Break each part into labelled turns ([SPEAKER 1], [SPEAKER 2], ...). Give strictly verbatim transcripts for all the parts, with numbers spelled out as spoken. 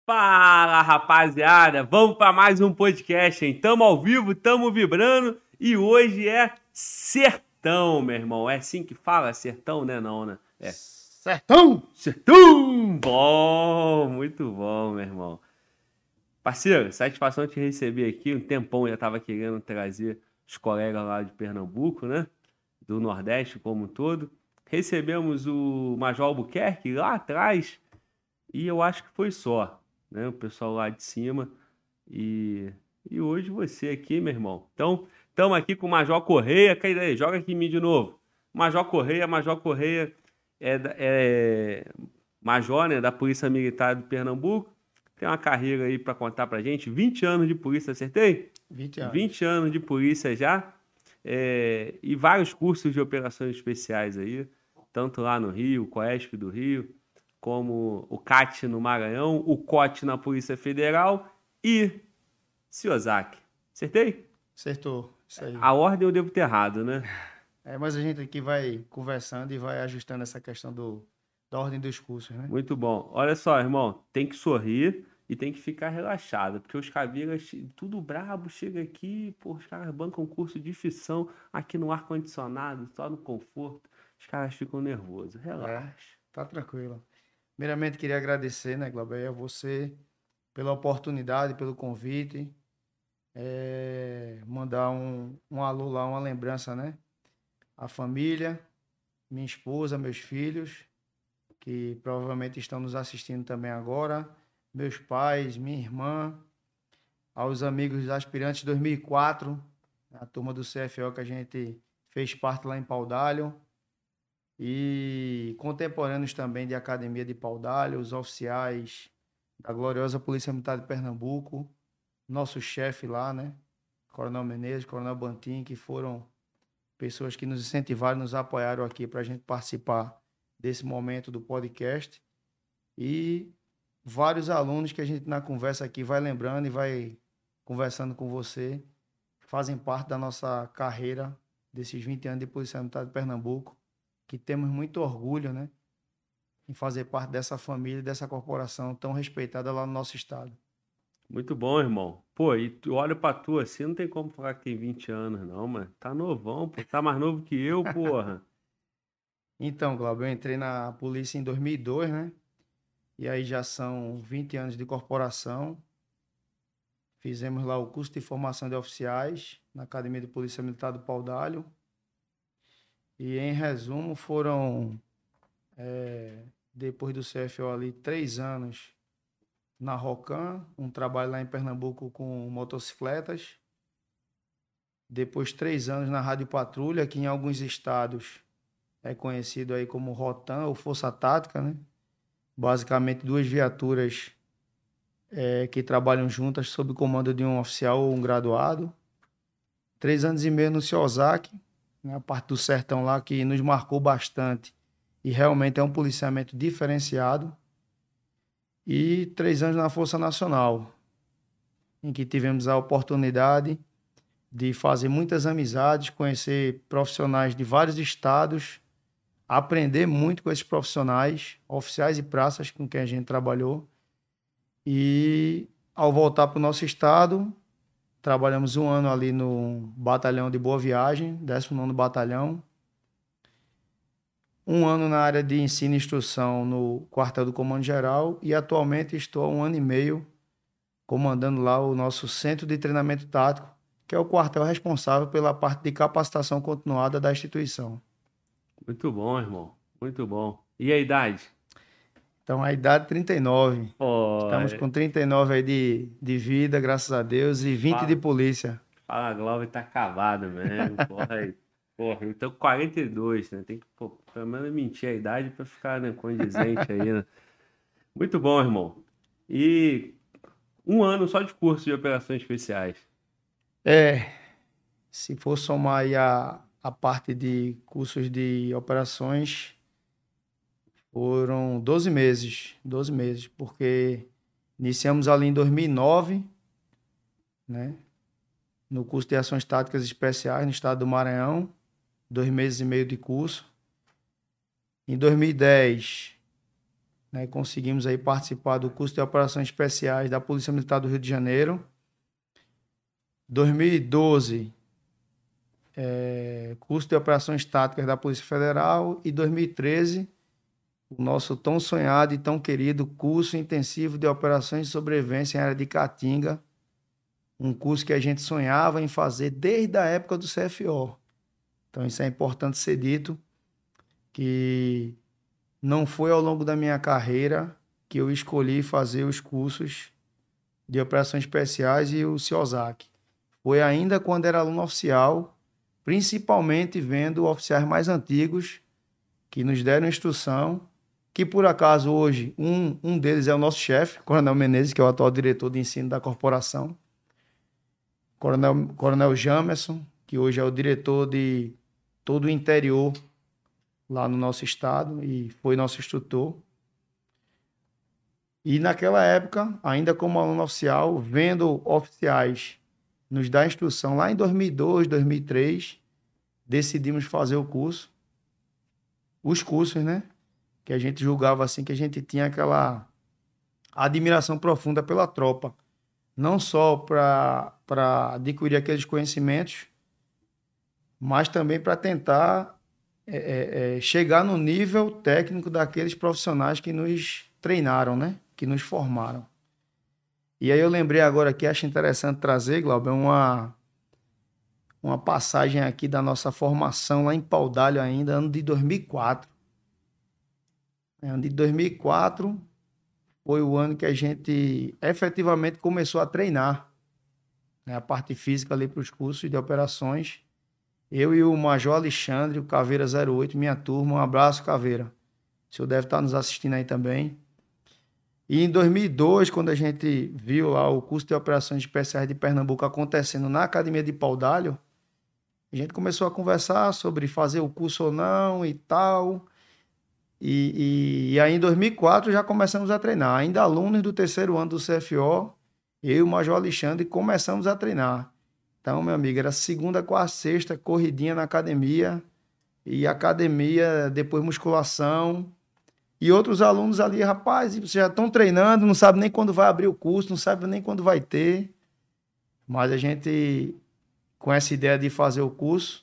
[SPEAKER 1] Fala, rapaziada! Vamos para mais um podcast, hein? Tamo ao vivo, tamo vibrando e hoje é sertão, meu irmão. É assim que fala? Sertão, né? Não, né? É.
[SPEAKER 2] Sertão!
[SPEAKER 1] Sertão! Bom! Muito bom, meu irmão. Parceiro, satisfação te receber aqui. Um tempão eu já tava querendo trazer os colegas lá de Pernambuco, né? Do Nordeste como um todo. Recebemos o Major Albuquerque lá atrás e eu acho que foi só, né? O pessoal lá de cima. E, e hoje você aqui, meu irmão. Então, estamos aqui com o Major Correia. Cai aí, joga aqui em mim de novo. Major Correia, Major Correia é, da- é major, né, da Polícia Militar de Pernambuco. Tem uma carreira aí para contar pra gente. vinte anos de polícia, acertei?
[SPEAKER 2] vinte anos.
[SPEAKER 1] vinte anos de polícia já. É, e vários cursos de operações especiais aí. Tanto lá no Rio, o COESP do Rio, como o CAT no Maranhão, o COT na Polícia Federal e Ciosaki. Acertei?
[SPEAKER 2] Acertou, isso aí.
[SPEAKER 1] A ordem eu devo ter errado, né?
[SPEAKER 2] É, mas a gente aqui vai conversando e vai ajustando essa questão do, da ordem dos cursos, né?
[SPEAKER 1] Muito bom. Olha só, irmão, tem que sorrir e tem que ficar relaxado, porque os caveiras, tudo brabo, chega aqui, pô, os caras bancam curso de fissão aqui no ar-condicionado, só no conforto. Os caras ficam nervosos.
[SPEAKER 2] É,
[SPEAKER 1] Relaxa.
[SPEAKER 2] tá tranquilo. Primeiramente, queria agradecer, né, Glauber, a você pela oportunidade, pelo convite. É, mandar um, um alô lá, uma lembrança, né? A família, minha esposa, meus filhos, que provavelmente estão nos assistindo também agora, meus pais, minha irmã, aos amigos aspirantes dois mil e quatro, a turma do C F O que a gente fez parte lá em Paudalho, e contemporâneos também de Academia de Paudalho, os oficiais da gloriosa Polícia Militar de Pernambuco, nosso chefe lá, né? Coronel Menezes, Coronel Bantim, que foram pessoas que nos incentivaram, nos apoiaram aqui para a gente participar desse momento do podcast. E vários alunos que a gente na conversa aqui vai lembrando e vai conversando com você, fazem parte da nossa carreira desses vinte anos de Polícia Militar de Pernambuco, que temos muito orgulho, né, em fazer parte dessa família, dessa corporação tão respeitada lá no nosso estado.
[SPEAKER 1] Muito bom, irmão. Pô, e tu olha pra tu assim, não tem como falar que tem vinte anos, não, mano. Tá novão, pô. Tá mais novo que eu, porra.
[SPEAKER 2] Então, Glauber, eu entrei na polícia em dois mil e dois, né? E aí já são vinte anos de corporação. Fizemos lá o curso de formação de oficiais na Academia de Polícia Militar do Paudalho. E, em resumo, foram, é, depois do C F O ali, três anos na Rocan, um trabalho lá em Pernambuco com motocicletas. Depois, três anos na Rádio Patrulha, que em alguns estados é conhecido aí como Rotan ou Força Tática, né? Basicamente, duas viaturas é, que trabalham juntas sob o comando de um oficial ou um graduado. Três anos e meio no Ciosaki, né, a parte do sertão lá que nos marcou bastante e realmente é um policiamento diferenciado. E três anos na Força Nacional, em que tivemos a oportunidade de fazer muitas amizades, conhecer profissionais de vários estados, aprender muito com esses profissionais, oficiais e praças com quem a gente trabalhou. E ao voltar para o nosso estado, trabalhamos um ano ali no Batalhão de Boa Viagem, décimo nono Batalhão. Um ano na área de ensino e instrução no quartel do Comando Geral e atualmente estou há um ano e meio comandando lá o nosso Centro de Treinamento Tático, que é o quartel responsável pela parte de capacitação continuada da instituição.
[SPEAKER 1] Muito bom, irmão. Muito bom. E a idade?
[SPEAKER 2] Então, a idade trinta e nove.
[SPEAKER 1] Pô,
[SPEAKER 2] Estamos com trinta e nove aí de, de vida, graças a Deus, e vinte de
[SPEAKER 1] fala,
[SPEAKER 2] polícia.
[SPEAKER 1] fala Glauber, tá cavado mesmo. Porra, aí. Porra, eu tô com quarenta e dois, né? Tem que, pô, pelo menos mentir a idade pra ficar, né, condizente aí, né? Muito bom, irmão. E um ano só de curso de operações especiais.
[SPEAKER 2] É, se for somar aí a, a parte de cursos de operações, foram doze meses, doze meses, porque iniciamos ali em dois mil e nove, né, no curso de ações táticas especiais no estado do Maranhão, dois meses e meio de curso. Em dois mil e dez, né? Conseguimos aí participar do curso de operações especiais da Polícia Militar do Rio de Janeiro. dois mil e doze, é, curso de operações táticas da Polícia Federal. E dois mil e treze, o nosso tão sonhado e tão querido curso intensivo de operações de sobrevivência em área de Caatinga. Um curso que a gente sonhava em fazer desde a época do C F O. Então isso é importante ser dito, que não foi ao longo da minha carreira que eu escolhi fazer os cursos de operações especiais e o CIOSAC. Foi ainda quando era aluno oficial, principalmente vendo oficiais mais antigos que nos deram instrução, que por acaso hoje um, um deles é o nosso chefe, Coronel Menezes, que é o atual diretor de ensino da corporação, Coronel, Coronel Jamerson, que hoje é o diretor de todo o interior lá no nosso estado e foi nosso instrutor. E naquela época, ainda como aluno oficial, vendo oficiais nos dar instrução, lá em dois mil e dois, dois mil e três, decidimos fazer o curso, os cursos, né? Que a gente julgava assim, que a gente tinha aquela admiração profunda pela tropa, não só para para adquirir aqueles conhecimentos, mas também para tentar é, é, é, chegar no nível técnico daqueles profissionais que nos treinaram, né? Que nos formaram. E aí eu lembrei agora aqui, acho interessante trazer, Glauber, uma, uma passagem aqui da nossa formação lá em Paudalho ainda, ano de dois mil e quatro. Ano de dois mil e quatro foi o ano que a gente efetivamente começou a treinar, né, a parte física ali para os cursos de operações. Eu e o Major Alexandre, o Caveira zero oito, minha turma. Um abraço, Caveira. O senhor deve estar nos assistindo aí também. E em dois mil e dois, quando a gente viu lá o curso de operações especiais de Pernambuco acontecendo na Academia de Paudalho, a gente começou a conversar sobre fazer o curso ou não e tal. E, e, e aí em dois mil e quatro já começamos a treinar. Ainda alunos do terceiro ano do C F O, eu e o Major Alexandre começamos a treinar. Então, meu amigo, era segunda, quarta, sexta, corridinha na academia. E academia, depois musculação. E outros alunos ali, rapaz, vocês já estão treinando, não sabe nem quando vai abrir o curso, não sabe nem quando vai ter. Mas a gente, com essa ideia de fazer o curso,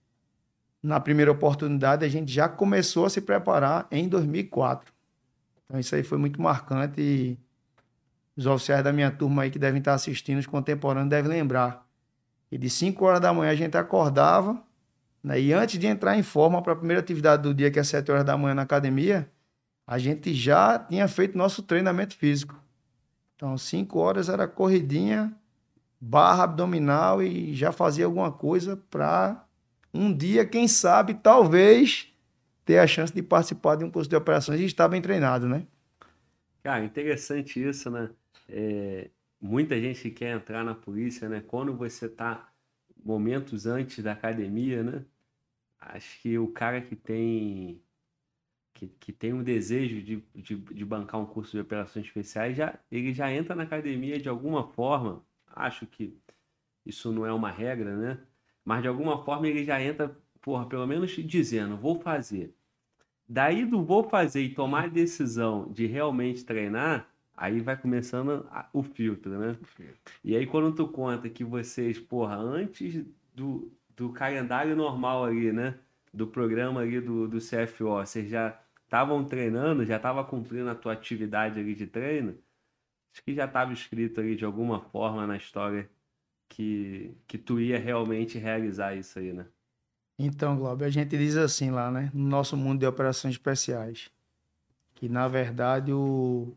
[SPEAKER 2] na primeira oportunidade, a gente já começou a se preparar em dois mil e quatro. Então isso aí foi muito marcante e os oficiais da minha turma aí que devem estar assistindo, os contemporâneos, devem lembrar. E de cinco horas da manhã a gente acordava, né? E antes de entrar em forma para a primeira atividade do dia, que é sete horas da manhã na academia, a gente já tinha feito nosso treinamento físico. Então, cinco horas era corridinha, barra abdominal e já fazia alguma coisa para um dia, quem sabe, talvez, ter a chance de participar de um curso de operações e estar bem treinado, né?
[SPEAKER 1] Cara, interessante isso, né? É, muita gente que quer entrar na polícia, né? Quando você tá momentos antes da academia, né? Acho que o cara que tem que, que tem um desejo de, de, de bancar um curso de operações especiais, já, ele já entra na academia de alguma forma. Acho que isso não é uma regra, né? Mas de alguma forma ele já entra, porra, pelo menos dizendo, vou fazer. Daí do vou fazer e tomar a decisão de realmente treinar, aí vai começando a- o filtro, né? E aí quando tu conta que vocês, porra, antes do, do calendário normal ali, né? Do programa ali do, do C F O, vocês já estavam treinando, já estavam cumprindo a tua atividade ali de treino, acho que já estava escrito ali de alguma forma na história que, que tu ia realmente realizar isso aí, né?
[SPEAKER 2] Então, Glauber, a gente diz assim lá, né? No nosso mundo de operações especiais, que na verdade o,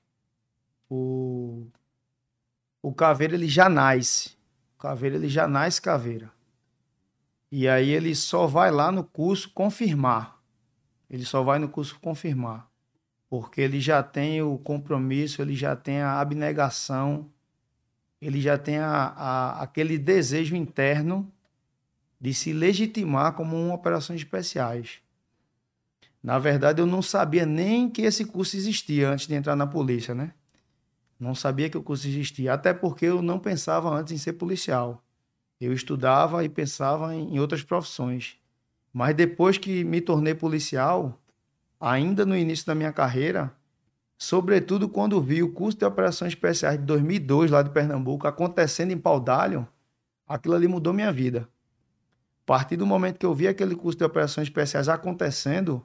[SPEAKER 2] o, o caveira ele já nasce. O caveira ele já nasce caveira. E aí ele só vai lá no curso confirmar. Ele só vai no curso confirmar. Porque ele já tem o compromisso, ele já tem a abnegação, ele já tem a, a, aquele desejo interno de se legitimar como uma operações especiais. Na verdade, eu não sabia nem que esse curso existia antes de entrar na polícia, né? Não sabia que o curso existia, até porque eu não pensava antes em ser policial. Eu estudava e pensava em outras profissões. Mas depois que me tornei policial, ainda no início da minha carreira, Sobretudo quando vi o curso de operações especiais de dois mil e dois, lá de Pernambuco, acontecendo em Paudalho, aquilo ali mudou minha vida. A partir do momento que eu vi aquele curso de operações especiais acontecendo,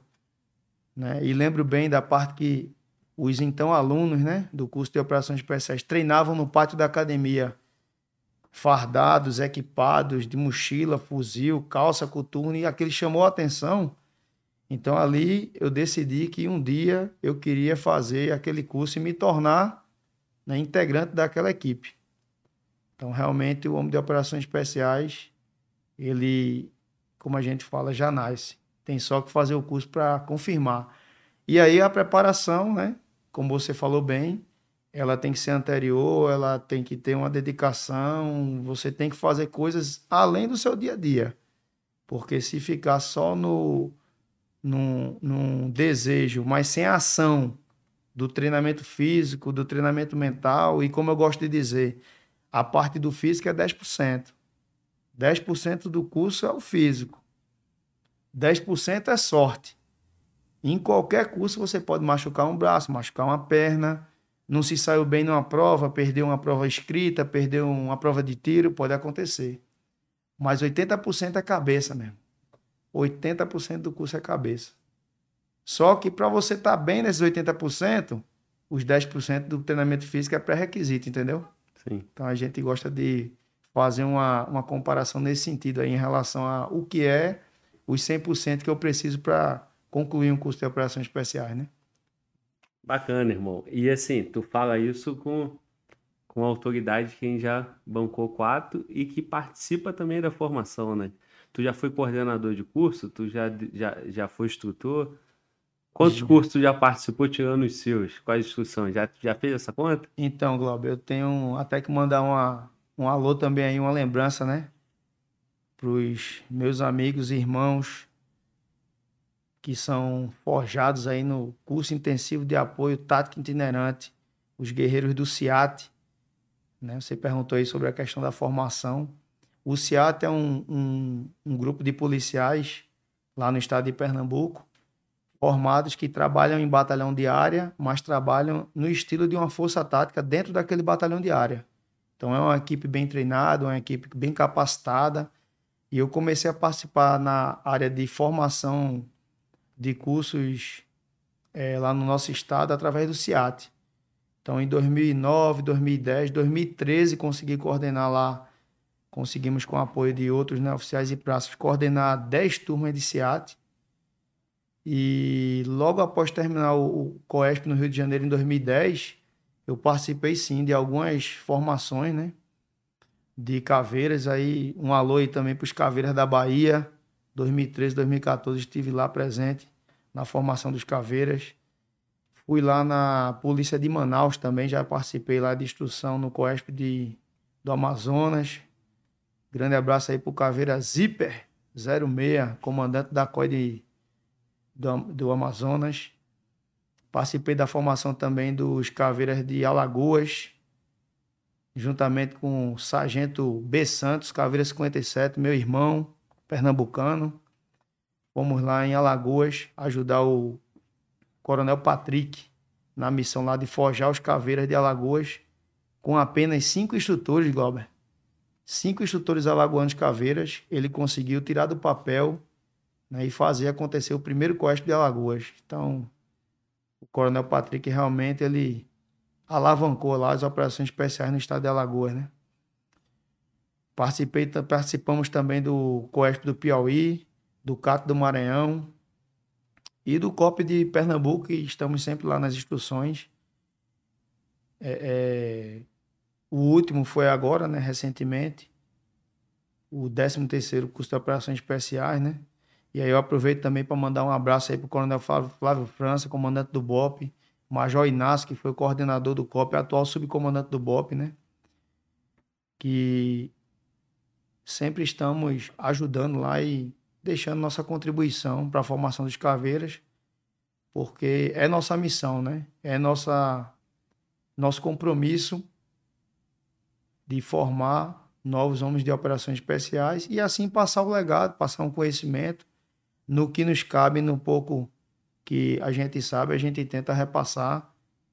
[SPEAKER 2] né, e lembro bem da parte que os então alunos, né, do curso de operações especiais treinavam no pátio da academia, fardados, equipados, de mochila, fuzil, calça, coturno, e aquele chamou a atenção. Então ali eu decidi que um dia eu queria fazer aquele curso e me tornar, né, integrante daquela equipe. Então realmente o homem de operações especiais, ele, como a gente fala, já nasce. Tem só que fazer o curso para confirmar. E aí a preparação, né, como você falou bem, ela tem que ser anterior, ela tem que ter uma dedicação, você tem que fazer coisas além do seu dia a dia. Porque se ficar só no, num, num desejo, mas sem ação do treinamento físico, do treinamento mental, e como eu gosto de dizer, a parte do físico é dez por cento. dez por cento do curso é o físico. dez por cento é sorte. Em qualquer curso você pode machucar um braço, machucar uma perna, não se saiu bem numa prova, perdeu uma prova escrita, perdeu uma prova de tiro, pode acontecer. Mas oitenta por cento é cabeça mesmo. oitenta por cento do curso é cabeça. Só que para você estar bem nesses oitenta por cento, os dez por cento do treinamento físico é pré-requisito, entendeu?
[SPEAKER 1] Sim.
[SPEAKER 2] Então a gente gosta de fazer uma, uma comparação nesse sentido aí em relação a o que é os cem por cento que eu preciso para concluir um curso de operações especiais, né?
[SPEAKER 1] Bacana, irmão. E assim, tu fala isso com, com autoridade quem já bancou quatro e que participa também da formação, né? Tu já foi coordenador de curso? Tu já, já, já foi instrutor? Quantos cursos tu já participou tirando os seus? Quais instruções? Já, já fez essa conta?
[SPEAKER 2] Então, Glauber, eu tenho até que mandar uma, um alô também aí, uma lembrança, né? Para os meus amigos e irmãos que são forjados aí no curso intensivo de apoio tático itinerante, os guerreiros do CIAT, né? Você perguntou aí sobre a questão da formação. O CIAT é um, um, um grupo de policiais lá no estado de Pernambuco, formados que trabalham em batalhão de área, mas trabalham no estilo de uma força tática dentro daquele batalhão de área. Então é uma equipe bem treinada, uma equipe bem capacitada, e eu comecei a participar na área de formação de cursos é, lá no nosso estado através do CIAT. Então em dois mil e nove, dois mil e dez, dois mil e treze consegui coordenar lá, conseguimos com o apoio de outros, né, oficiais e praças, coordenar dez turmas de CIAT. E logo após terminar o COESP no Rio de Janeiro em dois mil e dez, eu participei sim de algumas formações, né, de caveiras. Aí um alô aí também para os caveiras da Bahia. dois mil e treze, dois mil e quatorze estive lá presente na formação dos caveiras. Fui lá na Polícia de Manaus também, já participei lá de instrução no COESP de, do Amazonas. Grande abraço aí para o Caveira Zíper zero seis, comandante da C O I de Do, do Amazonas. Participei da formação também dos Caveiras de Alagoas, juntamente com o Sargento B. Santos, Caveira cinquenta e sete, meu irmão, pernambucano. Fomos lá em Alagoas ajudar o Coronel Patrick na missão lá de forjar os Caveiras de Alagoas, com apenas cinco instrutores, Glauber. Cinco instrutores alagoanos Caveiras, ele conseguiu tirar do papel, né, e fazer acontecer o primeiro COESP de Alagoas. Então, o Coronel Patrick realmente ele alavancou lá as operações especiais no estado de Alagoas, né? Participei, participamos também do COESP do Piauí, do CAT do Maranhão e do COP de Pernambuco, e estamos sempre lá nas instruções. É, é, o último foi agora, né, recentemente, o décimo terceiro curso de operações especiais, né? E aí eu aproveito também para mandar um abraço aí para o Coronel Flávio, Flávio França, comandante do B O P, Major Inácio, que foi o coordenador do COP, atual subcomandante do B O P, né? Que sempre estamos ajudando lá e deixando nossa contribuição para a formação dos caveiras, porque é nossa missão, né? É nossa, nosso compromisso de formar novos homens de operações especiais e assim passar o legado, passar um conhecimento no que nos cabe, no pouco que a gente sabe, a gente tenta repassar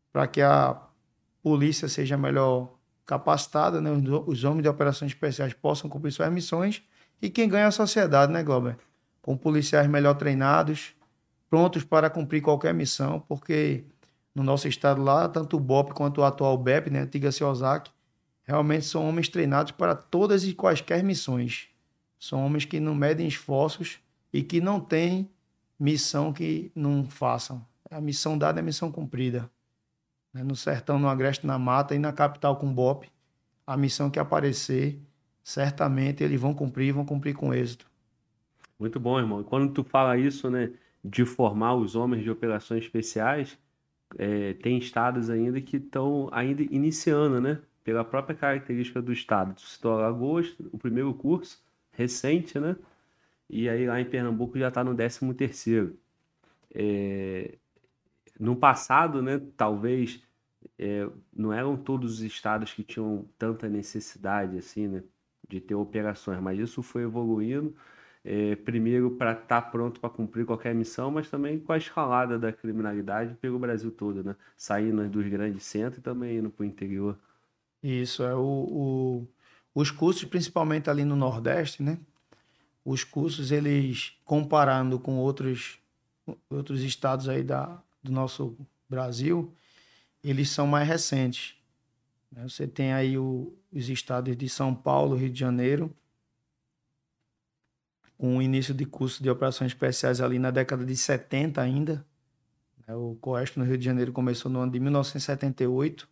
[SPEAKER 2] para que a polícia seja melhor capacitada, né? Os, os homens de operações especiais possam cumprir suas missões e quem ganha é a sociedade, né, Glauber? Com policiais melhor treinados, prontos para cumprir qualquer missão, porque no nosso estado lá, tanto o BOPE quanto o atual B E P, né, antiga CEOSAC, realmente são homens treinados para todas e quaisquer missões. São homens que não medem esforços e que não têm missão que não façam. A missão dada é a missão cumprida. No sertão, no agreste, na mata e na capital com o BOPE, a missão que aparecer, certamente eles vão cumprir, vão cumprir com êxito.
[SPEAKER 1] Muito bom, irmão. E quando tu fala isso, né, de formar os homens de operações especiais, é, tem estados ainda que estão ainda iniciando, né? Pela própria característica do estado. Tu citou Alagoas, o primeiro curso, recente, né? E aí lá em Pernambuco já está no décimo terceiro. É, no passado, né, talvez é, não eram todos os estados que tinham tanta necessidade assim, né, de ter operações, mas isso foi evoluindo. É, primeiro para estar pronto para cumprir qualquer missão, mas também com a escalada da criminalidade pelo Brasil todo, né? Saindo dos grandes centros e também indo para o interior.
[SPEAKER 2] Isso, é o, o, os cursos, principalmente ali no Nordeste, né? Os cursos, eles, comparando com outros, outros estados aí da, do nosso Brasil, eles são mais recentes. Né? Você tem aí o, os estados de São Paulo, Rio de Janeiro, com o início de curso de operações especiais ali na década de setenta ainda. O COESP no Rio de Janeiro começou no ano de mil novecentos e setenta e oito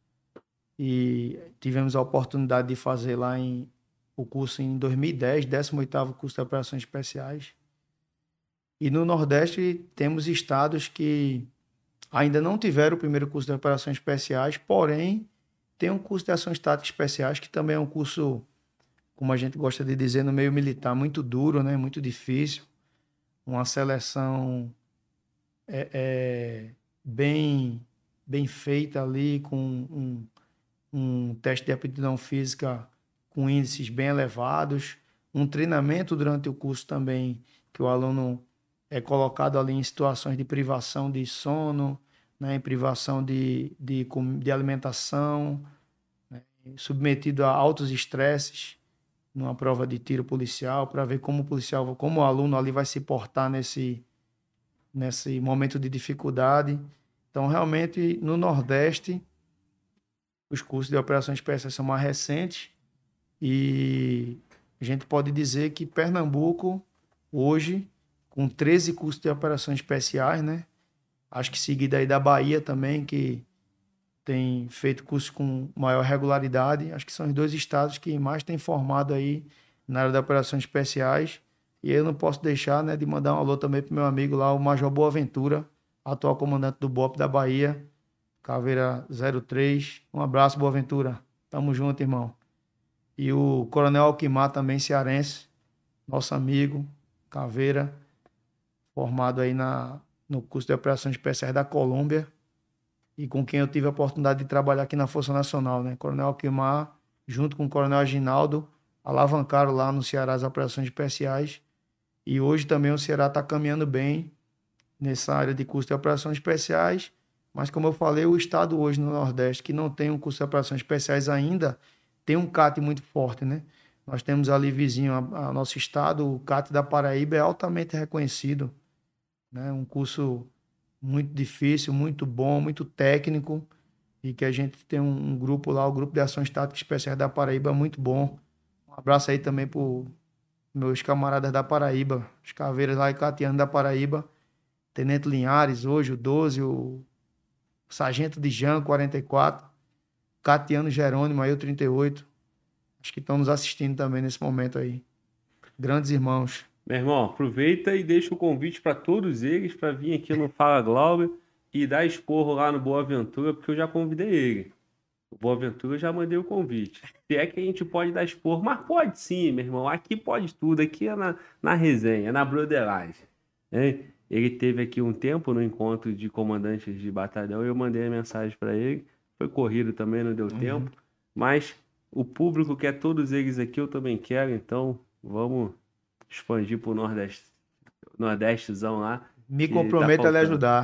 [SPEAKER 2] e tivemos a oportunidade de fazer lá em, o curso em dois mil e dez, décimo oitavo curso de operações especiais. E no Nordeste temos estados que ainda não tiveram o primeiro curso de operações especiais, porém tem um curso de ações táticas especiais que também é um curso, como a gente gosta de dizer no meio militar, muito duro, né? Muito difícil, uma seleção é, é, bem, bem feita ali, com um, um teste de aptidão física com índices bem elevados, um treinamento durante o curso também, que o aluno é colocado ali em situações de privação de sono, né? Em privação de, de, de alimentação, né? Submetido a altos estresses, numa prova de tiro policial, para ver como o policial, como o aluno ali vai se portar nesse, nesse momento de dificuldade. Então, realmente, no Nordeste, os cursos de operações especiais são mais recentes e a gente pode dizer que Pernambuco, hoje, com treze cursos de operações especiais, né? Acho que seguida aí da Bahia também, que tem feito cursos com maior regularidade. Acho que são os dois estados que mais têm formado aí na área de operações especiais. E eu não posso deixar, né, de mandar um alô também para o meu amigo lá, o Major Boaventura, atual comandante do BOPE da Bahia, Caveira zero três. Um abraço, Boaventura. Tamo junto, irmão. E o Coronel Alquimar, também cearense, nosso amigo, Caveira, formado aí na, no curso de operações especiais da Colômbia, e com quem eu tive a oportunidade de trabalhar aqui na Força Nacional, né? Coronel Alquimar, junto com o Coronel Aginaldo, alavancaram lá no Ceará as operações especiais. E hoje também o Ceará está caminhando bem nessa área de curso de operações especiais. Mas, como eu falei, o estado hoje no Nordeste, que não tem um curso de operações especiais ainda, tem um C A T muito forte, né? Nós temos ali vizinho ao nosso estado, o C A T da Paraíba é altamente reconhecido, né? Um curso muito difícil, muito bom, muito técnico, e que a gente tem um, um grupo lá, o Grupo de Ações Táticas Especiais da Paraíba, muito bom. Um abraço aí também para meus camaradas da Paraíba, os caveiras lá e catianos da Paraíba, Tenente Linhares, hoje o doze, o Sargento de Jean, quarenta e quatro, Catiano Jerônimo, aí o trinta e oito. Acho que estão nos assistindo também nesse momento aí. Grandes irmãos.
[SPEAKER 1] Meu irmão, aproveita e deixa o convite para todos eles para vir aqui no Fala Glauber e dar esporro lá no Boa Ventura, porque eu já convidei ele. O Boa Ventura eu já mandei o convite. Se é que a gente pode dar esporro, mas pode sim, meu irmão. Aqui pode tudo, aqui é na, na resenha, é na broderagem. Hein? Ele teve aqui um tempo no encontro de comandantes de batalhão e eu mandei a mensagem para ele. Foi corrido também, não deu uhum. tempo. Mas o público quer todos eles aqui, eu também quero, então vamos expandir para o Nordeste, Nordestezão lá.
[SPEAKER 2] Me comprometo tá a lhe ajudar.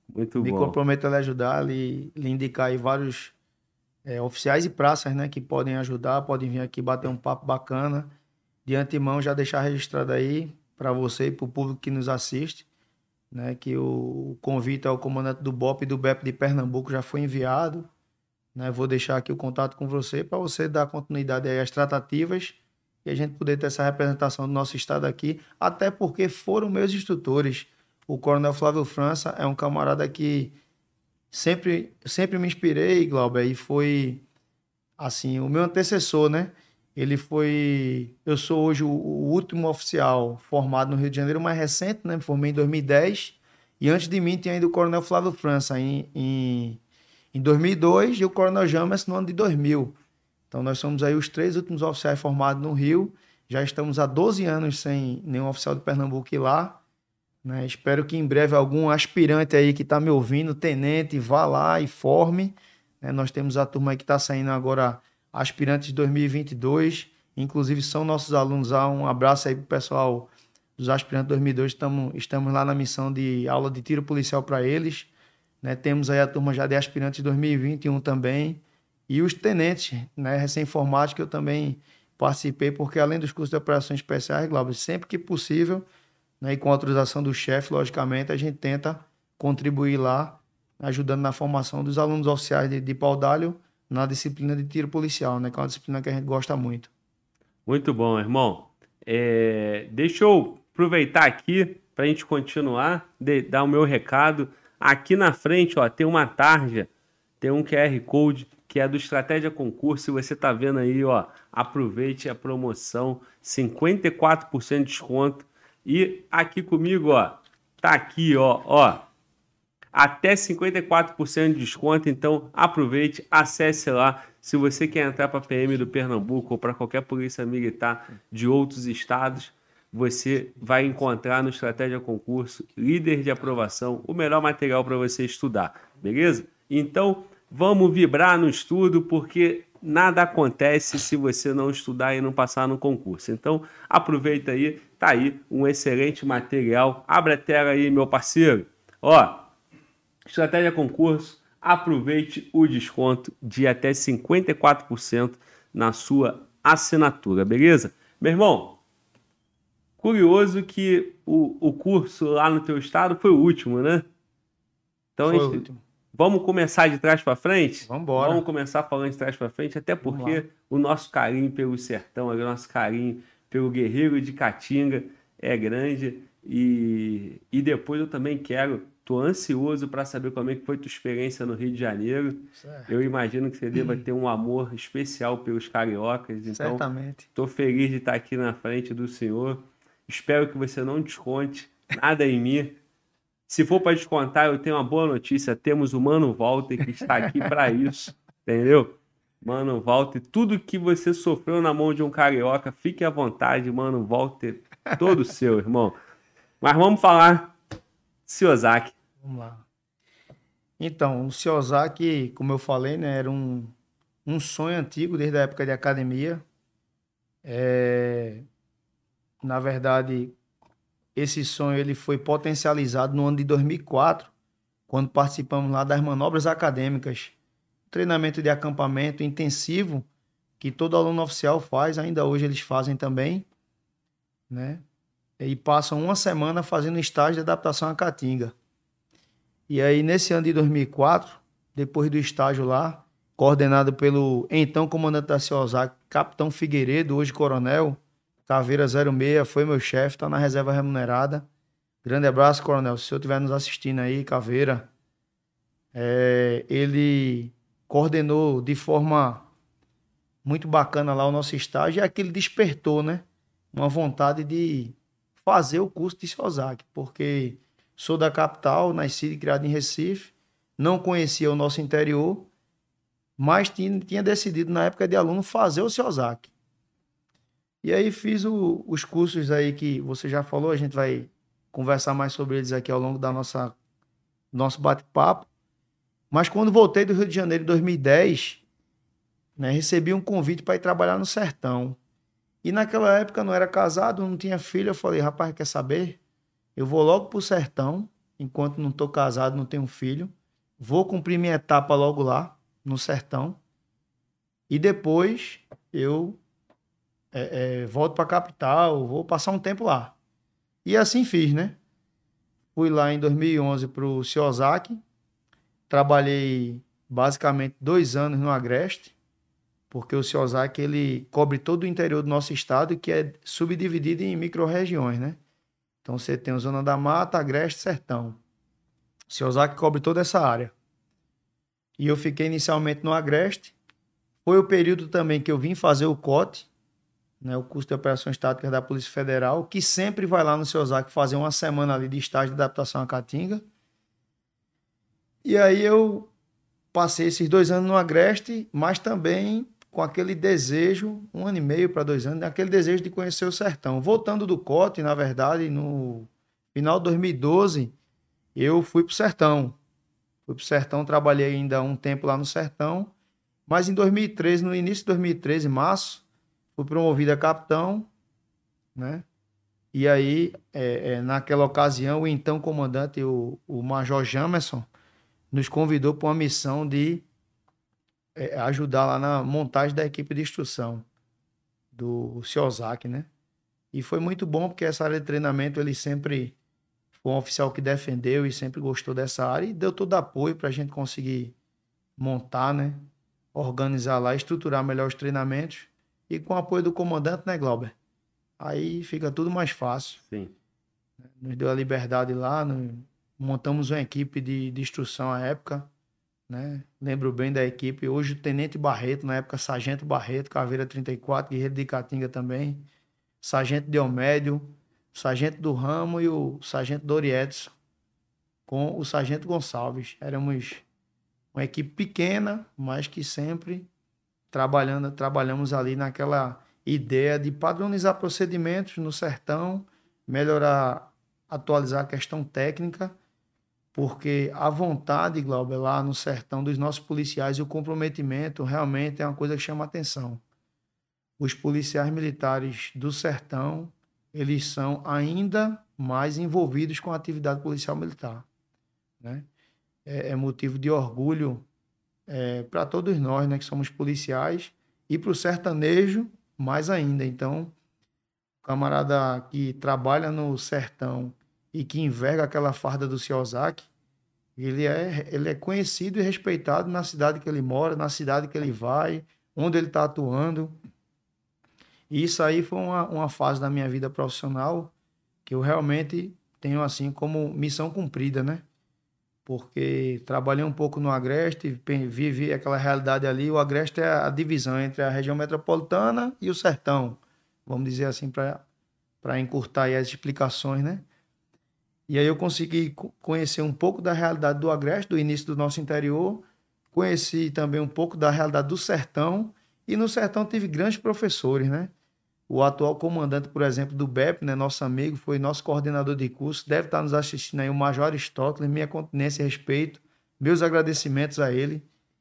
[SPEAKER 1] Muito
[SPEAKER 2] Me
[SPEAKER 1] bom.
[SPEAKER 2] comprometo a lhe ajudar, lhe, lhe indicar aí vários é, oficiais e praças, né, que podem ajudar, podem vir aqui bater um papo bacana. De antemão, já deixar registrado aí para você e para o público que nos assiste, né, que o convite ao comandante do B O P e do B E P de Pernambuco já foi enviado, né, vou deixar aqui o contato com você para você dar continuidade aí às tratativas e a gente poder ter essa representação do nosso estado aqui, até porque foram meus instrutores. O Coronel Flávio França é um camarada que sempre, sempre me inspirei, Glauber, e foi, assim, o meu antecessor, né? Ele foi... Eu sou hoje o, o último oficial formado no Rio de Janeiro, mais recente, né? Me formei em dois mil e dez. E antes de mim tinha ainda o Coronel Flávio França em, em, em dois mil e dois e o Coronel James no ano de dois mil. Então nós somos aí os três últimos oficiais formados no Rio. Já estamos há doze anos sem nenhum oficial de Pernambuco ir lá, né? Espero que em breve algum aspirante aí que está me ouvindo, tenente, vá lá e forme, né? Nós temos a turma aí que está saindo agora, aspirantes de dois mil e vinte e dois, inclusive são nossos alunos. Há um abraço aí pro pessoal dos aspirantes de dois mil e dois, estamos, estamos lá na missão de aula de tiro policial para eles, né? Temos aí a turma já de aspirantes de dois mil e vinte e um também, e os tenentes, né, recém-formados, que eu também participei, porque além dos cursos de operações especiais, Glauber, sempre que possível, né, e com autorização do chefe, logicamente, a gente tenta contribuir lá, ajudando na formação dos alunos oficiais de, de pau-d'alho na disciplina de tiro policial, né, que é uma disciplina que a gente gosta muito.
[SPEAKER 1] Muito bom, irmão. É, deixa eu aproveitar aqui para a gente continuar, de, dar o meu recado. Aqui na frente, ó, tem uma tarja, tem um Q R Code que é do Estratégia Concurso. Se você está vendo aí, ó, aproveite a promoção, cinquenta e quatro por cento de desconto. E aqui comigo, ó, tá aqui, ó, ó, até cinquenta e quatro por cento de desconto. Então aproveite, acesse lá. Se você quer entrar para a P M do Pernambuco ou para qualquer polícia militar de outros estados, você vai encontrar no Estratégia Concurso, líder de aprovação, o melhor material para você estudar, beleza? Então vamos vibrar no estudo, porque nada acontece se você não estudar e não passar no concurso. Então aproveita aí, tá aí um excelente material. Abre a tela aí, meu parceiro. Ó, Estratégia Concurso, aproveite o desconto de até cinquenta e quatro por cento na sua assinatura, beleza? Meu irmão, curioso que o, o curso lá no teu estado foi o último, né? Então,
[SPEAKER 2] Foi
[SPEAKER 1] a
[SPEAKER 2] o
[SPEAKER 1] gente,
[SPEAKER 2] último.
[SPEAKER 1] vamos começar de trás para frente?
[SPEAKER 2] Vamos embora.
[SPEAKER 1] Vamos começar falando de trás para frente, até porque o nosso carinho pelo sertão, o nosso carinho pelo guerreiro de Caatinga é grande. E, e depois eu também quero, tô ansioso para saber como é que foi tua experiência no Rio de Janeiro.
[SPEAKER 2] Certo.
[SPEAKER 1] Eu imagino que você deva ter um amor especial pelos cariocas. Então,
[SPEAKER 2] Certamente.
[SPEAKER 1] estou feliz de estar aqui na frente do senhor. Espero que você não desconte nada em mim. Se for para descontar, eu tenho uma boa notícia. Temos o Mano Walter, que está aqui para isso, entendeu? Mano Walter, tudo que você sofreu na mão de um carioca, fique à vontade, Mano Walter, todo seu, irmão. Mas vamos falar Ciozaki.
[SPEAKER 2] Vamos lá. Então, o Ciozaki, como eu falei, né, era um, um sonho antigo desde a época de academia. É, na verdade, esse sonho ele foi potencializado no ano de dois mil e quatro, quando participamos lá das manobras acadêmicas, treinamento de acampamento intensivo que todo aluno oficial faz, ainda hoje eles fazem também, né? E passam uma semana fazendo estágio de adaptação à Caatinga. E aí, nesse ano de dois mil e quatro, depois do estágio lá, coordenado pelo então comandante da Ciozaki, Capitão Figueiredo, hoje coronel, Caveira zero seis, foi meu chefe, está na reserva remunerada. Grande abraço, coronel. Se o senhor estiver nos assistindo aí, Caveira, é, ele coordenou de forma muito bacana lá o nosso estágio, e aquilo despertou, né, uma vontade de fazer o curso de Ciozaki, porque sou da capital, nascido e criado em Recife, não conhecia o nosso interior, mas tinha, tinha decidido na época de aluno fazer o Ciozaki. E aí fiz o, os cursos aí que você já falou, a gente vai conversar mais sobre eles aqui ao longo da nossa nosso bate-papo. Mas quando voltei do Rio de Janeiro em dois mil e dez, né, recebi um convite para ir trabalhar no sertão. E naquela época eu não era casado, não tinha filho. Eu falei, rapaz, quer saber? Eu vou logo pro sertão, enquanto não estou casado, não tenho filho. Vou cumprir minha etapa logo lá, no sertão. E depois eu é, é, volto para a capital, vou passar um tempo lá. E assim fiz, né? Fui lá em dois mil e onze para o Ciosaki. Trabalhei basicamente dois anos no Agreste, porque o Ciosaki ele cobre todo o interior do nosso estado, que é subdividido em micro-regiões, né? Então você tem a Zona da Mata, Agreste, Sertão. O Ciosaki cobre toda essa área. E eu fiquei inicialmente no Agreste. Foi o período também que eu vim fazer o C O T, né, o curso de Operações Táticas da Polícia Federal, que sempre vai lá no Ciosaki fazer uma semana ali de estágio de adaptação à Caatinga. E aí eu passei esses dois anos no Agreste, mas também com aquele desejo, um ano e meio para dois anos, aquele desejo de conhecer o sertão. Voltando do C O T, na verdade, no final de dois mil e doze, eu fui para o sertão. Fui para o sertão, trabalhei ainda um tempo lá no sertão, mas em dois mil e treze, no início de dois mil e treze, em março, fui promovido a capitão, né? E aí, é, é, naquela ocasião, o então comandante, o, o Major Jamerson, nos convidou para uma missão de é, ajudar lá na montagem da equipe de instrução do Ciosaki, né? E foi muito bom, porque essa área de treinamento, ele sempre foi um oficial que defendeu e sempre gostou dessa área e deu todo apoio para a gente conseguir montar, né? Organizar lá, estruturar melhor os treinamentos. E com o apoio do comandante, né, Glauber? Aí fica tudo mais fácil.
[SPEAKER 1] Sim.
[SPEAKER 2] Nos deu a liberdade lá, nos... montamos uma equipe de, de instrução à época, né? Lembro bem da equipe. Hoje o Tenente Barreto, na época Sargento Barreto, Caveira trinta e quatro, Guerreiro de Caatinga também, Sargento Diomédio, Sargento do Ramo e o Sargento Dori Edson, com o Sargento Gonçalves. Éramos uma equipe pequena, mas que sempre trabalhando, trabalhamos ali naquela ideia de padronizar procedimentos no sertão, melhorar, atualizar a questão técnica, porque a vontade, Glauber, lá no sertão dos nossos policiais e o comprometimento realmente é uma coisa que chama atenção. Os policiais militares do sertão, eles são ainda mais envolvidos com a atividade policial militar, né? É, é motivo de orgulho É, para todos nós, né, que somos policiais, e para o sertanejo, mais ainda. Então, o camarada que trabalha no sertão e que enverga aquela farda do Ciosaki, ele é, ele é conhecido e respeitado na cidade que ele mora, na cidade que ele vai, onde ele está atuando. E isso aí foi uma, uma fase da minha vida profissional que eu realmente tenho assim como missão cumprida, né? Porque trabalhei um pouco no Agreste, vivi aquela realidade ali. O Agreste é a divisão entre a região metropolitana e o sertão, vamos dizer assim, para encurtar aí as explicações, né? E aí eu consegui conhecer um pouco da realidade do Agreste, do início do nosso interior, conheci também um pouco da realidade do sertão, e no sertão tive grandes professores, né? O atual comandante, por exemplo, do B E P, né, nosso amigo, foi nosso coordenador de curso, deve estar nos assistindo aí, o Major Aristóteles, minha continência e respeito, meus agradecimentos a ele,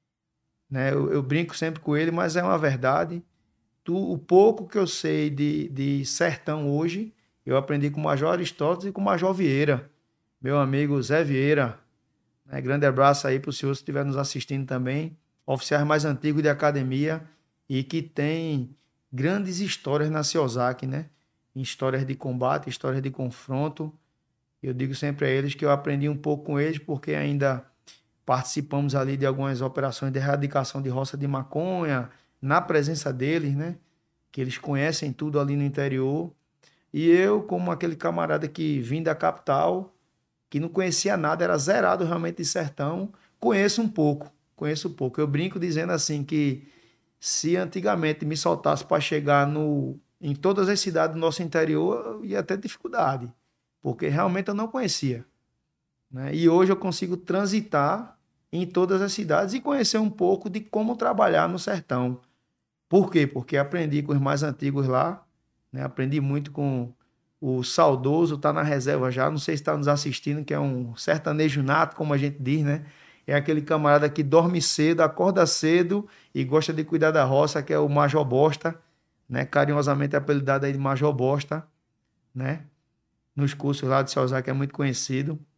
[SPEAKER 2] né? Eu, eu brinco sempre com ele, mas é uma verdade. Tu, o pouco que eu sei de, de sertão hoje, eu aprendi com o Major Aristóteles e com o Major Vieira, meu amigo Zé Vieira, né? Grande abraço aí para o senhor, se estiver nos assistindo também, oficiais mais antigos de academia e que tem grandes histórias na Ciosaki, né? Histórias de combate, histórias de confronto. Eu digo sempre a eles que eu aprendi um pouco com eles, porque ainda participamos ali de algumas operações de erradicação de roça de maconha, na presença deles, né? Que eles conhecem tudo ali no interior. E eu, como aquele camarada que vim da capital, que não conhecia nada, era zerado realmente de sertão, conheço um pouco, conheço um pouco. Eu brinco dizendo assim que se antigamente me soltasse para chegar no, em todas as cidades do nosso interior, eu ia ter dificuldade, porque realmente eu não conhecia, né? E hoje eu consigo transitar em todas as cidades e conhecer um pouco de como trabalhar no sertão. Por quê? Porque aprendi com os mais antigos lá, né? Aprendi muito com o saudoso, está na reserva já, não sei se está nos assistindo, que é um sertanejo nato, como a gente diz, né? É aquele camarada que dorme cedo, acorda cedo e gosta de cuidar da roça, que é o Major Bosta, né? Carinhosamente apelidado aí de Major Bosta, né? Nos cursos lá de Ciosaki é muito conhecido.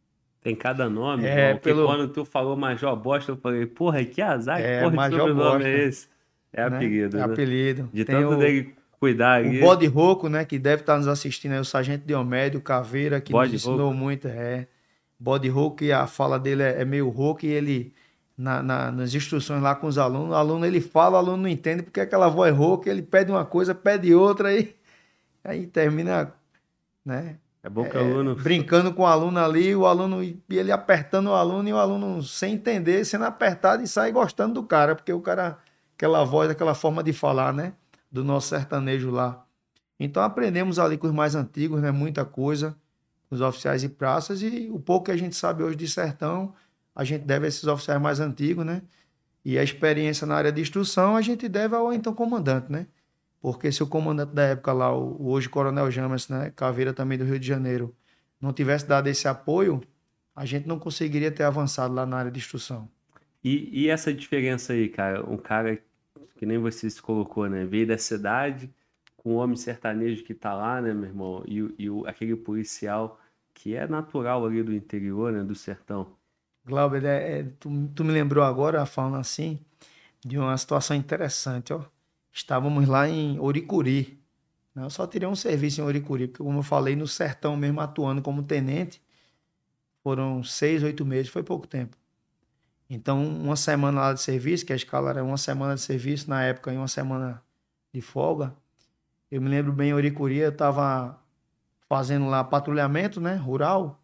[SPEAKER 1] Tem cada nome,
[SPEAKER 2] É,
[SPEAKER 1] irmão, que
[SPEAKER 2] pelo,
[SPEAKER 1] quando tu falou Major Bosta, eu falei, porra, que azar, que
[SPEAKER 2] é
[SPEAKER 1] porra de
[SPEAKER 2] Major
[SPEAKER 1] sobrenome é
[SPEAKER 2] Bosta,
[SPEAKER 1] esse? É
[SPEAKER 2] né? É
[SPEAKER 1] apelido, né?
[SPEAKER 2] apelido.
[SPEAKER 1] De
[SPEAKER 2] Tem
[SPEAKER 1] tanto
[SPEAKER 2] o,
[SPEAKER 1] dele cuidar
[SPEAKER 2] o
[SPEAKER 1] ali,
[SPEAKER 2] Bode Rouco, né? Que deve estar nos assistindo aí, o Sargento Diomédio, Caveira, que nos
[SPEAKER 1] bode
[SPEAKER 2] ensinou
[SPEAKER 1] rouco.
[SPEAKER 2] muito. É, Bode Rouco, e a fala dele é, é meio rouco e ele, na, na- nas instruções lá com os alunos, o aluno ele fala, o aluno não entende porque aquela voz rouca, ele pede uma coisa, pede outra, aí, aí termina, né?
[SPEAKER 1] É bom que o
[SPEAKER 2] é,
[SPEAKER 1] aluno.
[SPEAKER 2] brincando com o aluno ali, o aluno e ele apertando o aluno e o aluno sem entender, sendo apertado e sai gostando do cara, porque o cara, aquela voz, aquela forma de falar, né? Do nosso sertanejo lá. Então aprendemos ali com os mais antigos, né? Muita coisa, os oficiais e praças, e o pouco que a gente sabe hoje de sertão, a gente deve a esses oficiais mais antigos, né? E a experiência na área de instrução, a gente deve ao então comandante, né? Porque se o comandante da época lá, o, o hoje Coronel James, né, Caveira também do Rio de Janeiro, não tivesse dado esse apoio, a gente não conseguiria ter avançado lá na área de instrução.
[SPEAKER 1] E, e essa diferença aí, cara? Um cara que nem você se colocou, né? Veio da cidade, com o homem sertanejo que tá lá, né, meu irmão? E, o- e o- aquele policial que é natural ali do interior, né? Do sertão.
[SPEAKER 2] Glauber, é, é, tu, tu me lembrou agora, falando assim, de uma situação interessante, ó. Estávamos lá em Oricuri, né? Eu só tirei um serviço em Oricuri, porque como eu falei, no sertão mesmo, atuando como tenente, foram seis, oito meses, foi pouco tempo. Então, uma semana lá de serviço, que a escala era uma semana de serviço, na época, e uma semana de folga. Eu me lembro bem, em Oricuri, eu estava fazendo lá patrulhamento, né, rural,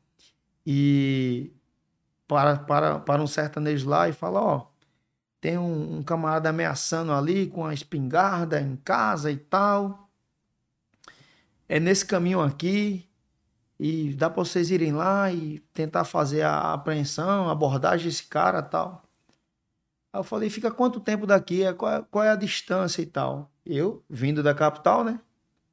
[SPEAKER 2] e para, para, para um sertanejo lá e fala, ó, tem um, um camarada ameaçando ali com a espingarda em casa e tal. É nesse caminho aqui, e dá para vocês irem lá e tentar fazer a apreensão, a abordagem desse cara e tal. Aí eu falei, fica quanto tempo daqui? É, Qual é, qual é a distância e tal? Eu, vindo da capital, né?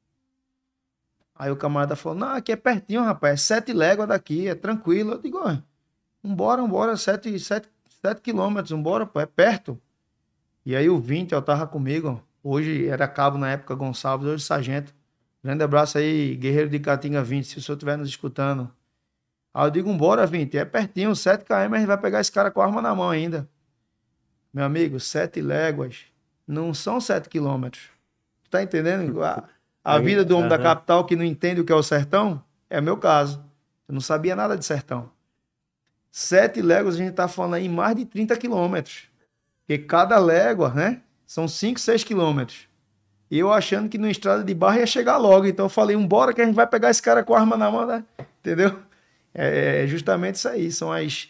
[SPEAKER 2] Aí o camarada falou, não, aqui é pertinho, rapaz, é sete léguas daqui, é tranquilo. Eu digo, ó, vambora, vambora, sete, sete, sete quilômetros, vambora, pô, é perto. E aí o vinte, eu tava comigo, hoje era cabo na época, Gonçalves, hoje sargento. Grande abraço aí, guerreiro de Catinga vinte, se o senhor estiver nos escutando. Aí eu digo, vambora, vinte, é pertinho, sete quilômetros, a gente vai pegar esse cara com a arma na mão ainda. Meu amigo, sete léguas não são sete quilômetros. Tá entendendo? A, a
[SPEAKER 1] Aí,
[SPEAKER 2] vida do homem da
[SPEAKER 1] aham.
[SPEAKER 2] capital que não entende o que é o sertão é meu caso. Eu não sabia nada de sertão. Sete léguas a gente tá falando aí em mais de trinta quilômetros. Porque cada légua, né? São cinco, seis quilômetros. E eu achando que numa estrada de barro ia chegar logo. Então eu falei, vambora que a gente vai pegar esse cara com a arma na mão, né? Entendeu? É é justamente isso aí. São as,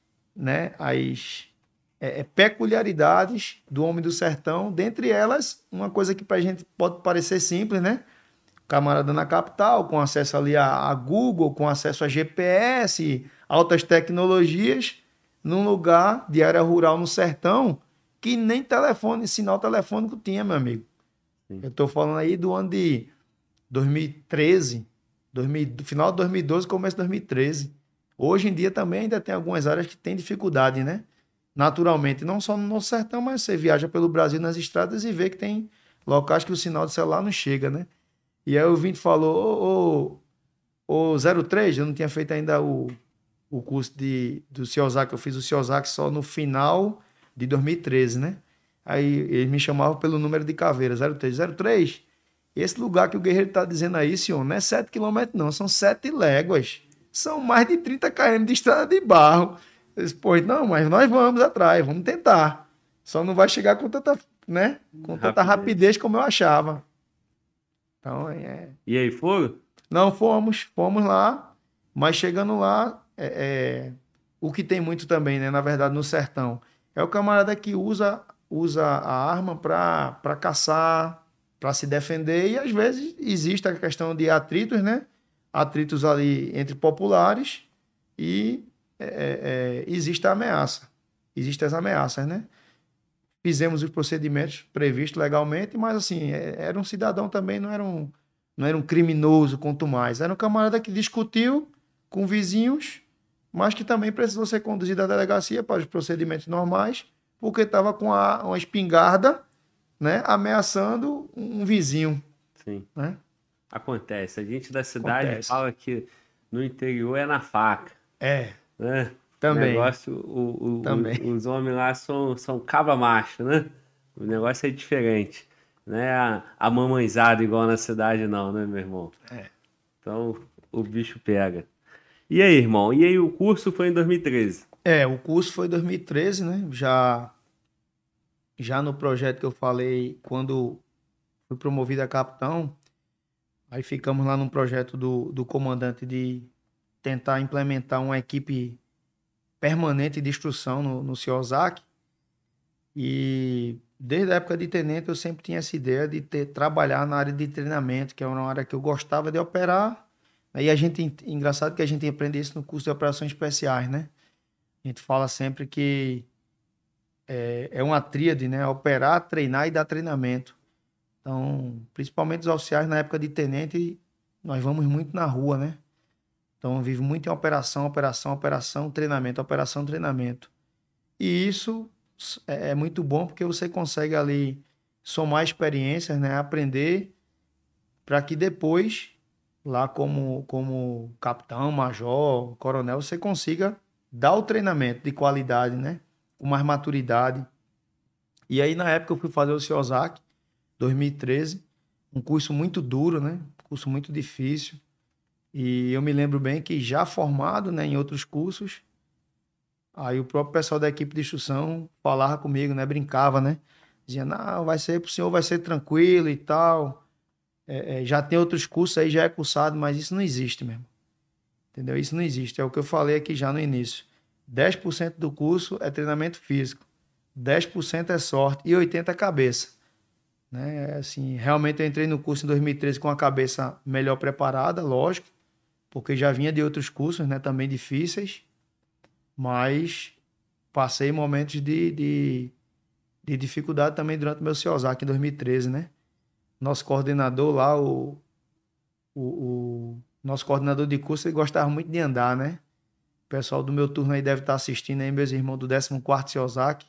[SPEAKER 2] né, as é, é, peculiaridades do homem do sertão, dentre elas, uma coisa que para a gente pode parecer simples, né? Camarada na capital, com acesso ali a, a Google, com acesso a G P S, altas tecnologias, num lugar de área rural no sertão, que nem telefone, sinal telefônico tinha, meu amigo.
[SPEAKER 1] Sim.
[SPEAKER 2] Eu estou falando aí do ano de dois mil e treze, dois mil, final de dois mil e doze, começo de dois mil e treze. Hoje em dia também ainda tem algumas áreas que têm dificuldade, né? Naturalmente, não só no nosso sertão, mas você viaja pelo Brasil nas estradas e vê que tem locais que o sinal de celular não chega, né? E aí o Vinte falou, ô, ô, ô zero três, eu não tinha feito ainda o, o curso de, do CIOSAC, eu fiz o CIOSAC só no final de dois mil e treze, né? Aí eles me chamavam pelo número de caveira, zero três, zero três. Esse lugar que o guerreiro está dizendo aí, senhor, não é sete quilômetros não, são sete léguas. São mais de trinta quilômetros de estrada de barro. Eu disse, pois não, mas nós vamos atrás, vamos tentar. Só não vai chegar com tanta, né, com tanta
[SPEAKER 1] Rapidez.
[SPEAKER 2] rapidez como eu achava. Então, é...
[SPEAKER 1] E aí, fogo?
[SPEAKER 2] Não, fomos, fomos lá, mas chegando lá, é, é, o que tem muito também, né, na verdade, no sertão, é o camarada que usa, usa a arma para caçar, para se defender, e às vezes existe a questão de atritos, né? Atritos ali entre populares e é, é, existe a ameaça. Existem as ameaças, né? Fizemos os procedimentos previstos legalmente, mas assim, é, era um cidadão também, não era um, não era um criminoso, quanto mais. Era um camarada que discutiu com vizinhos, mas que também precisou ser conduzido à delegacia para os procedimentos normais, porque estava com a, uma espingarda, né, ameaçando um vizinho.
[SPEAKER 1] Sim.
[SPEAKER 2] Né?
[SPEAKER 1] Acontece. A gente da cidade
[SPEAKER 2] Acontece.
[SPEAKER 1] fala que no interior é na faca.
[SPEAKER 2] É.
[SPEAKER 1] né? O
[SPEAKER 2] Também,
[SPEAKER 1] negócio, o, o-
[SPEAKER 2] também.
[SPEAKER 1] o- os homens lá são, são cabra macho, né? O negócio é diferente. Não é a, a mamãezada igual na cidade, não, né, meu irmão?
[SPEAKER 2] É.
[SPEAKER 1] Então o bicho pega. E aí, irmão? E aí, o curso foi em dois mil e treze?
[SPEAKER 2] É, o curso foi em dois mil e treze, né? Já, já no projeto que eu falei, quando fui promovido a capitão, aí ficamos lá num projeto do, do comandante de tentar implementar uma equipe permanente de instrução no, no CIOSAC. E desde a época de tenente eu sempre tinha essa ideia de ter, trabalhar na área de treinamento, que é uma área que eu gostava de operar. Aí a gente, engraçado que a gente aprende isso no curso de operações especiais, né? A gente fala sempre que é, é uma tríade, né? Operar, treinar e dar treinamento. Então, principalmente os oficiais na época de tenente, nós vamos muito na rua, né? Então, eu vivo muito em operação, operação, operação, treinamento, operação, treinamento. E isso é é muito bom porque você consegue ali somar experiências, né? Aprender para que depois, lá como, como capitão, major, coronel, você consiga dar o treinamento de qualidade, né? Com mais maturidade. E aí, na época, eu fui fazer o CIOSAC, dois mil e treze, um curso muito duro, né? Um curso muito difícil. E eu me lembro bem que já formado, né, em outros cursos, aí o próprio pessoal da equipe de instrução falava comigo, né? Brincava, né? Dizia, não, vai ser, pro senhor vai ser tranquilo e tal. É, é, já tem outros cursos aí, já é cursado, mas isso não existe mesmo. Entendeu? Isso não existe. É o que eu falei aqui já no início. dez por cento do curso é treinamento físico, dez por cento é sorte e oitenta por cento é cabeça. Né? Assim, realmente eu entrei no curso em dois mil e treze com a cabeça melhor preparada, lógico, porque já vinha de outros cursos, né, também difíceis, mas passei momentos de, de, de dificuldade também durante o meu CIOSAC em dois mil e treze, né? Nosso coordenador lá, o, o, o nosso coordenador de curso, ele gostava muito de andar, né? O pessoal do meu turno aí deve estar assistindo aí, meus irmãos do décimo quarto CIOSAC.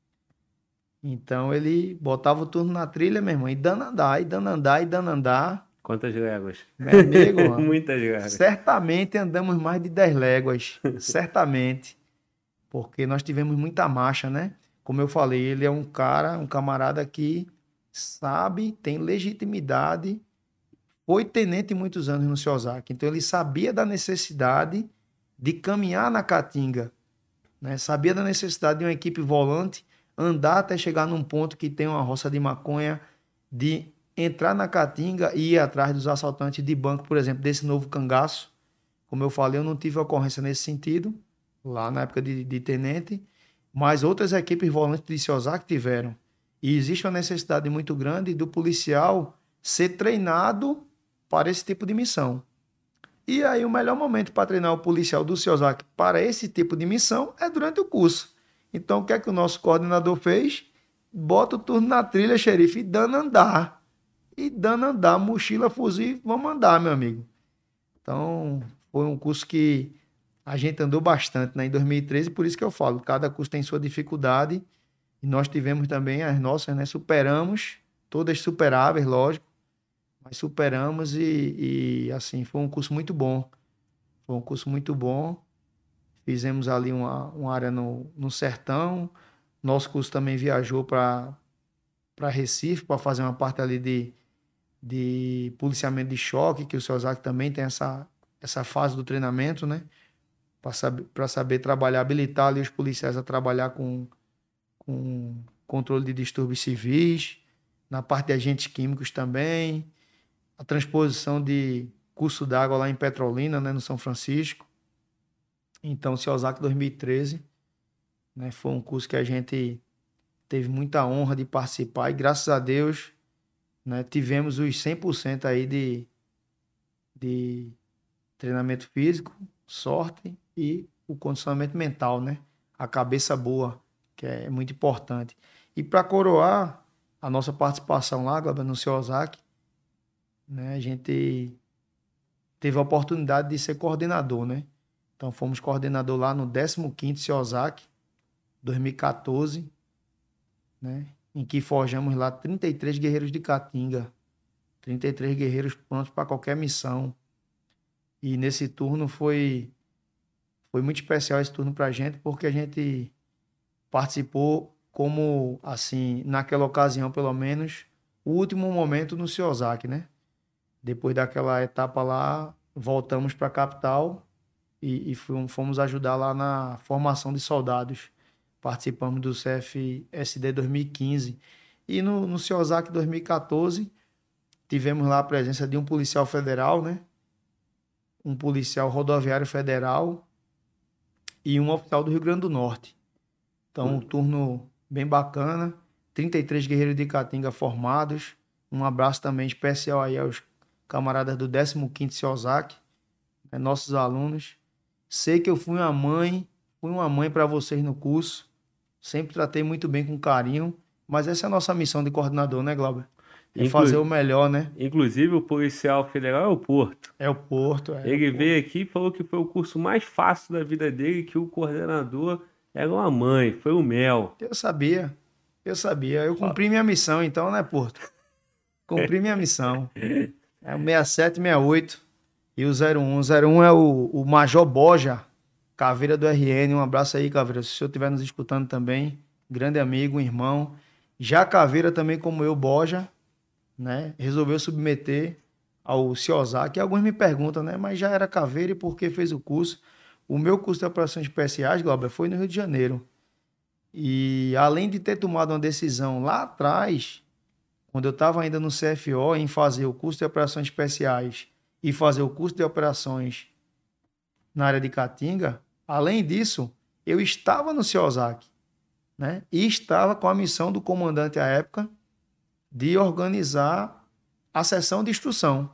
[SPEAKER 2] Então ele botava o turno na trilha, meu irmão, e dando andar, e dando andar, e dando andar.
[SPEAKER 1] Quantas léguas?
[SPEAKER 2] Meu amigo,
[SPEAKER 1] Muitas léguas.
[SPEAKER 2] certamente andamos mais de dez léguas, certamente, porque nós tivemos muita marcha, né? Como eu falei, ele é um cara, um camarada que sabe, tem legitimidade, foi tenente muitos anos no CIOSAC, então ele sabia da necessidade de caminhar na Caatinga, né? Sabia da necessidade de uma equipe volante andar até chegar num ponto que tem uma roça de maconha, de entrar na Caatinga e ir atrás dos assaltantes de banco, por exemplo, desse novo cangaço. Como eu falei, eu não tive ocorrência nesse sentido, lá na época de, de tenente, mas outras equipes volantes de CIOSAC tiveram. E existe uma necessidade muito grande do policial ser treinado para esse tipo de missão. E aí o melhor momento para treinar o policial do CIOSAC para esse tipo de missão é durante o curso. Então o que é que o nosso coordenador fez? Bota o turno na trilha, xerife, e dando andar. E dando andar, mochila, fuzil, vamos andar, meu amigo. Então foi um curso que a gente andou bastante, né, em dois mil e treze, por isso que eu falo, cada curso tem sua dificuldade e nós tivemos também as nossas, né, superamos, todas superáveis, lógico, mas superamos e, e, assim, foi um curso muito bom. Foi um curso muito bom. Fizemos ali uma, uma área no, no sertão. Nosso curso também viajou para para Recife para fazer uma parte ali de, de policiamento de choque, que o CIOSAC também tem essa, essa fase do treinamento, né? Para saber, para saber trabalhar, habilitar ali os policiais a trabalhar com, com controle de distúrbios civis, na parte de agentes químicos também, a transposição de curso d'água lá em Petrolina, né, no São Francisco. Então, o CIOSAC dois mil e treze, né, foi um curso que a gente teve muita honra de participar e, graças a Deus, né, tivemos os cem por cento aí de, de treinamento físico, sorte e o condicionamento mental, né? A cabeça boa, que é muito importante. E para coroar a nossa participação lá, Glauber, no CIOSAC, né, a gente teve a oportunidade de ser coordenador, né? Então fomos coordenador lá no décimo quinto CIOSAC, dois mil e quatorze, né? Em que forjamos lá trinta e três guerreiros de Caatinga, trinta e três guerreiros prontos para qualquer missão. E nesse turno foi, foi muito especial esse turno pra gente, porque a gente participou como, assim, naquela ocasião, pelo menos, o último momento no Ciosaki, né? Depois daquela etapa lá, voltamos para a capital e, e fomos, fomos ajudar lá na formação de soldados. Participamos do C F S D dois mil e quinze. E no, no Ciosaki dois mil e quatorze, tivemos lá a presença de um policial federal, né? Um policial rodoviário federal e um oficial do Rio Grande do Norte. Então, um turno bem bacana. trinta e três guerreiros de Caatinga formados. Um abraço também especial aí aos camaradas do décimo quinto Ciosaki, né, nossos alunos. Sei que eu fui uma mãe, fui uma mãe para vocês no curso. Sempre tratei muito bem, com carinho. Mas essa é a nossa missão de coordenador, né, Glauber? É
[SPEAKER 1] Inclu-
[SPEAKER 2] fazer o melhor, né?
[SPEAKER 1] Inclusive, o policial federal é o Porto.
[SPEAKER 2] É o Porto. É
[SPEAKER 1] Ele
[SPEAKER 2] o Porto.
[SPEAKER 1] veio aqui e falou que foi o curso mais fácil da vida dele, que o coordenador era uma mãe, foi o Mel.
[SPEAKER 2] Eu sabia, eu sabia. Eu cumpri minha missão, então, né, Porto? Cumpri minha missão. É o sessenta e sete, sessenta e oito e o zero um. O zero um é o, o Major Boja, Caveira do R N. Um abraço aí, Caveira. Se o senhor estiver nos escutando também, grande amigo, irmão. Já Caveira também, como eu, Boja, né? Resolveu submeter ao Ciosaki. Alguns me perguntam, né? Mas já era Caveira e por que fez o curso? O meu curso de operações especiais, Glauber, foi no Rio de Janeiro. E além de ter tomado uma decisão lá atrás, quando eu estava ainda no C F O, em fazer o curso de operações especiais e fazer o curso de operações na área de Caatinga, além disso, eu estava no Ciosaki, né? E estava com a missão do comandante à época de organizar a sessão de instrução.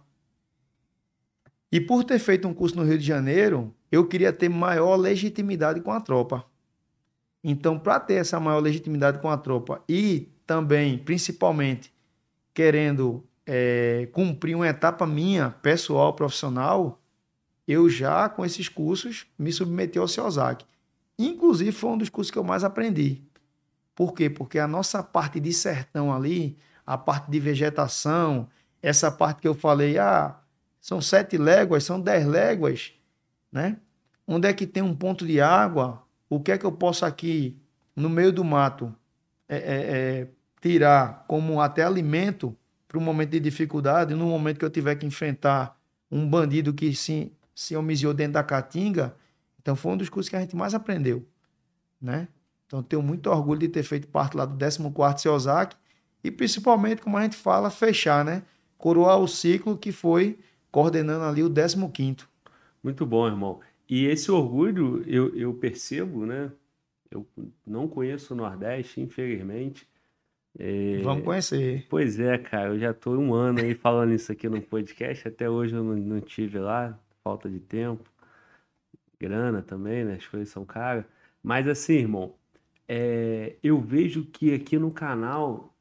[SPEAKER 2] E por ter feito um curso no Rio de Janeiro, eu queria ter maior legitimidade com a tropa. Então, para ter essa maior legitimidade com a tropa e também, principalmente, querendo é, cumprir uma etapa minha, pessoal, profissional, eu já, com esses cursos, me submeti ao Ciosaki. Inclusive, foi um dos cursos que eu mais aprendi. Por quê? Porque a nossa parte de sertão ali, a parte de vegetação, essa parte que eu falei, ah, são sete léguas, são dez léguas, né? Onde é que tem um ponto de água? O que é que eu posso aqui, no meio do mato, é, é, é, tirar como até alimento para um momento de dificuldade, no momento que eu tiver que enfrentar um bandido que se, se homiziou dentro da Caatinga? Então, foi um dos cursos que a gente mais aprendeu, né? Então, tenho muito orgulho de ter feito parte lá do décimo quarto Ciosaki e, principalmente, como a gente fala, fechar, né? Coroar o ciclo que foi coordenando ali o décimo quinto.
[SPEAKER 1] Muito bom, irmão. E esse orgulho eu, eu percebo, né? Eu não conheço o Nordeste, infelizmente. É,
[SPEAKER 2] Vamos conhecer.
[SPEAKER 1] Pois é, cara, eu já tô um ano aí falando isso aqui no podcast, até hoje eu não, não tive lá, falta de tempo, grana também, né? As coisas são caras. Mas assim, irmão, é, eu vejo que aqui no canal,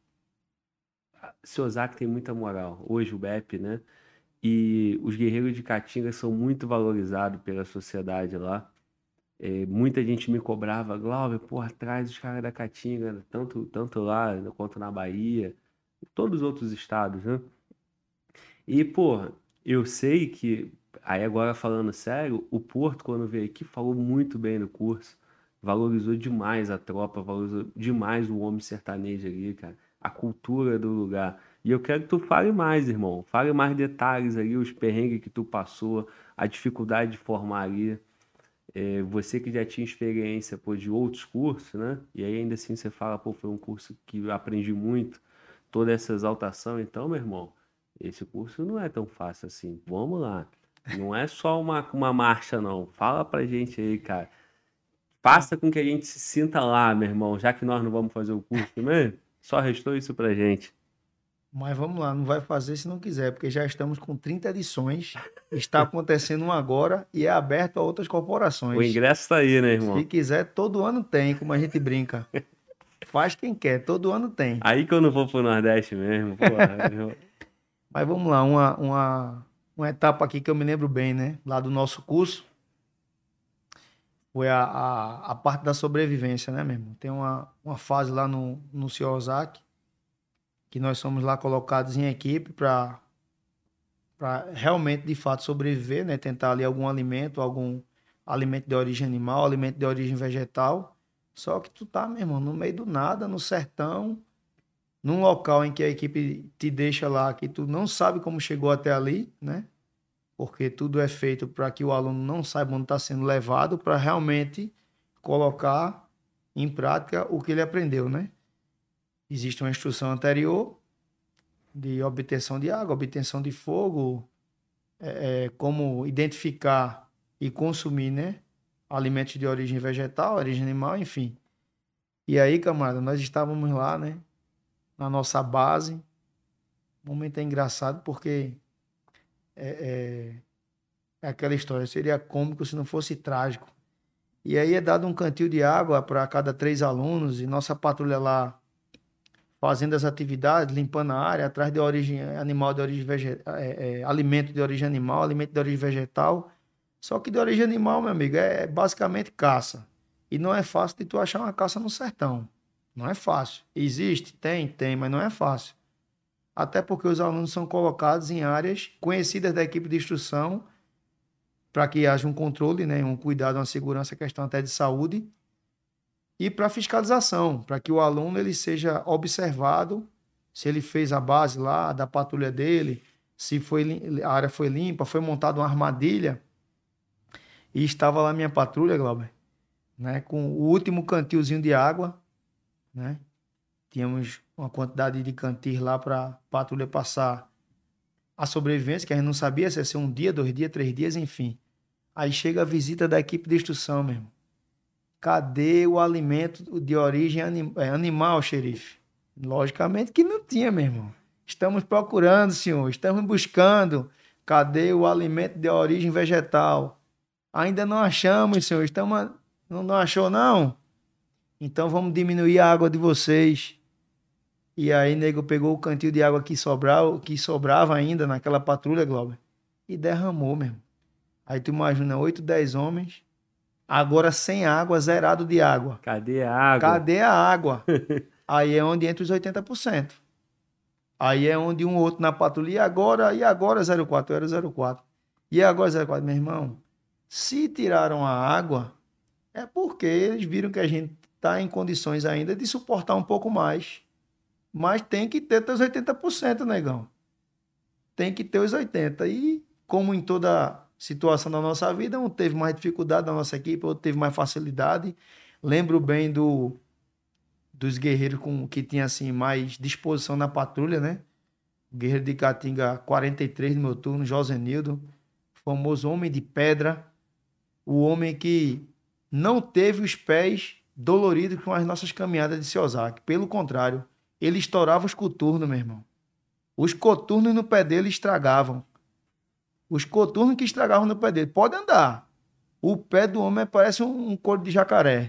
[SPEAKER 1] Ciosaki tem muita moral. Hoje o B E P, né? E os guerreiros de Caatinga são muito valorizados pela sociedade lá. É, muita gente me cobrava, Glauber, porra, atrás dos caras da Caatinga, tanto, tanto lá quanto na Bahia, em todos os outros estados, né? E, porra, eu sei que, aí agora falando sério, o Porto, quando veio aqui, falou muito bem no curso, valorizou demais a tropa, valorizou demais o homem sertanejo ali, cara, a cultura do lugar. E eu quero que tu fale mais, irmão, fale mais detalhes ali, os perrengues que tu passou, a dificuldade de formar ali. É, você que já tinha experiência, pô, de outros cursos, né? E aí ainda assim você fala, pô, foi um curso que eu aprendi muito, toda essa exaltação. Então, meu irmão, esse curso não é tão fácil assim. Vamos lá. Não é só uma, uma marcha, não. Fala pra gente aí, cara. Faça com que a gente se sinta lá, meu irmão, já que nós não vamos fazer o curso mesmo. Só restou isso pra gente.
[SPEAKER 2] Mas vamos lá, não vai fazer se não quiser, porque já estamos com trinta edições, está acontecendo uma agora e é aberto a outras
[SPEAKER 1] O
[SPEAKER 2] corporações.
[SPEAKER 1] ingresso tá aí, né,
[SPEAKER 2] Se
[SPEAKER 1] irmão?
[SPEAKER 2] quiser, todo ano tem, como a gente brinca. Faz quem quer, todo ano tem.
[SPEAKER 1] Aí que eu não vou pro Nordeste mesmo, porra. eu-
[SPEAKER 2] Mas vamos lá, uma, uma, uma etapa aqui que eu me lembro bem, né? Lá do nosso curso, foi a, a, a parte da sobrevivência, né, meu irmão? Tem uma, uma fase lá no, no Ciosaki, que nós somos lá colocados em equipe para para realmente, de fato, sobreviver, né? Tentar ali algum alimento, algum, alimento de origem animal, alimento de origem vegetal. Só que tu tá, meu irmão, no meio do nada, no sertão, num local em que a equipe te deixa lá, que tu não sabe como chegou até ali, né? Porque tudo é feito para que o aluno não saiba onde está sendo levado, para realmente colocar em prática o que ele aprendeu, né? Existe uma instrução anterior de obtenção de água, obtenção de fogo, é, é, como identificar e consumir, né? Alimentos de origem vegetal, origem animal, enfim. E aí, camarada, nós estávamos lá, né? Na nossa base. O momento é engraçado porque é, é, é aquela história. Seria cômico se não fosse trágico. E aí é dado um cantil de água para cada três alunos e nossa patrulha lá fazendo as atividades, limpando a área, atrás de origem animal, de origem vegetal, é, é, alimento de origem animal, alimento de origem vegetal. Só que de origem animal, meu amigo, é basicamente caça. E não é fácil de tu achar uma caça no sertão. Não é fácil. Existe? Tem, tem, mas não é fácil. Até porque os alunos são colocados em áreas conhecidas da equipe de instrução para que haja um controle, né, um cuidado, uma segurança, questão até de saúde, e para fiscalização, para que o aluno ele seja observado se ele fez a base lá da patrulha dele, se foi, a área foi limpa, foi montada uma armadilha. E estava lá minha patrulha, Glauber, né, com o último cantilzinho de água, né? Tínhamos uma quantidade de cantis lá para a patrulha passar a sobrevivência, que a gente não sabia se ia ser um dia, dois dias, três dias, enfim. Aí chega a visita da equipe de instrução, mesmo. Cadê o alimento de origem anim... é, animal, xerife? Logicamente que não tinha, meu irmão. Estamos procurando, senhor, estamos buscando. Cadê o alimento de origem vegetal? Ainda não achamos, senhor. Estamos... Não, não achou, não? Então vamos diminuir a água de vocês. E aí, nego, pegou o cantil de água que sobrava, que sobrava ainda naquela patrulha, Glauber, e derramou, mesmo. Aí tu imagina, oito, dez homens, agora sem água, zerado de água.
[SPEAKER 1] Cadê a água?
[SPEAKER 2] Cadê a água? Aí é onde entra os oitenta por cento. Aí é onde um outro na patrulha, e agora, e agora zero quatro, eu era zero quatro. E agora zero quatro, meu irmão, se tiraram a água, é porque eles viram que a gente está em condições ainda de suportar um pouco mais. Mas tem que ter os oitenta por cento, negão. Tem que ter os oitenta por cento. E como em toda situação da nossa vida, um teve mais dificuldade da nossa equipe, outro teve mais facilidade. Lembro bem do, dos guerreiros com, que tinham assim, mais disposição na patrulha, né? O guerreiro de Caatinga quarenta e três no meu turno, Josenildo, famoso homem de pedra, o homem que não teve os pés doloridos com as nossas caminhadas de Seozac. Pelo contrário, ele estourava os coturnos, meu irmão. Os coturnos no pé dele estragavam. Os coturnos que estragavam no pé dele. Pode andar. O pé do homem parece um, um couro de jacaré.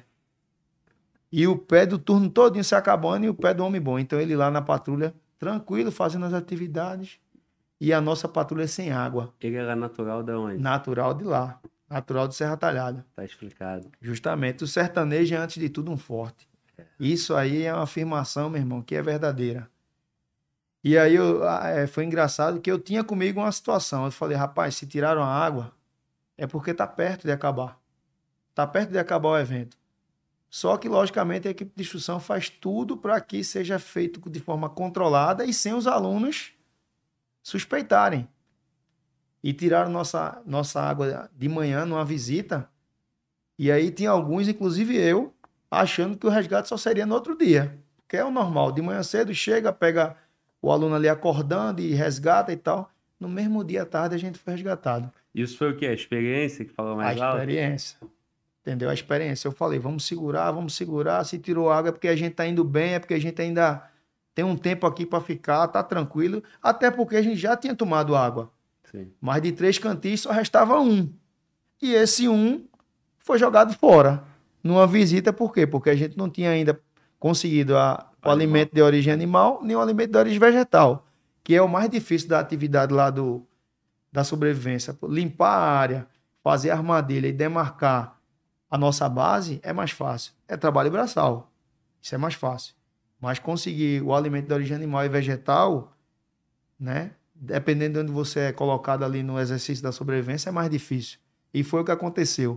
[SPEAKER 2] E o pé do turno todinho se acabando e o pé do homem bom. Então ele lá na patrulha, tranquilo, fazendo as atividades. E a nossa patrulha sem água.
[SPEAKER 1] Ele era natural de onde?
[SPEAKER 2] Natural de lá. Natural de Serra Talhada.
[SPEAKER 1] Tá explicado.
[SPEAKER 2] Justamente. O sertanejo é, antes de tudo, um forte. Isso aí é uma afirmação, meu irmão, que é verdadeira. E aí eu, é, foi engraçado que eu tinha comigo uma situação. Eu falei, rapaz, se tiraram a água, é porque tá perto de acabar. Tá perto de acabar o evento. Só que, logicamente, a equipe de instrução faz tudo para que seja feito de forma controlada e sem os alunos suspeitarem. E tiraram nossa, nossa água de manhã numa visita. E aí tinha alguns, inclusive eu, achando que o resgate só seria no outro dia. Que é o normal. De manhã cedo, chega, pega o aluno ali acordando e resgata e tal. No mesmo dia à tarde, a gente foi resgatado.
[SPEAKER 1] Isso foi o quê? A experiência que falou mais alto?
[SPEAKER 2] A experiência. Entendeu? A experiência. Eu falei, vamos segurar, vamos segurar. Se tirou água é porque a gente tá indo bem, é porque a gente ainda tem um tempo aqui para ficar, tá tranquilo. Até porque a gente já tinha tomado água.
[SPEAKER 1] Sim.
[SPEAKER 2] Mas de três cantis só restava um. E esse um foi jogado fora. Numa visita, por quê? Porque a gente não tinha ainda conseguido a, o alimento de origem animal, nem o alimento de origem vegetal, que é o mais difícil da atividade lá do, da sobrevivência. Limpar a área, fazer a armadilha e demarcar a nossa base é mais fácil. É trabalho braçal. Isso é mais fácil. Mas conseguir o alimento de origem animal e vegetal, né? Dependendo de onde você é colocado ali no exercício da sobrevivência, é mais difícil. E foi o que aconteceu.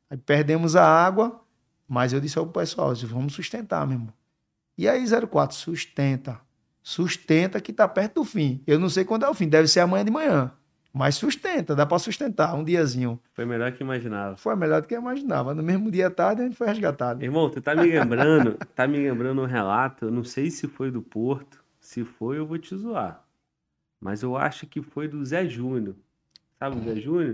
[SPEAKER 2] Aí perdemos a água, mas eu disse ao pessoal, vamos sustentar, meu irmão. E aí, zero quatro, sustenta. Sustenta que tá perto do fim. Eu não sei quando é o fim, deve ser amanhã de manhã. Mas sustenta, dá para sustentar um diazinho.
[SPEAKER 1] Foi melhor que imaginava.
[SPEAKER 2] Foi melhor do que eu imaginava. No mesmo dia à tarde, a gente foi resgatado.
[SPEAKER 1] Irmão, tu tá me lembrando, tá me lembrando um relato, eu não sei se foi do Porto, se foi eu vou te zoar. Mas eu acho que foi do Zé Júnior. Sabe o Zé Júnior?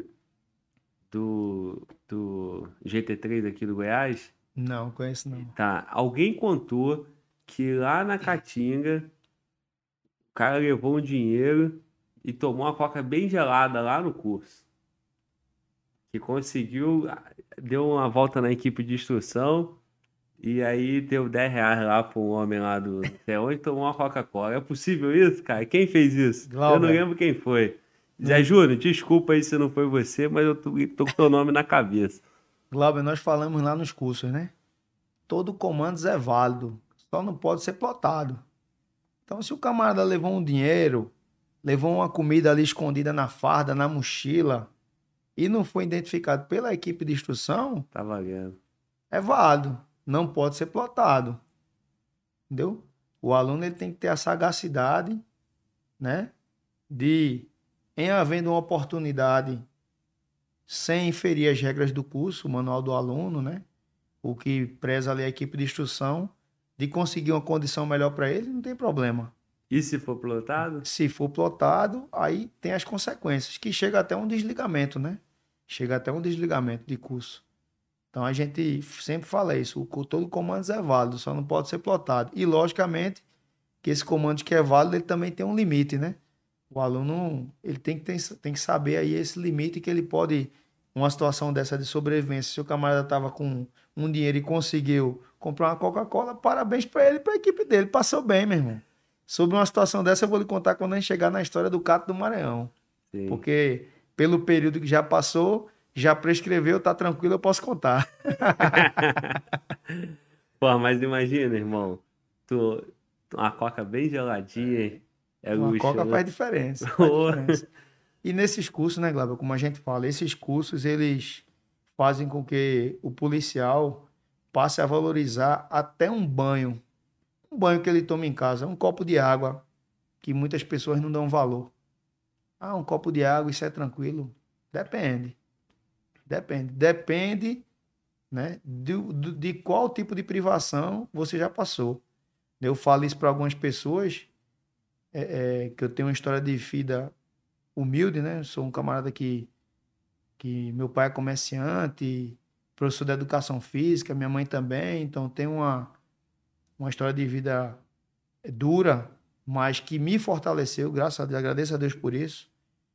[SPEAKER 1] Do, do G T três aqui do Goiás?
[SPEAKER 2] Não, conheço não.
[SPEAKER 1] Tá, alguém contou que lá na Caatinga o cara levou um dinheiro e tomou uma coca bem gelada lá no curso. Que conseguiu, deu uma volta na equipe de instrução e aí deu dez reais lá para um homem lá do até onde tomou uma Coca-Cola. É possível isso, cara? Quem fez isso?
[SPEAKER 2] Glauber.
[SPEAKER 1] Eu não lembro quem foi. Zé Júnior, desculpa aí se não foi você, mas eu tô, tô com teu nome na cabeça.
[SPEAKER 2] Glauber, nós falamos lá nos cursos, né? Todo comando é válido, só não pode ser plotado. Então, se o camarada levou um dinheiro, levou uma comida ali escondida na farda, na mochila, e não foi identificado pela equipe de instrução,
[SPEAKER 1] Tá valendo.
[SPEAKER 2] é válido, não pode ser plotado. Entendeu? O aluno ele tem que ter a sagacidade, né, de, em havendo uma oportunidade, sem inferir as regras do curso, o manual do aluno, né, o que preza ali a equipe de instrução, de conseguir uma condição melhor para ele, não tem problema.
[SPEAKER 1] E se for plotado?
[SPEAKER 2] Se for plotado, aí tem as consequências, que chega até um desligamento, né? Chega até um desligamento de curso. Então a gente sempre fala isso, o, todo comando é válido, só não pode ser plotado. E logicamente que esse comando que é válido, ele também tem um limite, né? O aluno, ele tem que, tem, tem que saber aí esse limite que ele pode, uma situação dessa de sobrevivência, se o camarada estava com um dinheiro e conseguiu comprar uma Coca-Cola, parabéns para ele e para a equipe dele, passou bem, meu irmão. Sobre uma situação dessa, eu vou lhe contar quando a gente chegar na história do Cato do Maranhão.
[SPEAKER 1] Sim.
[SPEAKER 2] Porque pelo período que já passou, já prescreveu, tá tranquilo, eu posso contar.
[SPEAKER 1] Pô, mas imagina, irmão, tu, uma coca bem geladinha, hein? É
[SPEAKER 2] Uma
[SPEAKER 1] luxo,
[SPEAKER 2] Coca
[SPEAKER 1] né?
[SPEAKER 2] faz diferença, faz diferença. E nesses cursos, né, Glauber, como a gente fala, esses cursos, eles fazem com que o policial passe a valorizar até um banho. Um banho que ele toma em casa, um copo de água, que muitas pessoas não dão valor. Ah, um copo de água, isso é tranquilo? Depende. Depende. Depende, né, do, do, de qual tipo de privação você já passou. Eu falo isso para algumas pessoas, é, é, que eu tenho uma história de vida humilde, né? Eu sou um camarada que, que meu pai é comerciante, professor de educação física, minha mãe também, então tem uma, uma história de vida dura, mas que me fortaleceu, graças a Deus, agradeço a Deus por isso.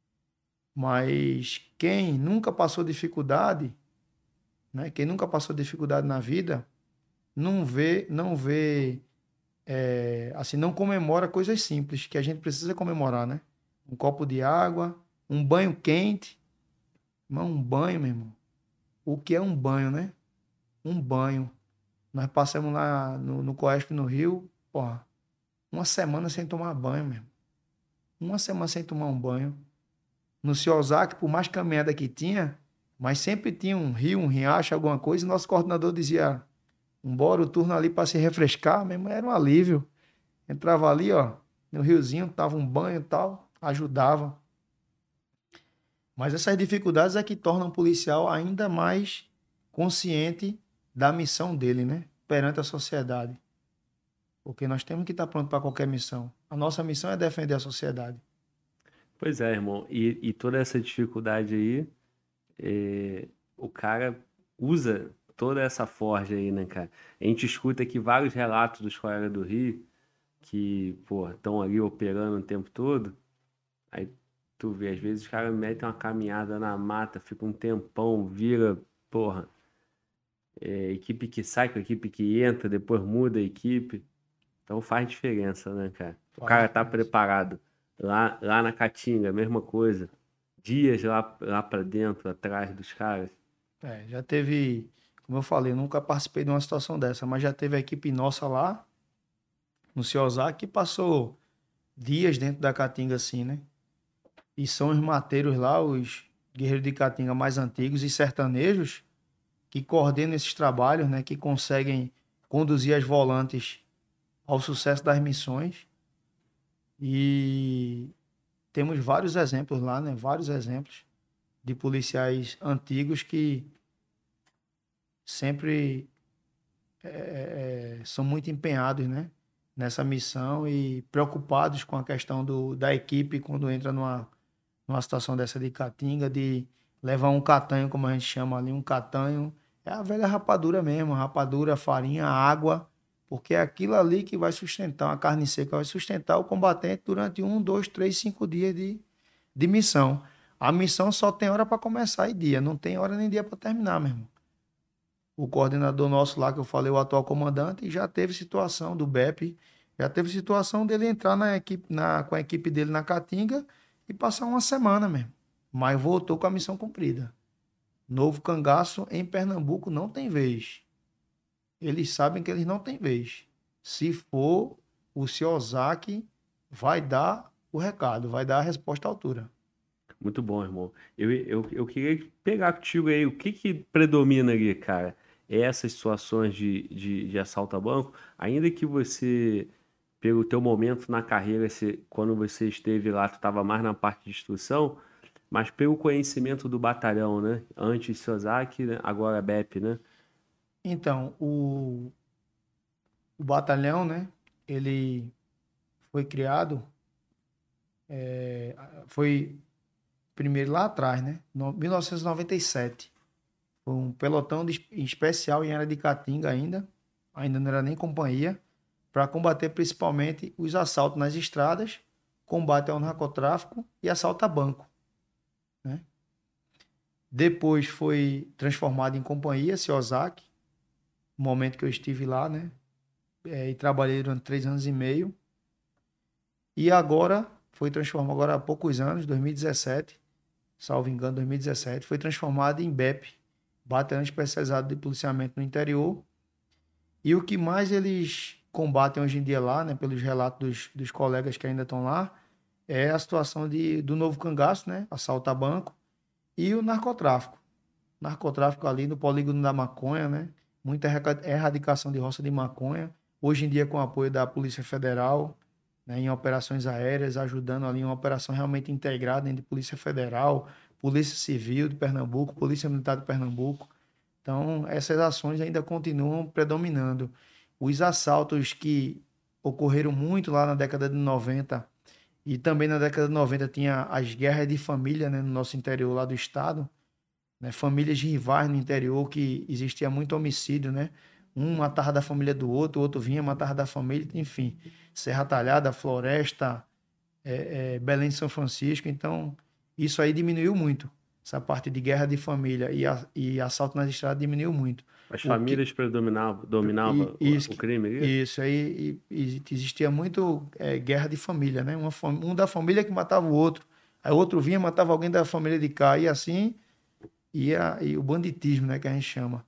[SPEAKER 2] Mas quem nunca passou dificuldade, né? Quem nunca passou dificuldade na vida, não vê, não vê, é, assim, não comemora coisas simples que a gente precisa comemorar, né? Um copo de água, um banho quente. Irmão, um banho, meu irmão. O que é um banho, né? Um banho. Nós passamos lá no, no Coesp, no Rio, porra, uma semana sem tomar banho, meu irmão. Uma semana sem tomar um banho. No Ciosac, por mais caminhada que tinha, mas sempre tinha um rio, um riacho, alguma coisa, e nosso coordenador dizia, embora o turno ali para se refrescar, mesmo era um alívio. Entrava ali, ó, no riozinho, tava um banho e tal, ajudava. Mas essas dificuldades é que tornam o policial ainda mais consciente da missão dele, né? Perante a sociedade. Porque nós temos que estar pronto para qualquer missão. A nossa missão é defender a sociedade.
[SPEAKER 1] Pois é, irmão. E, e toda essa dificuldade aí, é, o cara usa toda essa forja aí, né, cara? A gente escuta aqui vários relatos dos colegas do Rio que, pô, estão ali operando o tempo todo. Aí tu vê, às vezes os caras metem uma caminhada na mata, fica um tempão, vira, porra, é, equipe que sai com a equipe que entra, depois muda a equipe. Então faz diferença, né, cara? O cara tá preparado. Lá, lá na Caatinga, mesma coisa. Dias lá, lá pra dentro, atrás dos caras.
[SPEAKER 2] É, já teve, como eu falei, eu nunca participei de uma situação dessa, mas já teve a equipe nossa lá, no Ciosac, que passou dias dentro da Caatinga assim, né? E são os mateiros lá, os guerreiros de Caatinga mais antigos e sertanejos, que coordenam esses trabalhos, né, que conseguem conduzir as volantes ao sucesso das missões. E temos vários exemplos lá, né, vários exemplos de policiais antigos que sempre é, é, são muito empenhados, né, nessa missão e preocupados com a questão do, da equipe quando entra numa, numa situação dessa de catinga, de levar um catanho, como a gente chama ali, um catanho. É a velha rapadura mesmo, rapadura, farinha, água, porque é aquilo ali que vai sustentar, a carne seca vai sustentar o combatente durante um, dois, três, cinco dias de, de missão. A missão só tem hora para começar e dia, não tem hora nem dia para terminar, meu irmão. O coordenador nosso lá, que eu falei, o atual comandante, já teve situação do B E P, já teve situação dele entrar na equipe, na, com a equipe dele na Caatinga e passar uma semana mesmo. Mas voltou com a missão cumprida. Novo Cangaço em Pernambuco não tem vez. Eles sabem que eles não têm vez. Se for, o Ciozaki vai dar o recado, vai dar a resposta à altura.
[SPEAKER 1] Muito bom, irmão. Eu, eu, eu queria pegar contigo aí, o que que predomina ali, cara? Essas situações de, de, de assalto a banco, ainda que você, pelo teu momento na carreira, você, quando você esteve lá, tu estava mais na parte de instrução, mas pelo conhecimento do batalhão, né? Antes Ciozaki, né? Agora B E P, né?
[SPEAKER 2] Então, o, o batalhão, né? Ele foi criado, é, foi primeiro lá atrás, né? No, mil novecentos e noventa e sete. Foi um pelotão de, especial em área de Caatinga ainda, ainda não era nem companhia, para combater principalmente os assaltos nas estradas, combate ao narcotráfico e assalto a banco, né? Depois foi transformado em companhia, Ciozaki, no momento que eu estive lá, né? É, e trabalhei durante três anos e meio. E agora foi transformado, agora há poucos anos, dois mil e dezessete, salvo engano, dois mil e dezessete, foi transformado em B E P, Batalhão Especializado de Policiamento no Interior. E o que mais eles combatem hoje em dia lá, né, pelos relatos dos, dos colegas que ainda estão lá, é a situação de, do Novo Cangaço, né, assalto a banco, e o narcotráfico. Narcotráfico ali no polígono da maconha, né, muita erradicação de roça de maconha, hoje em dia com o apoio da Polícia Federal, né, em operações aéreas, ajudando ali uma operação realmente integrada entre Polícia Federal, Polícia Civil de Pernambuco, Polícia Militar de Pernambuco. Então, essas ações ainda continuam predominando. Os assaltos que ocorreram muito lá na década de noventa, e também na década de noventa tinha as guerras de família, né, no nosso interior lá do estado, né, famílias rivais no interior que existia muito homicídio, né? Um matava da família do outro, o outro vinha, matava da família, enfim. Serra Talhada, Floresta, é, é, Belém de São Francisco. Então, isso aí diminuiu muito. Essa parte de guerra de família e, a, e assalto nas estradas diminuiu muito.
[SPEAKER 1] As
[SPEAKER 2] O que,
[SPEAKER 1] famílias predominavam,
[SPEAKER 2] e,
[SPEAKER 1] dominavam
[SPEAKER 2] isso,
[SPEAKER 1] o, o crime ali?
[SPEAKER 2] isso aí, e, e existia muito é, guerra de família, né? Uma, um da família que matava o outro. Aí o outro vinha, matava alguém da família de cá. E assim, e, a, e o banditismo, né, que a gente chama.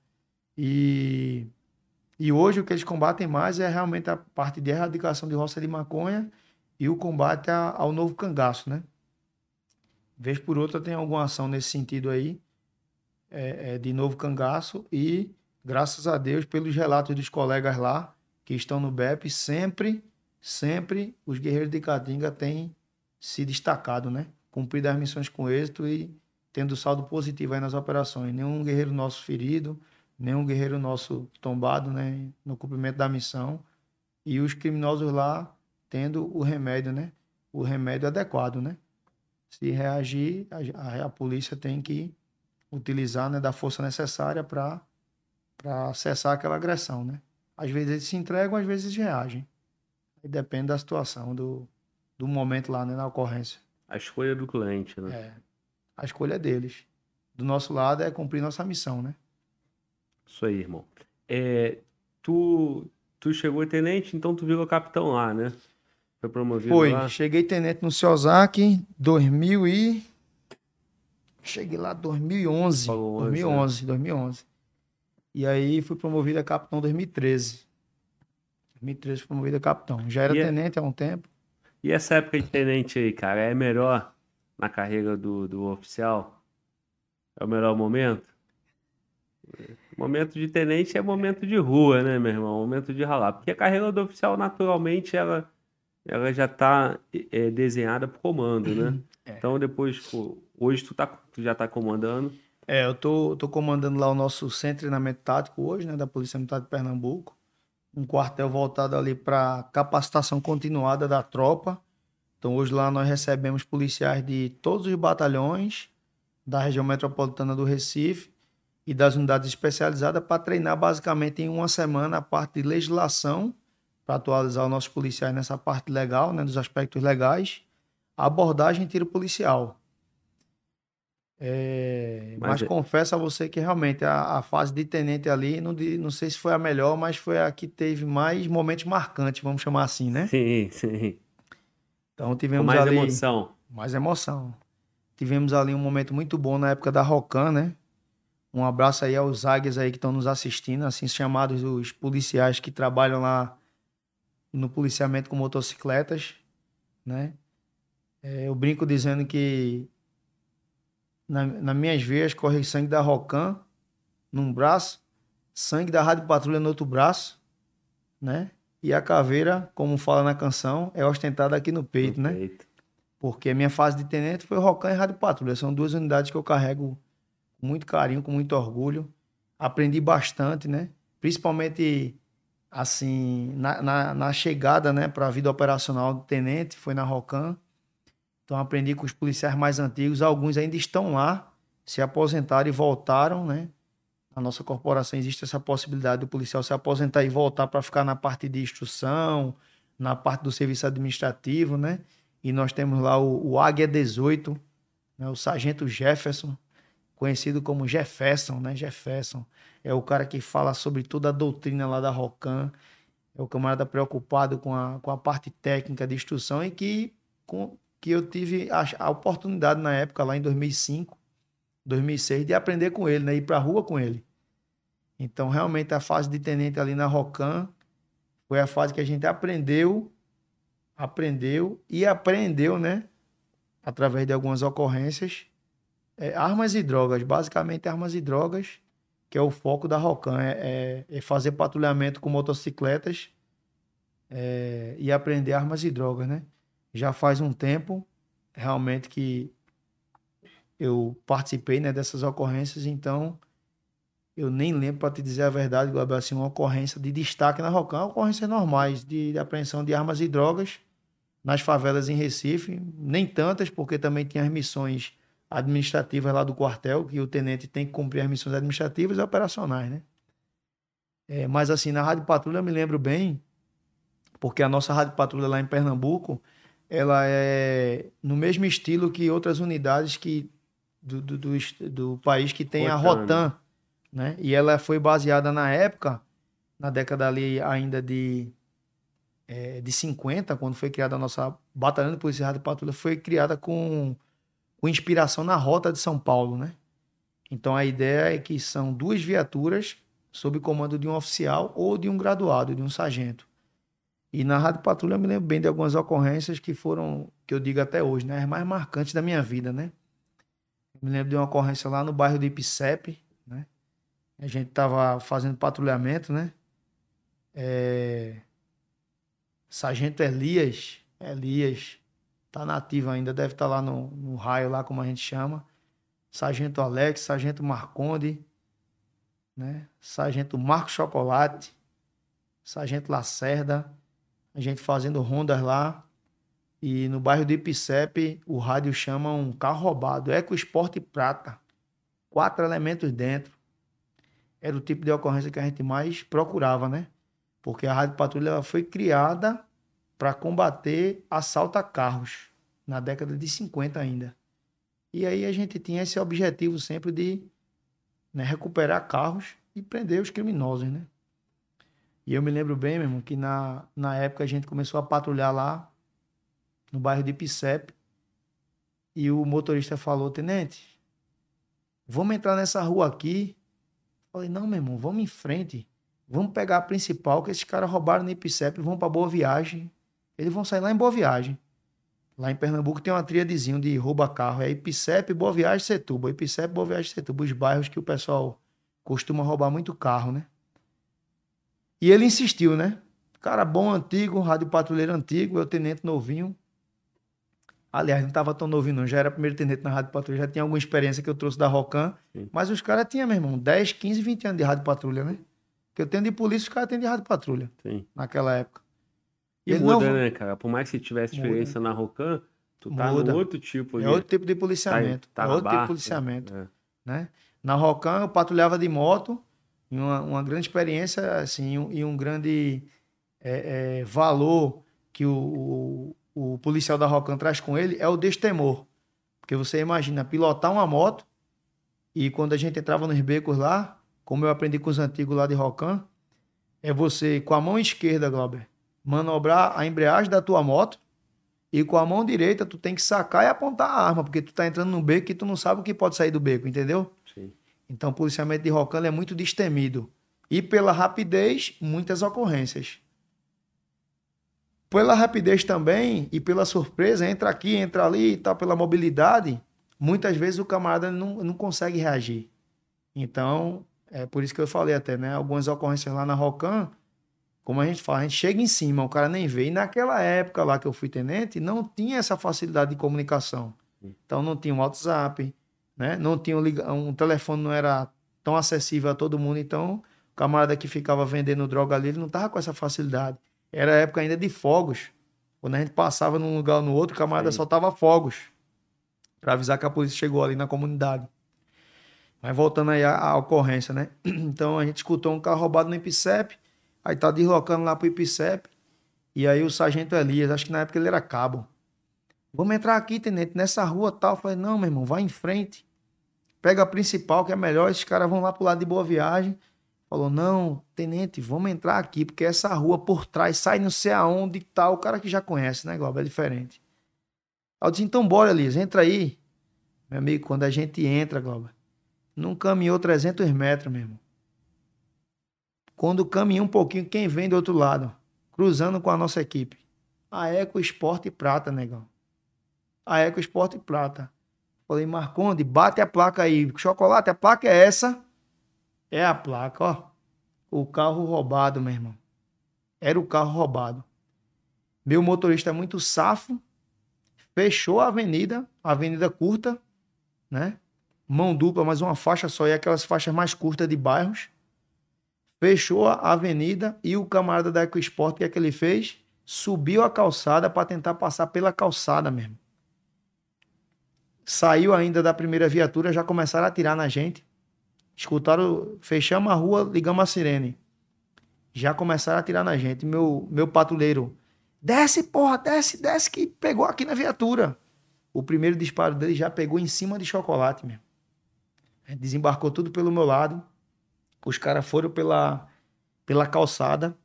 [SPEAKER 2] E, e hoje o que eles combatem mais é realmente a parte de erradicação de roça de maconha e o combate a, ao novo cangaço, né? Vez por outra tem alguma ação nesse sentido aí, é, é, de novo cangaço e, graças a Deus, pelos relatos dos colegas lá que estão no B E P, sempre, sempre os guerreiros de Caatinga têm se destacado, né? Cumprido as missões com êxito e tendo saldo positivo aí nas operações. Nenhum guerreiro nosso ferido, nenhum guerreiro nosso tombado, né, no cumprimento da missão. E os criminosos lá tendo o remédio, né? O remédio adequado, né? Se reagir, a, a polícia tem que utilizar, né, da força necessária para para cessar aquela agressão, né? Às vezes eles se entregam, às vezes eles reagem. E depende da situação, do, do momento lá, né, na ocorrência.
[SPEAKER 1] A escolha do cliente, né?
[SPEAKER 2] É, a escolha é deles. Do nosso lado é cumprir nossa missão, né?
[SPEAKER 1] Isso aí, irmão. É, tu, tu chegou a tenente, então tu virou capitão lá, né? Foi promovido
[SPEAKER 2] Foi,
[SPEAKER 1] lá?
[SPEAKER 2] cheguei tenente no Ciozaki, dois mil e... Cheguei lá em dois mil e onze,
[SPEAKER 1] Falou onze,
[SPEAKER 2] dois mil e onze, dois mil e onze. E aí fui promovido a capitão em dois mil e treze. dois mil e treze fui promovido a capitão. Já era
[SPEAKER 1] E, é-
[SPEAKER 2] tenente há um tempo.
[SPEAKER 1] e essa época de tenente aí, cara, é melhor na carreira do, do oficial? É o melhor momento? Momento de tenente é momento de rua, né, meu irmão? Momento de ralar. Porque a carreira do oficial, naturalmente, ela, ela já tá é, desenhada pro comando, né?
[SPEAKER 2] É.
[SPEAKER 1] Então, depois, pô, hoje tu, tá, tu já tá comandando.
[SPEAKER 2] É, eu tô, tô comandando lá o nosso centro de treinamento tático hoje, né, da Polícia Militar de Pernambuco. Um quartel voltado ali para capacitação continuada da tropa. Então, hoje lá nós recebemos policiais de todos os batalhões da região metropolitana do Recife e das unidades especializadas para treinar basicamente em uma semana a parte de legislação, para atualizar os nossos policiais nessa parte legal, né, dos aspectos legais, abordagem e tiro policial. É,
[SPEAKER 1] Mas
[SPEAKER 2] mas
[SPEAKER 1] é-
[SPEAKER 2] confesso a você que realmente a, a fase de tenente ali, não, di- não sei se foi a melhor, mas foi a que teve mais momentos marcantes, vamos chamar assim, né?
[SPEAKER 1] sim, sim.
[SPEAKER 2] Então
[SPEAKER 1] Com
[SPEAKER 2] tivemos
[SPEAKER 1] mais
[SPEAKER 2] ali
[SPEAKER 1] emoção.
[SPEAKER 2] mais emoção. Tivemos ali um momento muito bom na época da Rocan, né? Um abraço aí aos águias aí que estão nos assistindo, assim chamados os policiais que trabalham lá no policiamento com motocicletas, né? É, eu brinco dizendo que na, nas minhas veias corre sangue da Rocan num braço, sangue da Rádio Patrulha no outro braço, né? E a caveira, como fala na canção, é ostentada aqui no
[SPEAKER 1] No
[SPEAKER 2] peito, né?
[SPEAKER 1] peito.
[SPEAKER 2] Porque a minha fase de tenente foi Rocan e Rádio Patrulha. São duas unidades que eu carrego com muito carinho, com muito orgulho. Aprendi bastante, né? Principalmente, assim, na, na, na chegada, né, para a vida operacional do tenente, foi na Rocan. Então, aprendi com os policiais mais antigos. Alguns ainda estão lá, se aposentaram e voltaram, né? Na nossa corporação existe essa possibilidade do policial se aposentar e voltar para ficar na parte de instrução, na parte do serviço administrativo, né? E nós temos lá o, o Águia dezoito, né? O Sargento Jefferson, conhecido como Jefferson, né? Jefferson é o cara que fala sobre toda a doutrina lá da Rocan, é o camarada preocupado com a, com a parte técnica de instrução e que, com, que eu tive a, a oportunidade na época, lá em dois mil e cinco, dois mil e seis, de aprender com ele, né? Ir para a rua com ele. Então, realmente, a fase de tenente ali na Rocan foi a fase que a gente aprendeu, aprendeu e aprendeu, né? Através de algumas ocorrências, é, armas e drogas. Basicamente, armas e drogas, que é o foco da Rocan. É, é, é fazer patrulhamento com motocicletas é, e aprender armas e drogas, né? Já faz um tempo, realmente, que eu participei, né, dessas ocorrências, então eu nem lembro, para te dizer a verdade, Gabriel, assim, uma ocorrência de destaque na Rocan, ocorrências normais de, de apreensão de armas e drogas nas favelas em Recife, nem tantas, porque também tinha as missões administrativas lá do quartel, que o tenente tem que cumprir as missões administrativas e operacionais, né? É, mas assim, na Rádio Patrulha eu me lembro bem, porque a nossa Rádio Patrulha lá em Pernambuco, ela é no mesmo estilo que outras unidades que, do, do, do, do país que tem a
[SPEAKER 1] Rotando.
[SPEAKER 2] Rotan, né? E ela foi baseada na época, na década ali ainda de, é, de cinquenta, quando foi criada a nossa Batalhão de Polícia Rádio Patrulha, foi criada com, com inspiração na Rota de São Paulo, né? Então a ideia é que são duas viaturas sob comando de um oficial ou de um graduado, de um sargento. E na Rádio Patrulha eu me lembro bem de algumas ocorrências que foram, que eu digo até hoje, né? As mais marcantes da minha vida, né? Eu me lembro de uma ocorrência lá no bairro de Ipicep, né? A gente tava fazendo patrulhamento, né? É... Sargento Elias, Elias, tá nativo ainda, deve estar lá no, no raio, lá como a gente chama. Sargento Alex, Sargento Marconde, né? Sargento Marco Chocolate, Sargento Lacerda, a gente fazendo rondas lá. E no bairro do Ipicep, o rádio chama um carro roubado, EcoSport Prata, quatro elementos dentro. Era o tipo de ocorrência que a gente mais procurava, né? Porque a Rádio Patrulha foi criada para combater assalto a carros, na década de cinquenta ainda. E aí a gente tinha esse objetivo sempre de, né, recuperar carros e prender os criminosos, né? E eu me lembro bem, meu irmão, que na, na época a gente começou a patrulhar lá no bairro de Ipicep e o motorista falou: tenente, vamos entrar nessa rua aqui. Falei: não, meu irmão, vamos em frente. Vamos pegar a principal, que esses caras roubaram no Ipicep, vão para Boa Viagem. Eles vão sair lá em Boa Viagem. Lá em Pernambuco tem uma tríadezinho de rouba carro. É Ipicep, Boa Viagem, Setúbal. Ipicep, Boa Viagem, Setúbal. Os bairros que o pessoal costuma roubar muito carro, né? E ele insistiu, né? Cara bom, antigo, rádio patrulheiro antigo, eu tenente novinho. Aliás, não estava tão novinho não, já era primeiro tenente na rádio patrulha, já tinha alguma experiência que eu trouxe da Rocan, mas os caras tinham, meu irmão, dez, quinze, vinte anos de rádio patrulha, né? Que eu tenho de polícia, os caras têm de rádio patrulha.
[SPEAKER 1] Sim.
[SPEAKER 2] Naquela época.
[SPEAKER 1] E ele muda, não... né, cara? Por mais que você tivesse experiência muda. na Rocan, tu tá
[SPEAKER 2] muda.
[SPEAKER 1] no outro tipo
[SPEAKER 2] de...
[SPEAKER 1] de...
[SPEAKER 2] É outro tipo de policiamento.
[SPEAKER 1] Tá, tá
[SPEAKER 2] é outro
[SPEAKER 1] barca,
[SPEAKER 2] tipo de policiamento.
[SPEAKER 1] É.
[SPEAKER 2] Né? Na Rocan eu patrulhava de moto, e uma, uma grande experiência, assim, um, e um grande é, é, valor que o, o, o policial da Rocan traz com ele é o destemor. Porque você imagina pilotar uma moto, e quando a gente entrava nos becos lá, como eu aprendi com os antigos lá de Rocan, é você, com a mão esquerda, Glauber, manobrar a embreagem da tua moto, e com a mão direita tu tem que sacar e apontar a arma, porque tu tá entrando no beco e tu não sabe o que pode sair do beco, entendeu?
[SPEAKER 1] Sim.
[SPEAKER 2] Então o policiamento de Rocan é muito destemido. E pela rapidez, muitas ocorrências. Pela rapidez também, e pela surpresa, entra aqui, entra ali e tal, pela mobilidade, muitas vezes o camarada não, não consegue reagir. Então, é por isso que eu falei até, né? Algumas ocorrências lá na Rocan, como a gente fala, a gente chega em cima, o cara nem vê. E naquela época lá que eu fui tenente, não tinha essa facilidade de comunicação. Então não tinha um WhatsApp, né? Não tinha um, um telefone, não era tão acessível a todo mundo. Então, o camarada que ficava vendendo droga ali, ele não tava com essa facilidade. Era a época ainda de fogos. Quando a gente passava num lugar ou no outro, o camarada Sim. soltava fogos para avisar que a polícia chegou ali na comunidade. Mas voltando aí à, à ocorrência, né? Então a gente escutou um carro roubado no IPCEP, aí tá deslocando lá pro IPCEP, e aí o sargento Elias, acho que na época ele era cabo. Vamos entrar aqui, tenente, nessa rua tal. Eu falei, não, meu irmão, vai em frente. Pega a principal, que é melhor, esses caras vão lá pro lado de Boa Viagem. Falou, não, tenente, vamos entrar aqui, porque essa rua por trás sai não sei aonde e tal. O cara que já conhece, né, Glauber? É diferente. Aí eu disse, então bora, Elias, entra aí. Meu amigo, quando a gente entra, Glauber, não caminhou trezentos metros, meu irmão. Quando caminhou um pouquinho, quem vem do outro lado? Cruzando com a nossa equipe. A Eco Esporte Prata, negão. A Eco Esporte Prata. Falei, Marconde, bate a placa aí. Chocolate, a placa é essa? É a placa, ó. O carro roubado, meu irmão. Era o carro roubado. Meu motorista é muito safo. Fechou a avenida, a avenida curta, né? Mão dupla, mas uma faixa só. E aquelas faixas mais curtas de bairros. Fechou a avenida e o camarada da Eco Esporte, o que é que ele fez? Subiu a calçada para tentar passar pela calçada mesmo. Saiu ainda da primeira viatura, já começaram a atirar na gente. Escutaram, fechamos a rua, ligamos a sirene. Já começaram a atirar na gente. Meu, meu patrulheiro, desce, porra, desce, desce, que pegou aqui na viatura. O primeiro disparo dele já pegou em cima de chocolate mesmo. Desembarcou tudo pelo meu lado. Os caras foram pela, pela calçada.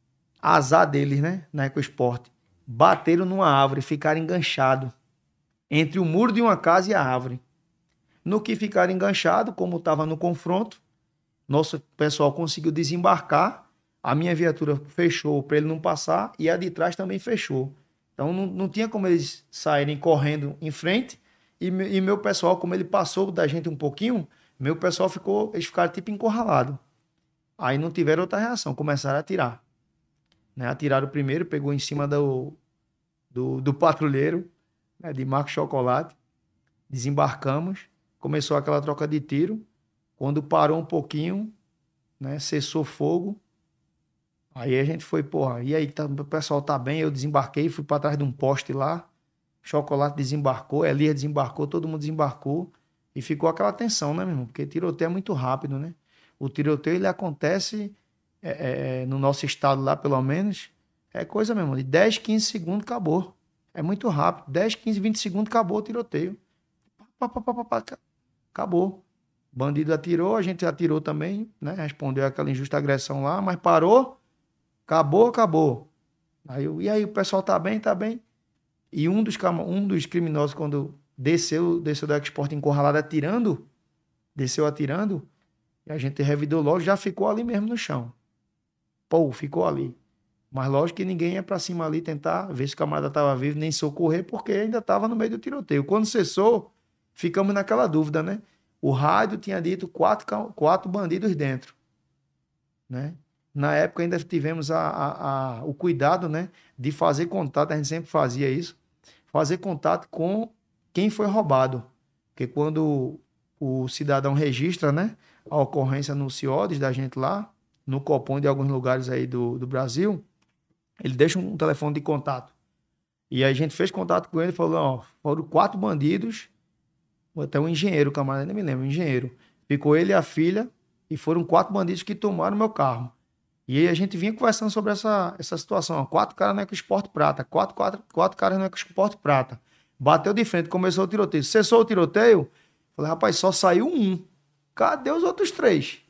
[SPEAKER 2] Azar deles, né? Na Eco Esporte. Bateram numa árvore, ficaram enganchados. Entre o muro de uma casa e a árvore. No que ficaram enganchados, como estava no confronto, nosso pessoal conseguiu desembarcar. A minha viatura fechou para ele não passar e a de trás também fechou. Então não, não tinha como eles saírem correndo em frente. E, e meu pessoal, como ele passou da gente um pouquinho, meu pessoal ficou, eles ficaram tipo encurralados. Aí não tiveram outra reação, começaram a atirar. Né? Atiraram primeiro, pegou em cima do, do, do patrulheiro, né? De Marco Chocolate. Desembarcamos, começou aquela troca de tiro. Quando parou um pouquinho, né? Cessou fogo. Aí a gente foi, porra, e aí tá, o pessoal tá bem? Eu desembarquei, fui para trás de um poste lá. Chocolate desembarcou, Elias desembarcou, todo mundo desembarcou. E ficou aquela tensão, né, meu irmão? Porque tiroteio é muito rápido, né? O tiroteio, ele acontece é, é, no nosso estado lá, pelo menos, é coisa, meu irmão, de dez, quinze segundos, acabou. É muito rápido. dez, quinze, vinte segundos, acabou o tiroteio. Pá, pá, pá, pá, pá, acabou. O bandido atirou, a gente atirou também, né? Respondeu aquela injusta agressão lá, mas parou, acabou, acabou. Aí, eu, e aí, o pessoal tá bem, tá bem? E um dos, um dos criminosos, quando desceu, desceu da Eco Esporte encurralado atirando, desceu atirando, e a gente revidou logo, já ficou ali mesmo no chão. Pô, ficou ali. Mas lógico que ninguém ia pra cima ali tentar ver se o camarada tava vivo, nem socorrer, porque ainda tava no meio do tiroteio. Quando cessou, ficamos naquela dúvida, né? O rádio tinha dito quatro, ca- quatro bandidos dentro, né? Na época ainda tivemos a, a- a- o cuidado, né, de fazer contato, a gente sempre fazia isso, fazer contato com quem foi roubado. Porque quando o cidadão registra, né, a ocorrência no CIODES da gente lá, no Copom de alguns lugares aí do, do Brasil, ele deixa um telefone de contato. E aí a gente fez contato com ele e falou, ó, foram quatro bandidos, até um engenheiro, o camarada, nem me lembro, um engenheiro. Ficou ele e a filha, e foram quatro bandidos que tomaram meu carro. E aí a gente vinha conversando sobre essa, essa situação. Ó, quatro caras não é com esporte prata, quatro, quatro, quatro caras não é com esporte prata. Bateu de frente, começou o tiroteio. Cessou o tiroteio? Falei, rapaz, só saiu um. Cadê os outros três?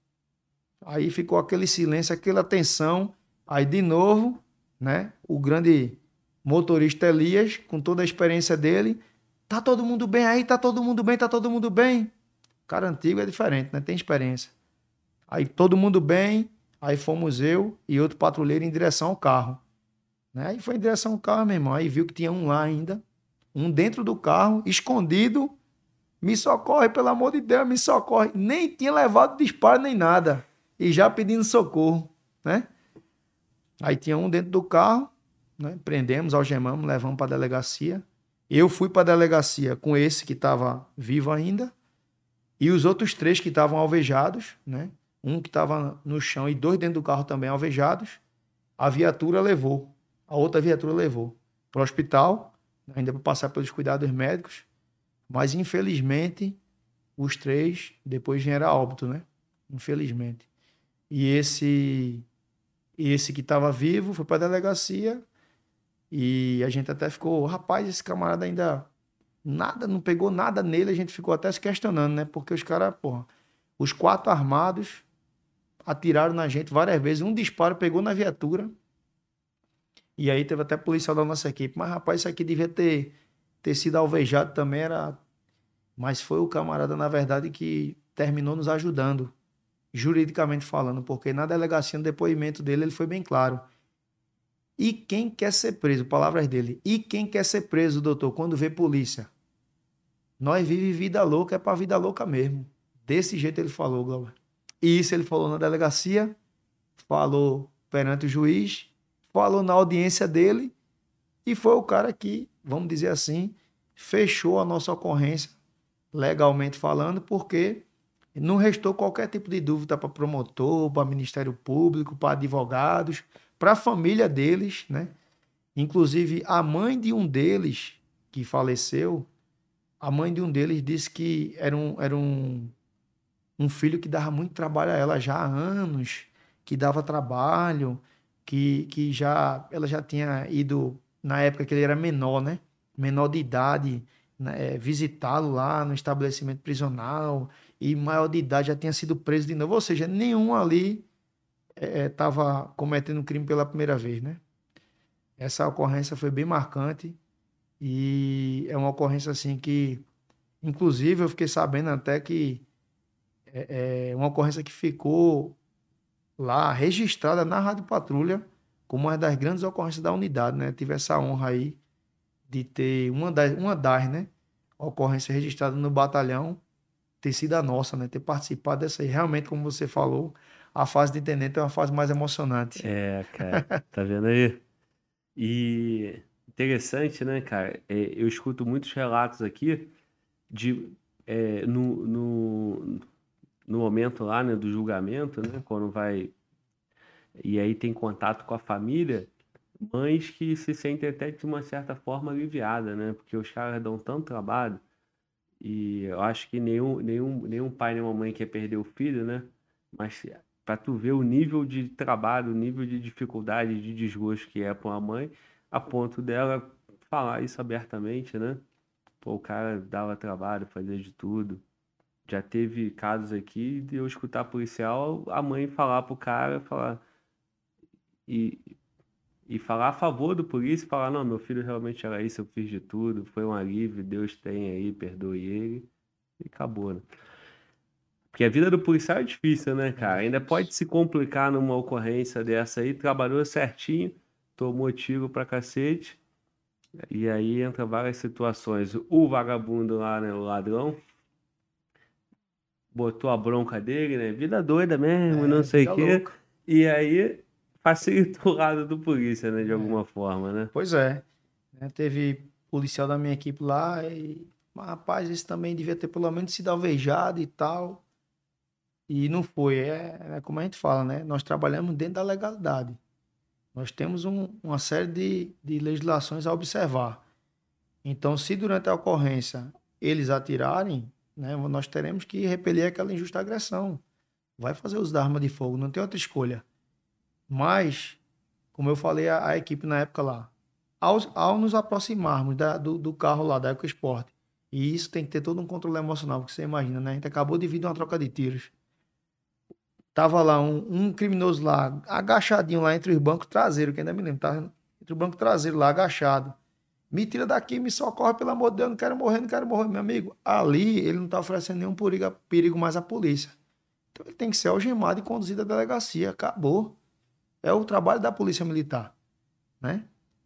[SPEAKER 2] Aí ficou aquele silêncio, aquela tensão. Aí, de novo, né? O grande motorista Elias, com toda a experiência dele. Tá todo mundo bem aí? Tá todo mundo bem? Tá todo mundo bem? Cara antigo é diferente, né? Tem experiência. Aí todo mundo bem. Aí fomos eu e outro patrulheiro em direção ao carro. Né? Aí foi em direção ao carro, meu irmão. Aí viu que tinha um lá ainda. Um dentro do carro, escondido. Me socorre, pelo amor de Deus, me socorre. Nem tinha levado disparo nem nada. E já pedindo socorro, né? Aí tinha um dentro do carro, né? Prendemos, algemamos, levamos para a delegacia. Eu fui para a delegacia com esse que estava vivo ainda. E os outros três que estavam alvejados, né? Um que estava no chão e dois dentro do carro também alvejados. A viatura levou. A outra viatura levou para o hospital, ainda para passar pelos cuidados médicos. Mas, infelizmente, os três depois vieram a óbito, né? Infelizmente. E esse, esse que estava vivo foi para a delegacia e a gente até ficou, rapaz, esse camarada ainda nada, não pegou nada nele, a gente ficou até se questionando, né? Porque os caras, porra, os quatro armados atiraram na gente várias vezes, um disparo pegou na viatura e aí teve até policial da nossa equipe, mas rapaz, isso aqui devia ter, ter sido alvejado também, era... Mas foi o camarada, na verdade, que terminou nos ajudando, juridicamente falando, porque na delegacia, no depoimento dele, ele foi bem claro. E quem quer ser preso? Palavras dele. E quem quer ser preso, doutor, quando vê polícia? Nós vivemos vida louca, é pra vida louca mesmo. Desse jeito ele falou, Glauber. E isso ele falou na delegacia, falou perante o juiz, falou na audiência dele, e foi o cara que, vamos dizer assim, fechou a nossa ocorrência, legalmente falando, porque não restou qualquer tipo de dúvida para promotor, para Ministério Público, para advogados, para a família deles, né? Inclusive, a mãe de um deles que faleceu, a mãe de um deles disse que era um, era um, um filho que dava muito trabalho a ela já há anos, que dava trabalho, que, que já ela já tinha ido, na época que ele era menor, né? Menor de idade, né? É, visitá-lo lá no estabelecimento prisional, e maior de idade já tinha sido preso de novo. Ou seja, nenhum ali estava é, cometendo crime pela primeira vez, né? Essa ocorrência foi bem marcante e é uma ocorrência assim que, inclusive, eu fiquei sabendo até que é, é uma ocorrência que ficou lá registrada na Rádio Patrulha como uma das grandes ocorrências da unidade, né? Tive essa honra aí de ter uma das, uma das, né, ocorrência registrada no batalhão, ter sido a nossa, né? Ter participado dessa aí. Realmente, como você falou, a fase de tenente é uma fase mais emocionante.
[SPEAKER 1] É, cara, tá vendo aí? E interessante, né, cara? É, eu escuto muitos relatos aqui de é, no, no, no momento lá, né, do julgamento, né, quando vai e aí tem contato com a família, mães que se sentem até de uma certa forma aliviada, né, porque os caras dão tanto trabalho e eu acho que nenhum, nenhum, nenhum pai nem uma mãe quer perder o filho, né, mas para tu ver o nível de trabalho, o nível de dificuldade, de desgosto que é para uma mãe, a ponto dela falar isso abertamente, né? Pô, o cara dava trabalho, fazia de tudo. Já teve casos aqui de eu escutar policial, a mãe falar pro cara, falar e, e falar a favor do polícia, falar, não, meu filho realmente era isso, eu fiz de tudo, foi um alívio, Deus tem aí, perdoe ele, e acabou, né? Porque a vida do policial é difícil, né,
[SPEAKER 2] É
[SPEAKER 1] cara? Ainda pode
[SPEAKER 2] difícil.
[SPEAKER 1] se complicar numa ocorrência dessa aí, trabalhou certinho, tomou tiro pra cacete, e aí entra várias situações. O vagabundo lá, né, o ladrão, botou a bronca dele, né? Vida doida mesmo, não
[SPEAKER 2] É,
[SPEAKER 1] sei o
[SPEAKER 2] vida
[SPEAKER 1] quê.
[SPEAKER 2] louca.
[SPEAKER 1] E aí facilitou o lado do polícia, né? De
[SPEAKER 2] É,
[SPEAKER 1] alguma forma, né?
[SPEAKER 2] pois é. Né, teve policial da minha equipe lá e, mas, rapaz, esse também devia ter pelo menos sido alvejado e tal. E não foi. É, é como a gente fala, né? Nós trabalhamos dentro da legalidade. Nós temos um- uma série de, de legislações a observar. Então, se durante a ocorrência eles atirarem, né, nós teremos que repelir aquela injusta agressão. Vai fazer uso da arma de fogo, não tem outra escolha. Mas, como eu falei à, à equipe na época lá, ao, ao nos aproximarmos da- do, do carro lá, da EcoSport, e isso tem que ter todo um controle emocional, porque você imagina, né? A gente acabou de vir de uma troca de tiros. Tava lá um, um criminoso lá, agachadinho lá entre os bancos traseiros, que ainda me lembro, tá? Entre o banco traseiro lá, agachado. Me tira daqui, me socorre, pelo amor de Deus, não quero morrer, não quero morrer, meu amigo. Ali, ele não tá oferecendo nenhum perigo, perigo mais à polícia. Então, ele tem que ser algemado e conduzido à delegacia. Acabou. É o trabalho da polícia militar, né?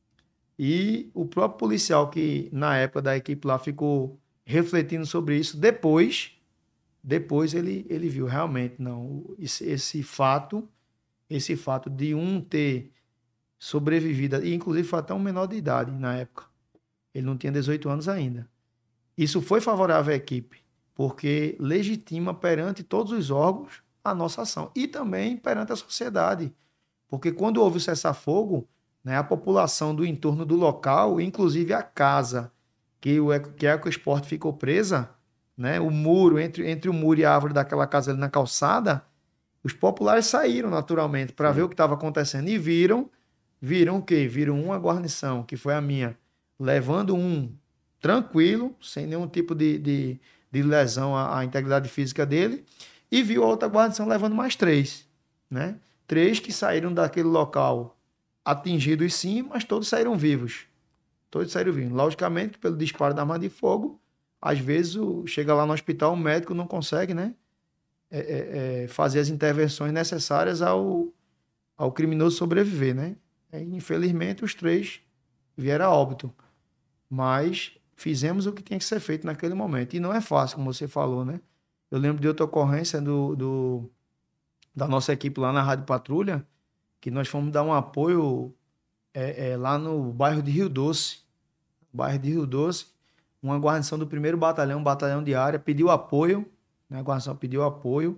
[SPEAKER 2] E o próprio policial que, na época da equipe lá, ficou refletindo sobre isso, depois, depois ele, ele viu realmente, não, esse, esse fato, esse fato de um ter sobrevivido, e inclusive foi até um menor de idade na época, ele não tinha dezoito anos ainda. Isso foi favorável à equipe, porque legitima perante todos os órgãos a nossa ação e também perante a sociedade, porque quando houve o cessar-fogo, né, a população do entorno do local, inclusive a casa que, o, que a EcoSport ficou presa, né, o muro, entre, entre o muro e a árvore daquela casa ali na calçada, os populares saíram naturalmente para ver o
[SPEAKER 1] Sim.
[SPEAKER 2] que estava acontecendo e viram, viram o quê? Viram uma guarnição, que foi a minha, levando um tranquilo, sem nenhum tipo de, de, de lesão à, à integridade física dele, e viu a outra guarnição levando mais três, né? Três que saíram daquele local atingidos sim, mas todos saíram vivos. Todos saíram vivos. Logicamente, pelo disparo da arma de fogo, às vezes o, chega lá no hospital, o médico não consegue, né? É, é, é, fazer as intervenções necessárias ao, ao criminoso sobreviver, né? E, infelizmente, os três vieram a óbito. Mas fizemos o que tinha que ser feito naquele momento. E não é fácil, como você falou, né? Eu lembro de outra ocorrência do, do, da nossa equipe lá na Rádio Patrulha, que nós fomos dar um apoio é, é, lá no bairro de Rio Doce. Bairro de Rio Doce, uma guarnição do primeiro batalhão, batalhão de área, pediu apoio, né? A guarnição pediu apoio,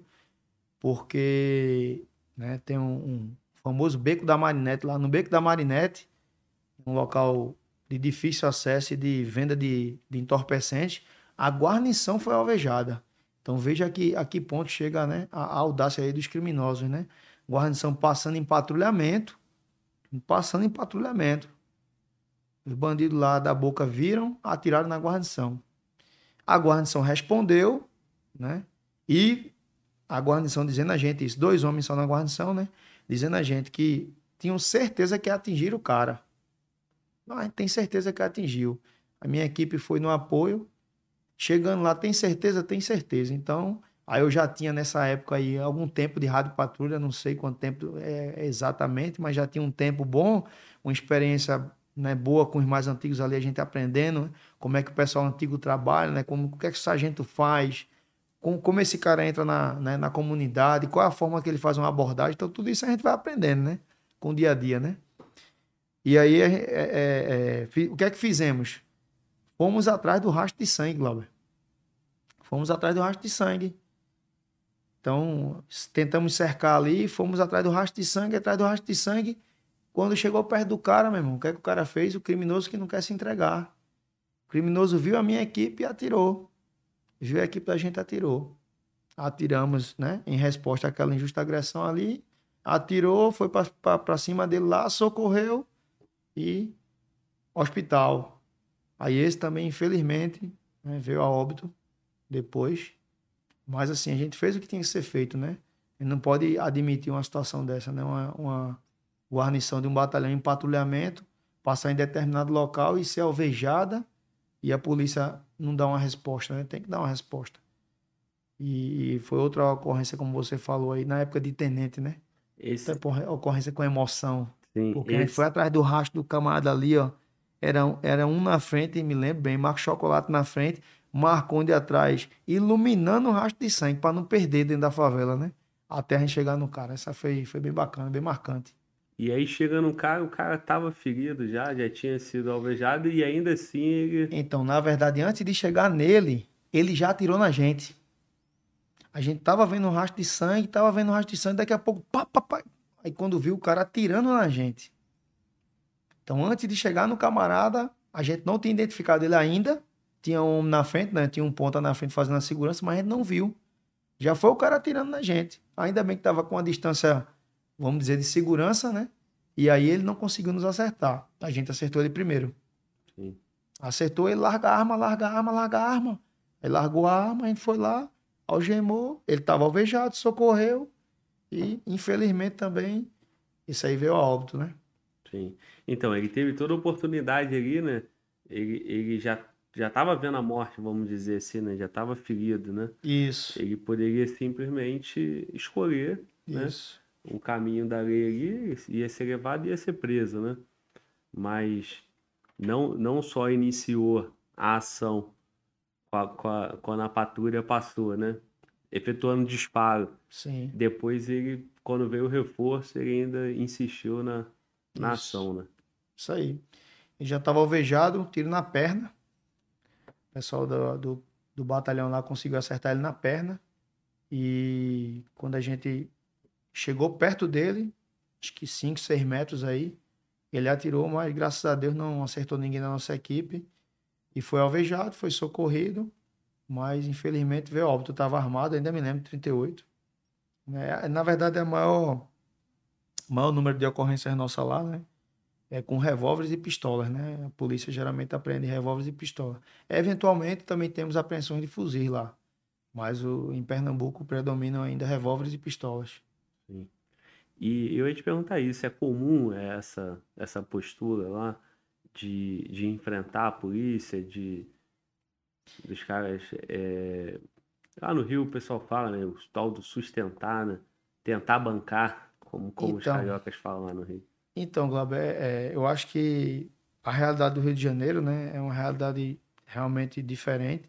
[SPEAKER 2] porque né, tem um, um famoso Beco da Marinete, lá no Beco da Marinete, um local de difícil acesso e de venda de, de entorpecentes, a guarnição foi alvejada. Então veja que, a que ponto chega, né, a, a audácia aí dos criminosos, né? Guarnição passando em patrulhamento, passando em patrulhamento. Os bandidos lá da Boca viram, atiraram na guarnição. A guarnição respondeu, né? E a guarnição dizendo a gente isso, dois homens só na guarnição, né? Dizendo a gente que tinham certeza que atingiram o cara. Não, a gente tem certeza que atingiu. A minha equipe foi no apoio. Chegando lá, tem certeza? Tem certeza. Então, aí eu já tinha nessa época aí algum tempo de rádio patrulha, não sei quanto tempo é exatamente, mas já tinha um tempo bom, uma experiência, né, boa com os mais antigos ali, a gente aprendendo, né, como é que o pessoal antigo trabalha, né, como, o que é que o sargento faz, como, como esse cara entra na, né, na comunidade, qual é a forma que ele faz uma abordagem. Então, tudo isso a gente vai aprendendo, né? Com o dia a dia, né? E aí, é, é, é, fi- o que é que fizemos? Fomos atrás do rastro de sangue, Glauber. Fomos atrás do rastro de sangue. Então, tentamos cercar ali, fomos atrás do rastro de sangue, atrás do rastro de sangue. Quando chegou perto do cara, meu irmão, o que é que o cara fez? O criminoso que não quer se entregar. O criminoso viu a minha equipe e atirou. Viu a equipe da gente e atirou. Atiramos, né? Em resposta àquela injusta agressão ali. Atirou, foi para cima dele lá, socorreu e hospital. Aí esse também, infelizmente, né, veio a óbito depois. Mas assim, a gente fez o que tinha que ser feito, né? A gente não pode admitir uma situação dessa, né? Uma, uma guarnição de um batalhão em patrulhamento, passar em determinado local e ser alvejada e a polícia não dá uma resposta, né? Tem que dar uma resposta. E foi outra ocorrência, como você falou aí, na época de tenente, né?
[SPEAKER 1] Esse,
[SPEAKER 2] Outra ocorrência com emoção.
[SPEAKER 1] sim,
[SPEAKER 2] Porque a gente foi
[SPEAKER 1] esse,
[SPEAKER 2] atrás do rastro do camarada ali, ó. Era, um- era um na frente, me lembro bem, Marco Chocolate na frente, Marconde atrás, iluminando o rastro de sangue para não perder dentro da favela, né? Até a gente chegar no cara. Essa foi, foi bem bacana, bem marcante.
[SPEAKER 1] E aí chega no cara, o cara tava ferido já, já tinha sido alvejado e ainda assim ele.
[SPEAKER 2] Então, na verdade, antes de chegar nele, ele já atirou na gente. A gente tava vendo um rastro de sangue, tava vendo um rastro de sangue, daqui a pouco, pá, pá, pá. Aí quando viu o cara atirando na gente. Então, antes de chegar no camarada, a gente não tinha identificado ele ainda. Tinha um na frente, né? Tinha um ponta na frente fazendo a segurança, mas a gente não viu. Já foi o cara atirando na gente. Ainda bem que tava com uma distância, vamos dizer, de segurança, né? E aí ele não conseguiu nos acertar. A gente acertou ele primeiro.
[SPEAKER 1] Sim.
[SPEAKER 2] Acertou ele, larga a arma, larga a arma, larga a arma. Aí largou a arma, a gente foi lá, algemou. Ele tava alvejado, socorreu. E, infelizmente, também, isso aí veio a óbito, né?
[SPEAKER 1] Sim. Então, ele teve toda a oportunidade ali, né? Ele, ele já já estava vendo a morte, vamos dizer assim, né? Já estava ferido, né?
[SPEAKER 2] Isso,
[SPEAKER 1] Ele poderia simplesmente escolher, né?
[SPEAKER 2] isso.
[SPEAKER 1] O caminho da lei ali, ia ser levado e ia ser preso, né? Mas não, não só iniciou a ação com a- com a- quando a patrulha passou, né? Efetuando disparo.
[SPEAKER 2] Sim,
[SPEAKER 1] Depois ele, quando veio o reforço, ele ainda insistiu na, na
[SPEAKER 2] isso.
[SPEAKER 1] ação, né?
[SPEAKER 2] Isso aí. Ele já tava alvejado, tiro na perna. O pessoal do, do, do batalhão lá conseguiu acertar ele na perna. E quando a gente chegou perto dele, acho que cinco seis metros aí, ele atirou, mas graças a Deus não acertou ninguém da nossa equipe. E foi alvejado, foi socorrido, mas infelizmente veio a óbito. Estava armado, ainda me lembro, trinta e oito. Né? Na verdade, é o maior, maior número de ocorrências nossa lá, né? É com revólveres e pistolas, né? A polícia geralmente apreende revólveres e pistolas. Eventualmente também temos apreensões de fuzis lá, mas o, em Pernambuco predominam ainda revólveres e pistolas.
[SPEAKER 1] Sim. E eu ia te perguntar isso, é comum essa, essa postura lá de, de enfrentar a polícia, de dos caras. é, Lá no Rio o pessoal fala, né? O tal do sustentar, né? Tentar bancar, como, como os
[SPEAKER 2] Então,
[SPEAKER 1] cariocas falam lá no Rio.
[SPEAKER 2] então, Glauber, é, é, eu acho que a realidade do Rio de Janeiro, né, é uma realidade realmente diferente.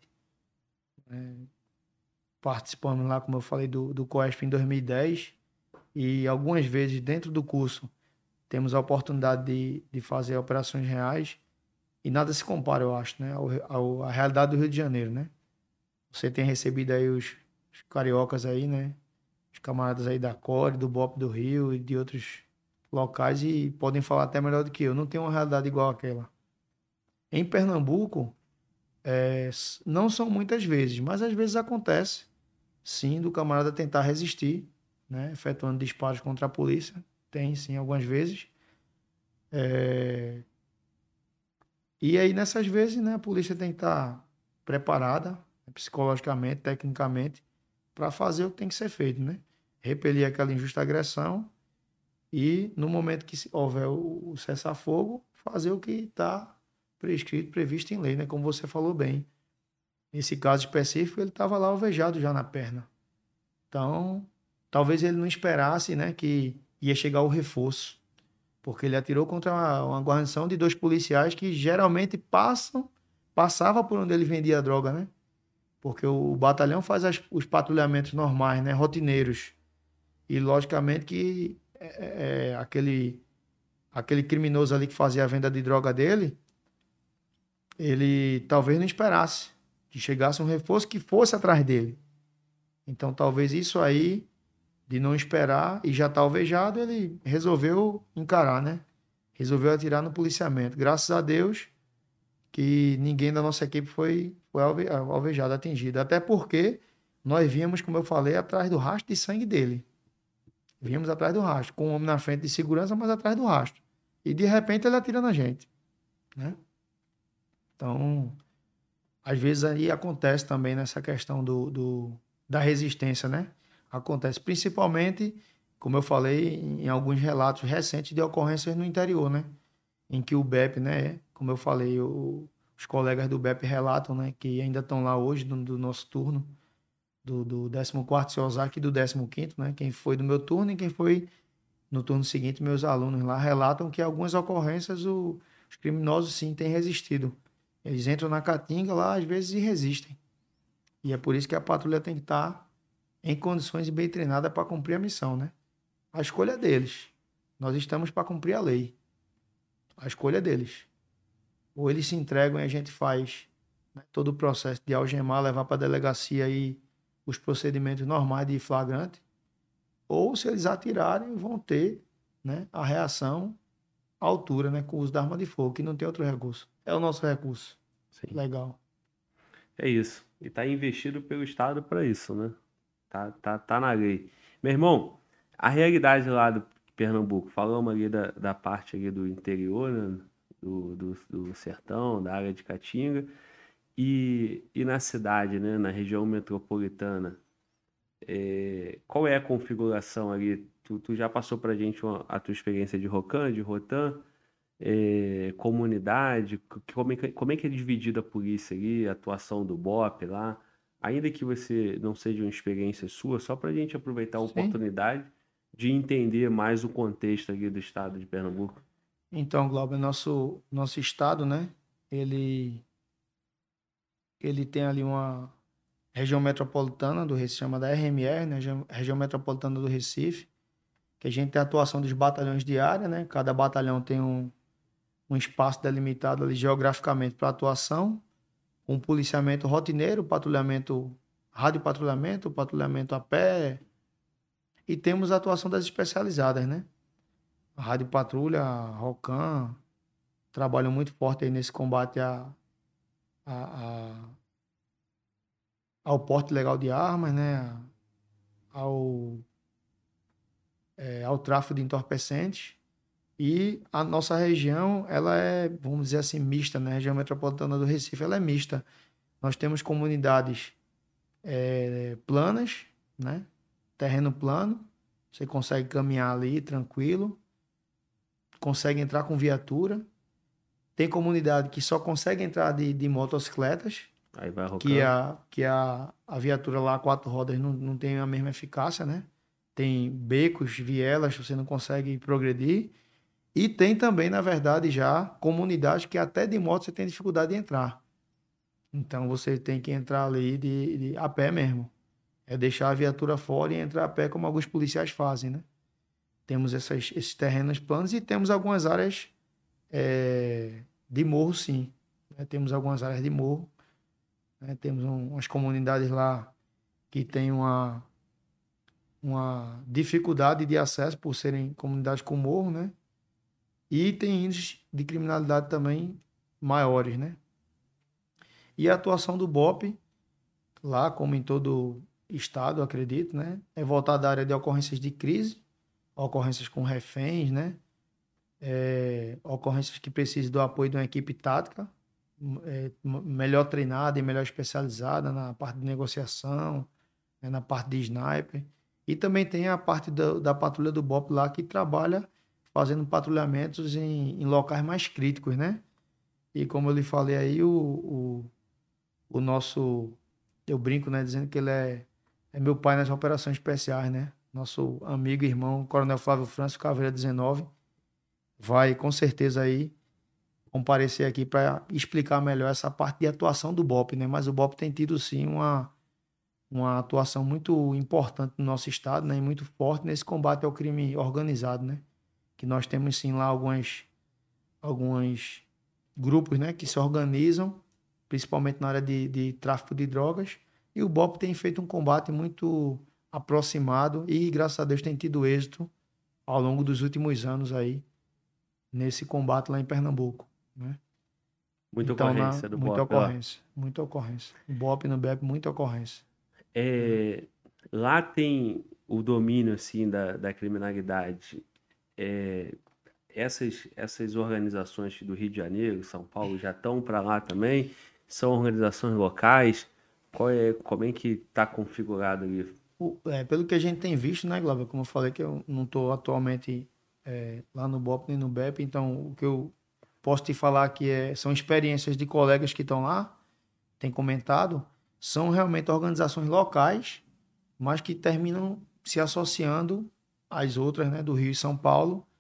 [SPEAKER 2] Participamos lá, como eu falei, do, do COESP em dois mil e dez e algumas vezes dentro do curso temos a oportunidade de, de fazer operações reais e nada se compara, eu acho, né, ao, ao, à realidade do Rio de Janeiro, né? Você tem recebido aí os, os cariocas aí, né? Os camaradas aí da Core, do BOP do Rio e de outros locais e podem falar até melhor do que eu. Não tem uma realidade igual àquela. Em Pernambuco, é, s- não são muitas vezes, mas às vezes acontece, sim, do camarada tentar resistir, né? Efetuando disparos contra a polícia. Tem, sim, algumas vezes. É, e aí, nessas vezes, né, a polícia tem que estar preparada, né, psicologicamente, tecnicamente, para fazer o que tem que ser feito, né? Repelir aquela injusta agressão e, no momento que se- houver o, o cessar-fogo, fazer o que está prescrito, previsto em lei, né? Como você falou bem. Nesse caso específico, ele estava lá alvejado já na perna. Então, talvez ele não esperasse, né, que ia chegar o reforço, porque ele atirou contra uma, uma guarnição de dois policiais que geralmente passam, passava por onde ele vendia a droga, né? Porque o batalhão faz as- os patrulhamentos normais, né, rotineiros. E logicamente que é, é, aquele aquele criminoso ali que fazia a venda de droga dele, ele talvez não esperasse que chegasse um reforço que fosse atrás dele. Então talvez isso aí de não esperar e já tá alvejado, ele resolveu encarar, né? Resolveu atirar no policiamento. Graças a Deus que ninguém da nossa equipe foi, foi alve- alvejado, atingido. Até porque nós víamos, como eu falei, atrás do rastro de sangue dele. Vínhamos atrás do rastro, com o homem na frente de segurança, mas atrás do rastro. E de repente ele atira na gente, né? Então, às vezes aí acontece também nessa questão do, do, da resistência, né? Acontece principalmente, como eu falei, em alguns relatos recentes de ocorrências no interior, né? Em que o B E P, né? Como eu falei, o- os colegas do B E P relatam, né? Que ainda estão lá hoje, do, do nosso turno, do, do décimo quarto CEOSAC e do décimo quinto, né? Quem foi do meu turno e quem foi no turno seguinte, meus alunos lá relatam que algumas ocorrências o, os criminosos sim têm resistido. Eles entram na caatinga lá, às vezes, e resistem. E é por isso que a patrulha tem que estar em condições e bem treinada para cumprir a missão, né? A escolha é deles. Nós estamos para cumprir a lei. A escolha é deles. Ou eles se entregam e a gente faz, né, todo o processo de algemar, levar para a delegacia e os procedimentos normais de flagrante. Ou se eles atirarem, vão ter, né, a reação à altura, né, com o uso da arma de fogo, que não tem outro recurso. É o nosso recurso.
[SPEAKER 1] Sim.
[SPEAKER 2] Legal.
[SPEAKER 1] É isso. E tá investido pelo Estado para isso, né? Tá, tá, tá na lei. Meu irmão, a realidade lá do Pernambuco, falamos ali da, da parte ali do interior, né? Do, do, do sertão, da área de Caatinga, e, e na cidade, né? Na região metropolitana. É, qual é a configuração ali? Tu, tu já passou pra gente uma- a tua experiência de Rocan, de Rotan, é, comunidade, c- como é, que, como é que é dividida a polícia ali, a atuação do BOPE lá, ainda que você não seja uma experiência sua, só para a gente aproveitar a
[SPEAKER 2] Sim.
[SPEAKER 1] oportunidade de entender mais o contexto aqui do estado de Pernambuco.
[SPEAKER 2] Então, Glauber, nosso, nosso estado, né? Ele, ele tem ali uma região metropolitana do Recife, chama da R M R, né? Região Região Metropolitana do Recife, que a gente tem a atuação dos batalhões de área, né? Cada batalhão tem um, um espaço delimitado ali geograficamente para atuação, um policiamento rotineiro, patrulhamento, rádio patrulhamento, patrulhamento a pé, e temos a atuação das especializadas, né? A rádio patrulha, a Rocan, trabalham muito forte aí nesse combate a, a, a- ao porte legal de armas, né? Ao, é, ao tráfico de entorpecentes. E a nossa região, ela é, vamos dizer assim, mista, né? A região metropolitana do Recife, ela é mista. Nós temos comunidades é, planas, né? Terreno plano, você consegue caminhar ali tranquilo, consegue entrar com viatura. Tem comunidade que só consegue entrar de, de motocicletas,
[SPEAKER 1] Aí vai
[SPEAKER 2] que
[SPEAKER 1] Rocan.
[SPEAKER 2] a, que a, a viatura lá, quatro rodas, não, não tem a mesma eficácia, né? Tem becos, vielas, você não consegue progredir. E tem também, na verdade, já comunidades que até de moto você tem dificuldade de entrar. Então você tem que entrar ali de, de- a pé mesmo. É deixar a viatura fora e entrar a pé, como alguns policiais fazem, né? Temos essas, esses terrenos planos e temos algumas áreas é, de morro, sim. Né? Temos algumas áreas de morro, né? Temos um- umas comunidades lá que têm uma, uma dificuldade de acesso por serem comunidades com morro, né? E tem índices de criminalidade também maiores, né? E a atuação do BOPE, lá como em todo estado, eu acredito, né? É voltada à área de ocorrências de crise, ocorrências com reféns, né? É, ocorrências que precisam do apoio de uma equipe tática, é, melhor treinada e melhor especializada na parte de negociação, né? Na parte de sniper. E também tem a parte da, da patrulha do BOPE lá que trabalha fazendo patrulhamentos em, em locais mais críticos, né? E como eu lhe falei aí, o, o, o nosso, eu brinco, né, dizendo que ele é, é meu pai nas operações especiais, né? Nosso amigo e irmão, Coronel Flávio Francisco Caveira dezenove, vai com certeza aí comparecer aqui para explicar melhor essa parte de atuação do BOPE, né? Mas o BOPE tem tido sim uma, uma atuação muito importante no nosso estado, né? E muito forte nesse combate ao crime organizado, né? Que nós temos sim lá algumas, alguns grupos, né, que se organizam, principalmente na área de, de tráfico de drogas, e o BOPE tem feito um combate muito aproximado e, graças a Deus, tem tido êxito ao longo dos últimos anos aí, nesse combate lá em Pernambuco, né?
[SPEAKER 1] Muita
[SPEAKER 2] Então, na,
[SPEAKER 1] ocorrência do
[SPEAKER 2] muita
[SPEAKER 1] BOPE lá.
[SPEAKER 2] ocorrência, muita ocorrência. O BOPE no BEP, muita ocorrência.
[SPEAKER 1] É, lá tem o domínio, assim, da, da criminalidade. É, essas, essas organizações do Rio de Janeiro, São Paulo, já estão para lá também? São organizações locais? Qual é, como é que está configurado ali?
[SPEAKER 2] O- é, pelo que a gente tem visto, né, Glauber? Como eu falei, que eu não estou atualmente é, lá no BOPE nem no BEP, então o que eu posso te falar aqui é, são experiências de colegas que estão lá, têm comentado, são realmente organizações locais, mas que terminam se associando às outras, né, do Rio e São Paulo,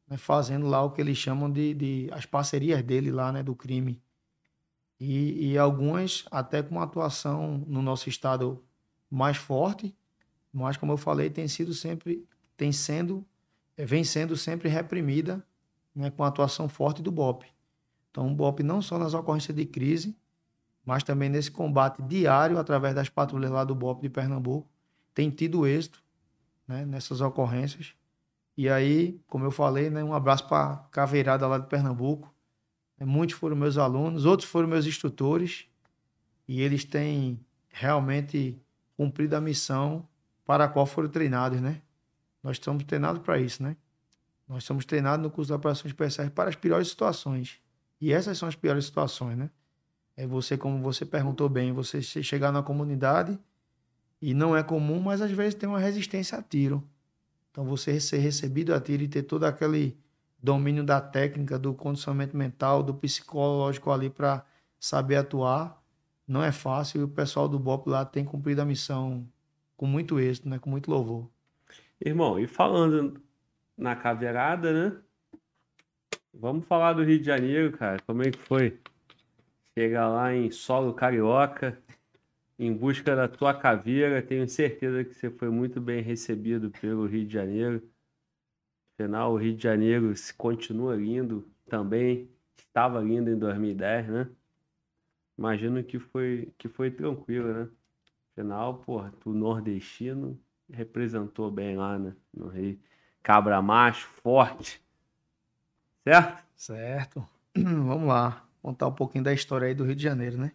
[SPEAKER 2] né, fazendo lá o que eles chamam de, de as parcerias dele lá, né, do crime. E, e algumas até com uma atuação no nosso estado mais forte, mas como eu falei, tem sido sempre, tem sendo, eh, vem sendo sempre reprimida, né, com a atuação forte do B O P. Então, o B O P não só nas ocorrências de crise, mas também nesse combate diário através das patrulhas lá do B O P de Pernambuco, tem tido êxito, né, nessas ocorrências. E aí, como eu falei, né, um abraço para a Caveirada lá de Pernambuco. Muitos foram meus alunos, outros foram meus instrutores, e eles têm realmente cumprido a missão para a qual foram treinados, né? Nós estamos treinados para isso, né? Nós somos treinados no curso de operações especiais para as piores situações. E essas são as piores situações, né? É você, como você perguntou bem, você chegar na comunidade e não é comum, mas às vezes tem uma resistência a tiro. Então você ser recebido a tiro e ter todo aquele domínio da técnica, do condicionamento mental, do psicológico ali para saber atuar, não é fácil. E o pessoal do B O P lá tem cumprido a missão com muito êxito, né? Com muito louvor.
[SPEAKER 1] Irmão, e falando na Caveirada, né? Vamos falar do Rio de Janeiro, cara. Como é que foi? Chegar lá em solo carioca, em busca da tua caveira. Tenho certeza que você foi muito bem recebido pelo Rio de Janeiro. Afinal, o Rio de Janeiro continua lindo também. Estava lindo em dois mil e dez, né? Imagino que foi, que foi tranquilo, né? Afinal, porra, tu nordestino representou bem lá, né? No Rio. Cabra macho, forte. Certo?
[SPEAKER 2] Certo. Vamos lá. Contar um pouquinho da história aí do Rio de Janeiro, né?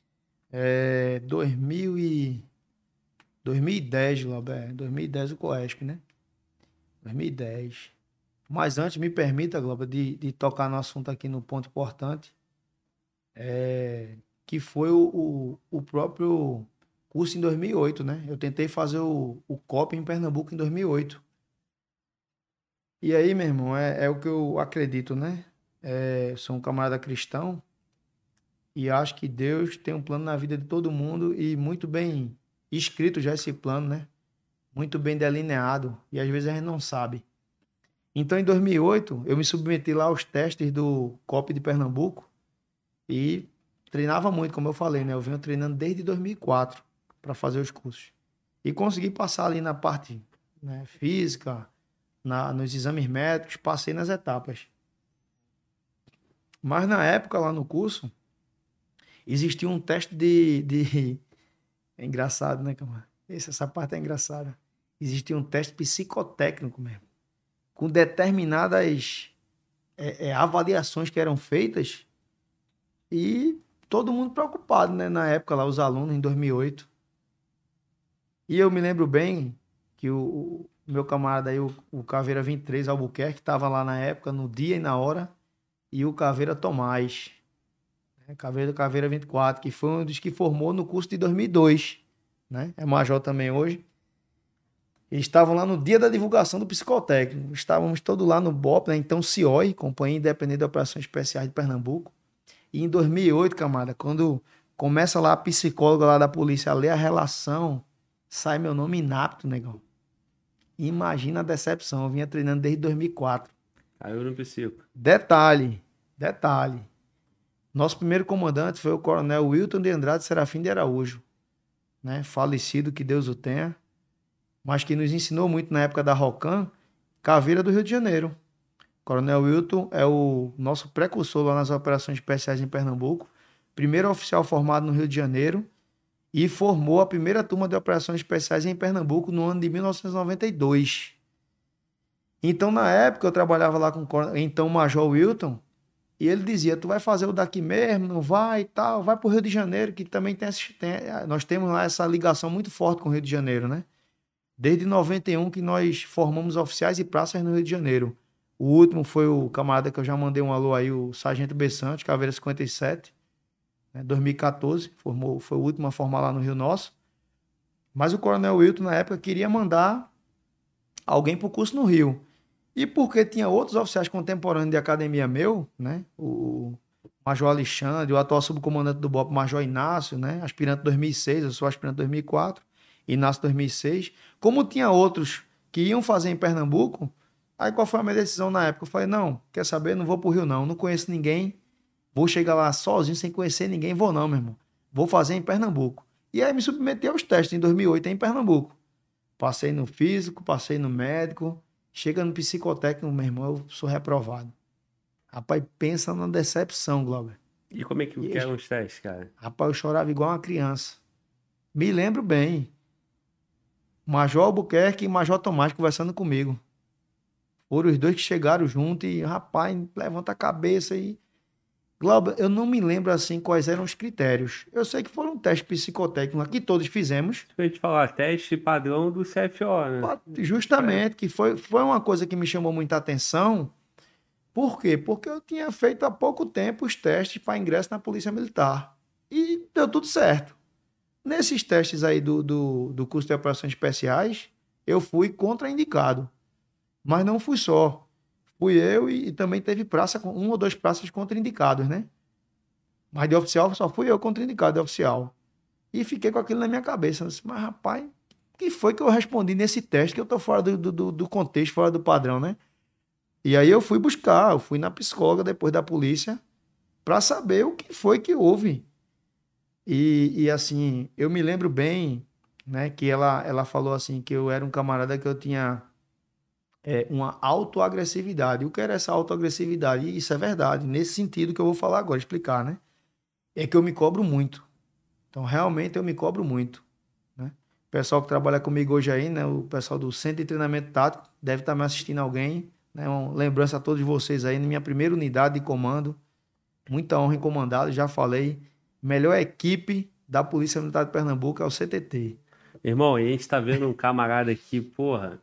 [SPEAKER 2] É, dois mil e... dois mil e dez, Glauber. dois mil e dez o Coesp, né? dois mil e dez. Mas antes, me permita, Glauber, de, de tocar no assunto aqui no ponto importante, é, que foi o, o, o próprio curso em dois mil e oito, né? Eu tentei fazer o, o C O P em Pernambuco em dois mil e oito. E aí, meu irmão, é, é o que eu acredito, né? É, sou um camarada cristão e acho que Deus tem um plano na vida de todo mundo e muito bem escrito já esse plano, né? Muito bem delineado e às vezes a gente não sabe. Então, em dois mil e oito, eu me submeti lá aos testes do C O P de Pernambuco e treinava muito, como eu falei, né? Eu venho treinando desde dois mil e quatro para fazer os cursos. E consegui passar ali na parte, né, física, na, nos exames médicos, passei nas etapas. Mas na época, lá no curso, existia um teste de... de... É engraçado, né, camarada? Essa parte é engraçada. Existia um teste psicotécnico mesmo, com determinadas é, é, avaliações que eram feitas e todo mundo preocupado, né? Na época lá, os alunos, em dois mil e oito. E eu me lembro bem que o, o meu camarada aí, o, o Caveira vinte e três Albuquerque, estava lá na época, no dia e na hora, e o Caveira Tomás, né? Caveira, Caveira vinte e quatro, que foi um dos que formou no curso de dois mil e dois, né? É major também hoje. Eles estavam lá no dia da divulgação do psicotécnico. Estávamos todos lá no B O P, né? Então C I O I, Companhia Independente de Operações Especiais de Pernambuco. E em dois mil e oito, camarada, quando começa lá a psicóloga lá da polícia a ler a relação, sai meu nome inapto, negão. Imagina a decepção. Eu vinha treinando desde dois mil e quatro.
[SPEAKER 1] Caiu no psico.
[SPEAKER 2] Detalhe, detalhe. Nosso primeiro comandante foi o coronel Wilton de Andrade Serafim de Araújo, né? Falecido, que Deus o tenha, mas que nos ensinou muito na época da ROCAM, Caveira do Rio de Janeiro. Coronel Wilton é o nosso precursor lá nas operações especiais em Pernambuco, primeiro oficial formado no Rio de Janeiro e formou a primeira turma de operações especiais em Pernambuco no ano de mil novecentos e noventa e dois. Então, na época, eu trabalhava lá com o então Major Wilton e ele dizia, tu vai fazer o daqui mesmo, não vai e tal, vai para o Rio de Janeiro, que também tem, tem, nós temos lá essa ligação muito forte com o Rio de Janeiro, né? Desde noventa e um que nós formamos oficiais e praças no Rio de Janeiro. O último foi o camarada que eu já mandei um alô aí, o Sargento Bessante, Caveira cinquenta e sete, né, dois mil e quatorze, formou, foi o último a formar lá no Rio Nosso. Mas o Coronel Wilton, na época, queria mandar alguém para o curso no Rio. E porque tinha outros oficiais contemporâneos de academia meu, né, o Major Alexandre, o atual subcomandante do B O P, Major Inácio, né, aspirante dois mil e seis, eu sou aspirante dois mil e quatro, Inácio dois mil e seis. Como tinha outros que iam fazer em Pernambuco, Aí qual foi a minha decisão na época? Eu falei, não, quer saber? Não vou pro Rio não, não conheço ninguém. Vou chegar lá sozinho, sem conhecer ninguém. Vou não, meu irmão. Vou fazer em Pernambuco. E aí me submeti aos testes em dois mil e oito em Pernambuco. Passei no físico, passei no médico. Chega no psicotécnico, meu irmão, eu sou reprovado. Rapaz, pensa na decepção, Glauber.
[SPEAKER 1] E como é que, que eram os testes, cara?
[SPEAKER 2] Rapaz, eu chorava igual uma criança. Me lembro bem. Major Albuquerque e Major Tomás conversando comigo. Foram os dois que chegaram junto e, rapaz, levanta a cabeça e... Glauber, eu não me lembro assim quais eram os critérios. Eu sei que foram testes psicotécnicos que todos fizemos.
[SPEAKER 1] Deixa eu te falar, teste padrão do C F O, né?
[SPEAKER 2] Justamente, que foi, foi uma coisa que me chamou muita atenção. Por quê? Porque eu tinha feito há pouco tempo os testes para ingresso na Polícia Militar. E deu tudo certo. Nesses testes aí do, do, do curso de operações especiais, eu fui contraindicado. Mas não fui só. Fui eu e, e também teve praça, com um ou dois praças contraindicados, né? Mas de oficial só fui eu contraindicado de oficial. E fiquei com aquilo na minha cabeça. Eu disse, mas rapaz, o que foi que eu respondi nesse teste que eu tô fora do, do, do contexto, fora do padrão, né? E aí eu fui buscar, eu fui na psicóloga depois da polícia para saber o que foi que houve. E, e assim, eu me lembro bem, né, que ela, ela falou assim, que eu era um camarada que eu tinha é, uma autoagressividade. E o que era essa autoagressividade? E isso é verdade, nesse sentido que eu vou falar agora, explicar, né? É que eu me cobro muito. Então, realmente, eu me cobro muito, né? O pessoal que trabalha comigo hoje aí, né, o pessoal do Centro de Treinamento Tático, deve estar me assistindo alguém, né? Uma lembrança a todos vocês aí, na minha primeira unidade de comando, muita honra em comandado, já falei, melhor equipe da Polícia Militar de Pernambuco é o C T T.
[SPEAKER 1] Irmão, e a gente tá vendo um camarada aqui, porra,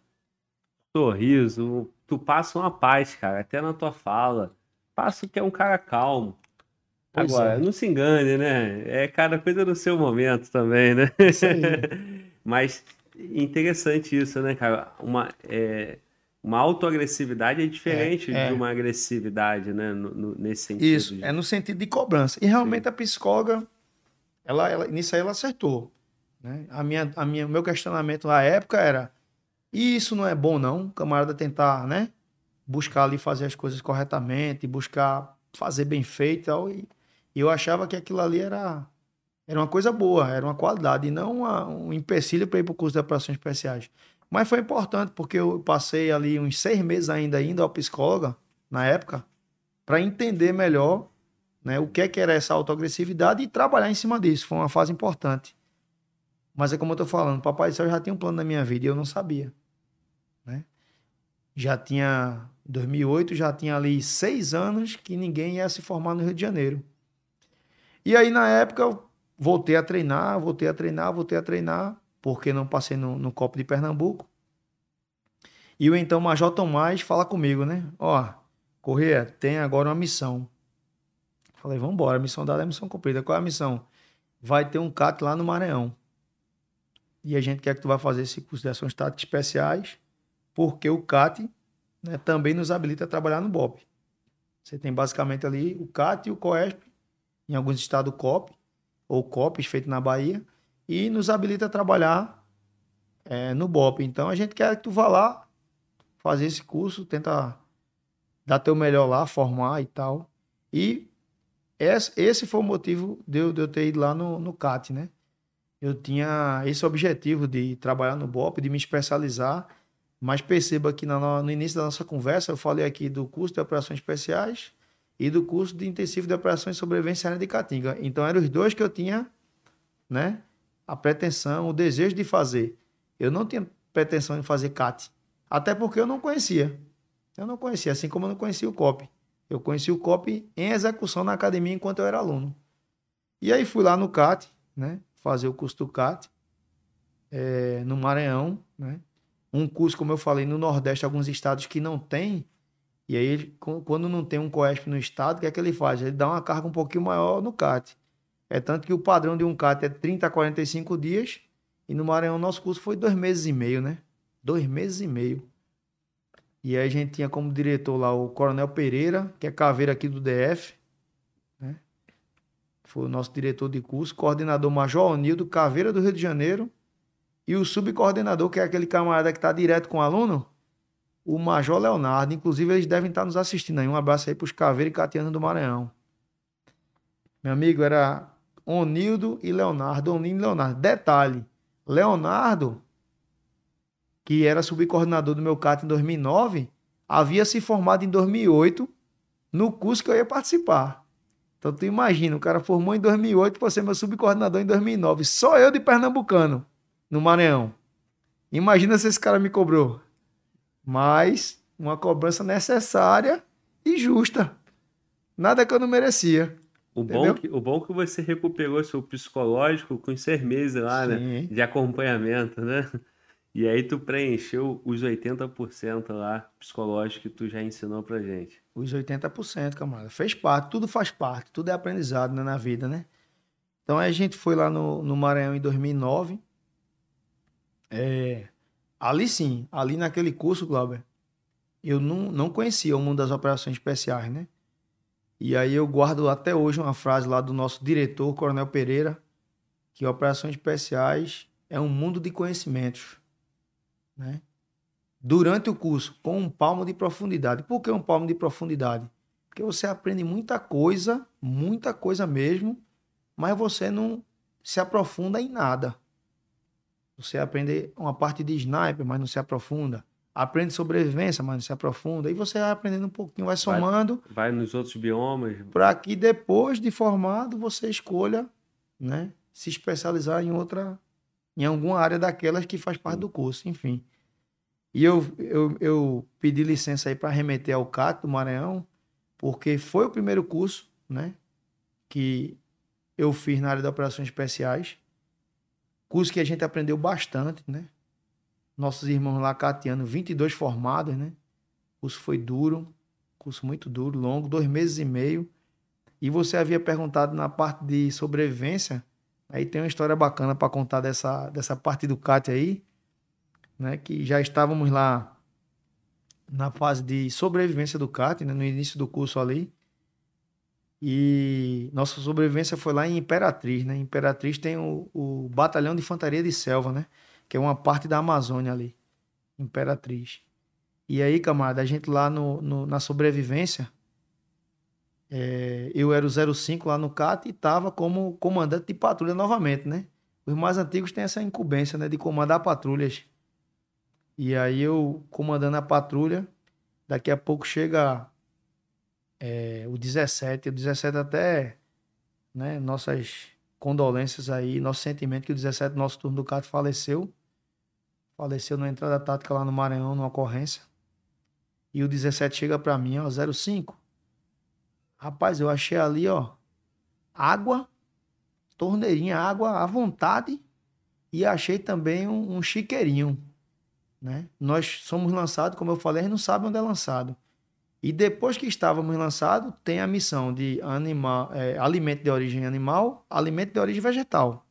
[SPEAKER 1] sorriso, tu passa uma paz, cara, até na tua fala. Passa que é um cara calmo.
[SPEAKER 2] Pois
[SPEAKER 1] Agora,
[SPEAKER 2] é.
[SPEAKER 1] não se engane, né? É cada coisa no seu momento também, né?
[SPEAKER 2] Isso aí.
[SPEAKER 1] Mas interessante isso, né, cara? Uma, é, uma autoagressividade é
[SPEAKER 2] É,
[SPEAKER 1] diferente de
[SPEAKER 2] é.
[SPEAKER 1] uma agressividade, né? No- no- nesse sentido.
[SPEAKER 2] Isso,
[SPEAKER 1] de-
[SPEAKER 2] é no sentido de cobrança. E realmente
[SPEAKER 1] Sim.
[SPEAKER 2] a psicóloga, ela, ela, nisso aí ela acertou, né? A minha, a minha, meu questionamento na época era, e isso não é bom não? O camarada tentar, né? Buscar ali fazer as coisas corretamente, buscar fazer bem feito e tal. E, e eu achava que aquilo ali era, era uma coisa boa, era uma qualidade, e não uma- um empecilho para ir para o curso de operações especiais. Mas foi importante, porque eu passei ali uns seis meses ainda indo ao psicóloga, na época, para entender melhor, né, o que é que era essa autoagressividade e trabalhar em cima disso. Foi uma fase importante. Mas é como eu estou falando, Papai do Céu já tinha um plano na minha vida e eu não sabia, né? Já tinha, em dois mil e oito, já tinha ali seis anos que ninguém ia se formar no Rio de Janeiro. E aí, na época, eu voltei a treinar, voltei a treinar, voltei a treinar, porque não passei no, no Copa de Pernambuco. E o então Major Tomás fala comigo, né? Ó, Corrêa, tem agora uma missão. Falei, vamos embora, a missão dada é a missão cumprida. Qual é a missão? Vai ter um C A T lá no Maranhão. E a gente quer que tu vá fazer esse curso de ações táticas especiais, porque o C A T, né, também nos habilita a trabalhar no B O P. Você tem basicamente ali o C A T e o COESP, em alguns estados o COP, ou COPs feito na Bahia, e nos habilita a trabalhar é, no B O P. Então a gente quer que tu vá lá fazer esse curso, tenta dar teu melhor lá, formar e tal. E esse, esse foi o motivo de eu, de eu ter ido lá no, no C A T, né? Eu tinha esse objetivo de trabalhar no B O P, de me especializar, mas perceba que no, no início da nossa conversa eu falei aqui do curso de operações especiais e do curso de intensivo de operações de sobrevivência aérea de Caatinga. Então eram os dois que eu tinha, né, a pretensão, o desejo de fazer. Eu não tinha pretensão de fazer C A T, até porque eu não conhecia. Eu não conhecia, assim como eu não conhecia o COP. Eu conheci o COP em execução na academia enquanto eu era aluno. E aí fui lá no C A T, né, fazer o curso do C A T, é, no Maranhão, né? Um curso, como eu falei, no Nordeste, alguns estados que não tem, e aí ele, quando não tem um COESP no estado, o que é que ele faz? Ele dá uma carga um pouquinho maior no C A T. É tanto que o padrão de um C A T é trinta a quarenta e cinco dias, e no Maranhão nosso curso foi dois meses e meio, né? Dois meses e meio. E aí a gente tinha como diretor lá o Coronel Pereira, que é caveira aqui do D F, né? Foi o nosso diretor de curso, coordenador Major Onildo, caveira do Rio de Janeiro, e o subcoordenador, que é aquele camarada que está direto com o aluno, o Major Leonardo. Inclusive, eles devem estar nos assistindo aí. Um abraço aí pros Caveira e Catiana do Maranhão. Meu amigo, era Onildo e Leonardo. Onildo e Leonardo. Detalhe, Leonardo, que era subcoordenador do meu C A T em dois mil e nove, havia se formado em dois mil e oito no curso que eu ia participar. Então, tu imagina, o cara formou em dois mil e oito para ser meu subcoordenador em dois mil e nove. Só eu de pernambucano, no Maranhão. Imagina se esse cara me cobrou. Mas uma cobrança necessária e justa. Nada que eu não merecia.
[SPEAKER 1] O bom, que, o bom que você recuperou seu psicológico com os seis meses lá,
[SPEAKER 2] Sim.
[SPEAKER 1] né? De acompanhamento, né? E aí tu preencheu os oitenta por cento lá psicológico que tu já ensinou pra gente.
[SPEAKER 2] Os oitenta por cento, camarada. Fez parte, tudo faz parte, tudo é aprendizado, né, na vida, né? Então a gente foi lá no, no Maranhão em dois mil e nove. É, ali sim, ali naquele curso, Glauber, eu não, não conhecia o mundo das operações especiais, né? E aí eu guardo até hoje uma frase lá do nosso diretor, Coronel Pereira, que operações especiais é um mundo de conhecimentos, né? Durante o curso, com um palmo de profundidade. Por que um palmo de profundidade? Porque você aprende muita coisa, muita coisa mesmo, mas você não se aprofunda em nada. Você aprende uma parte de sniper, mas não se aprofunda. Aprende sobrevivência, mas não se aprofunda. E você vai aprendendo um pouquinho, vai somando.
[SPEAKER 1] Vai, vai nos outros biomas.
[SPEAKER 2] Para que depois de formado você escolha, né, se especializar em outra, em alguma área daquelas que faz parte do curso, enfim. E eu, eu, eu pedi licença aí para remeter ao C A T do Maranhão, porque foi o primeiro curso, né, que eu fiz na área de operações especiais. Curso que a gente aprendeu bastante, né? Nossos irmãos lá catianos, vinte e dois formados, né? O curso foi duro, curso muito duro, longo, dois meses e meio. E você havia perguntado na parte de sobrevivência, aí tem uma história bacana para contar dessa, dessa parte do C A T aí, né? Que já estávamos lá na fase de sobrevivência do C A T, né? No início do curso ali. E nossa sobrevivência foi lá em Imperatriz, né? Imperatriz tem o, o Batalhão de Infantaria de Selva, né? Que é uma parte da Amazônia ali. Imperatriz. E aí, camarada, a gente lá no, no, na sobrevivência, é, eu era o zero cinco lá no C A T e estava como comandante de patrulha novamente, né? Os mais antigos têm essa incumbência, né? De comandar patrulhas. E aí eu comandando a patrulha, daqui a pouco chega... É, o dezessete, o dezessete até, né, nossas condolências aí, nosso sentimento que o dezessete, nosso turno do C A T faleceu, faleceu na entrada tática lá no Maranhão, numa ocorrência, e o dezessete chega pra mim, ó, zero cinco, rapaz, eu achei ali, ó, água, torneirinha, água à vontade, e achei também um, um chiqueirinho, né, nós somos lançados, como eu falei, a gente não sabe onde é lançado. E depois que estávamos lançados, tem a missão de animal, é, alimento de origem animal, alimento de origem vegetal.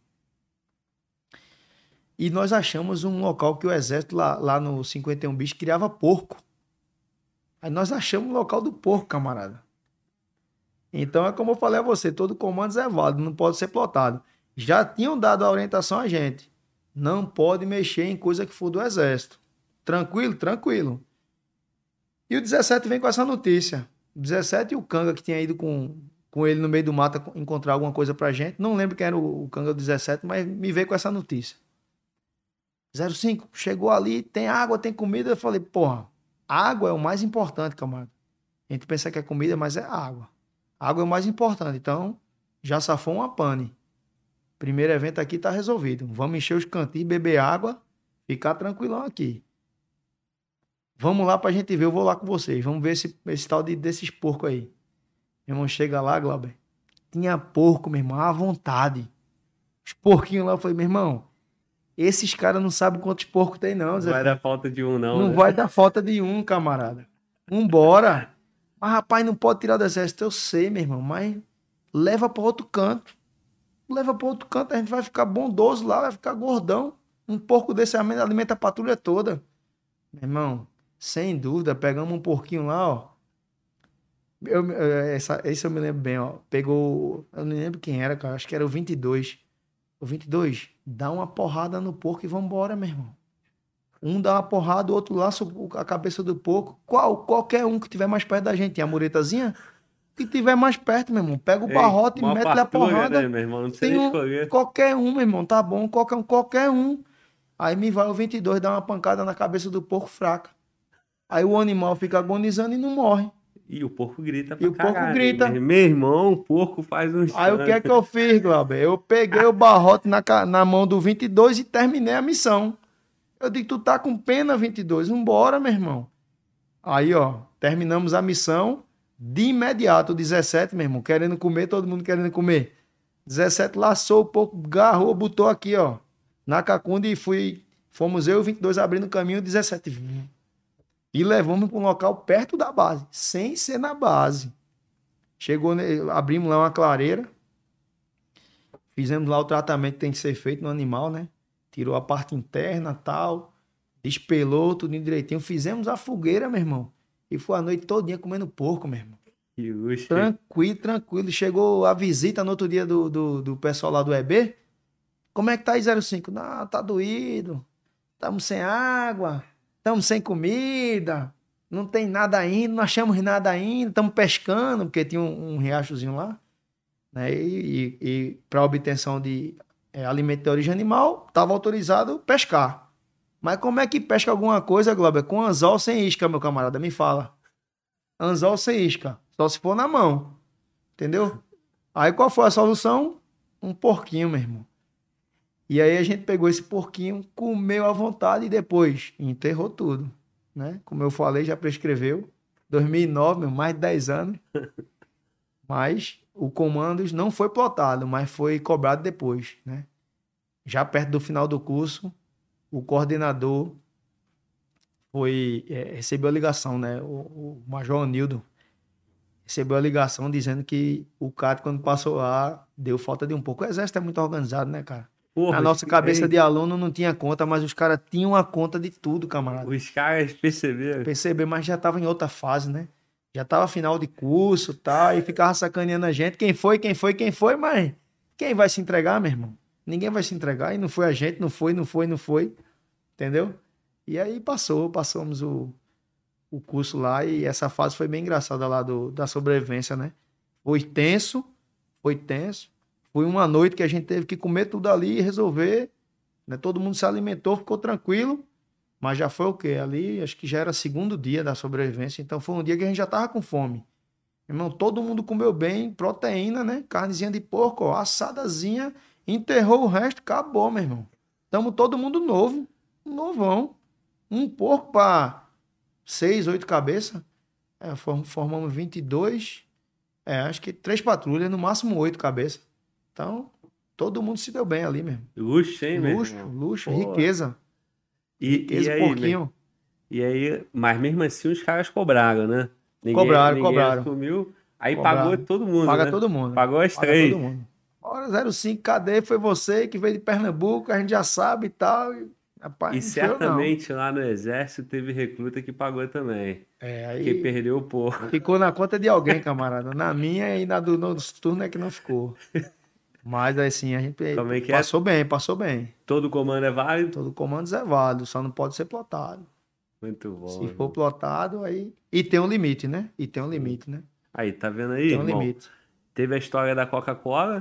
[SPEAKER 2] E nós achamos um local que o exército lá, lá no cinquenta e um bis criava porco. Aí nós achamos o local do porco, camarada. Então é como eu falei a você, todo comando é válido, não pode ser plotado. Já tinham dado a orientação a gente. Não pode mexer em coisa que for do exército. Tranquilo? Tranquilo. E o dezessete vem com essa notícia. O dezessete e o Canga, que tinha ido com, com ele no meio do mato encontrar alguma coisa pra gente. Não lembro quem era o, o Canga do dezessete, mas me veio com essa notícia. zero cinco, chegou ali, tem água, tem comida. Eu falei, porra, água é o mais importante, camarada. A gente pensa que é comida, mas é água. Água é o mais importante. Então, já safou uma pane. Primeiro evento aqui tá resolvido. Vamos encher os cantinhos, beber água, ficar tranquilão aqui. Vamos lá pra gente ver, eu vou lá com vocês. Vamos ver esse, esse tal de, desses porcos aí. Meu irmão, chega lá, Glauber. Tinha porco, meu irmão, à vontade. Os porquinhos lá, eu falei, meu irmão, esses caras não sabem quantos porcos tem não, Zé.
[SPEAKER 1] Não vai dar falta de um, não.
[SPEAKER 2] Não
[SPEAKER 1] né?
[SPEAKER 2] vai dar falta de um, camarada. Vambora. Mas, rapaz, não pode tirar do exército. Eu sei, meu irmão, mas leva pra outro canto. Leva pra outro canto, a gente vai ficar bondoso lá, vai ficar gordão. Um porco desse alimenta a patrulha toda. Meu irmão, sem dúvida, pegamos um porquinho lá, ó. Eu, essa, esse eu me lembro bem, ó. Pegou, eu não lembro quem era, cara. Acho que era o vinte e dois. O vinte e dois, dá uma porrada no porco e vambora, meu irmão. Um dá uma porrada, o outro laça o- a cabeça do porco. Qual? Qualquer um que tiver mais perto da gente. Tem a muretazinha? Que tiver mais perto, meu irmão. Pega o
[SPEAKER 1] Ei,
[SPEAKER 2] barrote e
[SPEAKER 1] mó
[SPEAKER 2] mete-lhe a
[SPEAKER 1] fartura, né,
[SPEAKER 2] porrada.
[SPEAKER 1] meu irmão? Não precisa
[SPEAKER 2] Tem
[SPEAKER 1] nem
[SPEAKER 2] um.
[SPEAKER 1] escolher.
[SPEAKER 2] Qualquer um, meu irmão. Tá bom. Qualquer um. Qualquer um. Aí me vai o vinte e dois dar uma pancada na cabeça do porco fraca. Aí o animal fica agonizando e não morre.
[SPEAKER 1] E o porco grita
[SPEAKER 2] E
[SPEAKER 1] pra
[SPEAKER 2] o porco
[SPEAKER 1] caralho, hein?
[SPEAKER 2] grita.
[SPEAKER 1] Meu meu irmão, o porco faz um
[SPEAKER 2] Aí o que é
[SPEAKER 1] escândalo.
[SPEAKER 2] que eu fiz, Glauber? Eu peguei o barrote na, ca- na mão do vinte e dois e terminei a missão. Eu digo, tu tá com pena, vinte e dois? Vambora, meu irmão. Aí, ó, terminamos a missão de imediato. O dezessete, meu irmão, querendo comer, todo mundo querendo comer. dezessete laçou o porco, garrou, botou aqui, ó, na cacunda e fui. Fomos eu e o vinte e dois abrindo o caminho, dezessete. E levamos para um local perto da base, sem ser na base. Chegou, ne- abrimos lá uma clareira, fizemos lá o tratamento que tem que ser feito no animal, né? Tirou a parte interna, tal, despelou tudo direitinho. Fizemos a fogueira, meu irmão. E foi a noite todinha comendo porco, meu irmão.
[SPEAKER 1] Que luxo.
[SPEAKER 2] Tranquilo, tranquilo. Chegou a visita no outro dia do, do, do pessoal lá do E B. Como é que tá aí, zero cinco? Não, tá doído. Estamos sem água. Estamos sem comida. Não tem nada ainda. Não achamos nada ainda. Estamos pescando, porque tinha um, um riachozinho lá. Né? E, e, e para obtenção de é, alimento de origem animal, estava autorizado pescar. Mas como é que pesca alguma coisa, Glauber? Com anzol sem isca, meu camarada? Me fala. Anzol sem isca. Só se for na mão. Entendeu? Aí qual foi a solução? Um porquinho, meu irmão. E aí a gente pegou esse porquinho, comeu à vontade e depois enterrou tudo. Né? Como eu falei, já prescreveu. dois mil e nove, meu, mais de dez anos. Mas o comandos não foi plotado, mas foi cobrado depois. Né? Já perto do final do curso, o coordenador foi, é, recebeu a ligação, né? O, o Major Anildo recebeu a ligação dizendo que o C A T, quando passou lá, deu falta de um pouco. O exército é muito organizado, né, cara?
[SPEAKER 1] Porra,
[SPEAKER 2] Na nossa
[SPEAKER 1] os-
[SPEAKER 2] cabeça
[SPEAKER 1] ei,
[SPEAKER 2] de aluno não tinha conta, mas os caras tinham a conta de tudo, camarada.
[SPEAKER 1] os caras perceberam.
[SPEAKER 2] Perceber, mas já tava em outra fase, né? Já tava final de curso e tal, e ficava sacaneando a gente. Quem foi, quem foi, quem foi, mas quem vai se entregar, meu irmão? Ninguém vai se entregar, e não foi a gente, não foi, não foi, não foi. Entendeu? E aí passou, passamos o, o curso lá, e essa fase foi bem engraçada lá do, da sobrevivência, né? Foi tenso, foi tenso. Foi uma noite que a gente teve que comer tudo ali e resolver, né? Todo mundo se alimentou, ficou tranquilo, mas já foi o quê? Ali, acho que já era segundo dia da sobrevivência, então foi um dia que a gente já tava com fome. Irmão, todo mundo comeu bem, proteína, né? Carnezinha de porco, ó, assadazinha, enterrou o resto, acabou, meu irmão. Tamo todo mundo novo, novão. Um porco para seis, oito cabeças. É, form- formamos vinte e dois. É, acho que três patrulhas, no máximo oito cabeças. Então, todo mundo se deu bem ali mesmo.
[SPEAKER 1] Luxo, hein, meu
[SPEAKER 2] Luxo,
[SPEAKER 1] irmão?
[SPEAKER 2] luxo,
[SPEAKER 1] Pô.
[SPEAKER 2] riqueza.
[SPEAKER 1] E, e
[SPEAKER 2] Riqueza,
[SPEAKER 1] aí, meu-
[SPEAKER 2] porquinho.
[SPEAKER 1] e aí, mas mesmo assim os caras cobraram, né? Ninguém,
[SPEAKER 2] Cobraram,
[SPEAKER 1] ninguém
[SPEAKER 2] cobraram.
[SPEAKER 1] assumiu. Aí
[SPEAKER 2] Cobraram.
[SPEAKER 1] pagou todo mundo,
[SPEAKER 2] Paga
[SPEAKER 1] né?
[SPEAKER 2] todo mundo.
[SPEAKER 1] Pagou as
[SPEAKER 2] Paga
[SPEAKER 1] três.
[SPEAKER 2] todo mundo. Hora zero cinco, cadê? Foi você que veio de Pernambuco, a gente já sabe e tal. E, rapaz,
[SPEAKER 1] E
[SPEAKER 2] não foi eu, não.
[SPEAKER 1] certamente lá no exército teve recruta que pagou também.
[SPEAKER 2] É,
[SPEAKER 1] Porque
[SPEAKER 2] aí
[SPEAKER 1] perdeu o porco.
[SPEAKER 2] ficou na conta de alguém, camarada. Na minha e na do noturno é que não ficou. Mas assim, a gente
[SPEAKER 1] Como é que é?
[SPEAKER 2] passou bem, passou bem.
[SPEAKER 1] Todo comando é válido?
[SPEAKER 2] Todo comando é válido, só não pode ser plotado.
[SPEAKER 1] Muito bom.
[SPEAKER 2] Se for
[SPEAKER 1] irmão.
[SPEAKER 2] plotado, aí. E tem um limite, né? E tem um limite, né?
[SPEAKER 1] Aí, tá vendo aí,
[SPEAKER 2] Tem um
[SPEAKER 1] irmão?
[SPEAKER 2] limite.
[SPEAKER 1] Teve a história da Coca-Cola.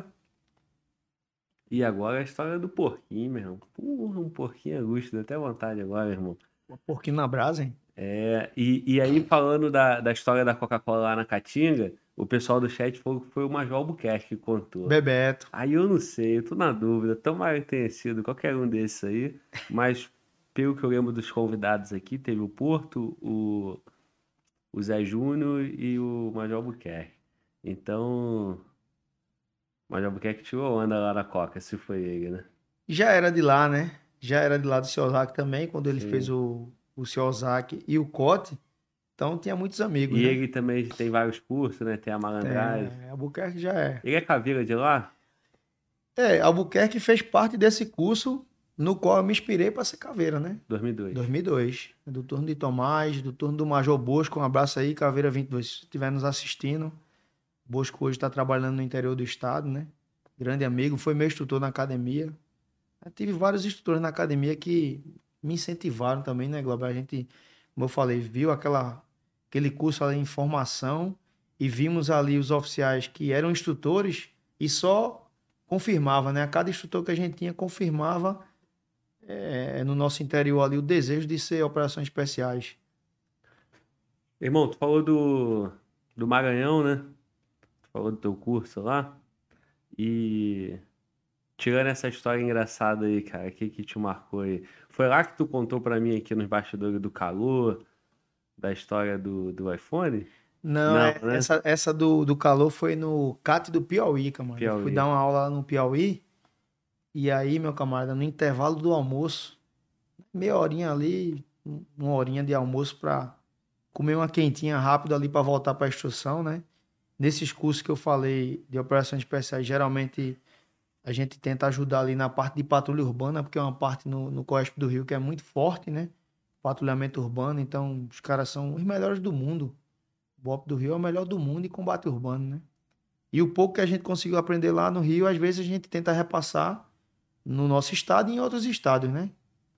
[SPEAKER 1] E agora a história do porquinho, meu irmão. Porra, um porquinho é luxo, dá até vontade agora, irmão.
[SPEAKER 2] Um pouquinho na brasa, hein?
[SPEAKER 1] É, e, e aí, falando da, da história da Coca-Cola lá na Caatinga, o pessoal do chat falou que foi o Major Albuquerque que contou.
[SPEAKER 2] Bebeto.
[SPEAKER 1] Aí eu não sei, eu tô na dúvida. Tomara que tenha sido qualquer um desses aí. Mas, pelo que eu lembro dos convidados aqui, teve o Porto, o, o Zé Júnior e o Major Albuquerque. Então, o Major Albuquerque tirou onda lá na Coca, se foi ele, né?
[SPEAKER 2] Já era de lá, né? Já era de lá do Ciozaki também, quando ele
[SPEAKER 1] Sim.
[SPEAKER 2] fez o, o Ciozaki e o Cote. Então tinha muitos amigos,
[SPEAKER 1] E
[SPEAKER 2] né?
[SPEAKER 1] ele também tem vários cursos, né? Tem a malandragem.
[SPEAKER 2] É, Albuquerque já é.
[SPEAKER 1] Ele é caveira de lá?
[SPEAKER 2] É, Albuquerque fez parte desse curso no qual eu me inspirei para ser caveira, né?
[SPEAKER 1] dois mil e dois.
[SPEAKER 2] dois mil e dois. Do turno de Tomás, do turno do Major Bosco. Um abraço aí, Caveira vinte e dois. Se estiver nos assistindo, Bosco hoje está trabalhando no interior do estado, né? Grande amigo, foi meu instrutor na academia. Eu tive vários instrutores na academia que me incentivaram também, né, Glauber? A gente, como eu falei, viu aquela, aquele curso ali em formação e vimos ali os oficiais que eram instrutores e só confirmava, né? A cada instrutor que a gente tinha confirmava é, no nosso interior ali o desejo de ser operações especiais.
[SPEAKER 1] Irmão, tu falou do, do Maranhão, né? Tu falou do teu curso lá. E tirando essa história engraçada aí, cara, o que que te marcou aí? Foi lá que tu contou pra mim aqui nos bastidores do calor, da história do, do iPhone?
[SPEAKER 2] Não,
[SPEAKER 1] Não,
[SPEAKER 2] é,
[SPEAKER 1] né?
[SPEAKER 2] essa, essa do, do calor foi no CAT do Piauí, camarada. Eu fui dar
[SPEAKER 1] Piauí.
[SPEAKER 2] uma aula lá no Piauí e aí, meu camarada, no intervalo do almoço, meia horinha ali, um- uma horinha de almoço para comer uma quentinha rápido ali para voltar para a instrução, né? Nesses cursos que eu falei de operações especiais, geralmente a gente tenta ajudar ali na parte de patrulha urbana, porque é uma parte no, no Coesp do Rio que é muito forte, né? Patrulhamento urbano, então os caras são os melhores do mundo. O B O P do Rio é o melhor do mundo em combate urbano, né? E o pouco que a gente conseguiu aprender lá no Rio, às vezes a gente tenta repassar no nosso estado e em outros estados, né?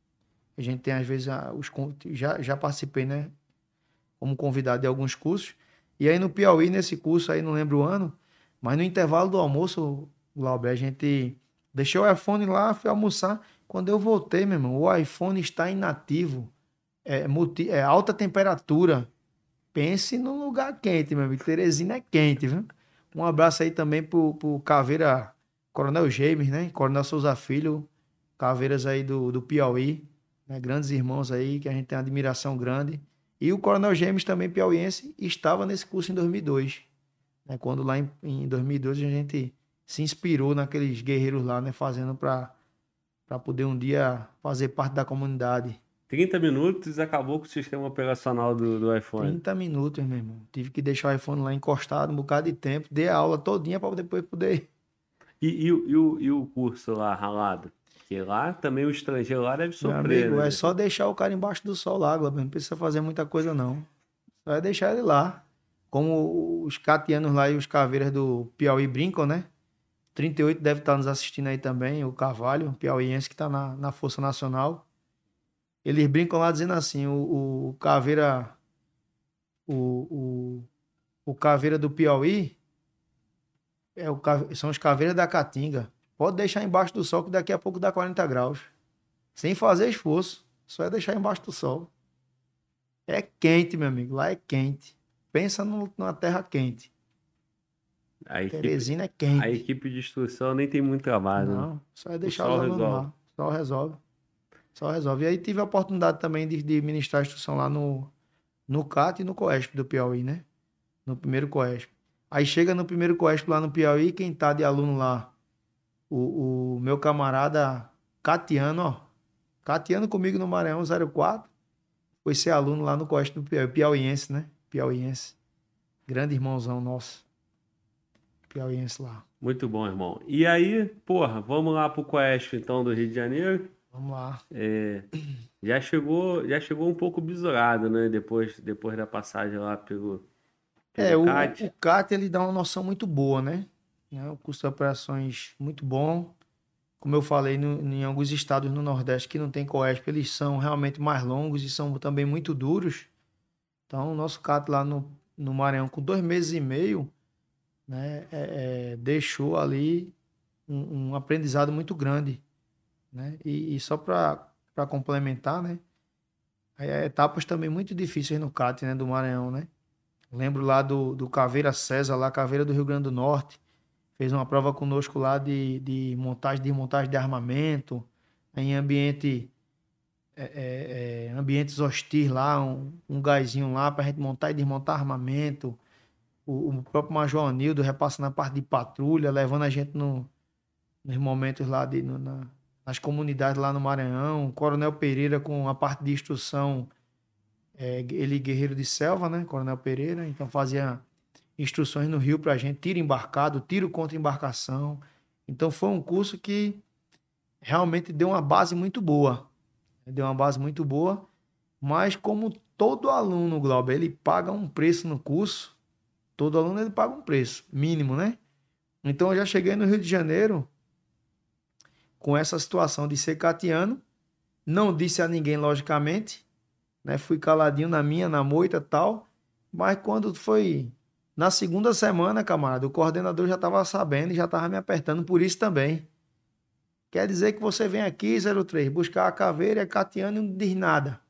[SPEAKER 2] A gente tem, às vezes, a- os, con- já, já participei, né? Como convidado de alguns cursos. E aí no Piauí, nesse curso aí, não lembro o ano, mas no intervalo do almoço, Glauber, a gente deixou o iPhone lá, fui almoçar. Quando eu voltei, meu irmão, o iPhone está inativo. É, multi, é alta temperatura. Pense num lugar quente, meu amigo. Teresina é quente, viu? Um abraço aí também pro, pro Caveira, Coronel James, né? Coronel Souza Filho, Caveiras aí do, do Piauí, né? Grandes irmãos aí que a gente tem uma admiração grande. E o Coronel James também piauiense estava nesse curso em dois mil e dois, né? Quando lá em, em dois mil e doze a gente se inspirou naqueles guerreiros lá, né? Fazendo para para poder um dia fazer parte da comunidade.
[SPEAKER 1] Trinta minutos e acabou com o sistema operacional do, do iPhone.
[SPEAKER 2] Trinta minutos, meu irmão. Tive que deixar o iPhone lá encostado um bocado de tempo. Dei a aula todinha para depois poder.
[SPEAKER 1] E, e, o- e, o, e o curso lá, ralado? Porque lá também o estrangeiro lá deve
[SPEAKER 2] Meu
[SPEAKER 1] sofrer,
[SPEAKER 2] amigo, é
[SPEAKER 1] né?
[SPEAKER 2] só deixar o cara embaixo do sol lá, Glauber. Não precisa fazer muita coisa, não. Só é deixar ele lá. Como os catianos lá e os caveiras do Piauí brincam, né? trinta e oito deve estar nos assistindo aí também, o Carvalho, piauiense que está na, na Força Nacional. Eles brincam lá dizendo assim, o, o caveira, o, o, o caveira do Piauí é o, ca- são os caveiras da Caatinga. Pode deixar embaixo do sol que daqui a pouco dá quarenta graus. Sem fazer esforço. Só é deixar embaixo do sol. É quente, meu amigo. Lá é quente. Pensa no- numa terra quente.
[SPEAKER 1] A equipe,
[SPEAKER 2] Teresina é
[SPEAKER 1] a
[SPEAKER 2] quente.
[SPEAKER 1] equipe de instrução nem tem muito trabalho, né?
[SPEAKER 2] Não, só é
[SPEAKER 1] O
[SPEAKER 2] deixar os
[SPEAKER 1] sol
[SPEAKER 2] alunos
[SPEAKER 1] resolve.
[SPEAKER 2] lá. Só resolve. Só resolve. E aí tive a oportunidade também de, de ministrar a instrução lá no, no CAT e no COESP do Piauí, né? No primeiro COESP. Aí chega no primeiro COESP lá no Piauí, quem tá de aluno lá? O, o meu camarada Catiano, ó. Catiano comigo no Maranhão zero quatro. Foi ser aluno lá no COESP do Piauí, piauiense, né? Piauiense. Grande irmãozão nosso. Piauiense lá.
[SPEAKER 1] Muito bom, irmão. E aí, porra, vamos lá pro Coeste, então, do Rio de Janeiro.
[SPEAKER 2] Vamos lá.
[SPEAKER 1] É, já chegou, já chegou um pouco bisurado, né? Depois, depois da passagem lá pelo,
[SPEAKER 2] É,
[SPEAKER 1] pelo
[SPEAKER 2] o, o
[SPEAKER 1] CAT.
[SPEAKER 2] CAT ele dá uma noção muito boa, né? Né? O custo de operações muito bom. Como eu falei, no, em alguns estados no Nordeste que não tem COESP, eles são realmente mais longos e são também muito duros. Então, o nosso CAT lá no, no Maranhão, com dois meses e meio, né, é, é, deixou ali um, um aprendizado muito grande, né? E, e só para para complementar, né? É, etapas também muito difíceis no CAT, né, do Maranhão, né? Lembro lá do, do Caveira César, lá Caveira do Rio Grande do Norte, fez uma prova conosco lá de, de montagem, desmontagem de armamento, em ambiente, é, é, é, ambientes hostis lá, um, um gásinho lá para a gente montar e desmontar armamento. O, o próprio Major Anildo repassando a parte de patrulha, levando a gente no, nos momentos lá de, no, na, nas comunidades lá no Maranhão. O Coronel Pereira com a parte de instrução, é, ele guerreiro de selva, né? Coronel Pereira, então fazia instruções no Rio para a gente, tiro embarcado, tiro contra embarcação. Então foi um curso que realmente deu uma base muito boa. Deu uma base muito boa, mas como todo aluno, Glauber, ele paga um preço no curso, todo aluno ele paga um preço mínimo, né? Então eu já cheguei no Rio de Janeiro com essa situação de ser catiano Não disse a ninguém, logicamente, né? Fui caladinho na minha, na moita e tal. Mas quando foi na segunda semana, camarada, o coordenador já estava sabendo e já estava me apertando por isso também. Quer dizer que você vem aqui, zero três, buscar a caveira e a Catiana e não diz nada.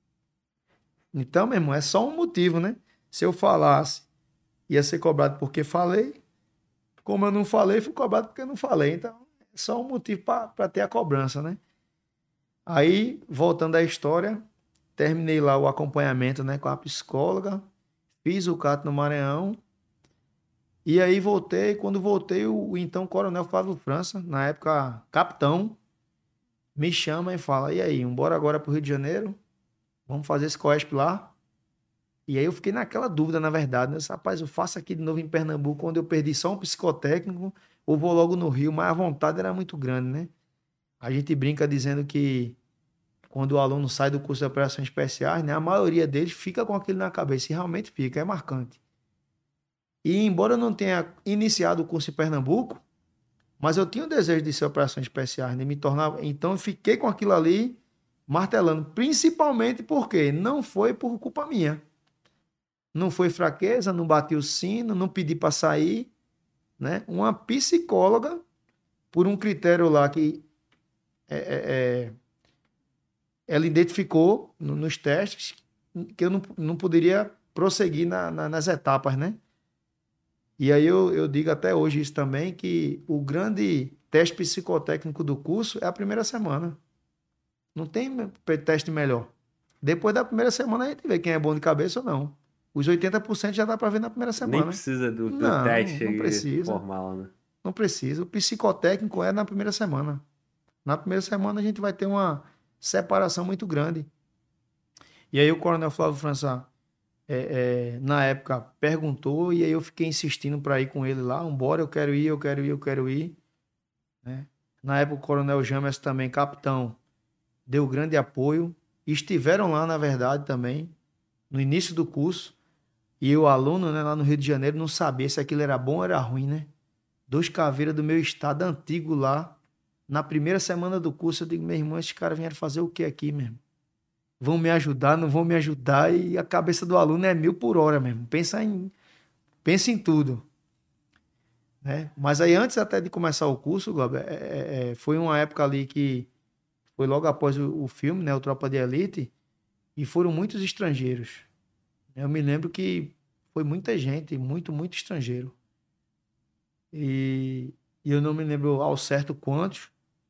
[SPEAKER 2] Então, meu irmão, é só um motivo, né? Se eu falasse, ia ser cobrado porque falei. Como eu não falei, fui cobrado porque eu não falei. Então, é só um motivo para ter a cobrança, né? Aí, voltando à história, terminei lá o acompanhamento, né, com a psicóloga, fiz o CAT no Maranhão, e aí voltei. Quando voltei, o, o então Coronel Flávio França, na época capitão, me chama e fala: e aí, bora agora pro Rio de Janeiro? Vamos fazer esse COESP lá? E aí eu fiquei naquela dúvida, na verdade, né? Rapaz, eu faço aqui de novo em Pernambuco, onde eu perdi só um psicotécnico, ou vou logo no Rio, mas a vontade era muito grande, né? A gente brinca dizendo que quando o aluno sai do curso de operações especiais, né, a maioria deles fica com aquilo na cabeça, e realmente fica, é marcante. E embora eu não tenha iniciado o curso em Pernambuco, mas eu tinha o desejo de ser operações especiais, de me tornar. Então eu fiquei com aquilo ali martelando, principalmente porque não foi por culpa minha. Não foi fraqueza, não bati o sino, não pedi para sair, né? Uma psicóloga, por um critério lá que é, é, é, ela identificou no, nos testes que eu não, não poderia prosseguir na, na, nas etapas, né? E aí eu, eu digo até hoje isso também, que o grande teste psicotécnico do curso é a primeira semana. Não tem teste melhor. Depois da primeira semana a gente vê quem é bom de cabeça ou não. Os oitenta por cento já dá para ver na primeira
[SPEAKER 1] Nem
[SPEAKER 2] semana.
[SPEAKER 1] precisa do, do
[SPEAKER 2] Não,
[SPEAKER 1] teste
[SPEAKER 2] não
[SPEAKER 1] aí
[SPEAKER 2] precisa.
[SPEAKER 1] formal, né?
[SPEAKER 2] Não precisa. O psicotécnico é na primeira semana. Na primeira semana a gente vai ter uma separação muito grande. E aí o Coronel Flávio França, é, é, na época, perguntou, e aí eu fiquei insistindo para ir com ele lá. Embora, eu quero ir, eu quero ir, eu quero ir. Né? Na época o Coronel James também, capitão, deu grande apoio. Estiveram lá, na verdade, também, no início do curso. E o aluno, né, lá no Rio de Janeiro, não sabia se aquilo era bom ou era ruim, né? Dois caveiras do meu estado antigo lá. Na primeira semana do curso, eu digo, meu irmão, esses caras vieram fazer o que aqui mesmo? Vão me ajudar, não vão me ajudar? E a cabeça do aluno é mil por hora mesmo. Pensa em, pensa em tudo. Né? Mas aí, antes até de começar o curso, Glauber, é, é, é, foi uma época ali que foi logo após o, o filme, né, o Tropa de Elite, e foram muitos estrangeiros. Eu me lembro que foi muita gente, muito, muito estrangeiro. E, e eu não me lembro ao certo quantos,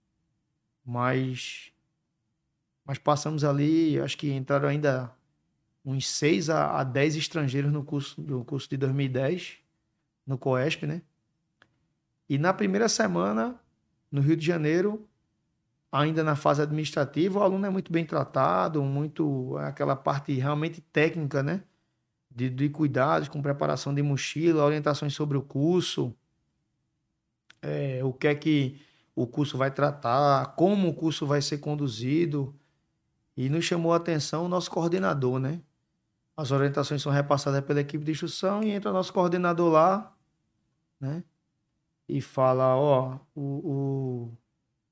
[SPEAKER 2] mas, mas passamos ali, acho que entraram ainda uns seis a, a dez estrangeiros no curso, no curso de dois mil e dez, no COESP, né? E na primeira semana, no Rio de Janeiro, ainda na fase administrativa, o aluno é muito bem tratado, muito aquela parte realmente técnica, né? De, de cuidados com preparação de mochila, orientações sobre o curso, é, o que é que o curso vai tratar, como o curso vai ser conduzido. E nos chamou a atenção o nosso coordenador, né? As orientações são repassadas pela equipe de instrução e entra o nosso coordenador lá, né? E fala, ó, o, o,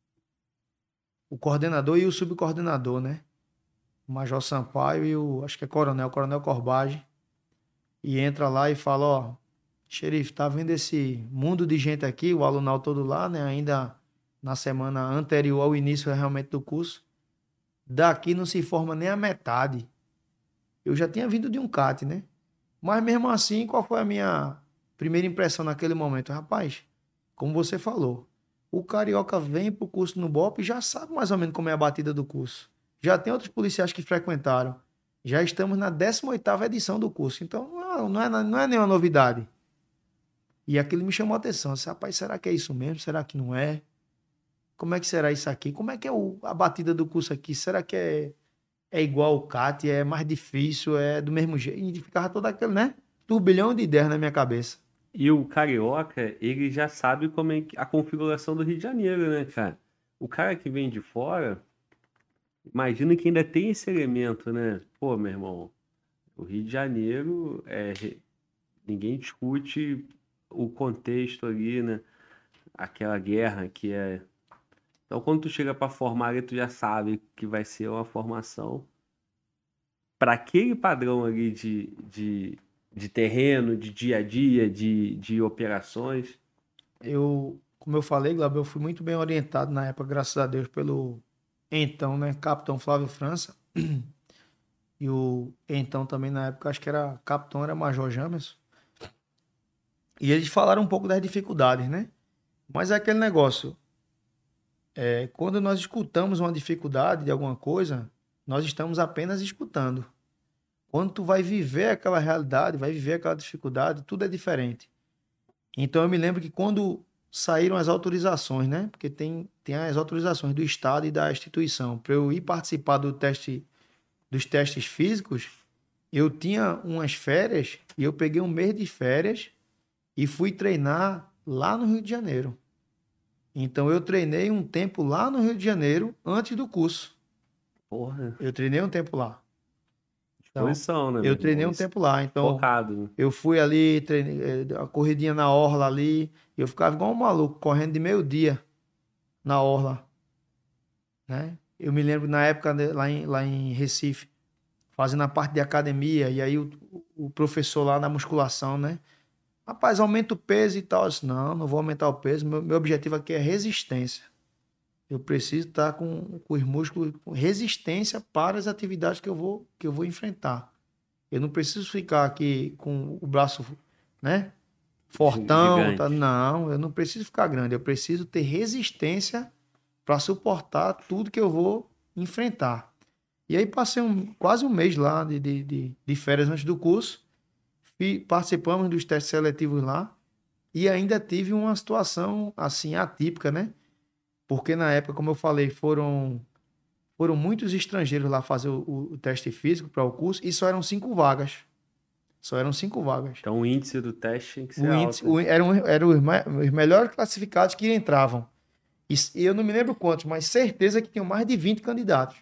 [SPEAKER 2] o coordenador e o subcoordenador, né? O Major Sampaio e o, acho que é Coronel, Coronel Corbage. E entra lá e fala, ó, xerife, tá vendo esse mundo de gente aqui, o alunal todo lá, né? Ainda na semana anterior ao início realmente do curso. Daqui não se forma nem a metade. Eu já tinha vindo de um CAT, né? Mas mesmo assim, qual foi a minha primeira impressão naquele momento? Rapaz, como você falou, o carioca vem pro curso no BOPE e já sabe mais ou menos como é a batida do curso. Já tem outros policiais que frequentaram. Já estamos na décima oitava edição do curso. Então, não, não, é, não é nenhuma novidade. E aquilo me chamou a atenção. Disse, rapaz, será que é isso mesmo? Será que não é? Como é que será isso aqui? Como é que é o, a batida do curso aqui? Será que é, é igual o CAT? É mais difícil? É do mesmo jeito? E ficava todo aquele, né? Turbilhão de ideias na minha cabeça.
[SPEAKER 1] E o carioca, ele já sabe como é que- a configuração do Rio de Janeiro, né, cara? O cara que vem de fora, imagina que ainda tem esse elemento, né? Pô, meu irmão, o Rio de Janeiro, é, ninguém discute o contexto ali, né? Aquela guerra que é Então, quando tu chega para formar, ali, tu já sabe que vai ser uma formação para aquele padrão ali de, de, de terreno, de dia a dia, de, de operações.
[SPEAKER 2] Eu, como eu falei, Glauber, eu fui muito bem orientado na época, graças a Deus, pelo então, né, Capitão Flávio França. E o então também na época, acho que era capitão, era Major Jamerson. E eles falaram um pouco das dificuldades, né? Mas é aquele negócio, é, quando nós escutamos uma dificuldade de alguma coisa, nós estamos apenas escutando. Quando tu vai viver aquela realidade, vai viver aquela dificuldade, tudo é diferente. Então eu me lembro que quando saíram as autorizações, né? Porque tem, tem as autorizações do Estado e da instituição, para eu ir participar do teste, dos testes físicos, eu tinha umas férias e eu peguei um mês de férias e fui treinar lá no Rio de Janeiro. Então eu treinei um tempo lá no Rio de Janeiro antes do curso.
[SPEAKER 1] Porra,
[SPEAKER 2] Eu treinei um tempo lá. Então,
[SPEAKER 1] disposição, né, meu
[SPEAKER 2] eu treinei
[SPEAKER 1] irmão?
[SPEAKER 2] um
[SPEAKER 1] Isso,
[SPEAKER 2] tempo lá. Então,
[SPEAKER 1] focado, né?
[SPEAKER 2] eu fui ali, treinei, eh, uma corridinha na orla ali. Eu ficava igual um maluco, correndo de meio-dia na orla, né? Eu me lembro na época, né, lá em, lá em Recife, fazendo a parte de academia, e aí o, o professor lá na musculação, né? Rapaz, aumenta o peso e tal. Eu disse, não, não vou aumentar o peso. Meu, meu objetivo aqui é resistência. Eu preciso estar com, com os músculos com resistência para as atividades que eu vou, que eu vou enfrentar. Eu não preciso ficar aqui com o braço, né? Fortão, tá?
[SPEAKER 1] Gigante.
[SPEAKER 2] Não, eu não preciso ficar grande. Eu preciso ter resistência para suportar tudo que eu vou enfrentar. E aí passei um, quase um mês lá de, de, de, de férias antes do curso. Fui, participamos dos testes seletivos lá. E ainda tive uma situação assim atípica, né? Porque na época, como eu falei, foram, foram muitos estrangeiros lá fazer o, o teste físico para o curso e só eram cinco vagas. Só eram cinco vagas.
[SPEAKER 1] Então o índice do teste tem que ser
[SPEAKER 2] O índice,
[SPEAKER 1] alto.
[SPEAKER 2] o, eram, eram os, me- os melhores classificados que entravam. E, s- e eu não me lembro quantos, mas certeza que tinham mais de vinte candidatos.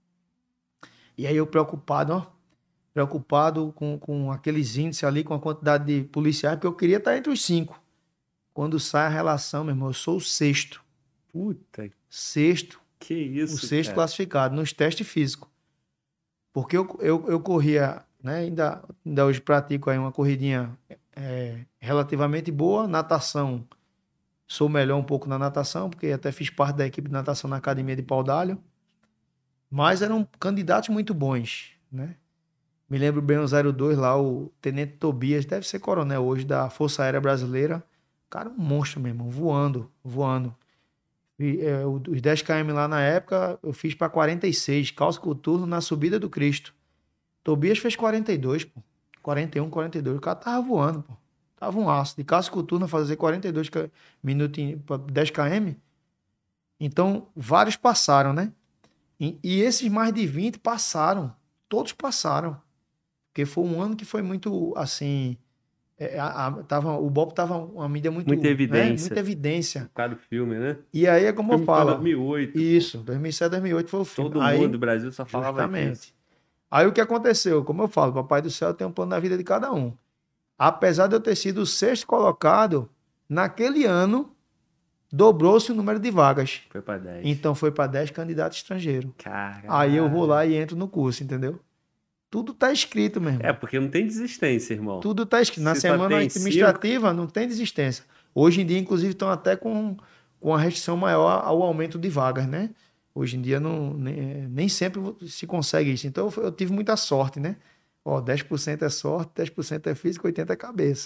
[SPEAKER 2] E aí eu preocupado, ó, preocupado com, com aqueles índices ali, com a quantidade de policiais, porque eu queria estar entre os cinco. Quando sai a relação, meu irmão, eu sou o sexto.
[SPEAKER 1] Puta,
[SPEAKER 2] Sexto,
[SPEAKER 1] que
[SPEAKER 2] o
[SPEAKER 1] isso,
[SPEAKER 2] sexto
[SPEAKER 1] cara.
[SPEAKER 2] classificado nos testes físicos. Porque eu, eu, eu corria, né? Ainda, ainda hoje pratico aí uma corridinha é, relativamente boa, natação. Sou melhor um pouco na natação, porque até fiz parte da equipe de natação na Academia de Paudalho. Mas eram candidatos muito bons, né? Me lembro bem o zero dois lá, o Tenente Tobias, deve ser coronel hoje da Força Aérea Brasileira. Cara, um monstro mesmo, voando, voando. E, é, o- os dez quilômetros lá na época, eu fiz para quarenta e seis, cálculo turno na subida do Cristo. Tobias fez quarenta e dois, pô. quarenta e um, quarenta e dois. O cara tava voando, pô. Tava um aço. De casco turno fazer quarenta e dois ca- minutos para dez quilômetros. Então, vários passaram, né? E, e esses mais de vinte passaram. Todos passaram. Porque foi um ano que foi muito, assim... é, a- a- tava, o Bob tava uma mídia muito,
[SPEAKER 1] Muita
[SPEAKER 2] né? Muita
[SPEAKER 1] evidência.
[SPEAKER 2] evidência.
[SPEAKER 1] Por causa do filme, né?
[SPEAKER 2] E aí é
[SPEAKER 1] O
[SPEAKER 2] como eu
[SPEAKER 1] filme foi em
[SPEAKER 2] falo.
[SPEAKER 1] dois mil e oito, pô.
[SPEAKER 2] Isso, dois mil e sete, dois mil e oito foi o filme.
[SPEAKER 1] Todo mundo
[SPEAKER 2] Aí,
[SPEAKER 1] do Brasil só falava disso.
[SPEAKER 2] justamente. Aí o que aconteceu? Como eu falo, Papai do Céu tem um plano na vida de cada um. Apesar de eu ter sido o sexto colocado, naquele ano dobrou-se o número de vagas.
[SPEAKER 1] Foi pra dez.
[SPEAKER 2] Então foi para dez candidatos estrangeiros.
[SPEAKER 1] Caralho.
[SPEAKER 2] Aí eu vou lá e entro no curso, entendeu? Tudo tá escrito, meu irmão.
[SPEAKER 1] É, porque não tem desistência, irmão.
[SPEAKER 2] Tudo tá escrito. Na
[SPEAKER 1] Se só
[SPEAKER 2] semana
[SPEAKER 1] tem
[SPEAKER 2] administrativa não tem desistência. Hoje em dia, inclusive, estão até com, com uma restrição maior ao aumento de vagas, né? Hoje em dia não, nem, nem sempre se consegue isso. Então eu, eu tive muita sorte, né? Ó, dez por cento é sorte, dez por cento é física, oitenta por cento é cabeça.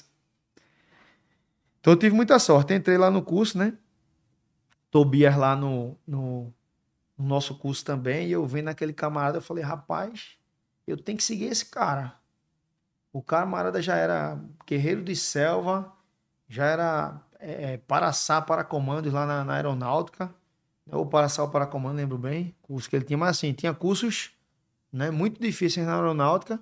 [SPEAKER 2] Então eu tive muita sorte. Entrei lá no curso, né? Tobias lá no, no, no nosso curso também. E eu vendo aquele camarada, eu falei, rapaz, eu tenho que seguir esse cara. O camarada já era guerreiro de selva, já era é, é, paraçá para comandos lá na, na aeronáutica. Ou paraçá ou para comando, lembro bem. Curso que ele tinha, mas assim, tinha cursos, né, muito difíceis na aeronáutica.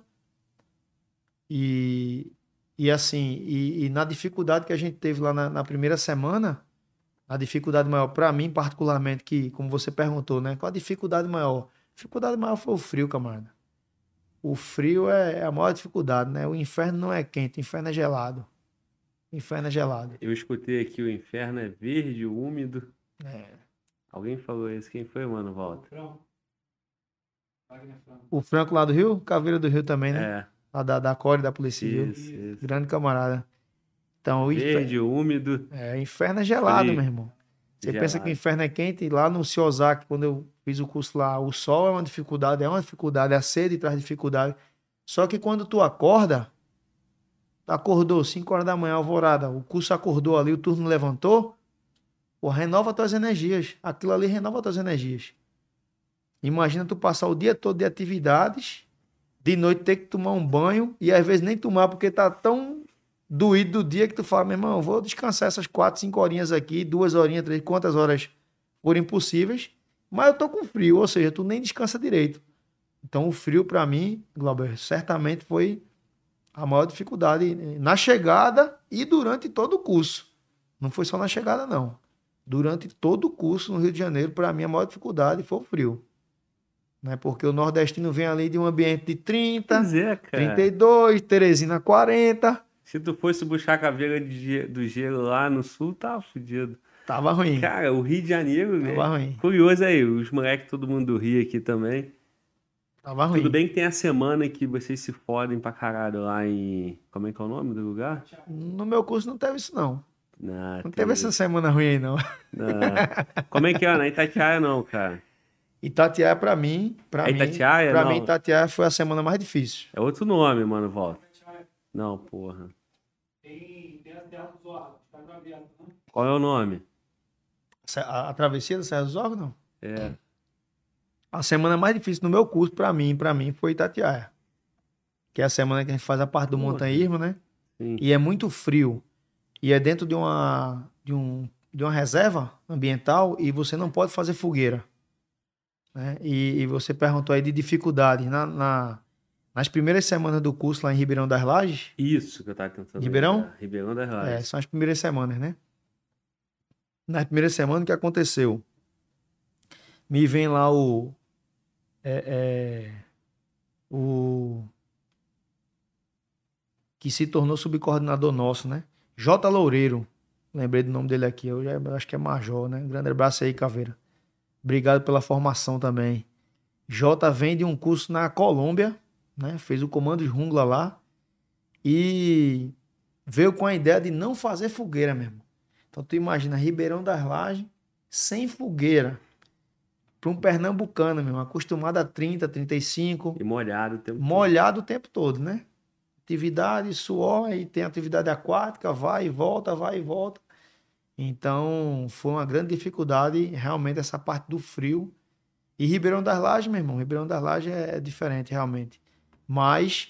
[SPEAKER 2] E, e assim, e, e na dificuldade que a gente teve lá na, na primeira semana, a dificuldade maior para mim, particularmente, que, como você perguntou, né? Qual a dificuldade maior? A dificuldade maior foi o frio, camarada. O frio é a maior dificuldade, né? O inferno não é quente, o inferno é gelado. O inferno é gelado.
[SPEAKER 1] Eu escutei aqui, o inferno é verde, úmido.
[SPEAKER 2] É.
[SPEAKER 1] Alguém falou isso. Quem foi, mano? Volta.
[SPEAKER 2] O Franco lá do Rio, Caveira do Rio também, né?
[SPEAKER 1] É,
[SPEAKER 2] Lá da, da Core, da Polícia Civil.
[SPEAKER 1] isso, isso.
[SPEAKER 2] Grande camarada. Então, o infer...
[SPEAKER 1] Verde, úmido,
[SPEAKER 2] é, inferno é gelado,
[SPEAKER 1] frio,
[SPEAKER 2] meu irmão. Você pensa que o
[SPEAKER 1] gelado.
[SPEAKER 2] inferno é quente, e lá no Ciosaki, quando eu fiz o curso lá, o sol é uma dificuldade, é uma dificuldade, a sede traz dificuldade. Só que quando tu acorda, tu acordou cinco horas da manhã, alvorada, o curso acordou ali, o turno levantou, pô, renova tuas energias. Aquilo ali renova tuas energias. Imagina tu passar o dia todo de atividades, de noite ter que tomar um banho e às vezes nem tomar porque tá tão doído do dia que tu fala, meu irmão, eu vou descansar essas quatro, cinco horinhas aqui, duas horinhas, três, quantas horas forem possíveis, mas eu tô com frio, ou seja, tu nem descansa direito. Então o frio para mim, Glauber, certamente foi a maior dificuldade na chegada e durante todo o curso. Não foi só na chegada, não. Durante todo o curso no Rio de Janeiro, para mim, a maior dificuldade foi o frio. Né? Porque o nordestino vem ali de um ambiente de trinta,
[SPEAKER 1] Pois é,
[SPEAKER 2] trinta e
[SPEAKER 1] cara.
[SPEAKER 2] dois, Teresina quarenta.
[SPEAKER 1] Se tu fosse buscar a caveira de ge- do gelo lá no sul, tava fudido.
[SPEAKER 2] Tava ruim.
[SPEAKER 1] Cara, o Rio de Janeiro,
[SPEAKER 2] Tava
[SPEAKER 1] é
[SPEAKER 2] ruim.
[SPEAKER 1] curioso aí, os moleques, todo mundo do Rio aqui também.
[SPEAKER 2] Tava
[SPEAKER 1] Tudo
[SPEAKER 2] ruim.
[SPEAKER 1] bem que tem a semana que vocês se fodem pra caralho lá em... Como é que é o nome do lugar?
[SPEAKER 2] No meu curso não teve isso, não.
[SPEAKER 1] Na
[SPEAKER 2] Não teve essa
[SPEAKER 1] teve.
[SPEAKER 2] semana ruim aí, não.
[SPEAKER 1] Na... Como é que é? Na Itatiaia não, cara.
[SPEAKER 2] Itatiaia, pra mim, pra
[SPEAKER 1] É
[SPEAKER 2] mim,
[SPEAKER 1] Itatiaia?
[SPEAKER 2] pra mim,
[SPEAKER 1] Não.
[SPEAKER 2] Itatiaia foi a semana mais difícil.
[SPEAKER 1] É outro nome, mano, volta. Não, porra. Qual é o nome?
[SPEAKER 2] A, a, a travessia da Serra dos Órgãos, não.
[SPEAKER 1] É.
[SPEAKER 2] A semana mais difícil no meu curso, pra mim, pra mim, foi Itatiaia. Que é a semana que a gente faz a parte do
[SPEAKER 1] Porra.
[SPEAKER 2] montanhismo, né?
[SPEAKER 1] Sim.
[SPEAKER 2] E é muito frio. E é dentro de uma, de um, de uma reserva ambiental e você não pode fazer fogueira. Né? E, e você perguntou aí de dificuldades. Na, na- nas primeiras semanas do curso lá em Ribeirão das Lajes,
[SPEAKER 1] Isso que eu tava tentando
[SPEAKER 2] Ribeirão?
[SPEAKER 1] lembrar. Ribeirão das
[SPEAKER 2] é,
[SPEAKER 1] Lajes.
[SPEAKER 2] são as primeiras semanas, né? Nas primeiras semanas, o que aconteceu? Me vem lá o... é, é, o... que se tornou subcoordenador nosso, né? J. Loureiro. Lembrei do nome dele aqui. Eu já acho que é Major, né? Grande abraço aí, Caveira. Obrigado pela formação também. J vem de um curso na Colômbia, né? Fez o comando jungla lá e veio com a ideia de não fazer fogueira mesmo. Então tu imagina Ribeirão das Lajes sem fogueira. Para um pernambucano mesmo, acostumado a trinta, trinta e cinco,
[SPEAKER 1] E molhado o tempo todo.
[SPEAKER 2] molhado o tempo todo, né? Atividade, suor, aí tem atividade aquática, vai e volta, vai e volta. Então, foi uma grande dificuldade, realmente, essa parte do frio. E Ribeirão das Lajes, meu irmão, Ribeirão das Lajes é diferente, realmente. Mas,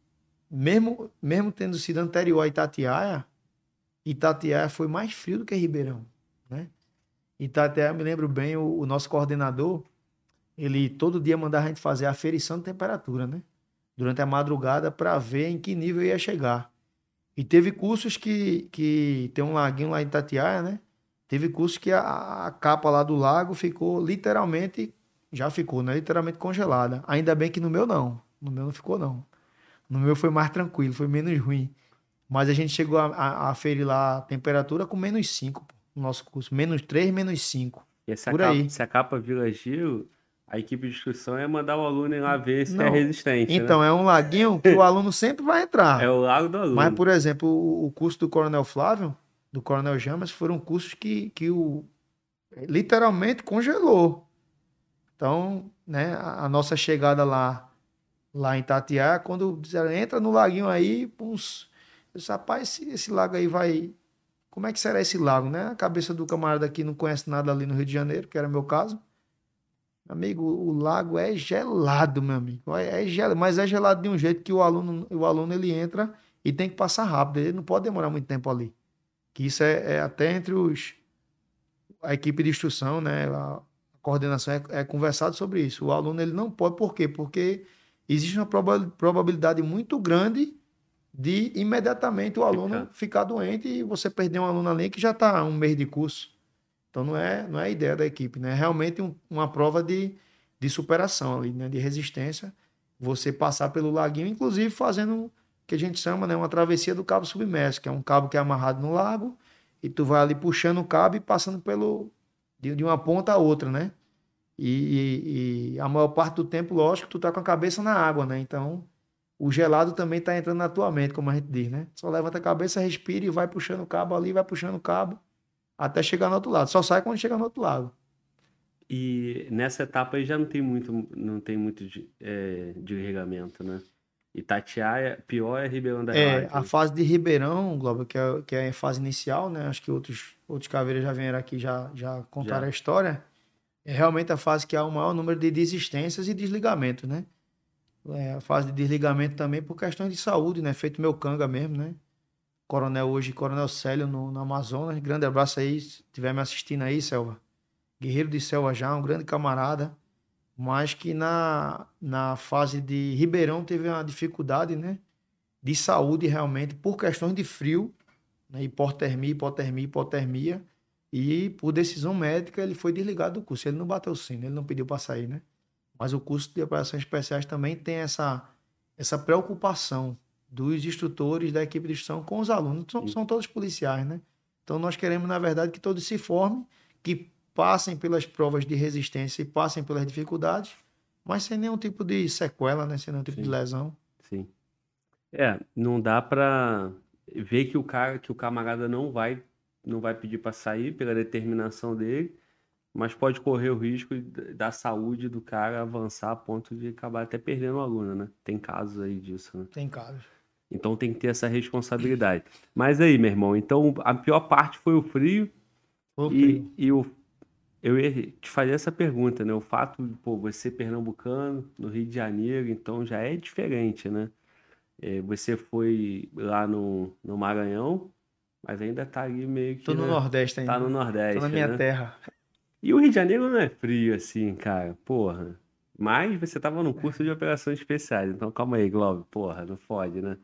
[SPEAKER 2] mesmo, mesmo tendo sido anterior a Itatiaia, Itatiaia foi mais frio do que Ribeirão, né? Itatiaia, me lembro bem, o, o nosso coordenador, ele todo dia mandava a gente fazer a aferição de temperatura, né? Durante a madrugada para ver em que nível ia chegar. E teve cursos que, que tem um laguinho lá em Itatiaia, né? Teve cursos que a, a capa lá do lago ficou literalmente, já ficou, né? Literalmente congelada. Ainda bem que no meu não. No meu não ficou, não. No meu foi mais tranquilo, foi menos ruim. Mas a gente chegou a, a, a ferir lá a temperatura com menos cinco, pô, no nosso curso. Menos três, menos cinco.
[SPEAKER 1] E se a
[SPEAKER 2] Por
[SPEAKER 1] capa,
[SPEAKER 2] aí.
[SPEAKER 1] se a capa vira giro, a equipe de instrução é mandar o aluno ir lá ver se é
[SPEAKER 2] Não.
[SPEAKER 1] resistente,
[SPEAKER 2] Então,
[SPEAKER 1] né?
[SPEAKER 2] é um laguinho que o aluno sempre vai entrar.
[SPEAKER 1] É o lago do aluno.
[SPEAKER 2] Mas, por exemplo, o, o curso do Coronel Flávio, do Coronel Jamas, foram cursos que, que o literalmente congelou. Então, né, a, a nossa chegada lá, lá em Itatiaia, quando disseram, entra no laguinho aí, uns, eu disse, rapaz, esse, esse lago aí vai... Como é que será esse lago, né? A cabeça do camarada aqui não conhece nada ali no Rio de Janeiro, que era meu caso. Amigo, o lago é gelado, meu amigo. É, é gelado, mas é gelado de um jeito que o aluno, o aluno ele entra e tem que passar rápido. Ele não pode demorar muito tempo ali. Que isso é, é até entre os a equipe de instrução, né? A coordenação é, é conversado sobre isso. O aluno ele não pode, por quê? Porque existe uma proba- probabilidade muito grande de imediatamente o aluno
[SPEAKER 1] Ficar.
[SPEAKER 2] ficar doente e você perder um aluno ali que já está um mês de curso. Então não é, não é a ideia da equipe, né? É realmente um- uma prova de, de superação ali, né? De resistência. Você passar pelo laguinho, inclusive fazendo o que a gente chama, né? Uma travessia do cabo submerso, que é um cabo que é amarrado no lago e tu vai ali puxando o cabo e passando pelo de, de uma ponta a outra, né? E, e, e a maior parte do tempo, lógico, tu tá com a cabeça na água, né? Então, o gelado também tá entrando na tua mente, como a gente diz, né? Só levanta a cabeça, respira e vai puxando o cabo ali, vai puxando o cabo, até chegar no outro lado. Só sai quando chega no outro lado.
[SPEAKER 1] E nessa etapa aí já não tem muito, não tem muito de, é, desligamento, né? Itatiaia, pior é Ribeirão das
[SPEAKER 2] É,
[SPEAKER 1] Lajes,
[SPEAKER 2] a
[SPEAKER 1] né?
[SPEAKER 2] fase de Ribeirão, Globo, que é, que é a fase inicial, né? Acho que outros, outros caveiros já vieram aqui, já, já contaram
[SPEAKER 1] Já.
[SPEAKER 2] a história. É realmente a fase que há o maior número de desistências e desligamentos, né? É, a fase de desligamento também por questões de saúde, né? Feito meu canga mesmo, né? Coronel hoje, Coronel Célio no, no Amazonas. Grande abraço aí, se estiver me assistindo aí, Selva. Guerreiro de Selva já, um grande camarada. Mas que na, na fase de Ribeirão teve uma dificuldade, né? De saúde realmente, por questões de frio, né? Hipotermia, hipotermia, hipotermia. E por decisão médica ele foi desligado do curso. Ele não bateu o sino, ele não pediu para sair, né? Mas o curso de operações especiais também tem essa, essa preocupação dos instrutores da equipe de instrução com os alunos. São,
[SPEAKER 1] E-
[SPEAKER 2] são todos policiais, né? Então nós queremos, na verdade, que todos se formem, que passem pelas provas de resistência e passem pelas dificuldades, mas sem nenhum tipo de sequela, né? Sem nenhum tipo de
[SPEAKER 1] Sim,
[SPEAKER 2] lesão.
[SPEAKER 1] sim. É, não dá pra ver que o cara, que o camarada não vai, não vai pedir pra sair pela determinação dele, mas pode correr o risco de- da saúde do cara avançar a ponto de acabar até perdendo o aluno, né? Tem casos aí disso, né?
[SPEAKER 2] Tem casos.
[SPEAKER 1] Então tem que ter essa responsabilidade. Mas aí, meu irmão, então a pior parte foi o frio
[SPEAKER 2] Foi
[SPEAKER 1] e,
[SPEAKER 2] frio.
[SPEAKER 1] e o, eu ia te fazer essa pergunta, né? O fato de, pô, você pernambucano, no Rio de Janeiro, então já é diferente, né? É, você foi lá no, no Maranhão, mas ainda tá ali meio
[SPEAKER 2] Tô
[SPEAKER 1] que,
[SPEAKER 2] no
[SPEAKER 1] né?
[SPEAKER 2] Nordeste
[SPEAKER 1] Tá
[SPEAKER 2] ainda.
[SPEAKER 1] no
[SPEAKER 2] Tô na
[SPEAKER 1] Nordeste,
[SPEAKER 2] minha
[SPEAKER 1] né?
[SPEAKER 2] terra.
[SPEAKER 1] E o Rio de Janeiro não é frio assim, cara, porra. Mas você tava no curso de operações especiais, então calma aí, Globo, porra, não fode, né?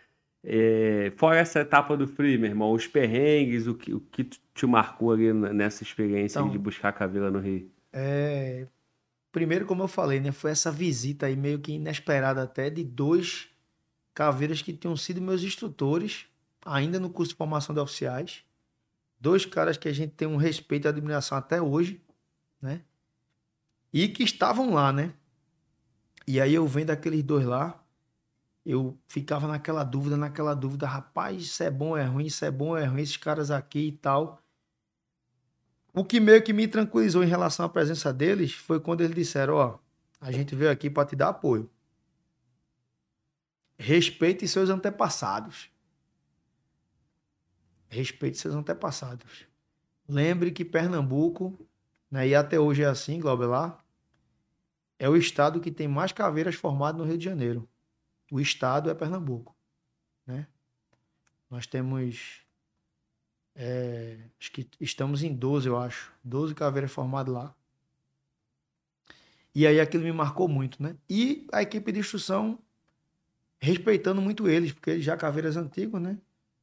[SPEAKER 1] É, fora essa etapa do frio, meu irmão, os perrengues, o que, o que te marcou ali n- nessa experiência aí de
[SPEAKER 2] Então,
[SPEAKER 1] buscar caveira no Rio?
[SPEAKER 2] é, primeiro, como eu falei, né? Foi essa visita aí meio que inesperada até de dois caveiras que tinham sido meus instrutores, ainda no curso de formação de oficiais. Dois caras que a gente tem um respeito e admiração até hoje, né? E que estavam lá, né? E aí eu vendo aqueles dois lá, eu ficava naquela dúvida, naquela dúvida, rapaz, isso é bom ou é ruim, isso é bom ou é ruim, esses caras aqui e tal. O que meio que me tranquilizou em relação à presença deles foi quando eles disseram, ó, a gente veio aqui para te dar apoio. Respeite seus antepassados. Respeite seus antepassados. Lembre que Pernambuco, né, e até hoje é assim, Glauber, lá, é o estado que tem mais caveiras formadas no Rio de Janeiro. O estado é Pernambuco, né? Nós temos, é, acho que estamos em doze, eu acho. doze caveiras formadas lá. E aí aquilo me marcou muito, né? E a equipe de instrução respeitando muito eles, porque eles já caveiras antigos, né?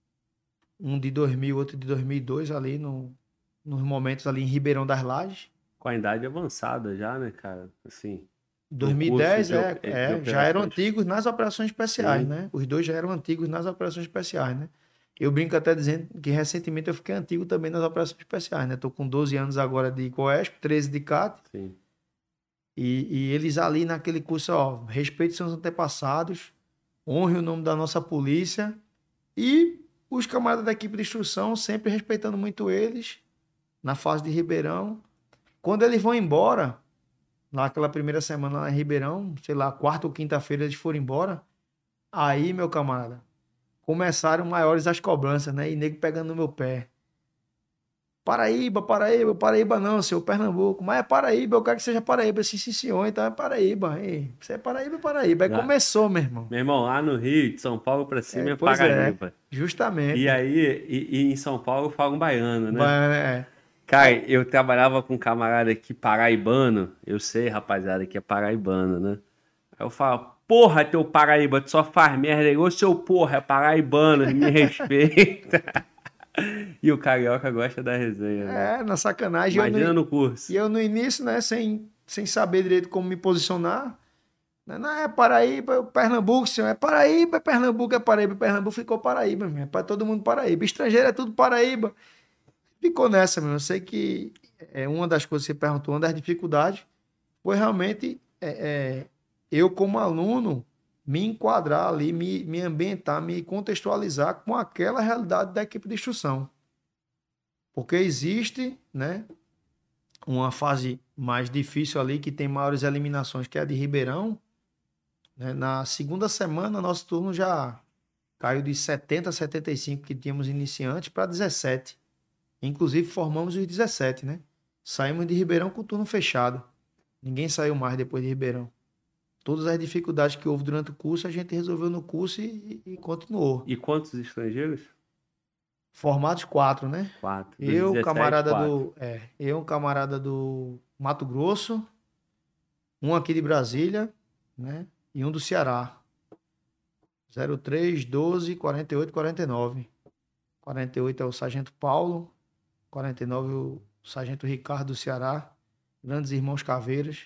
[SPEAKER 2] Um de dois mil, outro de dois mil e dois, ali no, nos momentos ali em Ribeirão das Lajes.
[SPEAKER 1] Com a idade avançada já, né, cara? Assim, pro curso
[SPEAKER 2] dois mil e dez
[SPEAKER 1] de,
[SPEAKER 2] é,
[SPEAKER 1] op- de
[SPEAKER 2] é, já eram
[SPEAKER 1] operações.
[SPEAKER 2] antigos nas operações especiais,
[SPEAKER 1] Sim,
[SPEAKER 2] né? Os dois já eram antigos nas operações especiais, né? Eu brinco até dizendo que recentemente eu fiquei antigo também nas operações especiais, né? Tô com doze anos agora de Coesp, treze de C A T,
[SPEAKER 1] sim.
[SPEAKER 2] e, e eles ali naquele curso, ó, respeite seus antepassados, honre o nome da nossa polícia, e os camaradas da equipe de instrução sempre respeitando muito eles, na fase de Ribeirão. Quando eles vão embora, naquela primeira semana lá em Ribeirão, sei lá, quarta ou quinta-feira eles foram embora. Aí, meu camarada, começaram maiores as cobranças, né? E nego pegando no meu pé. Paraíba, Paraíba, Paraíba não, seu Pernambuco. Mas é Paraíba, eu quero que seja Paraíba. Sim, sim, senhor, então é Paraíba. Ei, você é Paraíba, é Paraíba. Aí
[SPEAKER 1] Lá,
[SPEAKER 2] começou, meu irmão.
[SPEAKER 1] meu irmão, lá no Rio, de São Paulo pra
[SPEAKER 2] É,
[SPEAKER 1] cima é
[SPEAKER 2] pois é,
[SPEAKER 1] Paraíba. E
[SPEAKER 2] justamente.
[SPEAKER 1] aí, e, e em São Paulo falam baiano, né?
[SPEAKER 2] Ba- é.
[SPEAKER 1] Cara,
[SPEAKER 2] Aí,
[SPEAKER 1] eu trabalhava com um camarada aqui paraibano. Eu sei, rapaziada, que é paraibano, né? Aí eu falo, porra, teu Paraíba, tu só faz merda aí. Ô, seu porra, é paraibano, me respeita. E o carioca gosta da resenha, né?
[SPEAKER 2] é, na sacanagem, eu no,
[SPEAKER 1] Imagina
[SPEAKER 2] e
[SPEAKER 1] no curso.
[SPEAKER 2] eu no início, né, sem, sem saber direito como me posicionar, né, não é Paraíba, é Pernambuco, senhor, é Paraíba, é Pernambuco, é Paraíba, Pernambuco ficou Paraíba, meu, é para todo mundo Paraíba, estrangeiro é tudo Paraíba, ficou nessa, meu, eu sei que é uma das coisas que você perguntou, uma das dificuldades foi realmente é, é, eu, como aluno, me enquadrar ali, me, me ambientar, me contextualizar com aquela realidade da equipe de instrução. Porque existe, né, uma fase mais difícil ali, que tem maiores eliminações, que é a de Ribeirão. Né? Na segunda semana, nosso turno já caiu de setenta a setenta e cinco que tínhamos iniciantes para dezessete. Inclusive, formamos os dezessete, né? Saímos de Ribeirão com o turno fechado. Ninguém saiu mais depois de Ribeirão. Todas as dificuldades que houve durante o curso, a gente resolveu no curso e, e continuou.
[SPEAKER 1] E quantos estrangeiros?
[SPEAKER 2] Formados quatro, né?
[SPEAKER 1] Quatro. Dos
[SPEAKER 2] Eu,
[SPEAKER 1] dezessete,
[SPEAKER 2] camarada
[SPEAKER 1] quatro.
[SPEAKER 2] do, é, eu, camarada do Mato Grosso, um aqui de Brasília, né? E um do Ceará. zero três, doze, quarenta e oito, quarenta e nove. quarenta e oito é o Sargento Paulo, quarenta e nove o Sargento Ricardo do Ceará, Grandes Irmãos Caveiras,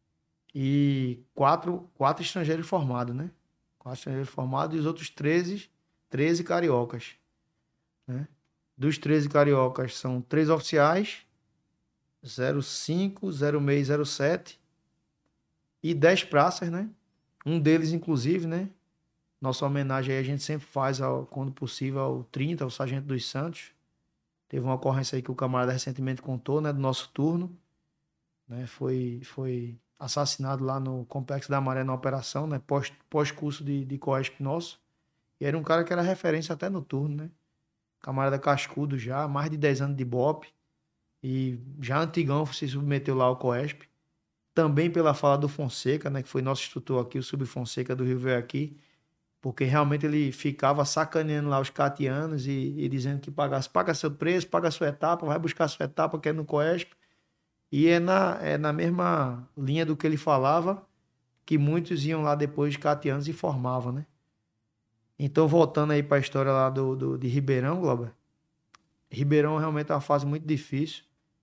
[SPEAKER 2] e quatro, quatro estrangeiros formados, né? Quatro estrangeiros formados e os outros treze, treze cariocas, né? Dos treze cariocas são três oficiais, zero cinco, zero seis, zero sete e dez praças, né? Um deles, inclusive, né? Nossa homenagem aí a gente sempre faz, ao, quando possível, ao trinta, ao Sargento dos Santos. Teve uma ocorrência aí que o camarada recentemente contou, né? Do nosso turno, né? Foi, foi assassinado lá no Complexo da Maré na operação, né? Pós, pós-curso de, de COESP nosso. E era um cara que era referência até no turno, né? Camarada cascudo já, mais de dez anos de B O P. E já antigão se submeteu lá ao COESP. Também pela fala do Fonseca, né? Que foi nosso instrutor aqui, o Subfonseca do Rio veio aqui. Porque realmente ele ficava sacaneando lá os catianos e, e dizendo que pagasse, paga seu preço, paga sua etapa, vai buscar sua etapa, que é no COESP. E é na, é na mesma linha do que ele falava, que muitos iam lá depois de catianos e formavam, né? Então, voltando aí para a história lá do, do, de Ribeirão, Glauber. Ribeirão realmente é uma fase muito difícil.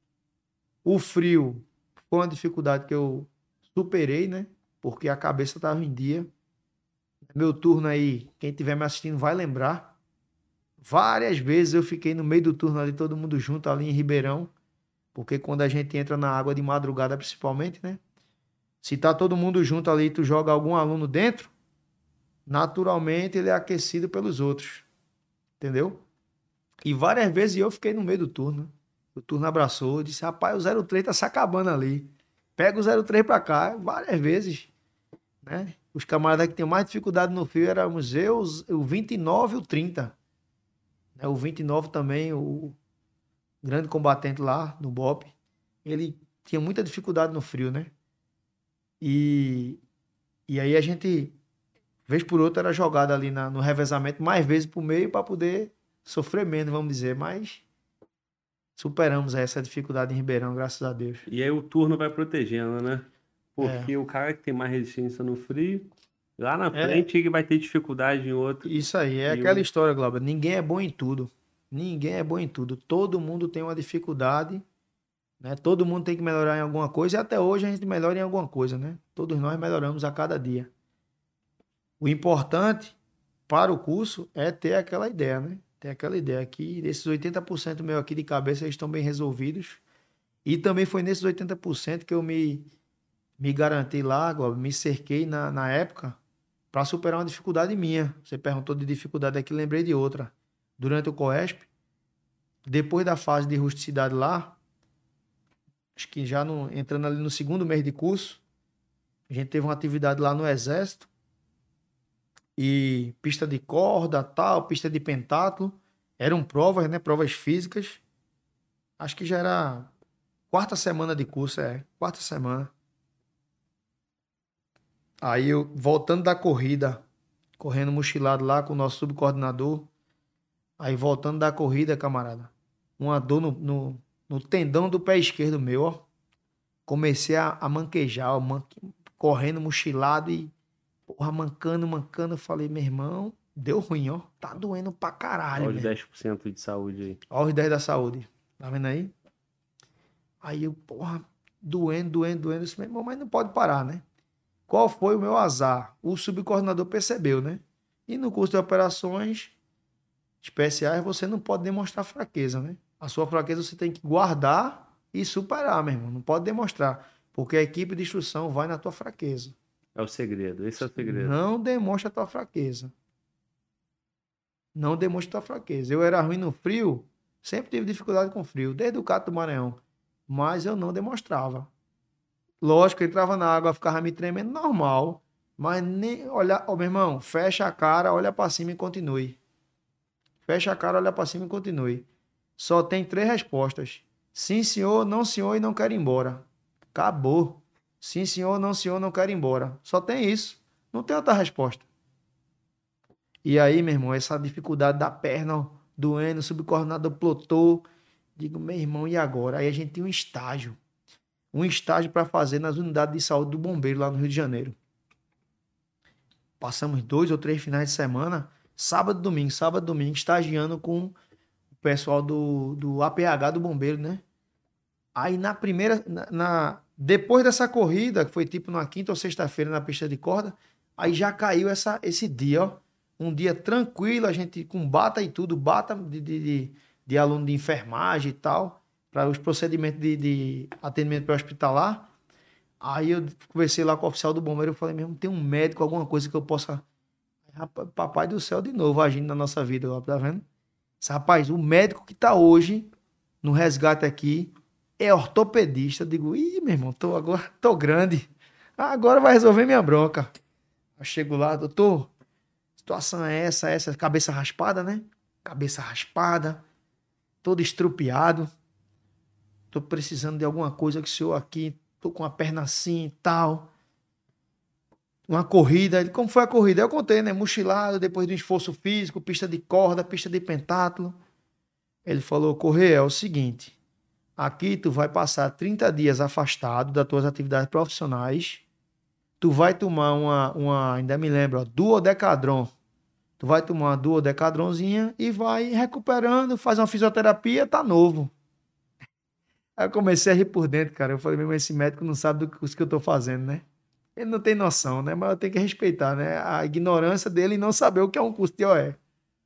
[SPEAKER 2] O frio foi uma dificuldade que eu superei, né? Porque a cabeça estava em dia. Meu turno aí, quem estiver me assistindo vai lembrar. Várias vezes eu fiquei no meio do turno ali, todo mundo junto ali em Ribeirão. Porque quando a gente entra na água de madrugada, principalmente, né? Se tá todo mundo junto ali e tu joga algum aluno dentro, naturalmente ele é aquecido pelos outros. Entendeu? E várias vezes eu fiquei no meio do turno. Né? O turno abraçou, disse, rapaz, o zero três tá se acabando ali. Pega o zero três pra cá. Várias vezes, né? Os camaradas que tinham mais dificuldade no fio éramos eu, o vinte e nove e o trinta. O vinte e nove também, o grande combatente lá no B O P, ele tinha muita dificuldade no frio, né? E, e aí a gente, vez por outra, era jogado ali na, no revezamento mais vezes por meio para poder sofrer menos, vamos dizer. Mas superamos essa dificuldade em Ribeirão, graças a Deus.
[SPEAKER 1] E aí o turno vai protegendo, né?
[SPEAKER 2] É.
[SPEAKER 1] Porque o cara que tem mais resistência no frio, lá na
[SPEAKER 2] É.
[SPEAKER 1] frente ele vai ter dificuldade em outro.
[SPEAKER 2] Isso aí, é
[SPEAKER 1] E
[SPEAKER 2] aquela
[SPEAKER 1] o-
[SPEAKER 2] história, Glauber. Ninguém é bom em tudo. Ninguém é bom em tudo. Todo mundo tem uma dificuldade, né? Todo mundo tem que melhorar em alguma coisa e até hoje a gente melhora em alguma coisa, né? Todos nós melhoramos a cada dia. O importante para o curso é ter aquela ideia, né? Ter aquela ideia que desses oitenta por cento meu aqui de cabeça eles estão bem resolvidos. E também foi nesses oitenta por cento que eu me, me garanti lá, Glauber, me cerquei na, na época para superar uma dificuldade minha. Você perguntou de dificuldade aqui, lembrei de outra. Durante o COESP, depois da fase de rusticidade lá, acho que já no, entrando ali no segundo mês de curso, a gente teve uma atividade lá no Exército, e pista de corda, tal, pista de pentatlo, eram provas, né, provas físicas. Acho que já era quarta semana de curso, é, quarta semana. Aí eu, voltando da corrida, correndo mochilado lá com o nosso subcoordenador, aí voltando da corrida, camarada, uma dor no, no, no tendão do pé esquerdo meu, ó. Comecei a, a manquejar, ó, man, correndo mochilado e, porra, mancando, mancando. Eu falei, meu irmão, deu ruim, ó. Tá doendo pra caralho,
[SPEAKER 1] Olha os
[SPEAKER 2] mesmo.
[SPEAKER 1] dez por cento de saúde aí.
[SPEAKER 2] Olha os dez da saúde. Tá vendo aí? Aí eu, porra, doendo, doendo, doendo. Eu disse, meu irmão, mas não pode parar, né? Qual foi o meu azar? O subcoordenador percebeu, né? E no curso de operações especiais, você não pode demonstrar fraqueza, né? A sua fraqueza você tem que guardar e superar, meu irmão. Não pode demonstrar. Porque a equipe de instrução vai na tua fraqueza.
[SPEAKER 1] É o segredo, esse é o segredo.
[SPEAKER 2] Não demonstra a tua fraqueza. Não demonstra a tua fraqueza. Eu era ruim no frio, sempre tive dificuldade com frio, desde o Cato do Maranhão. Mas eu não demonstrava. Lógico, eu entrava na água, ficava me tremendo normal. Mas nem olhar, oh, meu irmão, fecha a cara, olha pra cima e continue. Fecha a cara, olha pra cima e continue. Só tem três respostas. Sim, senhor, não, senhor e não quero ir embora. Acabou. Sim, senhor, não, senhor, não quero ir embora. Só tem isso. Não tem outra resposta. E aí, meu irmão, essa dificuldade da perna ó, doendo, o subcoordenador plotou. Digo, meu irmão, e agora? Aí a gente tem um estágio. Um estágio para fazer nas unidades de saúde do bombeiro lá no Rio de Janeiro. Passamos dois ou três finais de semana, sábado, domingo, sábado, domingo, estagiando com o pessoal do, do A P H do bombeiro, né? Aí na primeira, na, na, depois dessa corrida, que foi tipo na quinta ou sexta-feira na pista de corda, aí já caiu essa, esse dia, ó. Um dia tranquilo, a gente com bata e tudo, bata de, de, de, de aluno de enfermagem e tal, para os procedimentos de, de atendimento pré-hospitalar. Aí eu conversei lá com o oficial do bombeiro, eu falei mesmo, tem um médico, alguma coisa que eu possa... Rapaz, papai do céu de novo agindo na nossa vida, ó, tá vendo? Rapaz, o médico que tá hoje no resgate aqui é ortopedista. Eu digo, ih, meu irmão, tô, agora tô grande. Agora vai resolver minha bronca. Eu chego lá, doutor, situação é essa, essa, cabeça raspada, né? Cabeça raspada, todo estrupiado. Tô precisando de alguma coisa que o senhor aqui, tô com a perna assim e tal. Uma corrida. Ele, como foi a corrida? Eu contei, né? Mochilado, depois de um esforço físico, pista de corda, pista de pentátulo. Ele falou, Correia, é o seguinte, aqui tu vai passar trinta dias afastado das tuas atividades profissionais. Tu vai tomar uma, uma ainda me lembro, ó, duodecadron. Tu vai tomar uma duodecadronzinha e vai recuperando, faz uma fisioterapia, tá novo. Aí eu comecei a rir por dentro, cara. Eu falei, mesmo, esse médico não sabe do que eu tô fazendo, né? Ele não tem noção, né? Mas eu tenho que respeitar, né? A ignorância dele em não saber o que é um curso de O E. Aí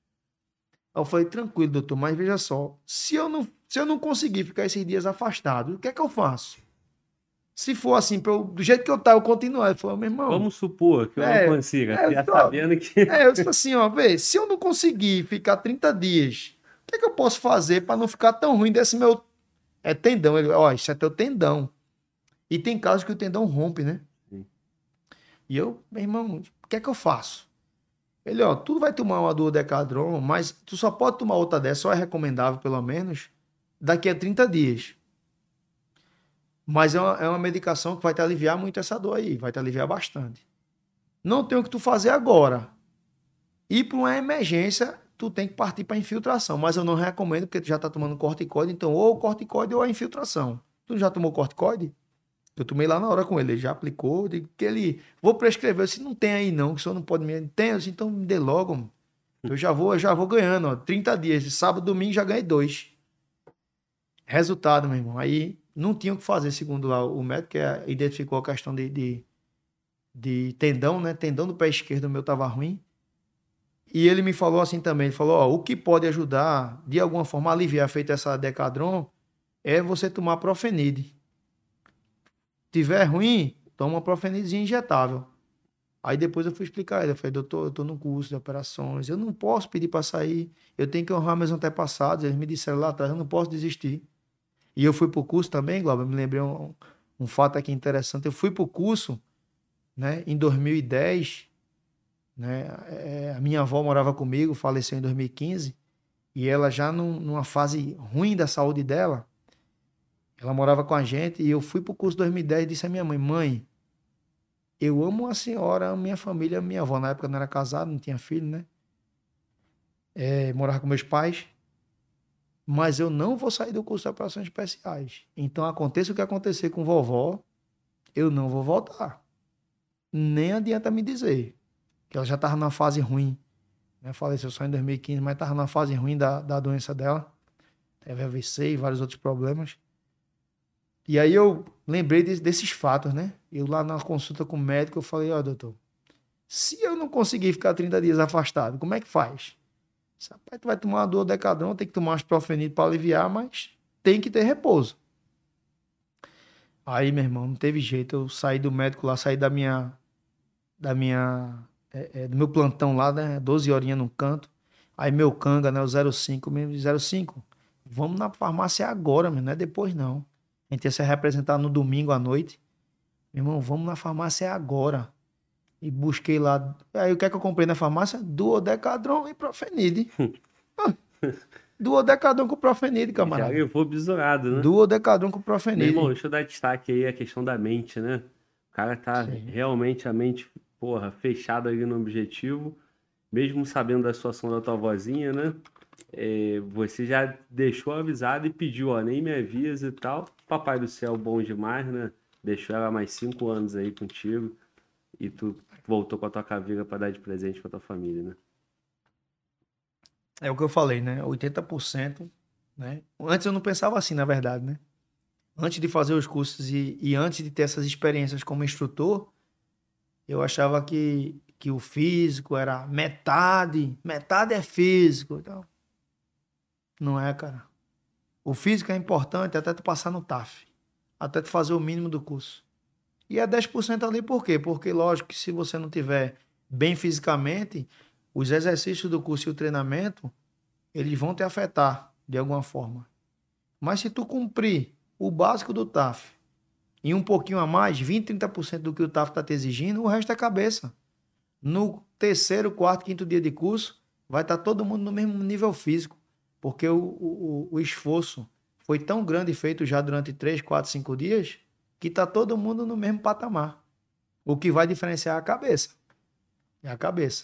[SPEAKER 2] eu falei, tranquilo, doutor, mas veja só, se eu não, se eu não conseguir ficar esses dias afastado, o que é que eu faço? Se for assim, eu, do jeito que eu tá, eu continuo. Ele falou, meu irmão...
[SPEAKER 1] Vamos supor que eu
[SPEAKER 2] é,
[SPEAKER 1] não consiga,
[SPEAKER 2] é,
[SPEAKER 1] já
[SPEAKER 2] só,
[SPEAKER 1] sabendo que...
[SPEAKER 2] É, eu disse assim, ó, vê, se eu não conseguir ficar trinta dias, o que é que eu posso fazer para não ficar tão ruim desse meu... É tendão. Ele, ó, isso é teu tendão. E tem casos que o tendão rompe, né? Sim. E eu, meu irmão, o que é que eu faço? Ele, ó, tu vai tomar uma duodecadron, mas tu só pode tomar outra dessa, só é recomendável, pelo menos, daqui a trinta dias. Mas é uma, é uma medicação que vai te aliviar muito essa dor aí, vai te aliviar bastante. Não tem o que tu fazer agora. E para uma emergência, tu tem que partir para infiltração, mas eu não recomendo, porque tu já tá tomando corticoide, então ou o corticoide ou a infiltração. Tu já tomou corticoide? Eu tomei lá na hora com ele, ele já aplicou, digo que ele... Vou prescrever, eu disse, não tem aí não, que o senhor não pode me... Tem, eu disse, então me dê logo, mano. Eu já vou, eu já vou ganhando, ó, trinta dias, sábado, domingo já ganhei dois. Resultado, meu irmão, aí não tinha o que fazer, segundo lá o médico, que identificou a questão de, de, de tendão, né, tendão do pé esquerdo, o meu tava ruim. E ele me falou assim também, ele falou, ó, o que pode ajudar, de alguma forma, a aliviar feito essa decadron, é você tomar profenide. Tiver ruim, toma uma profenidezinha injetável. Aí depois eu fui explicar a ele, eu falei, doutor, eu tô no curso de operações, eu não posso pedir para sair, eu tenho que honrar meus antepassados, eles me disseram lá atrás, eu não posso desistir. E eu fui pro curso também, Glauber, me lembrei um, um fato aqui interessante, eu fui pro curso, né, em dois mil e dez, né, é, a minha avó morava comigo, faleceu em dois mil e quinze, e ela já num, numa fase ruim da saúde dela, ela morava com a gente, e eu fui pro curso em dois mil e dez e disse à minha mãe, mãe, eu amo a senhora, amo minha família, amo minha avó. Na época eu não era casado, não tinha filho, né? É, morava com meus pais. Mas eu não vou sair do curso de operações especiais. Então, aconteça o que acontecer com vovó, eu não vou voltar. Nem adianta me dizer. Que ela já estava numa fase ruim. Né? Faleceu só em dois mil e quinze, mas estava numa fase ruim da, da doença dela. Teve A V C e vários outros problemas. E aí eu lembrei de, desses fatos, né? Eu lá na consulta com o médico, eu falei, ó, oh, doutor, se eu não conseguir ficar trinta dias afastado, como é que faz? Rapaz, tu vai tomar uma duodecadron, tem que tomar umas profenides para aliviar, mas tem que ter repouso. Aí, meu irmão, não teve jeito. Eu saí do médico lá, saí da minha, da minha, é, é, do meu plantão lá, né? doze horinhas no canto. Aí meu canga, né? O zero cinco, mesmo, zero cinco. Vamos na farmácia agora, meu, não é depois não. A gente ia se representar no domingo à noite. Meu irmão, vamos na farmácia agora. E busquei lá. Aí o que é que eu comprei na farmácia? Duodecadron e Profenide. Duodecadron com Profenide,
[SPEAKER 1] Já
[SPEAKER 2] camarada.
[SPEAKER 1] levou bisurado, né?
[SPEAKER 2] Duodecadron com
[SPEAKER 1] Meu irmão,
[SPEAKER 2] Profenide.
[SPEAKER 1] deixa eu dar destaque aí a questão da mente, né? O cara tá
[SPEAKER 2] Sim.
[SPEAKER 1] realmente a mente, porra, fechada ali no objetivo, mesmo sabendo da situação da tua vozinha, né? É, você já deixou avisado e pediu, ó, nem me avisa e tal. Papai do céu, bom demais, né? Deixou ela mais cinco anos aí contigo e tu voltou com a tua caveira pra dar de presente pra tua família, né?
[SPEAKER 2] É o que eu falei, né? Oitenta por cento, né? Antes eu não pensava assim, na verdade, né? Antes de fazer os cursos e, e antes de ter essas experiências como instrutor, eu achava que, que o físico era metade, metade é físico. Então, não é, cara. O físico é importante até tu passar no T A F, até tu fazer o mínimo do curso. E é dez por cento ali por quê? Porque, lógico, que se você não tiver bem fisicamente, os exercícios do curso e o treinamento, eles vão te afetar de alguma forma. Mas se tu cumprir o básico do T A F e um pouquinho a mais, vinte, trinta por cento do que o T A F está te exigindo, o resto é cabeça. No terceiro, quarto, quinto dia de curso, vai estar todo mundo no mesmo nível físico, porque o, o, o esforço foi tão grande feito já durante três, quatro, cinco dias, que está todo mundo no mesmo patamar. O que vai diferenciar é a cabeça. É a cabeça.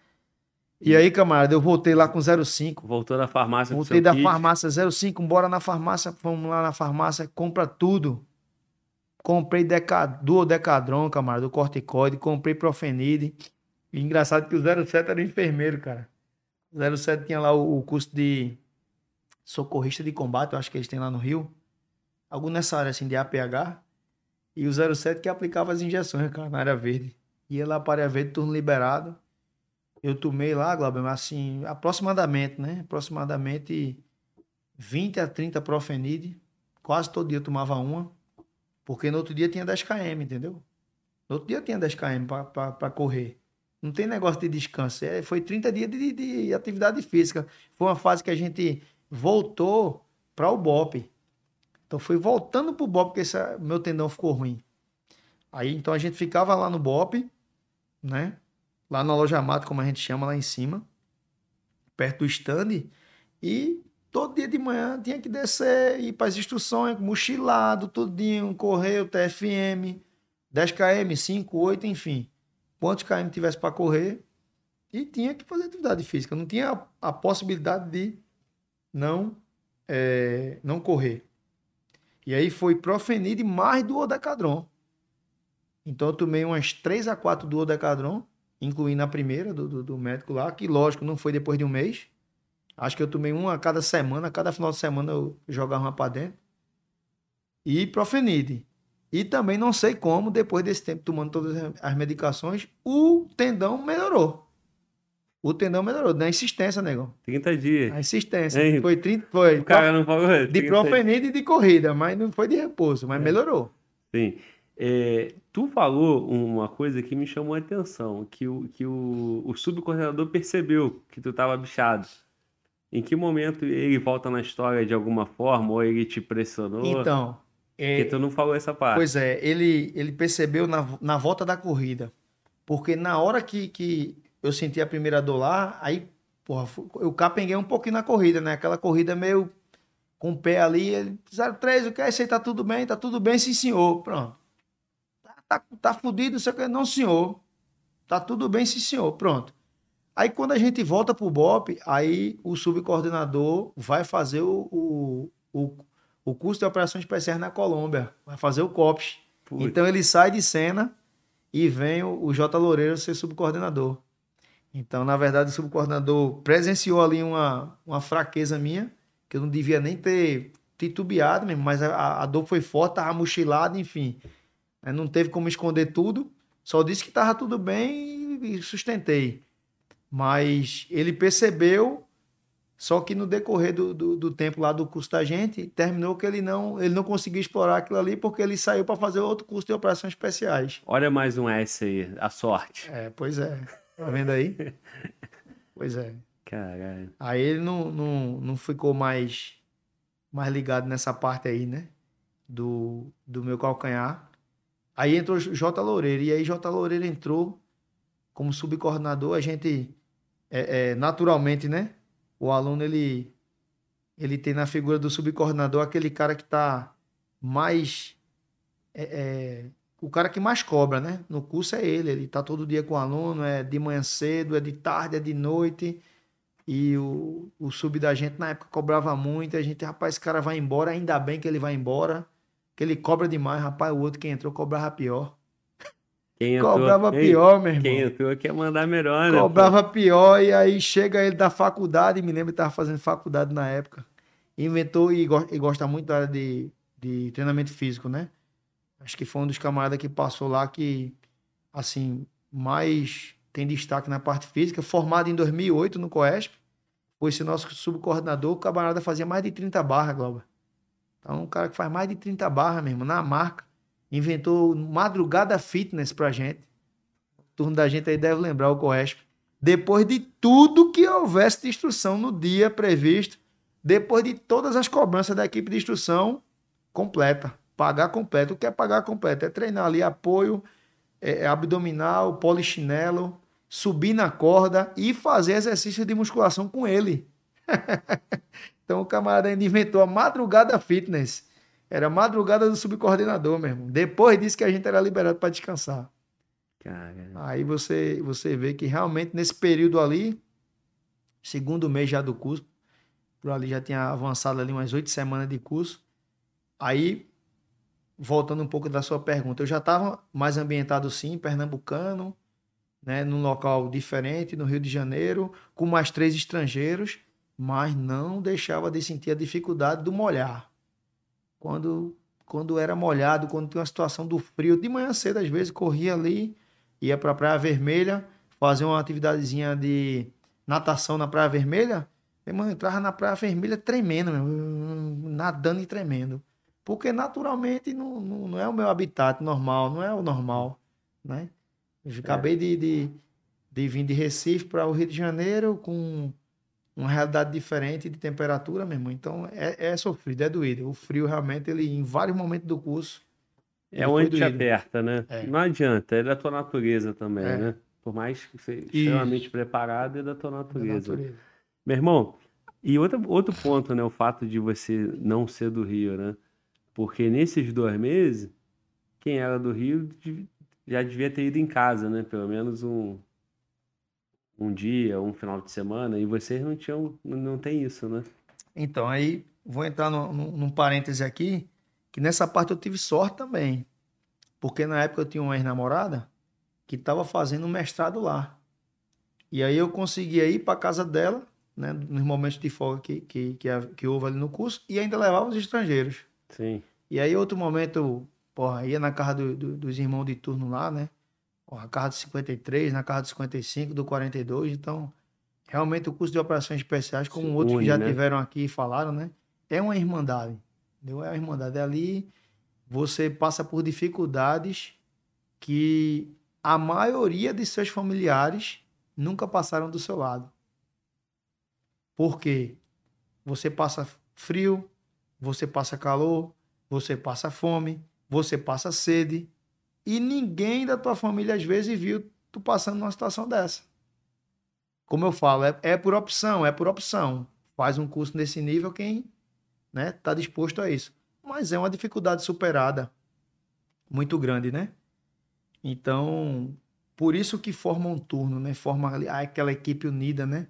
[SPEAKER 2] E
[SPEAKER 1] E
[SPEAKER 2] aí, camarada, eu voltei lá com zero cinco.
[SPEAKER 1] voltou na farmácia com o
[SPEAKER 2] Voltei
[SPEAKER 1] seu
[SPEAKER 2] da
[SPEAKER 1] kit.
[SPEAKER 2] farmácia zero cinco, bora na farmácia, vamos lá na farmácia, compra tudo. Comprei deca, duodecadron, camarada, do corticoide, comprei Profenide. E engraçado que o zero sete era enfermeiro, cara. O zero sete tinha lá o, o curso de socorrista de combate, eu acho que eles têm lá no Rio. Algo nessa área, assim, de A P H. E o zero sete que aplicava as injeções, cara, na área verde. Ia lá para a área verde, turno liberado. Eu tomei lá, Glauber, assim, aproximadamente, né? Aproximadamente vinte a trinta Profenide. Quase todo dia eu tomava uma. Porque no outro dia tinha dez quilômetros, entendeu? No outro dia tinha dez quilômetros para correr. Não tem negócio de descanso. É, foi trinta dias de, de atividade física. Foi uma fase que a gente voltou para o BOPE. Então foi voltando para o BOPE porque esse, meu tendão ficou ruim. Aí então a gente ficava lá no BOPE, né? Lá no alojamento, como a gente chama lá em cima, perto do stand. E todo dia de manhã tinha que descer, ir para as instruções, mochilado, tudinho, correr o T F M, dez quilômetros, cinco, oito, enfim. Quantos quilômetros tivesse para correr, e tinha que fazer atividade física. Não tinha a, a possibilidade de não, é, não correr. E aí foi Profenide mais Duodecadron. Então eu tomei umas três a quatro Duodecadron, incluindo a primeira do, do, do médico lá, que lógico não foi depois de um mês. Acho que eu tomei uma a cada semana, a cada final de semana eu jogava uma para dentro. E Profenide. E também não sei como, depois desse tempo tomando todas as medicações, o tendão melhorou. O tendão melhorou, na insistência, negão.
[SPEAKER 1] trinta dias.
[SPEAKER 2] A insistência.
[SPEAKER 1] Hein?
[SPEAKER 2] Foi trinta, foi
[SPEAKER 1] O cara não falou
[SPEAKER 2] de
[SPEAKER 1] trinta dias.
[SPEAKER 2] Profenide e de corrida, mas não foi de repouso, mas
[SPEAKER 1] É.
[SPEAKER 2] melhorou.
[SPEAKER 1] Sim. É, tu falou uma coisa que me chamou a atenção, que o, que o, o subcoordenador percebeu que tu estava bichado. Em que momento ele volta na história de alguma forma, ou ele te pressionou?
[SPEAKER 2] Então,
[SPEAKER 1] Porque tu
[SPEAKER 2] é,
[SPEAKER 1] não falou essa
[SPEAKER 2] pois
[SPEAKER 1] parte.
[SPEAKER 2] é, ele, ele percebeu na, na volta da corrida. Porque na hora que, que eu senti a primeira dor lá, aí, porra, fu- eu capenguei um pouquinho na corrida, né? Aquela corrida meio com o pé ali, ele, zero três, o que é isso aí? Tá tudo bem? Tá tudo bem, sim, senhor. Pronto. Tá, tá, tá fudido, você quer? Não, senhor. Tá tudo bem, sim, senhor. Pronto. Aí quando a gente volta pro BOPE, aí o subcoordenador vai fazer o, o, o, o curso de operações especiais na Colômbia. Vai fazer o COPS.
[SPEAKER 1] Putz,
[SPEAKER 2] Então ele sai de cena e vem o, o J. Loureiro ser subcoordenador. Então, na verdade, o subcoordenador presenciou ali uma, uma fraqueza minha, que eu não devia nem ter titubeado mesmo, mas a, a dor foi forte, tava mochilado, enfim. Aí não teve como esconder tudo, só disse que tava tudo bem e, e sustentei. Mas ele percebeu, Só que no decorrer do, do, do tempo lá do curso da gente, terminou que ele não, ele não conseguiu explorar aquilo ali porque ele saiu para fazer outro curso de operações especiais.
[SPEAKER 1] Olha mais um S aí, a sorte.
[SPEAKER 2] É, pois é. Tá vendo aí? Pois é.
[SPEAKER 1] Caralho.
[SPEAKER 2] Aí ele não, não, não ficou mais, mais ligado nessa parte aí, né? Do, do meu calcanhar. Aí entrou J. Loureiro. E aí J. Loureiro entrou como subcoordenador. A gente, é, é, naturalmente, né? O aluno, ele, ele tem na figura do subcoordenador aquele cara que está mais... É, é, o cara que mais cobra, né? No curso é ele. Ele está todo dia com o aluno. É de manhã cedo, é de tarde, é de noite. E o, o sub da gente na época cobrava muito. A gente, rapaz, esse cara vai embora. Ainda bem que ele vai embora. Que ele cobra demais. Rapaz, o outro que entrou cobrava pior.
[SPEAKER 1] Quem entrou,
[SPEAKER 2] Cobrava
[SPEAKER 1] ei,
[SPEAKER 2] pior, meu
[SPEAKER 1] quem
[SPEAKER 2] irmão.
[SPEAKER 1] entrou quer mandar melhor, né?
[SPEAKER 2] Cobrava pior. E aí chega ele da faculdade. Me lembro que estava fazendo faculdade na época. Inventou e, go e gosta muito da área de, de treinamento físico, né? Acho que foi um dos camaradas que passou lá que, assim, mais tem destaque na parte física. Formado em dois mil e oito no COESP. Foi esse nosso subcoordenador. O camarada fazia mais de trinta barras, Glauber. Então, um cara que faz mais de trinta barras mesmo, na marca. Inventou madrugada fitness pra gente. O turno da gente aí deve lembrar o COESP. Depois de tudo que houvesse de instrução no dia previsto, depois de todas as cobranças da equipe de instrução, completa. Pagar completo. O que é pagar completo? É treinar ali apoio, é, abdominal, polichinelo, subir na corda e fazer exercício de musculação com ele. Então o camarada ainda inventou a madrugada fitness. Era a madrugada do subcoordenador mesmo. Depois disso que a gente era liberado para descansar.
[SPEAKER 1] Caramba.
[SPEAKER 2] Aí você, você vê que realmente nesse período ali, segundo mês já do curso, por ali já tinha avançado ali umas oito semanas de curso. Aí, voltando um pouco da sua pergunta, eu já estava mais ambientado sim, pernambucano, né, num local diferente, no Rio de Janeiro, com mais três estrangeiros, mas não deixava de sentir a dificuldade do molhar. Quando, quando era molhado, quando tinha uma situação do frio, de manhã cedo, às vezes, corria ali, ia para a Praia Vermelha, fazer uma atividadezinha de natação na Praia Vermelha, meu irmão, entrava na Praia Vermelha tremendo, meu, nadando e tremendo. Porque naturalmente não, não, não é o meu habitat normal, não é o normal, né? Eu acabei de, de, de vir de Recife para o Rio de Janeiro com uma realidade diferente de temperatura, meu irmão. Então é, é sofrido, é doído. O frio realmente, ele, em vários momentos do curso,
[SPEAKER 1] É
[SPEAKER 2] ele foi
[SPEAKER 1] onde te
[SPEAKER 2] doído.
[SPEAKER 1] aperta, né?
[SPEAKER 2] É.
[SPEAKER 1] Não adianta, é da tua natureza também,
[SPEAKER 2] É.
[SPEAKER 1] né? Por mais que seja extremamente
[SPEAKER 2] Isso.
[SPEAKER 1] preparado, é da tua
[SPEAKER 2] Da
[SPEAKER 1] natureza.
[SPEAKER 2] natureza.
[SPEAKER 1] Meu irmão, e outro, outro ponto, né? O fato de você não ser do Rio, né? Porque nesses dois meses, quem era do Rio dev- já devia ter ido em casa, né? Pelo menos um, um dia, um final de semana, e vocês não tinham, não tem isso, né?
[SPEAKER 2] Então, aí vou entrar num, num, num parêntese aqui, que nessa parte eu tive sorte também. Porque na época eu tinha uma ex-namorada que estava fazendo um mestrado lá. E aí eu conseguia ir para casa dela, né, nos momentos de folga que, que, que, a- que houve ali no curso, e ainda levava os estrangeiros.
[SPEAKER 1] Sim.
[SPEAKER 2] E aí outro momento, porra, ia na casa do- do- dos irmãos de turno lá, né? Porra, casa do cinquenta e três, na casa do cinquenta e cinco, do quarenta e dois. Então, realmente o curso de operações especiais,
[SPEAKER 1] Se
[SPEAKER 2] como outros que
[SPEAKER 1] une,
[SPEAKER 2] já
[SPEAKER 1] né?
[SPEAKER 2] tiveram aqui e falaram, né? É uma irmandade. Entendeu? É uma irmandade. Ali você passa por dificuldades que a maioria de seus familiares nunca passaram do seu lado. Por quê? Você passa frio, você passa calor, você passa fome, você passa sede, e ninguém da tua família às vezes viu tu passando numa situação dessa. Como eu falo, é, é por opção, é por opção. Faz um curso nesse nível quem, né, tá disposto a isso. Mas é uma dificuldade superada muito grande, né? Então, por isso que forma um turno, né? Forma ali aquela equipe unida, né?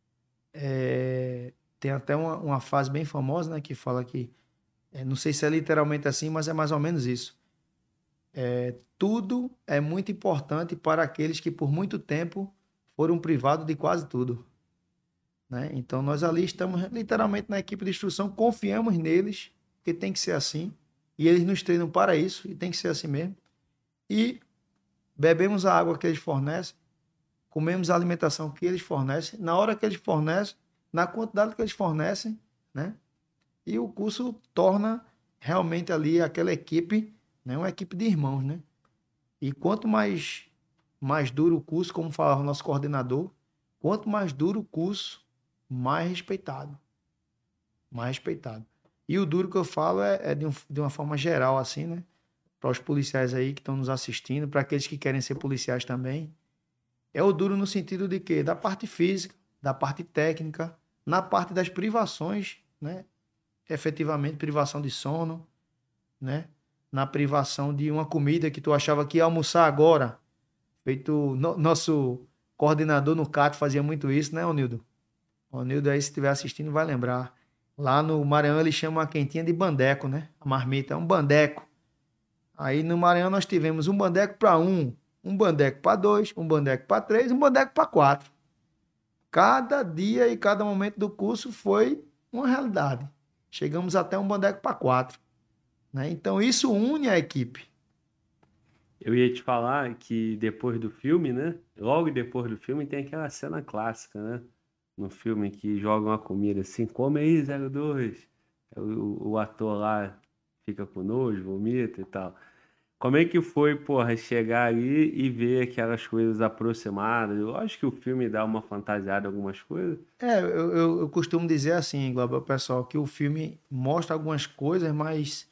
[SPEAKER 2] É, tem até uma, uma frase bem famosa, né? Que fala que, é, não sei se é literalmente assim, mas é mais ou menos isso. É, tudo é muito importante para aqueles que por muito tempo foram privados de quase tudo, né? Então, nós ali estamos literalmente na equipe de instrução, confiamos neles, que tem que ser assim, e eles nos treinam para isso, e tem que ser assim mesmo. E bebemos a água que eles fornecem, comemos a alimentação que eles fornecem. Na hora que eles fornecem, na quantidade que eles fornecem, né? E o curso torna realmente ali aquela equipe, né, uma equipe de irmãos, né? E quanto mais, mais duro o curso, como falava o nosso coordenador, quanto mais duro o curso, mais respeitado. Mais respeitado. E o duro que eu falo é, é de, um, de uma forma geral, assim, né? Para os policiais aí que estão nos assistindo, para aqueles que querem ser policiais também. É o duro no sentido de quê? Da parte física, da parte técnica, na parte das privações, né? Efetivamente, privação de sono, né? Na privação de uma comida que tu achava que ia almoçar agora. Feito no, nosso coordenador no C A T fazia muito isso, né, Onildo? O Onildo aí, se estiver assistindo, vai lembrar. Lá no Maranhão eles chamam a quentinha de bandeco, né? A marmita é um bandeco. Aí no Maranhão nós tivemos um bandeco para um, um bandeco para dois, um bandeco para três, um bandeco para quatro. Cada dia e cada momento do curso foi uma realidade. Chegamos até um bandeco para quatro. Né? Então isso une a equipe.
[SPEAKER 1] Eu ia te falar que depois do filme, né? Logo depois do filme tem aquela cena clássica, né? No filme que jogam a comida assim, come aí, zero dois. O, o ator lá fica com nojo, vomita e tal. Como é que foi, porra, chegar ali e ver aquelas coisas aproximadas? Eu acho que o filme dá uma fantasiada em algumas coisas.
[SPEAKER 2] É, eu, eu, eu costumo dizer assim, Glória, pessoal, que o filme mostra algumas coisas, mas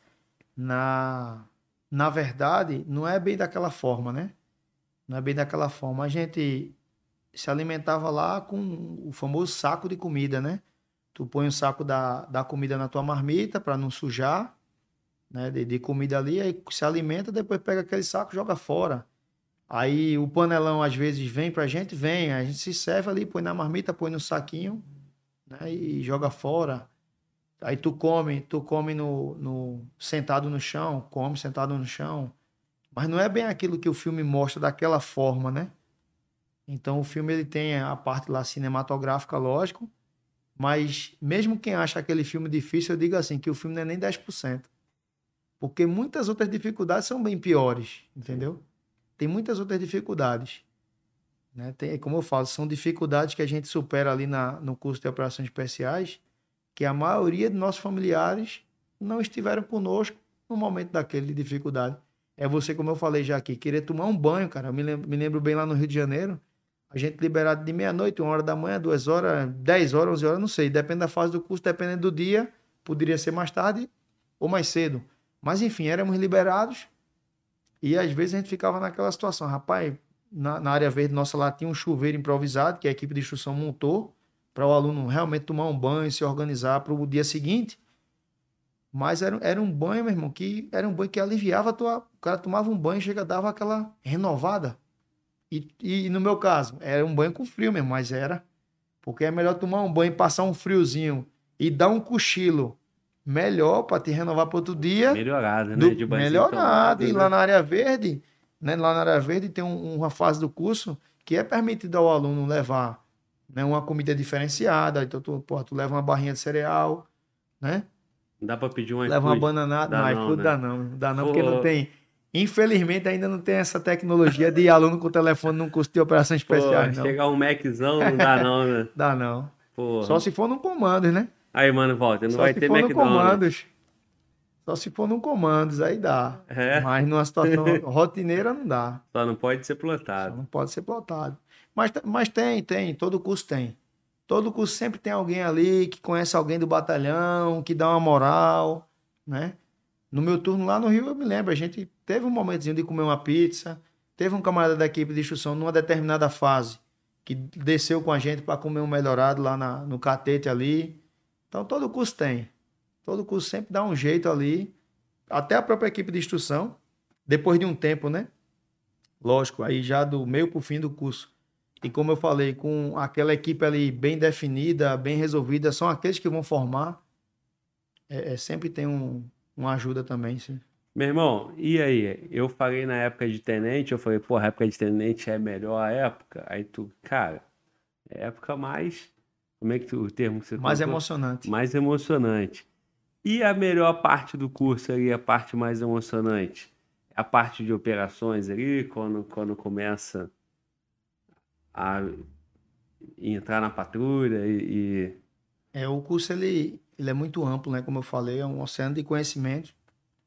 [SPEAKER 2] na, na verdade não é bem daquela forma, né? Não é bem daquela forma. A gente se alimentava lá com o famoso saco de comida, né? Tu põe o saco da, da comida na tua marmita para não sujar, né? De, de comida ali, aí se alimenta, depois pega aquele saco e joga fora. Aí o panelão às vezes vem pra gente, vem, a gente se serve ali, põe na marmita, põe no saquinho, né? E joga fora. Aí tu come, tu come no, no sentado no chão, come sentado no chão. Mas não é bem aquilo que o filme mostra daquela forma, né? Então o filme ele tem a parte lá cinematográfica, lógico, mas mesmo quem acha aquele filme difícil, eu digo assim, que o filme não é nem dez por cento. Porque muitas outras dificuldades são bem piores, entendeu? Tem muitas outras dificuldades. Né? Tem, como eu falo, são dificuldades que a gente supera ali na, no curso de operações especiais, que a maioria de nossos familiares não estiveram conosco no momento daquele de dificuldade. É você, como eu falei já aqui, querer tomar um banho, cara. Eu me lembro, me lembro bem lá no Rio de Janeiro, a gente liberado de meia-noite, uma hora da manhã, duas horas, dez horas, onze horas, não sei. Depende da fase do curso, dependendo do dia, poderia ser mais tarde ou mais cedo. Mas, enfim, éramos liberados e às vezes a gente ficava naquela situação. Rapaz, na, na área verde nossa lá tinha um chuveiro improvisado que a equipe de instrução montou para o aluno realmente tomar um banho, se organizar para o dia seguinte. Mas era, era um banho, meu irmão, que era um banho que aliviava a tua... O cara tomava um banho e chega, dava aquela renovada. E, e no meu caso, era um banho com frio mesmo, mas era. Porque é melhor tomar um banho, passar um friozinho e dar um cochilo melhor para te renovar para outro dia.
[SPEAKER 1] Melhorado, né?
[SPEAKER 2] Do,
[SPEAKER 1] De banhozinho
[SPEAKER 2] melhorado.
[SPEAKER 1] tomado,
[SPEAKER 2] E
[SPEAKER 1] né?
[SPEAKER 2] lá na área verde, né? Lá na área verde tem um, uma fase do curso que é permitido ao aluno levar, né, uma comida diferenciada. Então, tu, pô, tu leva uma barrinha de cereal, né?
[SPEAKER 1] Não dá pra pedir um
[SPEAKER 2] Leva uma
[SPEAKER 1] iFood.
[SPEAKER 2] bananada.
[SPEAKER 1] Dá
[SPEAKER 2] Não,
[SPEAKER 1] não,
[SPEAKER 2] iFood
[SPEAKER 1] né?
[SPEAKER 2] dá não. Não dá não, porque não
[SPEAKER 1] Pô,
[SPEAKER 2] tem. Infelizmente, ainda não tem essa tecnologia de aluno com telefone num curso de operações
[SPEAKER 1] pô,
[SPEAKER 2] especiais, não.
[SPEAKER 1] chegar um Maczão não dá não, né?
[SPEAKER 2] Dá não. Só
[SPEAKER 1] Porra.
[SPEAKER 2] se for no comandos, né?
[SPEAKER 1] Aí, mano, volta, não
[SPEAKER 2] Só
[SPEAKER 1] vai
[SPEAKER 2] se
[SPEAKER 1] ter
[SPEAKER 2] for no
[SPEAKER 1] McDonald's.
[SPEAKER 2] comandos. Só se for no comandos, aí dá.
[SPEAKER 1] É?
[SPEAKER 2] Mas numa situação rotineira não dá.
[SPEAKER 1] Só não pode ser
[SPEAKER 2] Só
[SPEAKER 1] plotado.
[SPEAKER 2] não pode ser plotado. Mas, mas tem, tem. Todo curso tem. Todo curso sempre tem alguém ali que conhece alguém do batalhão, que dá uma moral, né? No meu turno lá no Rio, eu me lembro, a gente teve um momentozinho de comer uma pizza, teve um camarada da equipe de instrução numa determinada fase, que desceu com a gente para comer um melhorado lá na, no catete ali. Então, todo curso tem. Todo curso sempre dá um jeito ali. Até a própria equipe de instrução, depois de um tempo, né? Lógico, aí já do meio para o fim do curso. E como eu falei, com aquela equipe ali bem definida, bem resolvida, são aqueles que vão formar. É, é, sempre tem um, uma ajuda também, sim.
[SPEAKER 1] Meu irmão, e aí? Eu falei na época de tenente, eu falei, pô, a época de tenente é a melhor época. Aí tu, cara, é a época mais. Como é que tu, o termo que você
[SPEAKER 2] Mais
[SPEAKER 1] colocou?
[SPEAKER 2] emocionante.
[SPEAKER 1] Mais emocionante. E a melhor parte do curso ali, a parte mais emocionante? A parte de operações ali, quando, quando começa a entrar na patrulha e,
[SPEAKER 2] É, o curso ele, ele é muito amplo, né? Como eu falei, é um oceano de conhecimento.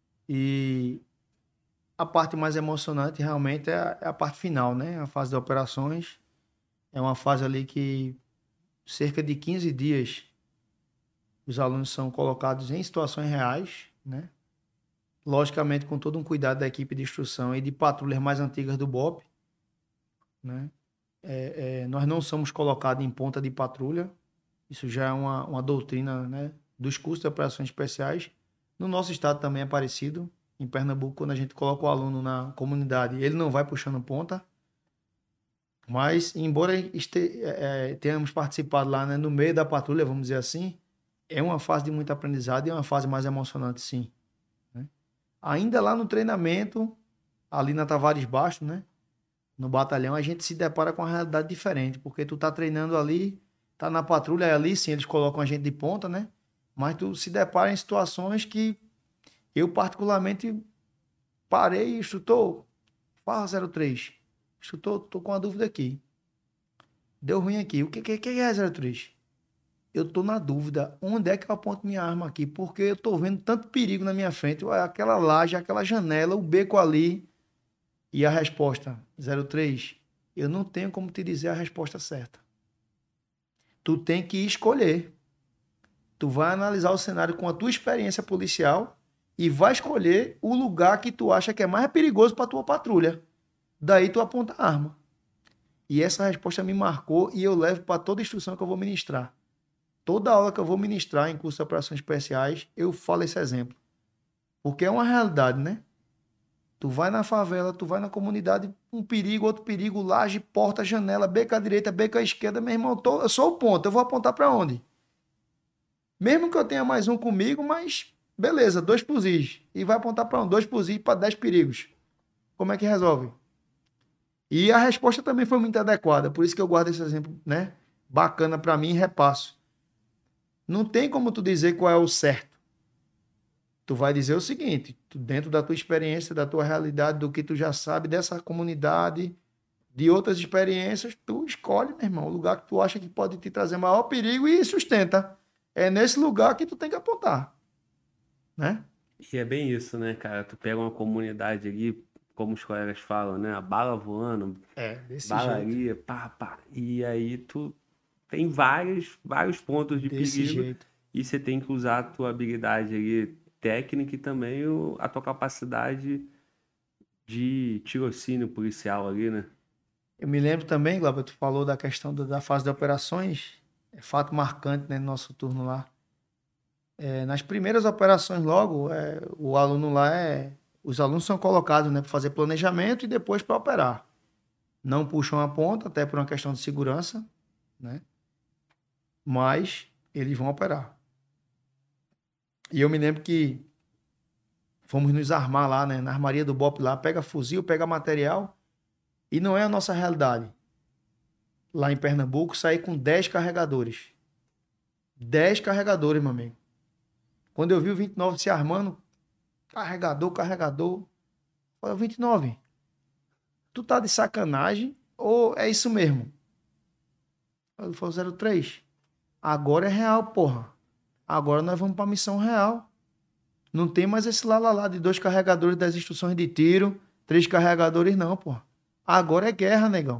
[SPEAKER 2] E a parte mais emocionante realmente é a, é a parte final, né? A fase de operações. É uma fase ali que cerca de quinze dias os alunos são colocados em situações reais, né? Logicamente com todo um cuidado da equipe de instrução e de patrulhas mais antigas do B O P, né? É, é, nós não somos colocados em ponta de patrulha, isso já é uma, uma doutrina, né, dos cursos de operações especiais. No nosso estado também é parecido. Em Pernambuco, quando a gente coloca o aluno na comunidade, ele não vai puxando ponta, mas embora este, é, tenhamos participado lá, né, no meio da patrulha, vamos dizer assim, é uma fase de muito aprendizado e é uma fase mais emocionante, sim, né? Ainda lá no treinamento, ali na Tavares Baixo, né, no batalhão, a gente se depara com uma realidade diferente, porque tu tá treinando ali, tá na patrulha ali, sim, eles colocam a gente de ponta, né? Mas tu se depara em situações que eu particularmente parei, instrutor, fala zero três. Instrutor, tô com uma dúvida aqui. Deu ruim aqui. O que, que, que é zero três? Eu tô na dúvida, onde é que eu aponto minha arma aqui? Porque eu tô vendo tanto perigo na minha frente, aquela laje, aquela janela, o beco ali. E a resposta, zero três, eu não tenho como te dizer a resposta certa. Tu tem que escolher. Tu vai analisar o cenário com a tua experiência policial e vai escolher o lugar que tu acha que é mais perigoso para tua patrulha. Daí tu aponta a arma. E essa resposta me marcou e eu levo para toda instrução que eu vou ministrar. Toda aula que eu vou ministrar em curso de operações especiais, eu falo esse exemplo. Porque é uma realidade, né? Tu vai na favela, tu vai na comunidade, um perigo, outro perigo, laje, porta, janela, beca à direita, beca à esquerda, meu irmão, eu, tô, eu sou o ponto, eu vou apontar para onde? Mesmo que eu tenha mais um comigo, mas beleza, dois fuzis. E vai apontar para onde? Dois fuzis para dez perigos. Como é que resolve? E a resposta também foi muito adequada, por isso que eu guardo esse exemplo, né? Bacana para mim e repasso. Não tem como tu dizer qual é o certo. Tu vai dizer o seguinte, tu, dentro da tua experiência, da tua realidade, do que tu já sabe dessa comunidade, de outras experiências, tu escolhe, meu irmão, o lugar que tu acha que pode te trazer maior perigo e sustenta. É nesse lugar que tu tem que apontar, né?
[SPEAKER 1] E é bem isso, né, cara? Tu pega uma comunidade ali, como os colegas falam, né? A bala voando,
[SPEAKER 2] É, desse jeito.
[SPEAKER 1] balaria, pá, pá. E aí tu tem vários, vários pontos de
[SPEAKER 2] Desse
[SPEAKER 1] perigo
[SPEAKER 2] jeito.
[SPEAKER 1] e você tem que usar a tua habilidade ali técnica e também o- a tua capacidade de tirocínio policial ali, né?
[SPEAKER 2] Eu me lembro também, Glauber, tu falou da questão do- da fase de operações, é fato marcante, né, no nosso turno lá. É, nas primeiras operações logo, é, o aluno lá é... Os alunos são colocados, né, para fazer planejamento e depois para operar. Não puxam a ponta, até por uma questão de segurança, né? Mas eles vão operar. E eu me lembro que fomos nos armar lá, né, na armaria do B O P lá, pega fuzil, pega material, e não é a nossa realidade. Lá em Pernambuco, saí com dez carregadores. dez carregadores, meu amigo. Quando eu vi o vinte e nove se armando, carregador, carregador, falei, vinte e nove, tu tá de sacanagem ou é isso mesmo? Ele falou, zero três, agora é real, porra. Agora nós vamos pra missão real. Não tem mais esse lá, lá, lá de dois carregadores das instruções de tiro, três carregadores não, porra. Agora é guerra, negão.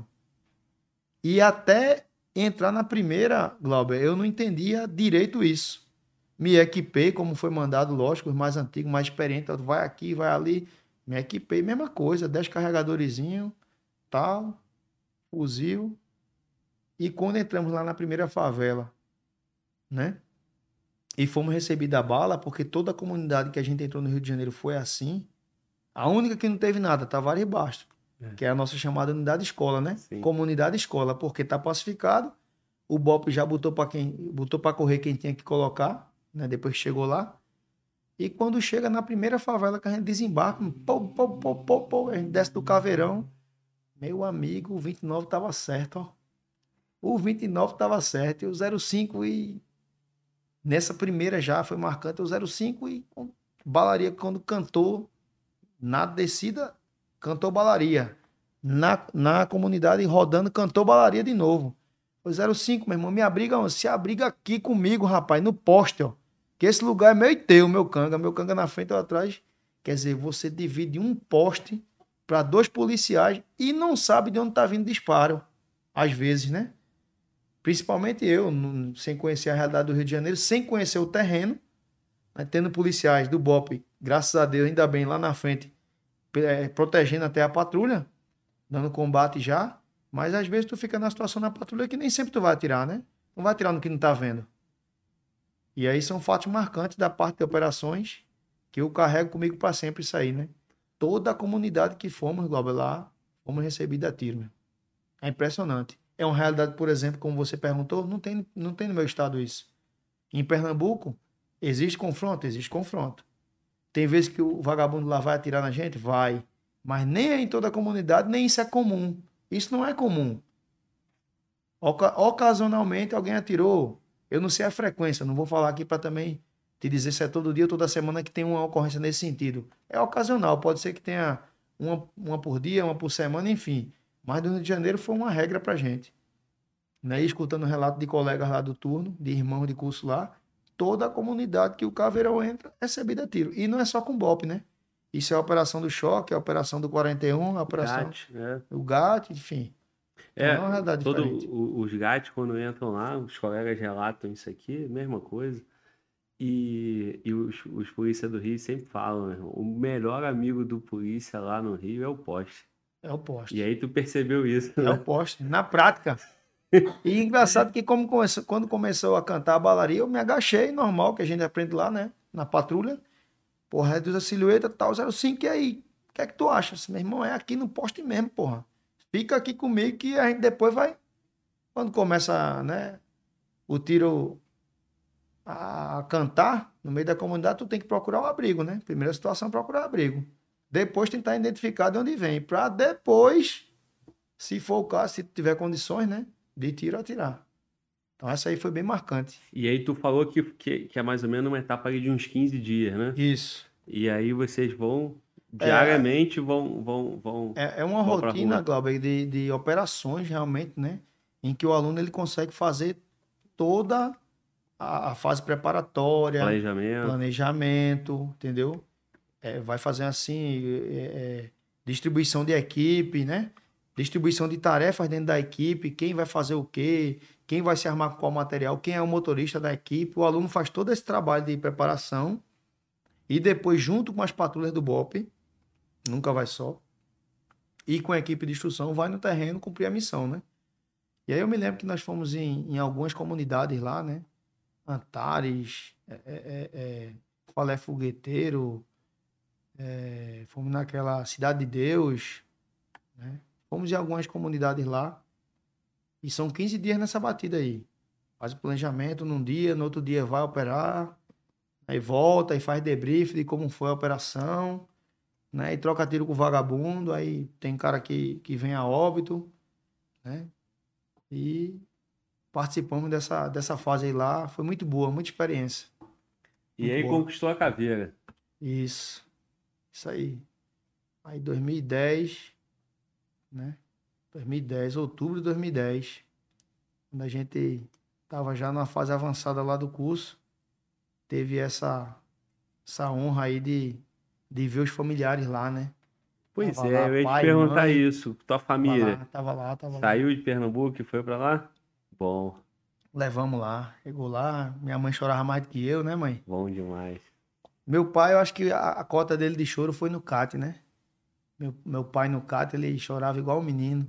[SPEAKER 2] E até entrar na primeira, Glauber, eu não entendia direito isso. Me equipei, como foi mandado, lógico, os mais antigos, mais experientes, vai aqui, vai ali. Me equipei, mesma coisa, dez carregadorzinho, tal, fuzil. E quando entramos lá na primeira favela, né? E fomos recebidos a bala, porque toda a comunidade que a gente entrou no Rio de Janeiro foi assim. A única que não teve nada, Tavares Basto,
[SPEAKER 1] É,
[SPEAKER 2] que é a nossa chamada unidade escola, né?
[SPEAKER 1] sim.
[SPEAKER 2] Comunidade escola, porque tá pacificado. O B O P já botou para quem, botou para correr quem tinha que colocar, né? Depois que chegou lá. E quando chega na primeira favela que a gente desembarca, pô, pô, pô, pô, pô, a gente desce do caveirão. Meu amigo, o vinte e nove tava certo, ó. O vinte e nove tava certo. E o zero cinco e nessa primeira já foi marcante. O zero cinco e balaria quando cantou na descida, cantou balaria. Na, na comunidade rodando, cantou balaria de novo. O zero cinco, meu irmão, me abriga onde? Se abriga aqui comigo, rapaz, no poste, ó. Que esse lugar é meu e teu, meu canga. Meu canga na frente ou atrás. Quer dizer, você divide um poste para dois policiais e não sabe de onde tá vindo disparo. Às vezes, né? Principalmente eu, não- sem conhecer a realidade do Rio de Janeiro, sem conhecer o terreno, né? Tendo policiais do BOPE, graças a Deus, ainda bem, lá na frente, eh, protegendo até a patrulha, dando combate já. Mas às vezes tu fica na situação na patrulha que nem sempre tu vai atirar, né? Não vai atirar no que não tá vendo. E aí são fatos marcantes da parte de operações que eu carrego comigo para sempre isso aí, né? Toda a comunidade que fomos, Glauber, lá, fomos recebidos a tiro, meu. É impressionante. É uma realidade, por exemplo, como você perguntou, não tem, não tem no meu estado isso. Em Pernambuco, existe confronto? Existe confronto. Tem vezes que o vagabundo lá vai atirar na gente? Vai. Mas nem é em toda a comunidade, nem isso é comum. Isso não é comum. Oca- Ocasionalmente alguém atirou. Eu não sei a frequência, não vou falar aqui para também te dizer se é todo dia ou toda semana que tem uma ocorrência nesse sentido. É ocasional, pode ser que tenha uma, uma por dia, uma por semana, enfim. Mas do Rio de Janeiro foi uma regra pra gente. Né? E escutando o relato de colegas lá do turno, de irmãos de curso lá, toda a comunidade que o Caveirão entra é recebida a tiro. E não é só com BOPE, né? Isso é a operação do choque, é a operação do quarenta e um, a operação
[SPEAKER 1] Gat, né?
[SPEAKER 2] do GAT, enfim. Então é
[SPEAKER 1] É,
[SPEAKER 2] uma realidade
[SPEAKER 1] todo,
[SPEAKER 2] diferente.
[SPEAKER 1] o- os gatos, quando entram lá, os colegas relatam isso aqui, mesma coisa. E, e os, os polícia do Rio sempre falam, meu irmão, o melhor amigo do polícia lá no Rio é o poste.
[SPEAKER 2] É o
[SPEAKER 1] E
[SPEAKER 2] poste.
[SPEAKER 1] aí tu percebeu isso,
[SPEAKER 2] É o
[SPEAKER 1] né?
[SPEAKER 2] poste. Na prática. E engraçado que como começou, quando começou a cantar a balaria, eu me agachei, normal, que a gente aprende lá, né? Na patrulha. Porra, reduz a silhueta, tal, zero cinco, e aí? O que é que tu acha? Assim, meu irmão, é aqui no poste mesmo, porra. Fica aqui comigo que a gente depois vai. Quando começa, né, o tiro a cantar no meio da comunidade, tu tem que procurar o abrigo, né? Primeira situação, procurar abrigo. Depois tentar identificar de onde vem, para depois, se for o caso, se tiver condições, né, de tiro atirar. Então essa aí foi bem marcante.
[SPEAKER 1] E aí tu falou que, que, que é mais ou menos uma etapa ali de uns quinze dias, né?
[SPEAKER 2] Isso.
[SPEAKER 1] E aí vocês vão,
[SPEAKER 2] É,
[SPEAKER 1] diariamente, vão, vão, vão,
[SPEAKER 2] é, é uma
[SPEAKER 1] vão pra
[SPEAKER 2] rotina,
[SPEAKER 1] rua.
[SPEAKER 2] Glauber, de, de operações realmente, né? Em que o aluno ele consegue fazer toda a, a fase preparatória,
[SPEAKER 1] Planejamento.
[SPEAKER 2] planejamento, entendeu? É, vai fazer assim, é, é, distribuição de equipe, né? Distribuição de tarefas dentro da equipe, quem vai fazer o quê, quem vai se armar com qual material, quem é o motorista da equipe. O aluno faz todo esse trabalho de preparação e depois, junto com as patrulhas do BOPE, nunca vai só, e com a equipe de instrução, vai no terreno cumprir a missão, né? E aí eu me lembro que nós fomos em, em algumas comunidades lá, né? Antares, é, é, é, é, Falé Fogueteiro, é, fomos naquela Cidade de Deus, né? Fomos em algumas comunidades lá e são quinze dias nessa batida aí. Faz o planejamento num dia, no outro dia vai operar, aí volta e faz debrief de como foi a operação, né? E troca tiro com o vagabundo, aí tem cara que, que vem a óbito, né? E participamos dessa, dessa fase aí lá, foi muito boa, muita experiência,
[SPEAKER 1] E
[SPEAKER 2] muito
[SPEAKER 1] aí
[SPEAKER 2] boa.
[SPEAKER 1] conquistou a caveira.
[SPEAKER 2] Isso, isso aí. Aí dois mil e dez, né? dois mil e dez, outubro de dois mil e dez, quando a gente estava já numa fase avançada lá do curso, teve essa, essa honra aí de, de ver os familiares lá, né?
[SPEAKER 1] Pois
[SPEAKER 2] Tava
[SPEAKER 1] é,
[SPEAKER 2] lá
[SPEAKER 1] eu ia te
[SPEAKER 2] pai,
[SPEAKER 1] perguntar
[SPEAKER 2] mãe,
[SPEAKER 1] isso. Tua
[SPEAKER 2] tava
[SPEAKER 1] família
[SPEAKER 2] lá, tava lá, tava lá.
[SPEAKER 1] saiu de Pernambuco e foi pra lá? Bom,
[SPEAKER 2] Levamos lá, chegou lá, minha mãe chorava mais do que eu, né, mãe?
[SPEAKER 1] bom demais.
[SPEAKER 2] Meu pai, eu acho que a, a cota dele de choro foi no CAT, né? Meu, meu pai no CAT, ele chorava igual um menino.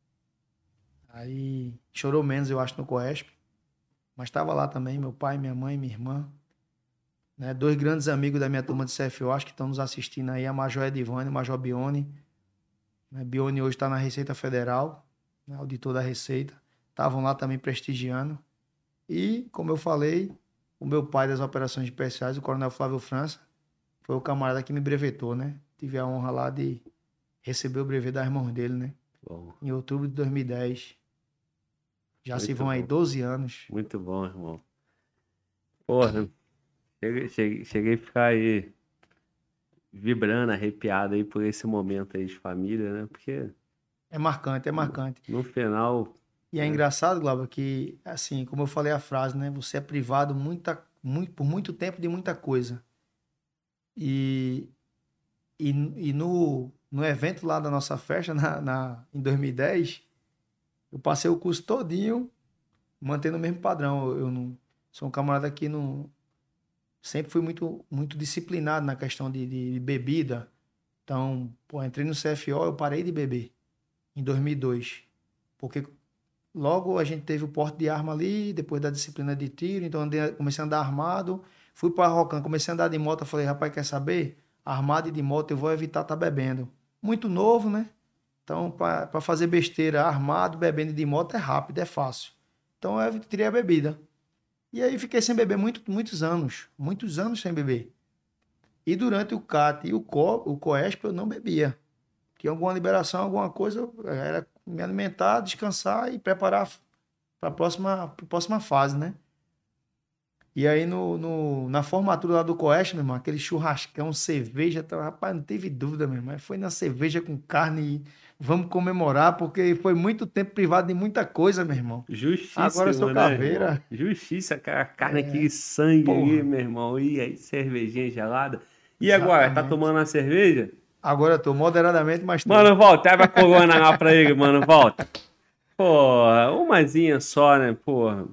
[SPEAKER 2] Aí chorou menos, eu acho, no COESP. Mas estava lá também, meu pai, minha mãe, minha irmã. Né? Dois grandes amigos da minha turma de C F O, acho que estão nos assistindo aí, a Major Edivane e o Major Bione. Né? Bione hoje está na Receita Federal, né? Auditor da Receita. Estavam lá também prestigiando. E, como eu falei, o meu pai das operações especiais, o Coronel Flávio França, foi o camarada que me brevetou, né? Tive a honra lá de receber o brevet das mãos dele, né?
[SPEAKER 1] Bom,
[SPEAKER 2] Em outubro de dois mil e dez. Já se
[SPEAKER 1] muito
[SPEAKER 2] vão aí
[SPEAKER 1] bom.
[SPEAKER 2] doze anos.
[SPEAKER 1] Muito bom, irmão. Porra, cheguei, cheguei, cheguei a ficar aí vibrando, arrepiado aí por esse momento aí de família, né? Porque
[SPEAKER 2] É marcante, é
[SPEAKER 1] no,
[SPEAKER 2] marcante.
[SPEAKER 1] no final.
[SPEAKER 2] E é
[SPEAKER 1] né?
[SPEAKER 2] engraçado, Glauber, que, assim, como eu falei a frase, né? Você é privado muita, muito, por muito tempo de muita coisa. E, e, e no, no evento lá da nossa festa, na, na, em dois mil e dez, eu passei o curso todinho mantendo o mesmo padrão. Eu, eu não sou um camarada que não sempre fui muito muito disciplinado na questão de, de bebida. Então, pô, entrei no C F O, eu parei de beber em dois mil e dois, porque logo a gente teve o porte de arma ali, depois da disciplina de tiro, então andei, comecei a andar armado, fui para Rocan, comecei a andar de moto, eu falei, rapaz, quer saber? Armado e de moto eu vou evitar estar bebendo. Muito novo, né? Então, para fazer besteira armado, bebendo de moto é rápido, é fácil. Então, eu tirei a bebida. E aí fiquei sem beber muito, muitos anos. Muitos anos sem beber. E durante o CAT e o, Co, o COESP eu não bebia. Tinha alguma liberação, alguma coisa, eu era me alimentar, descansar e preparar para a próxima, pra próxima fase, né? E aí no, no, na formatura lá do COESP, meu irmão, aquele churrascão, cerveja, tá, rapaz, não teve dúvida, meu irmão. Foi na cerveja com carne e vamos comemorar, porque foi muito tempo privado de muita coisa, meu irmão. Agora eu sou
[SPEAKER 1] Justíssimo, né, irmão?
[SPEAKER 2] caveira.
[SPEAKER 1] Justiça, aquela carne, aquele sangue ali,
[SPEAKER 2] Porra,
[SPEAKER 1] meu irmão. E aí, cervejinha gelada. E agora, tá
[SPEAKER 2] exatamente.
[SPEAKER 1] tomando a cerveja?
[SPEAKER 2] Agora eu tô moderadamente, mas tô.
[SPEAKER 1] Mano, volta, abre a corona lá pra ele, mano, volta. Porra, umazinha só, né, porra.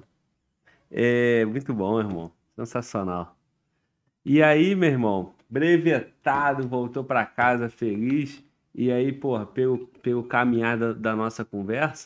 [SPEAKER 1] É muito bom, irmão. Sensacional. E aí, meu irmão, brevetado, voltou pra casa feliz. E aí, porra, pelo, pelo caminhar da, da nossa conversa,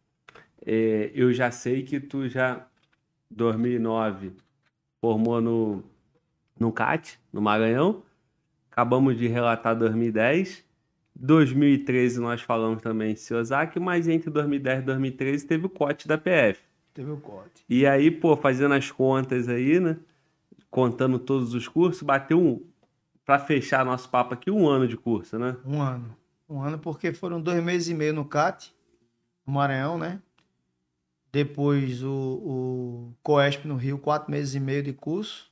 [SPEAKER 1] é, eu já sei que tu já, dois mil e nove, formou no, no CAT, no Maranhão. Acabamos de relatar dois mil e dez. dois mil e treze nós falamos também em Ciosaki, mas entre dois mil e dez e dois mil e treze teve o COT da P F.
[SPEAKER 2] Teve o corte.
[SPEAKER 1] E aí, pô, fazendo as contas aí, né? Contando todos os cursos, bateu um, pra fechar nosso papo aqui, um ano de curso, né?
[SPEAKER 2] Um ano. Um ano, porque foram dois meses e meio no CAT, no Maranhão, né? Depois o, o COESP no Rio, quatro meses e meio de curso.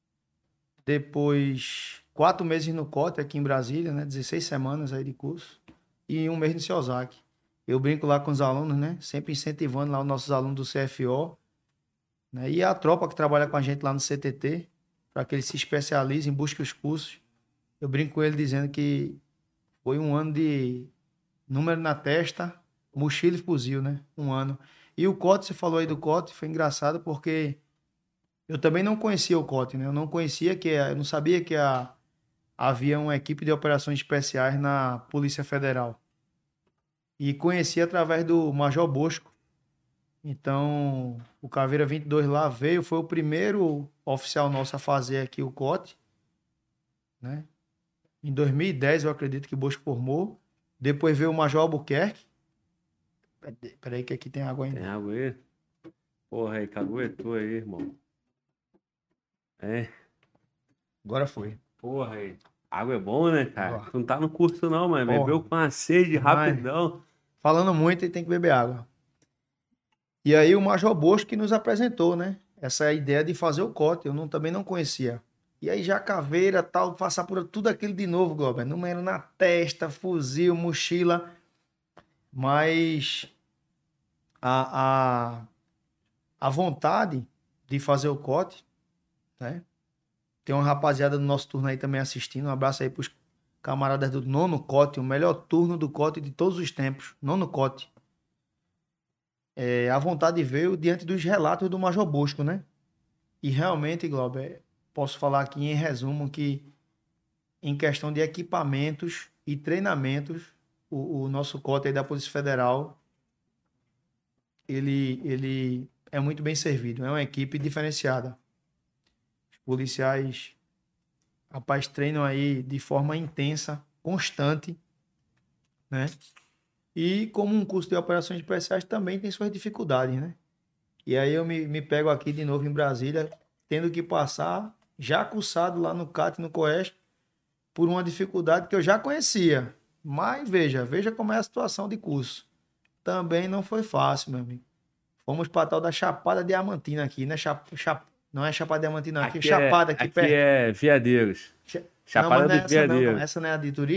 [SPEAKER 2] Depois, quatro meses no COT aqui em Brasília, né? dezesseis semanas aí de curso. E um mês no Ciosaki. Eu brinco lá com os alunos, né? Sempre incentivando lá os nossos alunos do C F O, né? E a tropa que trabalha com a gente lá no C T T, para que eles se especializem, busquem os cursos. Eu brinco com ele dizendo que foi um ano de número na testa, mochila e fuzil, né? Um ano. E o COT, você falou aí do COT, foi engraçado porque eu também não conhecia o COT, né? Eu não conhecia que, eu não sabia que a, havia uma equipe de operações especiais na Polícia Federal. E conheci através do Major Bosco. Então, o Caveira vinte e dois lá veio, foi o primeiro oficial nosso a fazer aqui o COT, né? Em dois mil e dez, eu acredito que o Bosco formou. Depois veio o Major Albuquerque. Peraí que aqui tem água
[SPEAKER 1] Tem
[SPEAKER 2] ainda.
[SPEAKER 1] água aí? Porra, aí, caguetou aí, irmão. É,
[SPEAKER 2] Agora foi.
[SPEAKER 1] porra aí. Água é bom, né, cara?
[SPEAKER 2] Ó,
[SPEAKER 1] Tu não tá no curso não, mas
[SPEAKER 2] porra.
[SPEAKER 1] bebeu com a sede
[SPEAKER 2] Mas,
[SPEAKER 1] rapidão.
[SPEAKER 2] falando muito, e tem que beber água. E aí o Major Bosco que nos apresentou, né? Essa ideia de fazer o COT. Eu não, também não conhecia. E aí já caveira, tal, passar por tudo aquilo de novo, Glauber. Número na testa, fuzil, mochila. Mas a, a, a vontade de fazer o COT, né? Tem uma rapaziada do nosso turno aí também assistindo. Um abraço aí pros camaradas do nono COT, o melhor turno do COT de todos os tempos. Nono COT. É, a vontade veio diante dos relatos do Major Bosco, né? E realmente, Glauber, posso falar aqui em resumo que em questão de equipamentos e treinamentos, o, o nosso COT aí da Polícia Federal, ele, ele é muito bem servido. É uma equipe diferenciada. Os policiais, rapaz, treinam aí de forma intensa, constante, né? E como um curso de operações especiais também tem suas dificuldades, né? E aí eu me, me pego aqui de novo em Brasília, tendo que passar, já cursado lá no CAT e no COESP, por uma dificuldade que eu já conhecia. Mas veja, veja como é a situação de curso. Também não foi fácil, meu amigo. Fomos para tal da Chapada Diamantina aqui, né? Chap, chap, não é Chapada Diamantina, não. Aqui,
[SPEAKER 1] Aqui é,
[SPEAKER 2] Chapada, aqui
[SPEAKER 1] aqui
[SPEAKER 2] perto.
[SPEAKER 1] é Veadeiros.
[SPEAKER 2] Cha- Não, mas
[SPEAKER 1] Chapada
[SPEAKER 2] não é
[SPEAKER 1] dos
[SPEAKER 2] essa não, não.
[SPEAKER 1] Veadeiros.
[SPEAKER 2] Essa não é a de turista?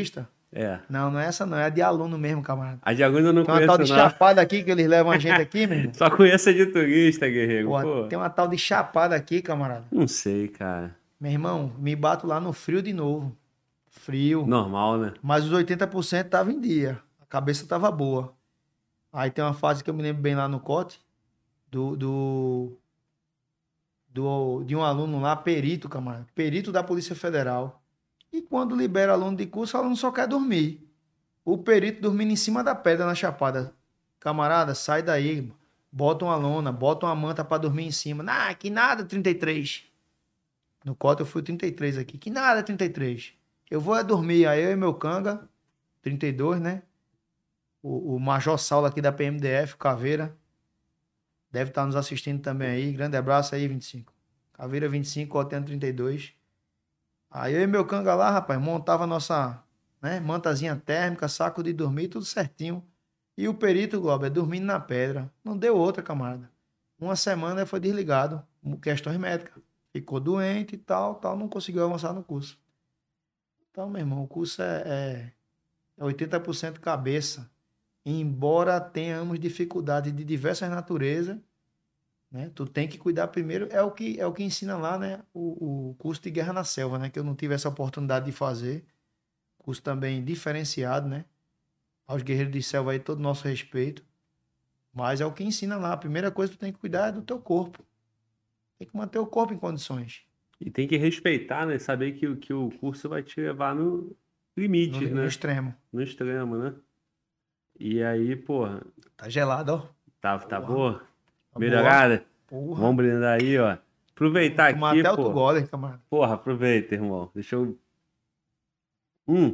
[SPEAKER 1] É.
[SPEAKER 2] Não, não é essa não, é a de aluno mesmo, camarada.
[SPEAKER 1] A de Agulha eu não
[SPEAKER 2] Tem uma tal
[SPEAKER 1] conheço,
[SPEAKER 2] de
[SPEAKER 1] não.
[SPEAKER 2] chapada aqui que eles levam a gente aqui, meu irmão.
[SPEAKER 1] Só conheço a de turista, guerreiro.
[SPEAKER 2] Pô,
[SPEAKER 1] Pô,
[SPEAKER 2] tem uma tal de chapada aqui, camarada.
[SPEAKER 1] não sei, cara.
[SPEAKER 2] Meu irmão, me bato lá no frio de novo. Frio.
[SPEAKER 1] Normal, né?
[SPEAKER 2] Mas os oitenta por cento tava em dia. A cabeça tava boa. Aí tem uma fase que eu me lembro bem lá no Cote, do, do, do, de um aluno lá, perito, camarada. Perito da Polícia Federal. E quando libera aluno de curso, o aluno só quer dormir. O perito dormindo em cima da pedra na chapada. Camarada, sai daí. Bota uma lona, bota uma manta pra dormir em cima. Ah, que nada, trinta e três. No Cota eu fui trinta e três aqui. Que nada, trinta e três. Eu vou é dormir. Aí eu e meu canga, trinta e dois, né? O, o Major Saulo aqui da P M D F, Caveira. Deve estar nos assistindo também aí. Grande abraço aí, vinte e cinco. Caveira vinte e cinco, Cotendo trinta e dois. Aí eu e meu canga lá, rapaz, montava nossa, né, mantazinha térmica, saco de dormir, tudo certinho. E o perito, Glauber, dormindo na pedra. Não deu outra, camarada. Uma semana foi desligado. Questões médicas. Ficou doente e tal, tal, não conseguiu avançar no curso. Então, meu irmão, o curso é, é, é oitenta por cento cabeça. Embora tenhamos dificuldades de diversas naturezas, né? Tu tem que cuidar primeiro, é o que, é o que ensina lá, né? O, o curso de Guerra na Selva, né? Que eu não tive essa oportunidade de fazer. Curso também diferenciado, né? Aos guerreiros de selva aí, todo o nosso respeito. Mas é o que ensina lá. A primeira coisa que tu tem que cuidar é do teu corpo. Tem que manter o corpo em condições.
[SPEAKER 1] E tem que respeitar, né? Saber que, que o curso vai te levar no limite,
[SPEAKER 2] No,
[SPEAKER 1] né?
[SPEAKER 2] no extremo.
[SPEAKER 1] No extremo, né? E aí, porra,
[SPEAKER 2] Tá gelado, ó.
[SPEAKER 1] tá, tá
[SPEAKER 2] Porra.
[SPEAKER 1] boa?
[SPEAKER 2] Tá
[SPEAKER 1] Melhorada?
[SPEAKER 2] Porra.
[SPEAKER 1] Vamos brindar aí, ó. Aproveitar
[SPEAKER 2] Tomar
[SPEAKER 1] aqui,
[SPEAKER 2] até outro
[SPEAKER 1] pô.
[SPEAKER 2] gole, camarada.
[SPEAKER 1] Porra, aproveita, irmão. Deixa eu. Hum.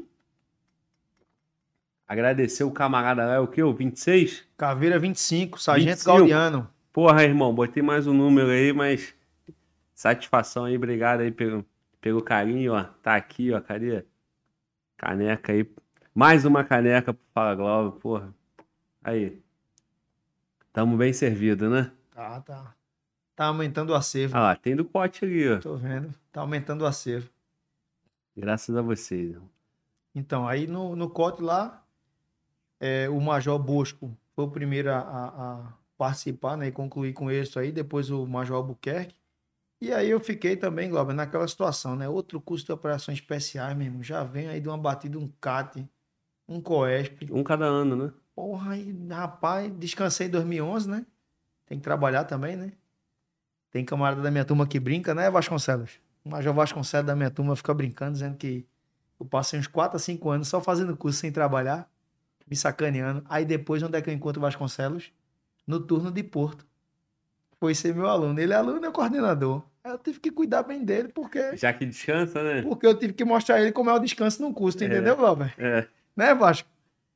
[SPEAKER 1] Agradecer o camarada lá, é o quê? O vinte e seis?
[SPEAKER 2] Caveira vinte e cinco, Sargento
[SPEAKER 1] vinte e cinco.
[SPEAKER 2] Gaudiano.
[SPEAKER 1] Porra, irmão, botei mais um número aí, mas satisfação aí, obrigado aí pelo, pelo carinho, ó. Tá aqui, ó, cadê? Caneca aí. Mais uma caneca pro Fala Globo, porra. Aí. Tamo bem servido, né?
[SPEAKER 2] Tá, tá. Tá aumentando o acervo.
[SPEAKER 1] Ah lá, tem do pote ali, ó.
[SPEAKER 2] Tô vendo. Tá aumentando o acervo.
[SPEAKER 1] Graças a vocês, irmão.
[SPEAKER 2] Então, aí no, no cote lá, é, o Major Bosco foi o primeiro a, a, a participar, né? E concluir com isso aí. Depois o Major Albuquerque. E aí eu fiquei também, Glauber, naquela situação, né? Outro curso de operações especiais, meu irmão. Já vem aí de uma batida, um C A T, um COESP.
[SPEAKER 1] Um cada ano, né?
[SPEAKER 2] Porra, aí, rapaz, descansei em dois mil e onze, né? Tem que trabalhar também, né? Tem camarada da minha turma que brinca, né, Vasconcelos? O Major Vasconcelos da minha turma fica brincando, dizendo que eu passei uns quatro a cinco anos só fazendo curso sem trabalhar, me sacaneando. Aí depois, onde é que eu encontro o Vasconcelos? No turno de Porto. Foi ser meu aluno. Ele é aluno e eu coordenador. Aí eu tive que cuidar bem dele, porque,
[SPEAKER 1] Já que descansa, né?
[SPEAKER 2] porque eu tive que mostrar a ele como é o descanso num curso,
[SPEAKER 1] É.
[SPEAKER 2] entendeu, Glauber?
[SPEAKER 1] É.
[SPEAKER 2] Né, Vasco?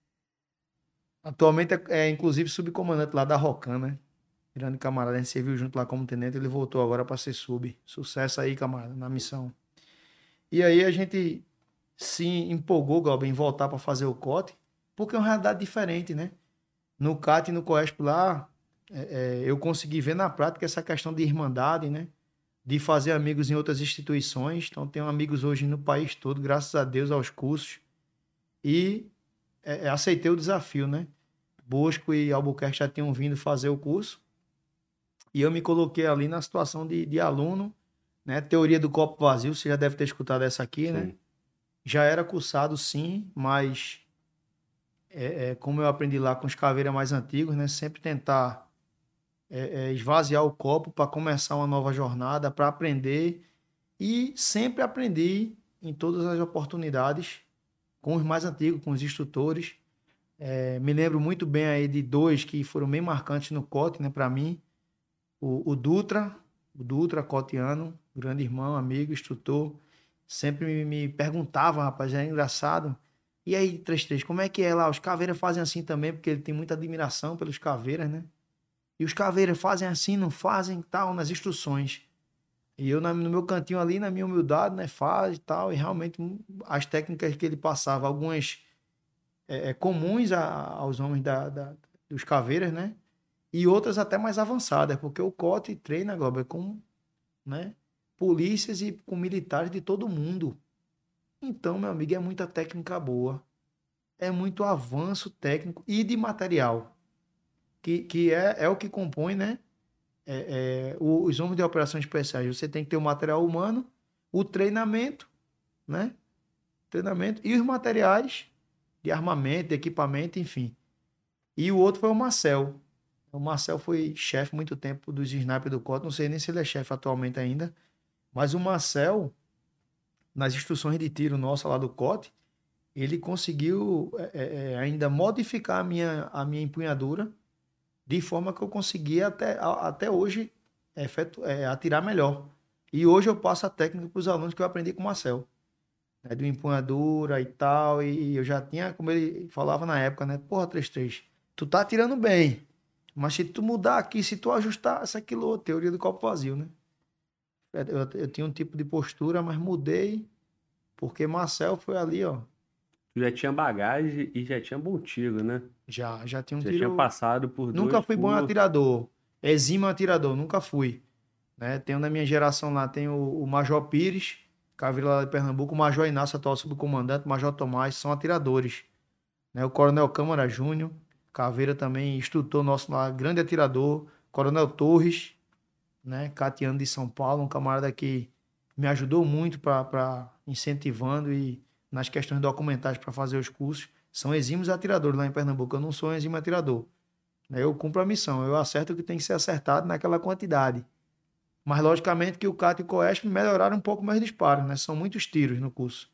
[SPEAKER 2] Atualmente é, é inclusive subcomandante lá da Rocan, né? Grande camarada, a gente serviu junto lá como tenente, ele voltou agora para ser sub. Sucesso aí, camarada, na missão. E aí a gente se empolgou, Glauber, em voltar para fazer o C O T, porque é uma realidade diferente, né? No C A T e no COESP lá, é, é, eu consegui ver na prática essa questão de irmandade, né? De fazer amigos em outras instituições. Então, tenho amigos hoje no país todo, graças a Deus, aos cursos. E é, é, aceitei o desafio, né? Bosco e Albuquerque já tinham vindo fazer o curso. E eu me coloquei ali na situação de, de aluno, né? Teoria do copo vazio, você já deve ter escutado essa aqui,
[SPEAKER 1] Sim.
[SPEAKER 2] né? Já era cursado, sim, mas é, é, como eu aprendi lá com os caveiras mais antigos, né? Sempre tentar é, é, esvaziar o copo para começar uma nova jornada, para aprender. E sempre aprendi em todas as oportunidades com os mais antigos, com os instrutores. É, me lembro muito bem aí de dois que foram bem marcantes no C O T, né, para mim. O, o Dutra, o Dutra Cotiano, grande irmão, amigo, instrutor, sempre me, me perguntava, rapaz, é engraçado. E aí, trinta e três, como é que é lá? Os caveiras fazem assim também, porque ele tem muita admiração pelos caveiras, né? E os caveiras fazem assim, não fazem, tal, nas instruções. E eu, na, no meu cantinho ali, na minha humildade, né, faz e tal, e realmente as técnicas que ele passava, algumas é, é, comuns a, aos homens da, da, dos caveiras, né? E outras até mais avançadas, porque o C O T treina, Glauber, com, né, polícias e com militares de todo mundo. Então, meu amigo, é muita técnica boa. é muito avanço técnico e de material, que, que é, é o que compõe, né? É, é, o- os homens de operações especiais. Você tem que ter o material humano, o treinamento, né? Treinamento e os materiais de armamento, de equipamento, enfim. E o outro foi o Marcel. O Marcel foi chefe muito tempo dos snipers do COT. Não sei nem se ele é chefe atualmente ainda. Mas o Marcel, nas instruções de tiro nossa lá do COT, ele conseguiu é, é, é, ainda modificar a minha, a minha empunhadura de forma que eu conseguia até, a- até hoje efetu- é, atirar melhor. E hoje eu passo a técnica para os alunos que eu aprendi com o Marcel, né, de empunhadura e tal, e eu já tinha, como ele falava na época, né, porra, três três tu tá atirando bem, mas se tu mudar aqui, se tu ajustar essa aquilo, teoria do copo vazio, né? É, Eu, eu tinha um tipo de postura, mas mudei, porque Marcel foi ali, ó,
[SPEAKER 1] Tu já tinha bagagem e já tinha bom tiro, né?
[SPEAKER 2] já, já tinha um
[SPEAKER 1] Já tinha
[SPEAKER 2] tiro,
[SPEAKER 1] passado por
[SPEAKER 2] nunca
[SPEAKER 1] dois
[SPEAKER 2] fui bom
[SPEAKER 1] cursos.
[SPEAKER 2] atirador, exímio atirador, nunca fui, né? Tenho na minha geração lá, tem o, o Major Pires, caveira lá de Pernambuco, o Major Inácio, atual subcomandante, o Major Tomás, são atiradores, né? O Coronel Câmara Júnior, Caveira também, instrutor nosso lá, grande atirador. Coronel Torres, né? Catiano de São Paulo, um camarada que me ajudou muito para incentivando e nas questões documentais para fazer os cursos. São exímios atiradores lá em Pernambuco. Eu não sou um exímio atirador, né? Eu cumpro a missão, eu acerto o que tem que ser acertado naquela quantidade. Mas logicamente que o CAT e o COESP melhoraram um pouco meus disparos, né? São muitos tiros no curso,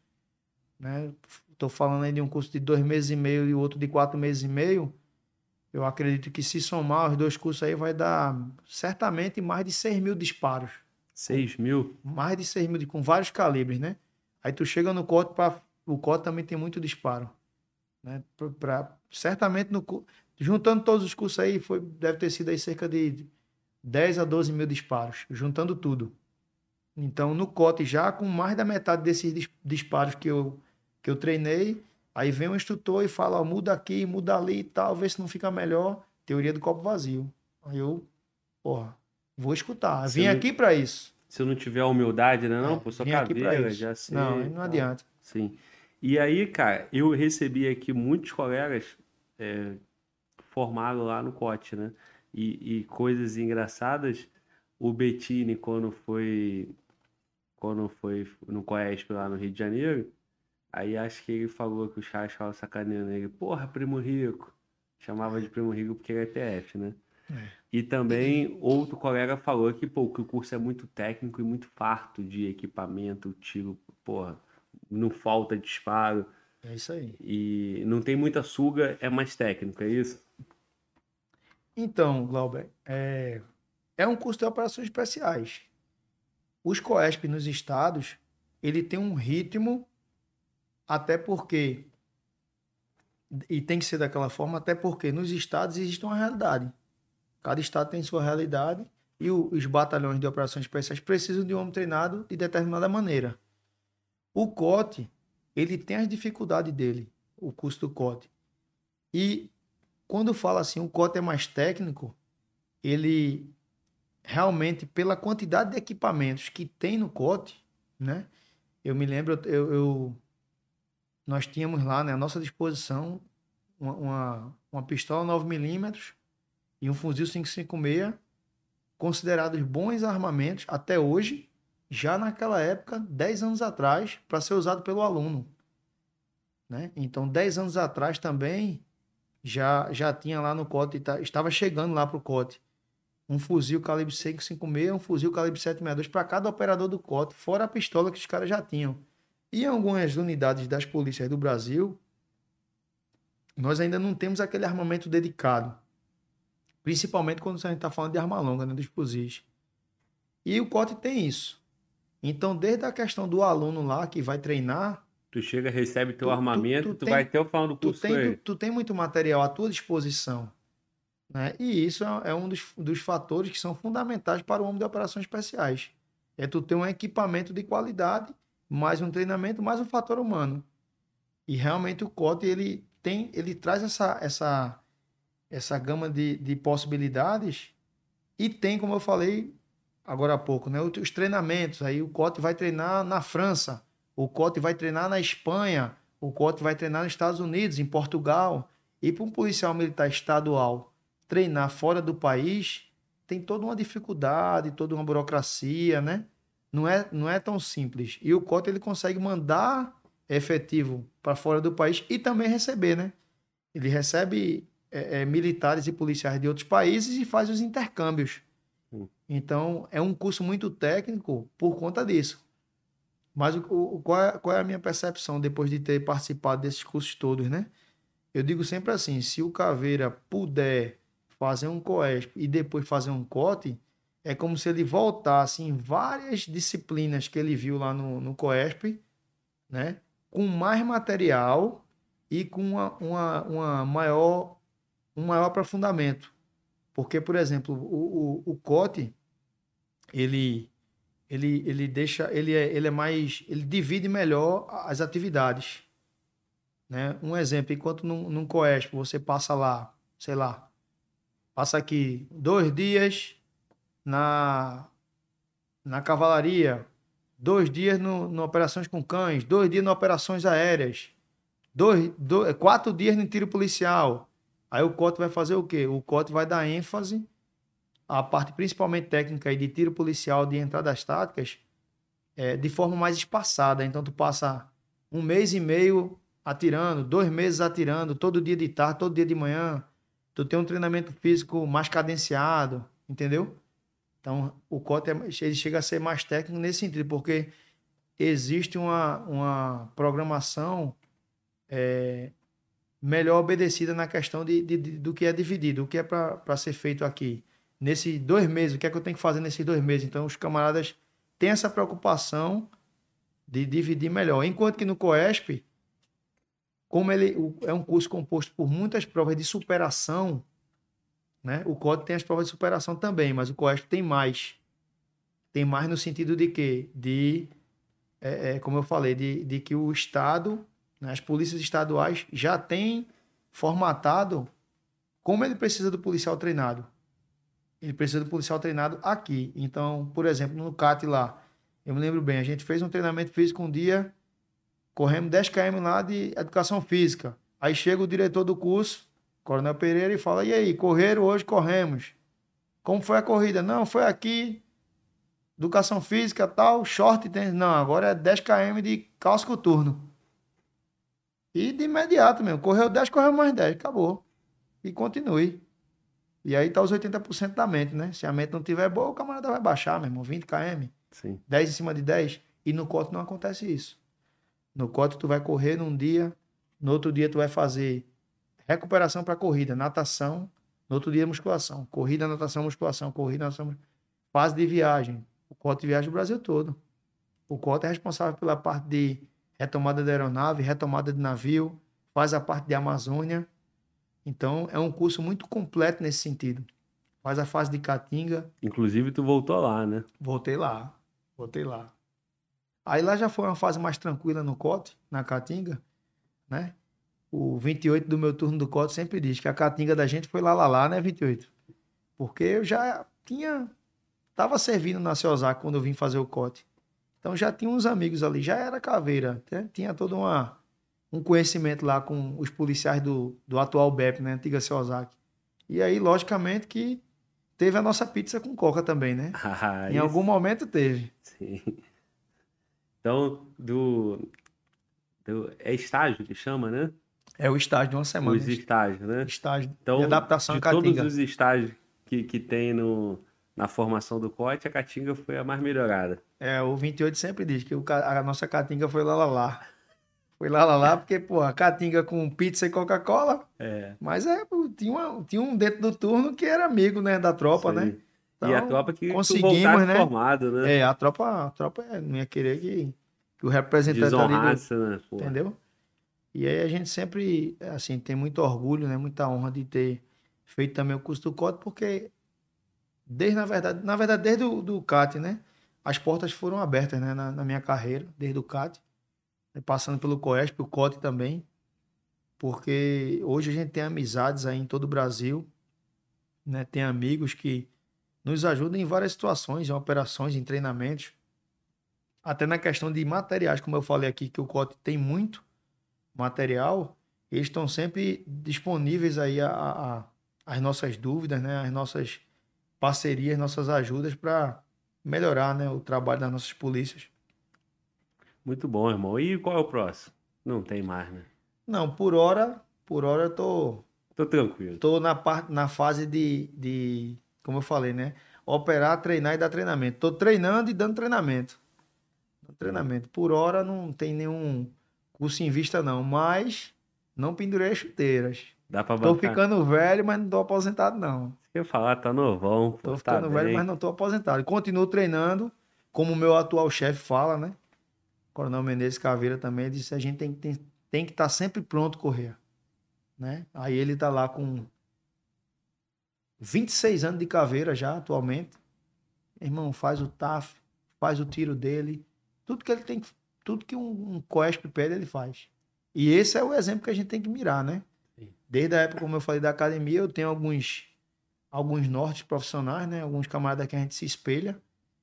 [SPEAKER 2] né? Estou falando aí de um curso de dois meses e meio e o outro de quatro meses e meio. Eu acredito que se somar os dois cursos aí vai dar certamente mais de seis mil disparos. Com
[SPEAKER 1] Seis mil?
[SPEAKER 2] mais de seis mil, de- com vários calibres, né? Aí tu chega no COT, pra, o COT também tem muito disparo, né? Pra, pra- certamente, no, cu- juntando todos os cursos aí, foi, deve ter sido aí cerca de dez a doze mil disparos, juntando tudo. Então, no COT, já com mais da metade desses dis- disparos que eu, que eu treinei, aí vem o instrutor e fala, ó, muda aqui, muda ali e tal, vê se não fica melhor. Teoria do copo vazio. Aí eu, porra, vou escutar.
[SPEAKER 1] Se
[SPEAKER 2] Vim
[SPEAKER 1] eu não,
[SPEAKER 2] aqui para isso.
[SPEAKER 1] se eu não tiver humildade, né? Não,
[SPEAKER 2] É,
[SPEAKER 1] pô, sou
[SPEAKER 2] vim aqui para
[SPEAKER 1] caveira,
[SPEAKER 2] isso.
[SPEAKER 1] já
[SPEAKER 2] Não,
[SPEAKER 1] sei
[SPEAKER 2] aí
[SPEAKER 1] e
[SPEAKER 2] não
[SPEAKER 1] tal.
[SPEAKER 2] adianta.
[SPEAKER 1] Sim. E aí, cara, eu recebi aqui muitos colegas é, formados lá no COT, né? E, e coisas engraçadas. O Bettini, quando foi, quando foi no COESP lá no Rio de Janeiro, aí acho que ele falou que os caras ficavam sacaneando ele. Porra, primo rico. Chamava de primo rico porque ele é P F, né?
[SPEAKER 2] É.
[SPEAKER 1] E também outro colega falou que, pô, que o curso é muito técnico e muito farto de equipamento, tiro, porra, não falta disparo
[SPEAKER 2] É isso aí.
[SPEAKER 1] e não tem muita suga, é mais técnico, é isso?
[SPEAKER 2] Então, Glauber, é, é um curso de operações especiais. Os COESP nos estados, ele tem um ritmo, até porque, e tem que ser daquela forma, até porque nos estados existe uma realidade. Cada estado tem sua realidade e o- os batalhões de operações especiais precisam de um homem treinado de determinada maneira. O COT, ele tem as dificuldades dele, o curso do COT. E quando fala assim, o COT é mais técnico, ele realmente, pela quantidade de equipamentos que tem no COT, né? Eu me lembro, eu, eu- nós tínhamos lá, né, à nossa disposição uma, uma, uma pistola nove milímetros e um fuzil cinco cinco seis considerados bons armamentos até hoje, já naquela época, dez anos atrás, para ser usado pelo aluno, né? Então, dez anos atrás também já já tinha lá no COT, tá- estava chegando lá para o COT, um fuzil calibre cinco cinco seis, um fuzil calibre sete sessenta e dois para cada operador do COT, fora a pistola que os caras já tinham. E em algumas unidades das polícias do Brasil, nós ainda não temos aquele armamento dedicado, principalmente quando a gente está falando de arma longa, né, dos fuzis. E o COT tem isso. Então, desde a questão do aluno lá que vai treinar,
[SPEAKER 1] Tu chega, recebe teu
[SPEAKER 2] tu, tu,
[SPEAKER 1] armamento
[SPEAKER 2] tu
[SPEAKER 1] e tu vai
[SPEAKER 2] tem,
[SPEAKER 1] até o final do
[SPEAKER 2] tu,
[SPEAKER 1] curso com
[SPEAKER 2] tem, tu,
[SPEAKER 1] ele.
[SPEAKER 2] tu tem muito material à tua disposição, né? E isso é, é um dos, dos fatores que são fundamentais para o homem de operações especiais. É tu ter um equipamento de qualidade, mais um treinamento, mais um fator humano. E realmente o COT, ele tem, ele traz essa, essa, essa gama de, de possibilidades e tem, como eu falei agora há pouco, né? Os treinamentos. Aí o Cote vai treinar na França, o Cote vai treinar na Espanha, O COT vai treinar nos Estados Unidos, em Portugal. E para um policial militar estadual treinar fora do país, tem toda uma dificuldade, toda uma burocracia, né? Não é, não é tão simples. E o COT ele consegue mandar efetivo para fora do país e também receber, né? Ele recebe é, é, militares e policiais de outros países e faz os intercâmbios. Hum. Então, é um curso muito técnico por conta disso. Mas o, o, qual, é, qual é a minha percepção depois de ter participado desses cursos todos, né? Eu digo sempre assim, se o Caveira puder fazer um COESP e depois fazer um COT, é como se ele voltasse em várias disciplinas que ele viu lá no, no COESP, né? Com mais material e com uma, uma, uma maior, um maior aprofundamento. Porque, por exemplo, o, o, o COT, ele, ele, ele deixa, ele é, ele é mais, ele divide melhor as atividades. Né? Um exemplo, enquanto num, num COESP você passa lá, sei lá, passa aqui dois dias na, na cavalaria, dois dias no, no operações com cães, dois dias em operações aéreas, dois, dois, quatro dias no tiro policial. Aí o COT vai fazer o quê? O COT vai dar ênfase à parte principalmente técnica e de tiro policial, de entradas táticas, é, de forma mais espaçada. Então tu passa um mês e meio atirando, dois meses atirando, todo dia de tarde, todo dia de manhã. Tu tem um treinamento físico mais cadenciado, entendeu? Então, o COT é, ele chega a ser mais técnico nesse sentido, porque existe uma, uma programação é, melhor obedecida na questão de, de, de, do que é dividido, o que é para ser feito aqui. Nesses dois meses, o que é que eu tenho que fazer nesses dois meses? Então, os camaradas têm essa preocupação de dividir melhor. Enquanto que no COESP, como ele é um curso composto por muitas provas de superação, né? O COT tem as provas de superação também, mas o COESP tem mais. Tem mais no sentido de quê? De, é, é, como eu falei, de, de que o Estado, né, as polícias estaduais já têm formatado como ele precisa do policial treinado. Ele precisa do policial treinado aqui. Então, por exemplo, no CAT lá, eu me lembro bem, a gente fez um treinamento físico um dia, corremos dez quilômetros lá de educação física. Aí chega o diretor do curso, Coronel Pereira, e fala, e aí, correram hoje? Corremos. Como foi a corrida? Não, foi aqui, educação física, tal, short, tênis. Não, agora é dez quilômetros de calça coturno. E de imediato mesmo, correu dez, correu mais dez, acabou. E continue. E aí tá os oitenta por cento da mente, né? Se a mente não tiver boa, o camarada vai baixar, meu irmão, vinte quilômetros. Sim. dez em cima de dez. E no COT não acontece isso. No COT tu vai correr num dia, no outro dia tu vai fazer recuperação para corrida, natação, no outro dia musculação. Corrida, natação, musculação, corrida, natação, fase de viagem. O COT viaja o Brasil todo. O COT é responsável pela parte de retomada da aeronave, retomada de navio, faz a parte de Amazônia. Então, é um curso muito completo nesse sentido. Faz a fase de Caatinga.
[SPEAKER 1] Inclusive, tu voltou lá, né?
[SPEAKER 2] Voltei lá. Voltei lá. Aí lá já foi uma fase mais tranquila no COT, na Caatinga, né? O vinte e oito do meu turno do COT sempre diz que a Caatinga da gente foi lá, lá, lá, né, vinte e oito? Porque eu já tinha... Tava servindo na Ceosac quando eu vim fazer o COT. Então, já tinha uns amigos ali. Já era caveira. Né? Tinha todo uma... um conhecimento lá com os policiais do, do atual B E P, né? Antiga Ceosac. E aí, logicamente, que teve a nossa pizza com coca também, né? Ah, em isso... algum momento teve.
[SPEAKER 1] Sim. Então, do, do... É estágio que chama, né?
[SPEAKER 2] É o estágio de uma semana.
[SPEAKER 1] Os estágios, né?
[SPEAKER 2] Estágio
[SPEAKER 1] então,
[SPEAKER 2] de adaptação
[SPEAKER 1] de
[SPEAKER 2] à Caatinga.
[SPEAKER 1] Todos os estágios que, que tem no, na formação do COT, a Caatinga foi a mais melhorada.
[SPEAKER 2] É, o vinte e oito sempre diz que o, a nossa Caatinga foi lá, lá, lá. Foi lá, lá, lá, porque, pô, a Caatinga com pizza e Coca-Cola. É. Mas é, pô, tinha, uma, tinha um dentro do turno que era amigo, né, da tropa, sim, né?
[SPEAKER 1] Então, e a tropa que
[SPEAKER 2] conseguimos, né?
[SPEAKER 1] Formado, né?
[SPEAKER 2] É, a tropa, a tropa não ia querer que, que o representante
[SPEAKER 1] desonrasse,
[SPEAKER 2] ali... Do,
[SPEAKER 1] né? Pô.
[SPEAKER 2] Entendeu? E aí a gente sempre, assim, tem muito orgulho, né? Muita honra de ter feito também o curso do COT, porque desde, na verdade, na verdade, desde o do CAT, né? As portas foram abertas, né? Na, na minha carreira, desde o CAT. Passando pelo COESP, o COT também, porque hoje a gente tem amizades aí em todo o Brasil, né? Tem amigos que nos ajudam em várias situações, em operações, em treinamentos, até na questão de materiais, como eu falei aqui, que o COT tem muito, material, eles estão sempre disponíveis aí a, a, a, as nossas dúvidas, né? As nossas parcerias, nossas ajudas para melhorar, né, o trabalho das nossas polícias.
[SPEAKER 1] Muito bom, irmão. E qual é o próximo? Não tem mais, né?
[SPEAKER 2] Não, por hora, por hora eu tô,
[SPEAKER 1] Tô tranquilo.
[SPEAKER 2] tô na parte, na fase de, de, como eu falei, né? Operar, treinar e dar treinamento. Tô treinando e dando treinamento. Dando treinamento. Por hora não tem nenhum curso em vista não, mas não pendurei as chuteiras.
[SPEAKER 1] Dá pra
[SPEAKER 2] Tô
[SPEAKER 1] bancar.
[SPEAKER 2] ficando velho, mas não tô aposentado não.
[SPEAKER 1] Você ia falar, tá novão, pô,
[SPEAKER 2] Tô
[SPEAKER 1] tá
[SPEAKER 2] ficando velho,
[SPEAKER 1] bem.
[SPEAKER 2] mas não tô aposentado. Continuo treinando, como o meu atual chefe fala, né? Coronel Menezes Caveira também, ele disse que a gente tem, tem, tem que estar sempre pronto correr, né? Aí ele tá lá com vinte e seis anos de caveira já atualmente. Irmão, faz o T A F, faz o tiro dele, tudo que ele tem, tudo que um, um COESP pede, ele faz. E esse é o exemplo que a gente tem que mirar, né?
[SPEAKER 1] Sim.
[SPEAKER 2] Desde a época, como eu falei, da academia, eu tenho alguns alguns nortes profissionais, né? Alguns camaradas que a gente se espelha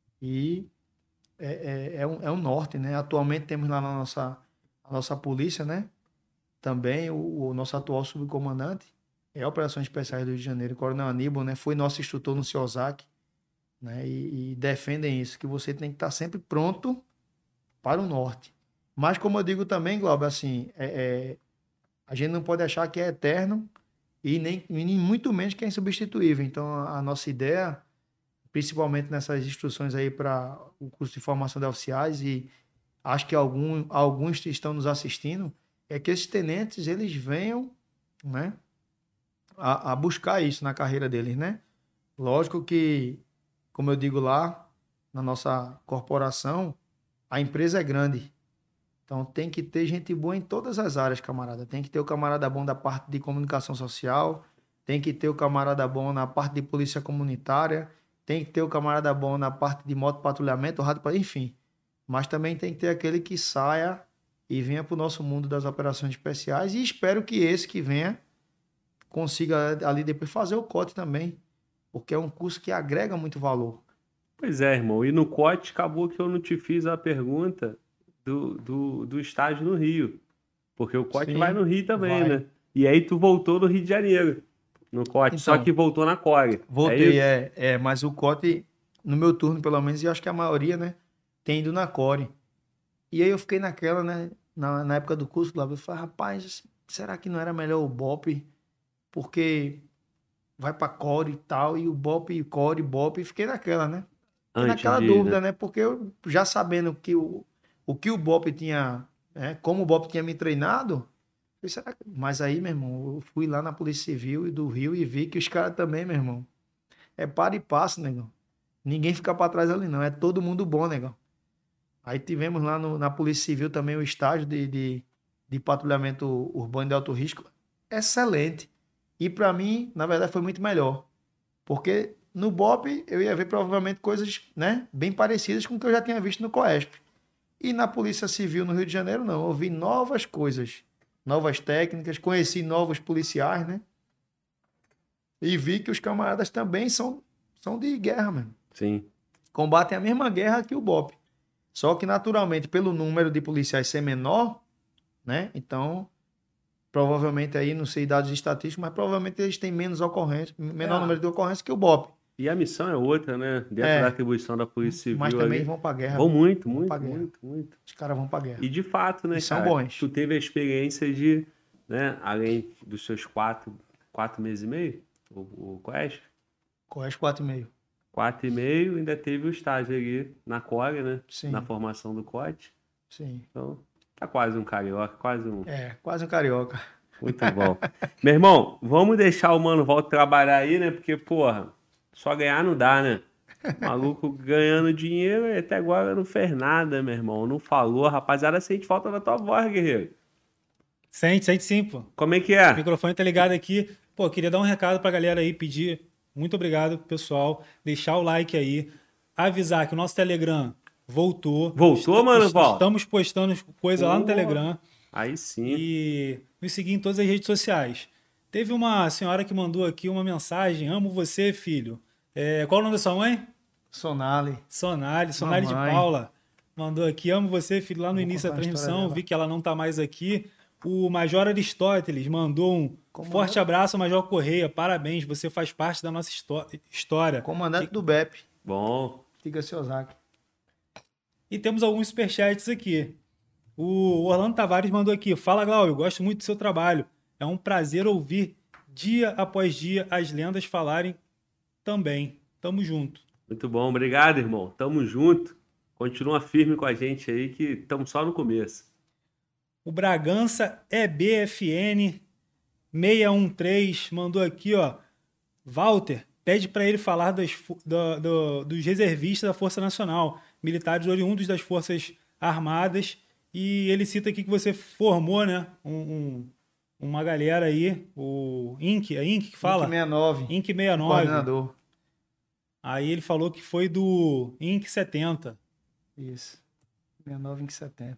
[SPEAKER 2] e é, é, é, um, é um norte, né? Atualmente temos lá na nossa, a nossa polícia, né? Também o, o nosso atual subcomandante é Operações Especiais do Rio de Janeiro, o Coronel Aníbal, né? Foi nosso instrutor no CIOSAC, né? E, e defendem isso, que você tem que estar sempre pronto para o norte. Mas como eu digo também, Glauber, assim, é, é, a gente não pode achar que é eterno e nem, e nem muito menos que é insubstituível. Então, a, a nossa ideia, principalmente nessas instruções aí para o curso de formação de oficiais, e acho que algum, alguns estão nos assistindo, é que esses tenentes, eles venham, né, a, a buscar isso na carreira deles, né? Lógico que, como eu digo lá, na nossa corporação, a empresa é grande. Então tem que ter gente boa em todas as áreas, camarada. Tem que ter o camarada bom da parte de comunicação social, tem que ter o camarada bom na parte de polícia comunitária, tem que ter o camarada bom na parte de moto patrulhamento, rádio, enfim. Mas também tem que ter aquele que saia e venha para o nosso mundo das operações especiais, e espero que esse que venha consiga ali depois fazer o COT também, porque é um curso que agrega muito valor.
[SPEAKER 1] Pois é, irmão. E no C O T acabou que eu não te fiz a pergunta do, do, do estágio no Rio. Porque o C O T vai
[SPEAKER 2] Sim,
[SPEAKER 1] no Rio também,
[SPEAKER 2] vai.
[SPEAKER 1] né? E aí tu voltou no Rio de Janeiro, no C O T, só
[SPEAKER 2] Então,
[SPEAKER 1] que voltou na Core. É
[SPEAKER 2] voltei,
[SPEAKER 1] isso?
[SPEAKER 2] é, é, mas o COT, no meu turno pelo menos, e eu acho que a maioria, né, tem ido na Core. E aí eu fiquei naquela, né, na, na época do curso, lá, eu falei, rapaz, será que não era melhor o BOP? Porque vai pra Core e tal, e o BOP, Core, BOP, e fiquei naquela, né? Fiquei
[SPEAKER 1] Antes
[SPEAKER 2] naquela
[SPEAKER 1] de ir,
[SPEAKER 2] dúvida,
[SPEAKER 1] né?
[SPEAKER 2] né? Porque eu já sabendo que o, o que o BOP tinha, né, como o BOP tinha me treinado, eu falei, será que... Mas aí, meu irmão, eu fui lá na Polícia Civil e do Rio e vi que os caras também, meu irmão, é para e passo, negão. Ninguém fica para trás ali, não. É todo mundo bom, negão. Aí tivemos lá no, na Polícia Civil também o estágio de, de, de patrulhamento urbano de alto risco. Excelente. E para mim, na verdade, foi muito melhor. Porque no BOP eu ia ver provavelmente coisas, né, bem parecidas com o que eu já tinha visto no COESP. E na Polícia Civil no Rio de Janeiro, não. Eu vi novas coisas, novas técnicas, conheci novos policiais, né? E vi que os camaradas também são, são de guerra, mano.
[SPEAKER 1] Sim.
[SPEAKER 2] Combatem a mesma guerra que o BOP. Só que, naturalmente, pelo número de policiais ser menor, né? Então, provavelmente aí, não sei dados estatísticos, mas provavelmente eles têm menos ocorrências, menor
[SPEAKER 1] É.
[SPEAKER 2] número de ocorrências que o BOP.
[SPEAKER 1] E a missão é outra, né? Dentro
[SPEAKER 2] É.
[SPEAKER 1] da atribuição da Polícia
[SPEAKER 2] Mas
[SPEAKER 1] Civil
[SPEAKER 2] também
[SPEAKER 1] ali.
[SPEAKER 2] vão pra guerra.
[SPEAKER 1] Vão
[SPEAKER 2] viu?
[SPEAKER 1] muito,
[SPEAKER 2] Vão pra
[SPEAKER 1] muito,
[SPEAKER 2] guerra.
[SPEAKER 1] muito, muito.
[SPEAKER 2] Os caras vão pra guerra.
[SPEAKER 1] E de fato, né,
[SPEAKER 2] E são
[SPEAKER 1] cara?
[SPEAKER 2] bons.
[SPEAKER 1] Tu teve a experiência de, né, além dos seus quatro, quatro meses e meio, o, o COESP,
[SPEAKER 2] Correio quatro e meio.
[SPEAKER 1] quatro e meio, ainda teve o estágio ali na Core, né?
[SPEAKER 2] Sim.
[SPEAKER 1] Na formação do C O T.
[SPEAKER 2] Sim.
[SPEAKER 1] Então, tá quase um carioca, quase um.
[SPEAKER 2] É, quase um carioca.
[SPEAKER 1] Muito bom. Meu irmão, vamos deixar o Mano Volta trabalhar aí, né? Porque, porra, só ganhar não dá, né? O maluco ganhando dinheiro e até agora não fez nada, meu irmão. Não falou. Rapaziada, sente falta da tua voz, guerreiro.
[SPEAKER 3] Sente, sente sim, pô.
[SPEAKER 1] Como é que
[SPEAKER 3] O
[SPEAKER 1] é?
[SPEAKER 3] microfone tá ligado aqui. Pô, queria dar um recado pra galera aí, pedir muito obrigado, pessoal. Deixar o like aí. Avisar que o nosso Telegram voltou.
[SPEAKER 1] Voltou,
[SPEAKER 3] Est-
[SPEAKER 1] Mano
[SPEAKER 3] est-
[SPEAKER 1] Volta?
[SPEAKER 3] Estamos postando coisa lá no
[SPEAKER 1] Porra.
[SPEAKER 3] Telegram.
[SPEAKER 1] Aí sim.
[SPEAKER 3] E nos seguir em todas as redes sociais. Teve uma senhora que mandou aqui uma mensagem. Amo você, filho. É, qual o nome da sua mãe?
[SPEAKER 2] Sonali.
[SPEAKER 3] Sonali, Sonali de
[SPEAKER 2] Mamãe.
[SPEAKER 3] Paula. Mandou aqui, amo você, filho, lá no
[SPEAKER 2] Vou
[SPEAKER 3] início da
[SPEAKER 2] contar a história
[SPEAKER 3] transmissão.
[SPEAKER 2] dela.
[SPEAKER 3] Vi que ela não tá mais aqui. O Major Aristóteles mandou um
[SPEAKER 2] Comandante.
[SPEAKER 3] forte abraço, Major Correia. Parabéns, você faz parte da nossa histó- história.
[SPEAKER 2] Comandante do B E P.
[SPEAKER 1] Bom.
[SPEAKER 2] Diga, seu Zac.
[SPEAKER 3] E temos alguns superchats aqui. O Orlando Tavares mandou aqui. Fala, Glaucio, gosto muito do seu trabalho. É um prazer ouvir dia após dia as lendas falarem também. Tamo junto.
[SPEAKER 1] Muito bom. Obrigado, irmão. Tamo junto. Continua firme com a gente aí que estamos só no começo.
[SPEAKER 3] O Bragança E B F N seiscentos e treze mandou aqui, ó. Walter, pede para ele falar das, do, do, dos reservistas da Força Nacional, militares oriundos das Forças Armadas. E ele cita aqui que você formou, né? Um, um, uma galera aí, o Inc, é Inc que fala?
[SPEAKER 2] Inc sessenta e nove.
[SPEAKER 3] Inc sessenta e nove.
[SPEAKER 2] Coordenador.
[SPEAKER 3] Aí ele falou que foi do Inc setenta.
[SPEAKER 2] Isso. sessenta e nove Inc setenta.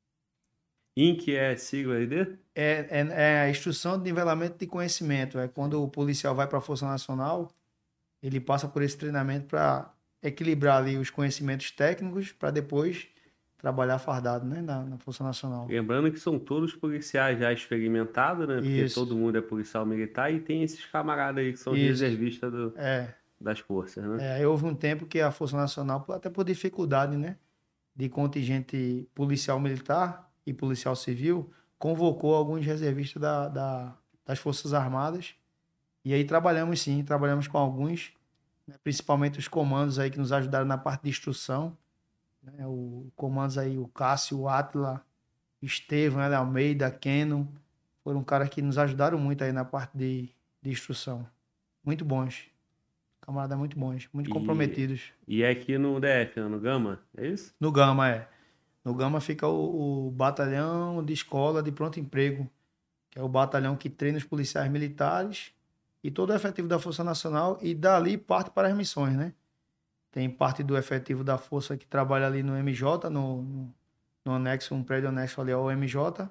[SPEAKER 1] Inc é sigla aí D?
[SPEAKER 2] É, é, é a instrução de nivelamento de conhecimento. É quando o policial vai para a Força Nacional, ele passa por esse treinamento para equilibrar ali os conhecimentos técnicos para depois trabalhar fardado, né, na, na Força Nacional.
[SPEAKER 1] Lembrando que são todos policiais já experimentados, né? Porque
[SPEAKER 2] Isso.
[SPEAKER 1] todo mundo é policial militar e tem esses camaradas aí que são
[SPEAKER 2] Isso.
[SPEAKER 1] reservistas do,
[SPEAKER 2] É.
[SPEAKER 1] das forças, né?
[SPEAKER 2] É, houve um tempo que a Força Nacional, até por dificuldade, né, de contingente policial militar e policial civil, convocou alguns reservistas da, da, das Forças Armadas. E aí trabalhamos sim, trabalhamos com alguns, né, principalmente os comandos aí que nos ajudaram na parte de instrução. Né, o comandos aí, o Cássio, o Átila, Estevam, L. Almeida, Keno, foram caras que nos ajudaram muito aí na parte de, de instrução. Muito bons. Camaradas muito bons, muito
[SPEAKER 1] E-
[SPEAKER 2] comprometidos.
[SPEAKER 1] E é aqui no D F, né? No Gama, é isso?
[SPEAKER 2] No Gama, é. No Gama fica o, o batalhão de escola de pronto emprego, que é o batalhão que treina os policiais militares e todo o efetivo da Força Nacional, e dali parte para as missões, né? Tem parte do efetivo da Força que trabalha ali no M J, no, no, no anexo, um prédio anexo ali ao M J.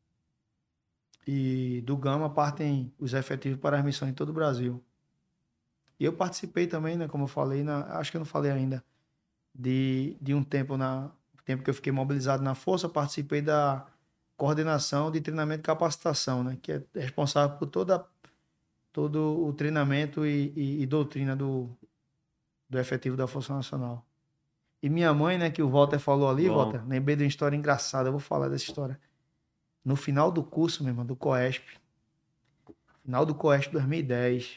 [SPEAKER 2] E do Gama partem os efetivos para as missões em todo o Brasil. E eu participei também, né, como eu falei, na, acho que eu não falei ainda, de, de um tempo, na tempo que eu fiquei mobilizado na Força, participei da coordenação de treinamento e capacitação, né, que é responsável por toda, todo o treinamento e, e, e doutrina do, do efetivo da Força Nacional. E minha mãe, né, que o Walter falou ali,
[SPEAKER 1] Bom.
[SPEAKER 2] Walter, lembrei de uma história engraçada, eu vou falar dessa história. No final do curso, meu irmão, do COESP, final do COESP dois mil e dez,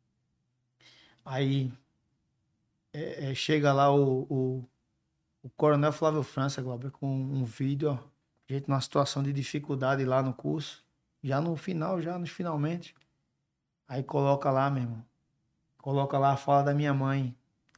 [SPEAKER 2] aí é, é, chega lá o, o, o Coronel Flávio França, Glauber, com um vídeo, ó, gente numa situação de dificuldade lá no curso, já no final, já nos finalmente. Aí coloca lá, meu irmão, coloca lá a fala da minha mãe.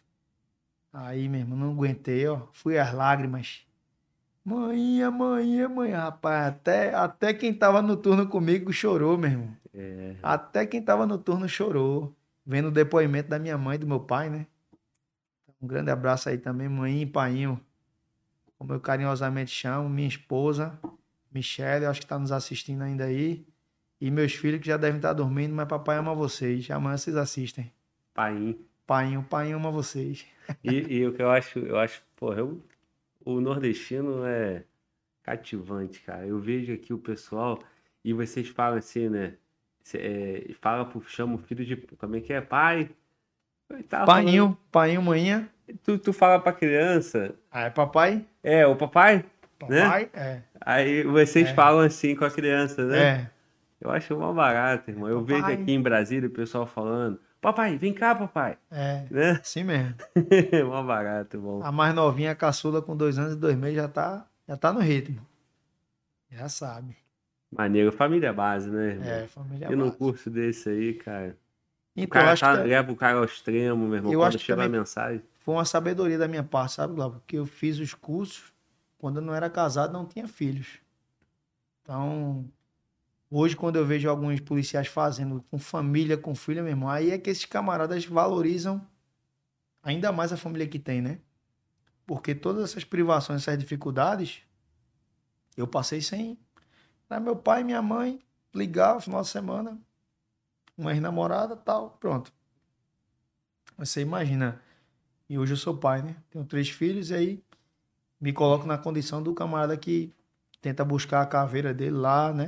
[SPEAKER 2] Aí, meu irmão, não aguentei, ó, fui às lágrimas. Mãinha, mãinha, mãe, rapaz, até, até quem tava no turno comigo chorou, meu irmão.
[SPEAKER 1] É.
[SPEAKER 2] Até quem tava no turno chorou, vendo o depoimento da minha mãe e do meu pai, né? Um grande abraço aí também, mãe e painho, como eu carinhosamente chamo, minha esposa, Michele, acho que tá nos assistindo ainda aí, e meus filhos que já devem estar dormindo, mas papai ama vocês, amanhã vocês assistem.
[SPEAKER 1] Paim.
[SPEAKER 2] Painho, painho ama vocês.
[SPEAKER 1] E, e o que eu acho, eu acho, porra, eu, o nordestino é cativante, cara. Eu vejo aqui o pessoal e vocês falam assim, né? Cê, é, fala pro, chama o filho de, como é que é? Pai? Eu tava
[SPEAKER 2] Painho, painho, manhinha.
[SPEAKER 1] falando- tu, tu fala pra criança,
[SPEAKER 2] Ah, é papai?
[SPEAKER 1] é, o papai, né?
[SPEAKER 2] Papai? É.
[SPEAKER 1] Aí vocês
[SPEAKER 2] É.
[SPEAKER 1] falam assim com a criança, né?
[SPEAKER 2] É.
[SPEAKER 1] Eu acho uma barata, irmão. Eu vejo
[SPEAKER 2] Papai.
[SPEAKER 1] aqui em Brasília o pessoal falando, papai, vem cá, papai,
[SPEAKER 2] É.
[SPEAKER 1] né?
[SPEAKER 2] Assim mesmo.
[SPEAKER 1] Uma barata, irmão.
[SPEAKER 2] A mais novinha, a caçula, com dois anos e dois meses, já tá, já tá no ritmo. Já sabe.
[SPEAKER 1] Maneiro, família base, né, irmão?
[SPEAKER 2] É, família
[SPEAKER 1] E num
[SPEAKER 2] base.
[SPEAKER 1] curso desse aí, cara. O
[SPEAKER 2] Então, eu
[SPEAKER 1] cara
[SPEAKER 2] acho
[SPEAKER 1] tá-
[SPEAKER 2] que é-
[SPEAKER 1] leva o cara ao extremo, meu irmão.
[SPEAKER 2] Eu
[SPEAKER 1] Quando
[SPEAKER 2] acho que
[SPEAKER 1] chega a
[SPEAKER 2] também-
[SPEAKER 1] mensagem.
[SPEAKER 2] foi uma sabedoria da minha parte, sabe, Glauco? Porque eu fiz os cursos quando eu não era casado, não tinha filhos. Então, hoje, quando eu vejo alguns policiais fazendo com família, com filho, meu irmão, aí é que esses camaradas valorizam ainda mais a família que tem, né? Porque todas essas privações, essas dificuldades, eu passei sem. Aí meu pai e minha mãe ligavam no final de semana, uma ex-namorada, tal, pronto. Você imagina. E hoje eu sou pai, né? Tenho três filhos e aí me coloco na condição do camarada que tenta buscar a caveira dele lá, né?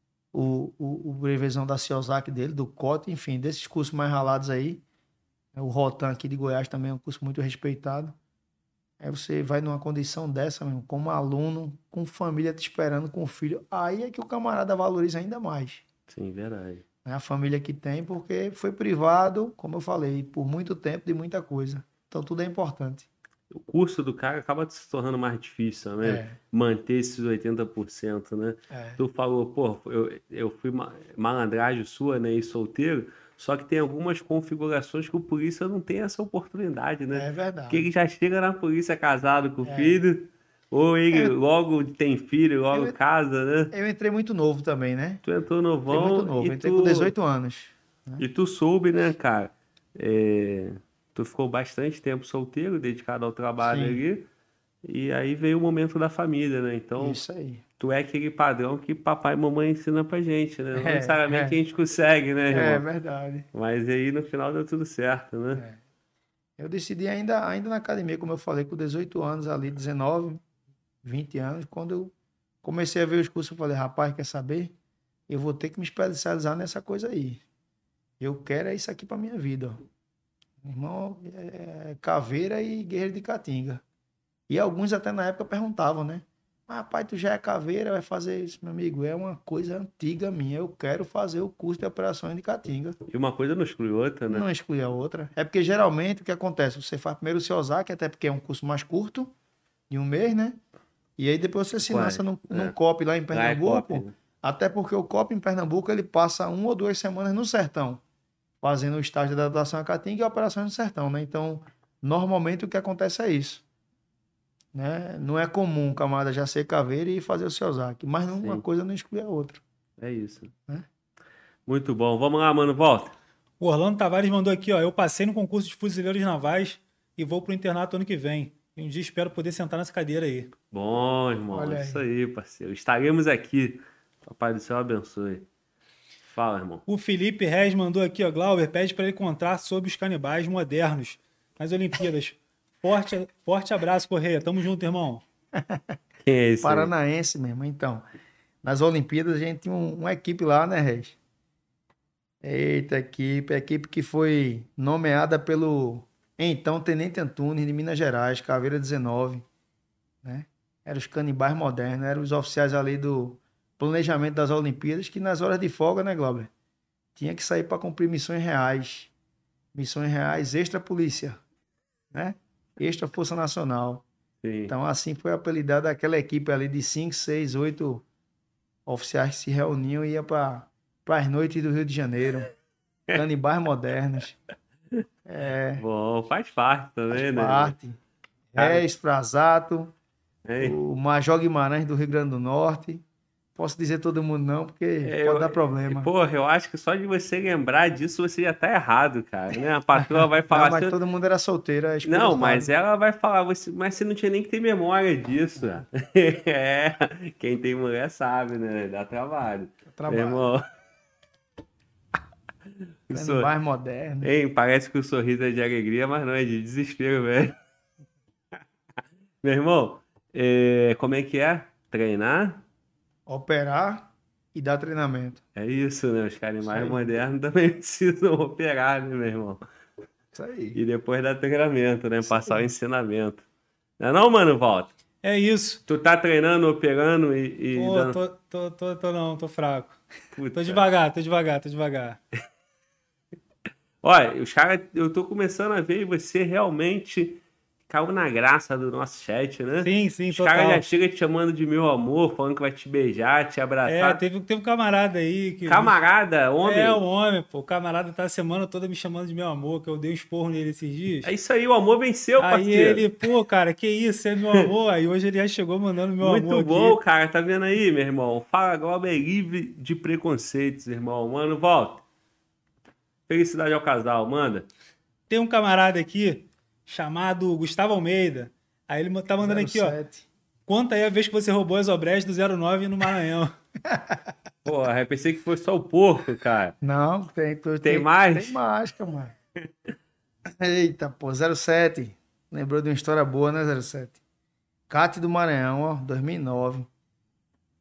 [SPEAKER 2] O, o, o brevezão da Ciosaki dele, do C O T, enfim, desses cursos mais ralados aí. O Rotan aqui de Goiás também é um curso muito respeitado. Aí você vai numa condição dessa, mesmo, como aluno, com família te esperando, com filho. Aí é que o camarada valoriza ainda mais.
[SPEAKER 1] Sim, verdade.
[SPEAKER 2] A família que tem, porque foi privado, como eu falei, por muito tempo de muita coisa. Então tudo é importante.
[SPEAKER 1] O curso do cara acaba se tornando mais difícil, né?
[SPEAKER 2] É.
[SPEAKER 1] Manter esses oitenta por cento, né?
[SPEAKER 2] É.
[SPEAKER 1] Tu falou, pô, eu, eu fui ma- malandragem sua, né? E solteiro, só que tem algumas configurações que o polícia não tem essa oportunidade, né?
[SPEAKER 2] É verdade.
[SPEAKER 1] Porque ele já chega na polícia casado com o
[SPEAKER 2] É.
[SPEAKER 1] filho, ou ele
[SPEAKER 2] É.
[SPEAKER 1] logo tem filho, logo
[SPEAKER 2] Eu-
[SPEAKER 1] casa, né?
[SPEAKER 2] Eu entrei muito novo também, né?
[SPEAKER 1] Tu entrou
[SPEAKER 2] Entrei
[SPEAKER 1] novão
[SPEAKER 2] muito novo.
[SPEAKER 1] e
[SPEAKER 2] Entrei
[SPEAKER 1] tu...
[SPEAKER 2] com dezoito anos.
[SPEAKER 1] E tu soube, né, cara? É, tu ficou bastante tempo solteiro, dedicado ao trabalho
[SPEAKER 2] Sim.
[SPEAKER 1] ali. E aí veio o momento da família, né? Então,
[SPEAKER 2] Isso aí.
[SPEAKER 1] tu é aquele padrão que papai e mamãe ensinam pra gente, né? Não
[SPEAKER 2] É,
[SPEAKER 1] necessariamente
[SPEAKER 2] é.
[SPEAKER 1] a gente consegue, né,
[SPEAKER 2] É
[SPEAKER 1] irmão?
[SPEAKER 2] verdade.
[SPEAKER 1] Mas aí no final deu tudo certo, né?
[SPEAKER 2] É. Eu decidi ainda, ainda na academia, como eu falei, com dezoito anos ali, dezenove, vinte anos, quando eu comecei a ver os cursos, eu falei, rapaz, quer saber? Eu vou ter que me especializar nessa coisa aí. Eu quero é isso aqui pra minha vida, ó. Irmão, é caveira e guerreiro de Caatinga. E alguns até na época perguntavam, né? Ah, pai, tu já é caveira, vai fazer isso, meu amigo? É uma coisa antiga minha. Eu quero fazer o curso de operações de Caatinga.
[SPEAKER 1] E uma coisa não exclui outra, né?
[SPEAKER 2] Não exclui a outra. É porque geralmente o que acontece? Você faz primeiro o Ciosaki, até porque é um curso mais curto, de um mês, né? E aí depois você se
[SPEAKER 1] Quase,
[SPEAKER 2] lança num,
[SPEAKER 1] é.
[SPEAKER 2] num C O P lá em
[SPEAKER 1] Lá é
[SPEAKER 2] Pernambuco.
[SPEAKER 1] cópia, né?
[SPEAKER 2] Até porque o C O P em Pernambuco ele passa uma ou duas semanas no sertão, fazendo o estágio de adaptação a Caatinga e operações no sertão, né? Então, normalmente o que acontece é isso. Né? Não é comum o camarada já ser caveira e fazer o Ciosaki, mas uma
[SPEAKER 1] Sim.
[SPEAKER 2] coisa não exclui a outra.
[SPEAKER 1] É isso.
[SPEAKER 2] Né?
[SPEAKER 1] Muito bom. Vamos lá, mano, volta.
[SPEAKER 3] O Orlando Tavares mandou aqui, ó. Eu passei no concurso de fuzileiros navais e vou pro internato ano que vem. E um dia espero poder sentar nessa cadeira aí.
[SPEAKER 1] Bom, irmão.
[SPEAKER 2] Olha
[SPEAKER 1] Isso
[SPEAKER 2] aí.
[SPEAKER 1] aí, parceiro. Estaremos aqui. Papai do céu abençoe. Fala, irmão.
[SPEAKER 3] O Felipe Reis mandou aqui, ó. Glauber pede para ele contar sobre os canibais modernos nas Olimpíadas. Forte, forte abraço, Correia. Tamo junto, irmão.
[SPEAKER 1] Quem é esse? aí?
[SPEAKER 2] Paranaense mesmo. Então, nas Olimpíadas a gente tinha um- uma equipe lá, né, Regis? Eita, equipe. A equipe que foi nomeada pelo então Tenente Antunes de Minas Gerais, Caveira dezenove. Né? Eram os canibais modernos, eram os oficiais ali do planejamento das Olimpíadas, que nas horas de folga, né, Glauber? Tinha que sair para cumprir missões reais. Missões reais extra polícia, né? Extra Força Nacional.
[SPEAKER 1] Sim.
[SPEAKER 2] Então, assim foi apelidada aquela equipe ali de cinco, seis, oito oficiais que se reuniam e iam para as noites do Rio de Janeiro. Canibais modernos. É,
[SPEAKER 1] Bom, faz parte também,
[SPEAKER 2] faz
[SPEAKER 1] né?
[SPEAKER 2] parte.
[SPEAKER 1] Cara.
[SPEAKER 2] Reis, Frasato,
[SPEAKER 1] Hein?
[SPEAKER 2] o Major Guimarães do Rio Grande do Norte. Posso dizer todo mundo não, porque
[SPEAKER 1] É,
[SPEAKER 2] pode
[SPEAKER 1] eu-
[SPEAKER 2] dar problema.
[SPEAKER 1] Porra, eu acho que só de você lembrar disso você já tá errado, cara, né? A patroa vai
[SPEAKER 2] Não,
[SPEAKER 1] falar
[SPEAKER 2] mas
[SPEAKER 1] assim...
[SPEAKER 2] todo mundo era solteiro. a esposa
[SPEAKER 1] Não,
[SPEAKER 2] do
[SPEAKER 1] mas
[SPEAKER 2] lado.
[SPEAKER 1] ela vai falar, você... mas você não tinha nem que ter memória disso. É, quem tem mulher sabe, né? Dá trabalho.
[SPEAKER 2] Trabalho.
[SPEAKER 1] Meu irmão... O sor-
[SPEAKER 2] Canibais modernos.
[SPEAKER 1] Hein, parece que o sorriso é de alegria, mas não, é de desespero, velho. Meu irmão, é, como é que é? Treinar?
[SPEAKER 2] Operar e dar treinamento.
[SPEAKER 1] É isso, né? Os caras mais
[SPEAKER 2] aí.
[SPEAKER 1] modernos também precisam operar, né, meu irmão?
[SPEAKER 2] Isso aí.
[SPEAKER 1] E depois dar treinamento, né?
[SPEAKER 2] Isso
[SPEAKER 1] Passar o
[SPEAKER 2] aí.
[SPEAKER 1] ensinamento. Não é não, mano, Walter?
[SPEAKER 3] É isso.
[SPEAKER 1] Tu tá treinando, operando e, e
[SPEAKER 3] Pô,
[SPEAKER 1] dando...
[SPEAKER 3] tô, tô, tô, tô não, tô fraco.
[SPEAKER 1] Puta.
[SPEAKER 3] Tô devagar, tô devagar, tô devagar.
[SPEAKER 1] Olha, os caras, eu tô começando a ver você realmente caiu na graça do nosso chat, né?
[SPEAKER 3] Sim, sim,
[SPEAKER 1] Os caras
[SPEAKER 3] total.
[SPEAKER 1] já chegam te chamando de meu amor, falando que vai te beijar, te
[SPEAKER 3] É,
[SPEAKER 1] abraçar.
[SPEAKER 3] teve, teve um camarada aí que...
[SPEAKER 1] Camarada, homem.
[SPEAKER 3] É, um homem, pô. O camarada tá a semana toda me chamando de meu amor, que eu dei um esporro nele esses dias.
[SPEAKER 1] É isso aí, o amor venceu,
[SPEAKER 3] Aí
[SPEAKER 1] parceiro.
[SPEAKER 3] ele, pô, cara, que isso, você é meu amor. Aí hoje ele já chegou mandando meu
[SPEAKER 1] Muito
[SPEAKER 3] amor
[SPEAKER 1] bom,
[SPEAKER 3] aqui.
[SPEAKER 1] cara. Tá vendo aí, meu irmão? Fala Glauber é livre de preconceitos, irmão. Mano, volta. Felicidade ao casal, manda.
[SPEAKER 3] Tem um camarada aqui chamado Gustavo Almeida. Aí ele tá mandando aqui, ó.
[SPEAKER 2] sete.
[SPEAKER 3] Conta aí a vez que você roubou as obras do zero nove no Maranhão.
[SPEAKER 1] Porra, eu pensei que fosse só o porco, cara.
[SPEAKER 2] Não, tem, tem,
[SPEAKER 1] Tem mais?
[SPEAKER 2] Tem mais, cara. Eita, pô, zero sete. Lembrou de uma história boa, né, zero sete? Cate do Maranhão, ó, dois mil e nove.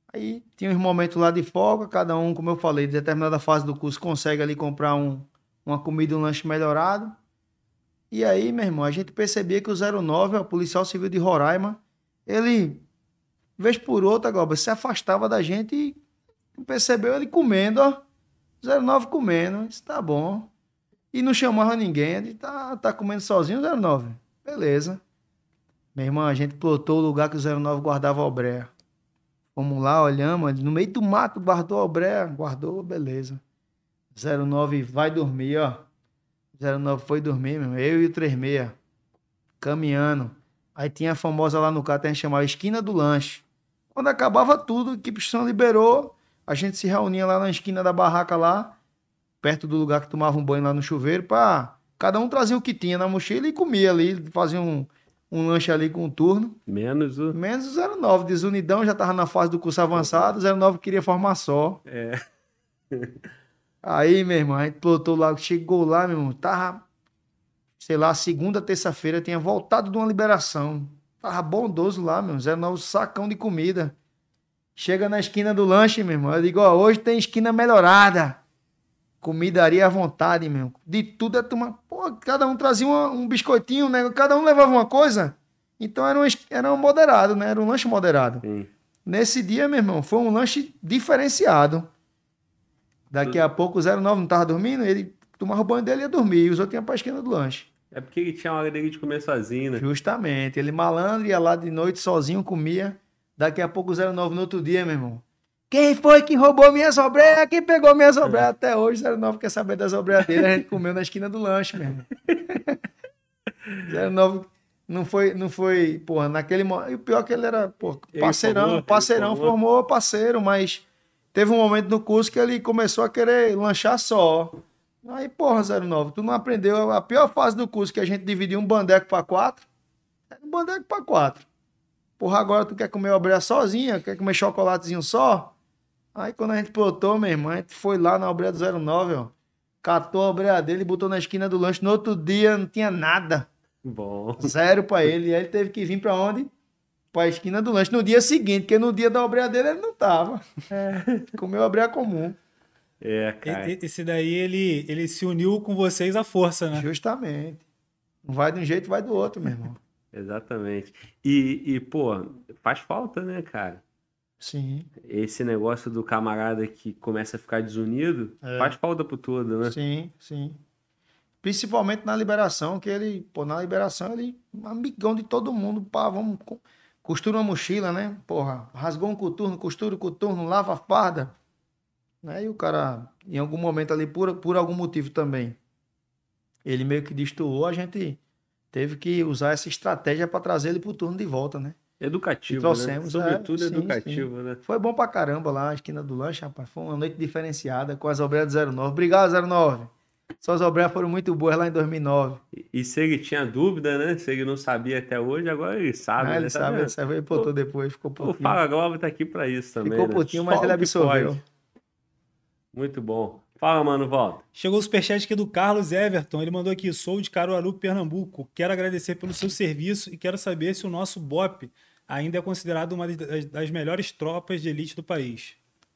[SPEAKER 2] Aí tinha uns momentos lá de folga, cada um, como eu falei, em determinada fase do curso, consegue ali comprar um, uma comida, um lanche melhorado. E aí, meu irmão, a gente percebia que o zero nove, o policial civil de Roraima, ele, vez por outra, Globo, se afastava da gente e percebeu ele comendo, ó. zero nove comendo, isso tá bom. E não chamava ninguém, ele tá, tá comendo sozinho o zero nove. Beleza. Meu irmão, a gente plotou o lugar que o zero nove guardava a obreia. Fomos lá, olhamos, no meio do mato guardou a obreia, guardou, beleza. zero nove vai dormir, ó. zero nove foi dormir, meu irmão. Eu e o trinta e seis, caminhando. Aí tinha a famosa lá no carro, a gente chamava Esquina do Lanche. Quando acabava tudo, a equipe de som liberou, a gente se reunia lá na esquina da barraca lá, perto do lugar que tomava um banho lá no chuveiro, pra cada um trazia o que tinha na mochila e comia ali, fazia um, um lanche ali com um turno.
[SPEAKER 1] Menos o...
[SPEAKER 2] Menos o zero nove, desunidão, já tava na fase do curso avançado, o zero nove queria formar só.
[SPEAKER 1] É.
[SPEAKER 2] Aí, meu irmão, a gente plotou lá, chegou lá, meu irmão, tava, sei lá, segunda, terça-feira, tinha voltado de uma liberação. Tava bondoso lá, meu, zero nove, sacão de comida. Chega na esquina do lanche, meu irmão, eu digo, ó, hoje tem esquina melhorada. Comidaria à vontade, meu. De tudo é turma. Pô, cada um trazia uma, um biscoitinho, né? Cada um levava uma coisa. Então era um, era um moderado, né? Era um lanche moderado.
[SPEAKER 1] Sim.
[SPEAKER 2] Nesse dia, meu irmão, foi um lanche diferenciado. Daqui a pouco o zero nove não tava dormindo, ele tomava o banho dele e ia dormir. E os outros iam pra esquina do lanche.
[SPEAKER 1] É porque ele tinha uma hora dele de comer sozinho, né?
[SPEAKER 2] Justamente. Ele malandro, ia lá de noite sozinho, comia. Daqui a pouco o zero nove no outro dia, meu irmão. Quem foi que roubou minhas obreias? Quem pegou minhas obreias? Até hoje, zero nove quer saber das obreias dele. A gente comeu na esquina do lanche, mesmo. zero nove não foi, não foi, porra, naquele momento. E o pior é que ele era, pô, parceirão,
[SPEAKER 1] formou,
[SPEAKER 2] parceirão,
[SPEAKER 1] formou.
[SPEAKER 2] formou parceiro, mas teve um momento no curso que ele começou a querer lanchar só. Aí, porra, zero nove, tu não aprendeu a pior fase do curso que a gente dividia um bandeco para quatro? Era um bandeco para quatro. Porra, agora tu quer comer obreia sozinha? Quer comer chocolatezinho só? Aí quando a gente plotou, meu irmão, a gente foi lá na obreia do zero nove, ó. Catou a obreia dele e botou na esquina do lanche. No outro dia não tinha nada.
[SPEAKER 1] Bom.
[SPEAKER 2] Zero pra ele. E aí ele teve que vir pra onde? Pra esquina do lanche. No dia seguinte, porque no dia da obreia dele ele não tava. É. Comeu a obreia comum.
[SPEAKER 1] É, cara.
[SPEAKER 3] E- Esse daí, ele, ele se uniu com vocês à força, né?
[SPEAKER 2] Justamente. Não vai de um jeito, vai do outro, meu irmão.
[SPEAKER 1] Exatamente. E, e, pô, faz falta, né, cara?
[SPEAKER 2] Sim,
[SPEAKER 1] Esse negócio do camarada que começa a ficar desunido,
[SPEAKER 2] É.
[SPEAKER 1] faz falta pro todo, né?
[SPEAKER 2] sim, sim. Principalmente na liberação, que ele, pô, na liberação ele é amigão de todo mundo, pá, vamos, co- costura uma mochila, né? Porra, rasgou um coturno, costura o coturno, lava a farda. Né? E o cara, em algum momento ali, por, por algum motivo também, ele meio que destoou, a gente teve que usar essa estratégia para trazer ele pro turno de volta, né? E
[SPEAKER 1] Educativo, né?
[SPEAKER 2] trouxemos,
[SPEAKER 1] Sobretudo
[SPEAKER 2] é, sim,
[SPEAKER 1] educativo, né?
[SPEAKER 2] Foi bom pra caramba lá, a esquina do lanche, rapaz. Foi uma noite diferenciada com as obreias do zero nove. Obrigado, zero nove. Suas obreias foram muito boas lá em dois mil e nove.
[SPEAKER 1] E, e se ele tinha dúvida, né? Se ele não sabia até hoje, agora ele sabe,
[SPEAKER 2] Ah,
[SPEAKER 1] né?
[SPEAKER 2] ele
[SPEAKER 1] Tá
[SPEAKER 2] sabe,
[SPEAKER 1] vendo?
[SPEAKER 2] ele sabe, ele botou depois, ficou
[SPEAKER 1] O
[SPEAKER 2] putinho.
[SPEAKER 1] Fala Globo tá aqui pra isso também,
[SPEAKER 2] Ficou
[SPEAKER 1] né?
[SPEAKER 2] putinho, mas
[SPEAKER 1] Só
[SPEAKER 2] ele
[SPEAKER 1] o que
[SPEAKER 2] absorveu.
[SPEAKER 1] pode. Muito bom. Fala, mano, volta.
[SPEAKER 3] Chegou o superchat aqui do Carlos Everton. Ele mandou aqui: sou de Caruaru, Pernambuco. Quero agradecer pelo seu serviço e quero saber se o nosso B O P ainda é considerado uma das, das melhores tropas de elite do país.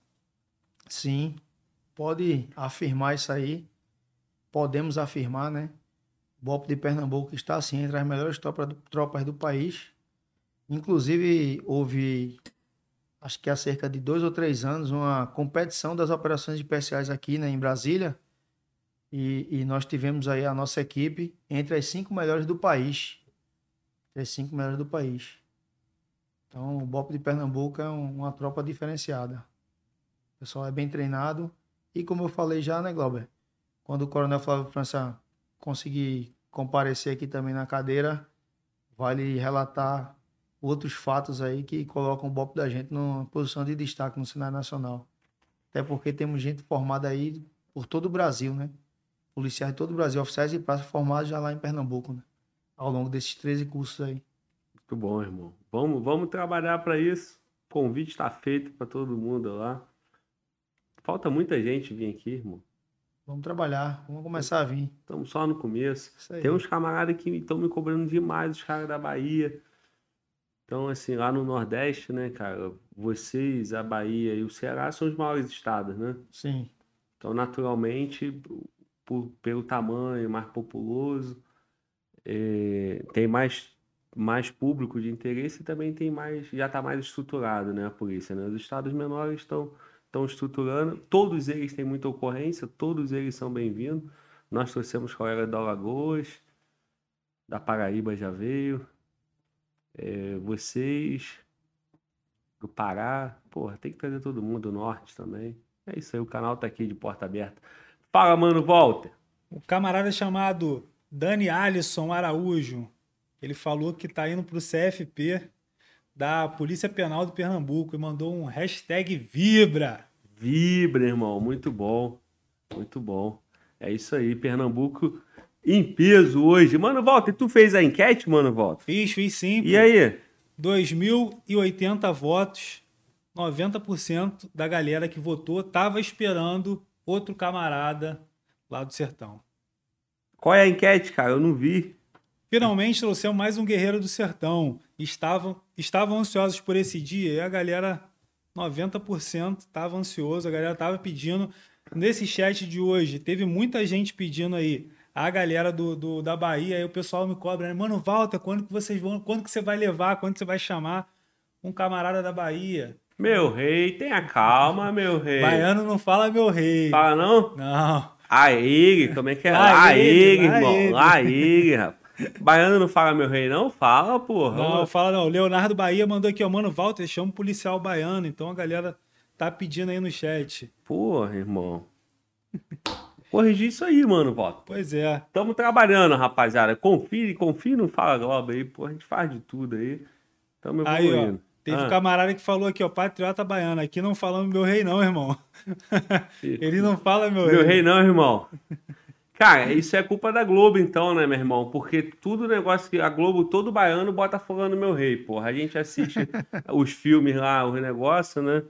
[SPEAKER 2] Sim, pode afirmar isso aí. Podemos afirmar, né? O B O P de Pernambuco está, assim, entre as melhores tropas do, tropas do país. Inclusive, houve, acho que há cerca de dois ou três anos, uma competição das operações especiais aqui, né, em Brasília. E, e nós tivemos aí a nossa equipe entre as cinco melhores do país. Entre as cinco melhores do país. Então, o B O P de Pernambuco é um- uma tropa diferenciada. O pessoal é bem treinado. E como eu falei já, né, Glauber? Quando o Coronel Flávio França conseguir comparecer aqui também na cadeira, vale relatar outros fatos aí que colocam o B O P da gente numa posição de destaque no cenário nacional. Até porque temos gente formada aí por todo o Brasil, né? Policiais de todo o Brasil, oficiais e praças formados já lá em Pernambuco, né? Ao longo desses treze cursos aí.
[SPEAKER 1] Muito bom, irmão. Vamos, vamos trabalhar para isso. O convite está feito para todo mundo lá. Falta muita gente vir aqui, irmão.
[SPEAKER 2] Vamos trabalhar, vamos começar a vir.
[SPEAKER 1] Estamos só no começo.
[SPEAKER 2] Isso aí.
[SPEAKER 1] Tem uns camaradas que estão me cobrando demais, os caras da Bahia. Então, assim, lá no Nordeste, né, cara, vocês, a Bahia e o Ceará são os maiores estados, né?
[SPEAKER 2] Sim.
[SPEAKER 1] Então, naturalmente, por, pelo tamanho mais populoso, é, tem mais, mais público de interesse e também tem mais, já está mais estruturado, né, a polícia, né? Os estados menores estão estão estruturando, todos eles têm muita ocorrência, todos eles são bem-vindos. Nós trouxemos colega do Alagoas, da Paraíba já veio, é, vocês, do Pará, porra, tem que trazer todo mundo do Norte também. É isso aí, o canal tá aqui de porta aberta. Fala, mano, Walter.
[SPEAKER 3] O camarada chamado Dani Alisson Araújo, ele falou que tá indo pro C F P da Polícia Penal do Pernambuco e mandou um hashtag Vibra.
[SPEAKER 1] Vibra, irmão, muito bom, muito bom. É isso aí, Pernambuco em peso hoje. Mano, Walter, tu fez a enquete, mano, Walter?
[SPEAKER 3] Fiz, fiz sim.
[SPEAKER 1] E aí?
[SPEAKER 3] dois mil e oitenta votos, noventa por cento da galera que votou tava esperando outro camarada lá do sertão.
[SPEAKER 1] Qual é a enquete, cara? Eu não vi.
[SPEAKER 3] Finalmente trouxemos mais um guerreiro do sertão. Estavam, estavam ansiosos por esse dia e a galera, noventa por cento, estava ansioso, a galera estava pedindo. Nesse chat de hoje, teve muita gente pedindo aí, a galera do, do, da Bahia, aí o pessoal me cobra, né? Mano, Walter, quando que vocês vão, quando que você vai levar, quando que você vai chamar um camarada da Bahia?
[SPEAKER 1] Meu rei, tenha calma, meu rei.
[SPEAKER 3] Baiano não fala meu rei.
[SPEAKER 1] Fala não?
[SPEAKER 3] Não.
[SPEAKER 1] A ele, como é que é?
[SPEAKER 3] Lá
[SPEAKER 1] Lá
[SPEAKER 3] ele,
[SPEAKER 1] ele,
[SPEAKER 3] lá
[SPEAKER 1] irmão.
[SPEAKER 3] ele.
[SPEAKER 1] Lá ele, rapaz. Baiano não fala meu rei, não? Fala, porra.
[SPEAKER 3] Não, fala não. Leonardo Bahia mandou aqui, ó, mano, Walter, chama um policial baiano. Então a galera tá pedindo aí no chat.
[SPEAKER 1] Porra, irmão. Corrigir isso aí, mano, Walter.
[SPEAKER 3] Pois é.
[SPEAKER 1] Tamo trabalhando, rapaziada. Confie, confie no Fala Globo aí, porra. A gente faz de tudo aí. Tamo
[SPEAKER 3] Aí, ó.
[SPEAKER 1] evoluindo.
[SPEAKER 3] Teve
[SPEAKER 1] Ah.
[SPEAKER 3] um camarada que falou aqui, ó, patriota baiano. Aqui não falamos meu rei não, irmão. Ele não fala meu,
[SPEAKER 1] Meu
[SPEAKER 3] rei.
[SPEAKER 1] rei não, irmão. Cara, isso é culpa da Globo, então, né, meu irmão? Porque tudo negócio que a Globo, todo baiano, bota falando meu rei, porra. A gente assiste os filmes lá, os negócios, né?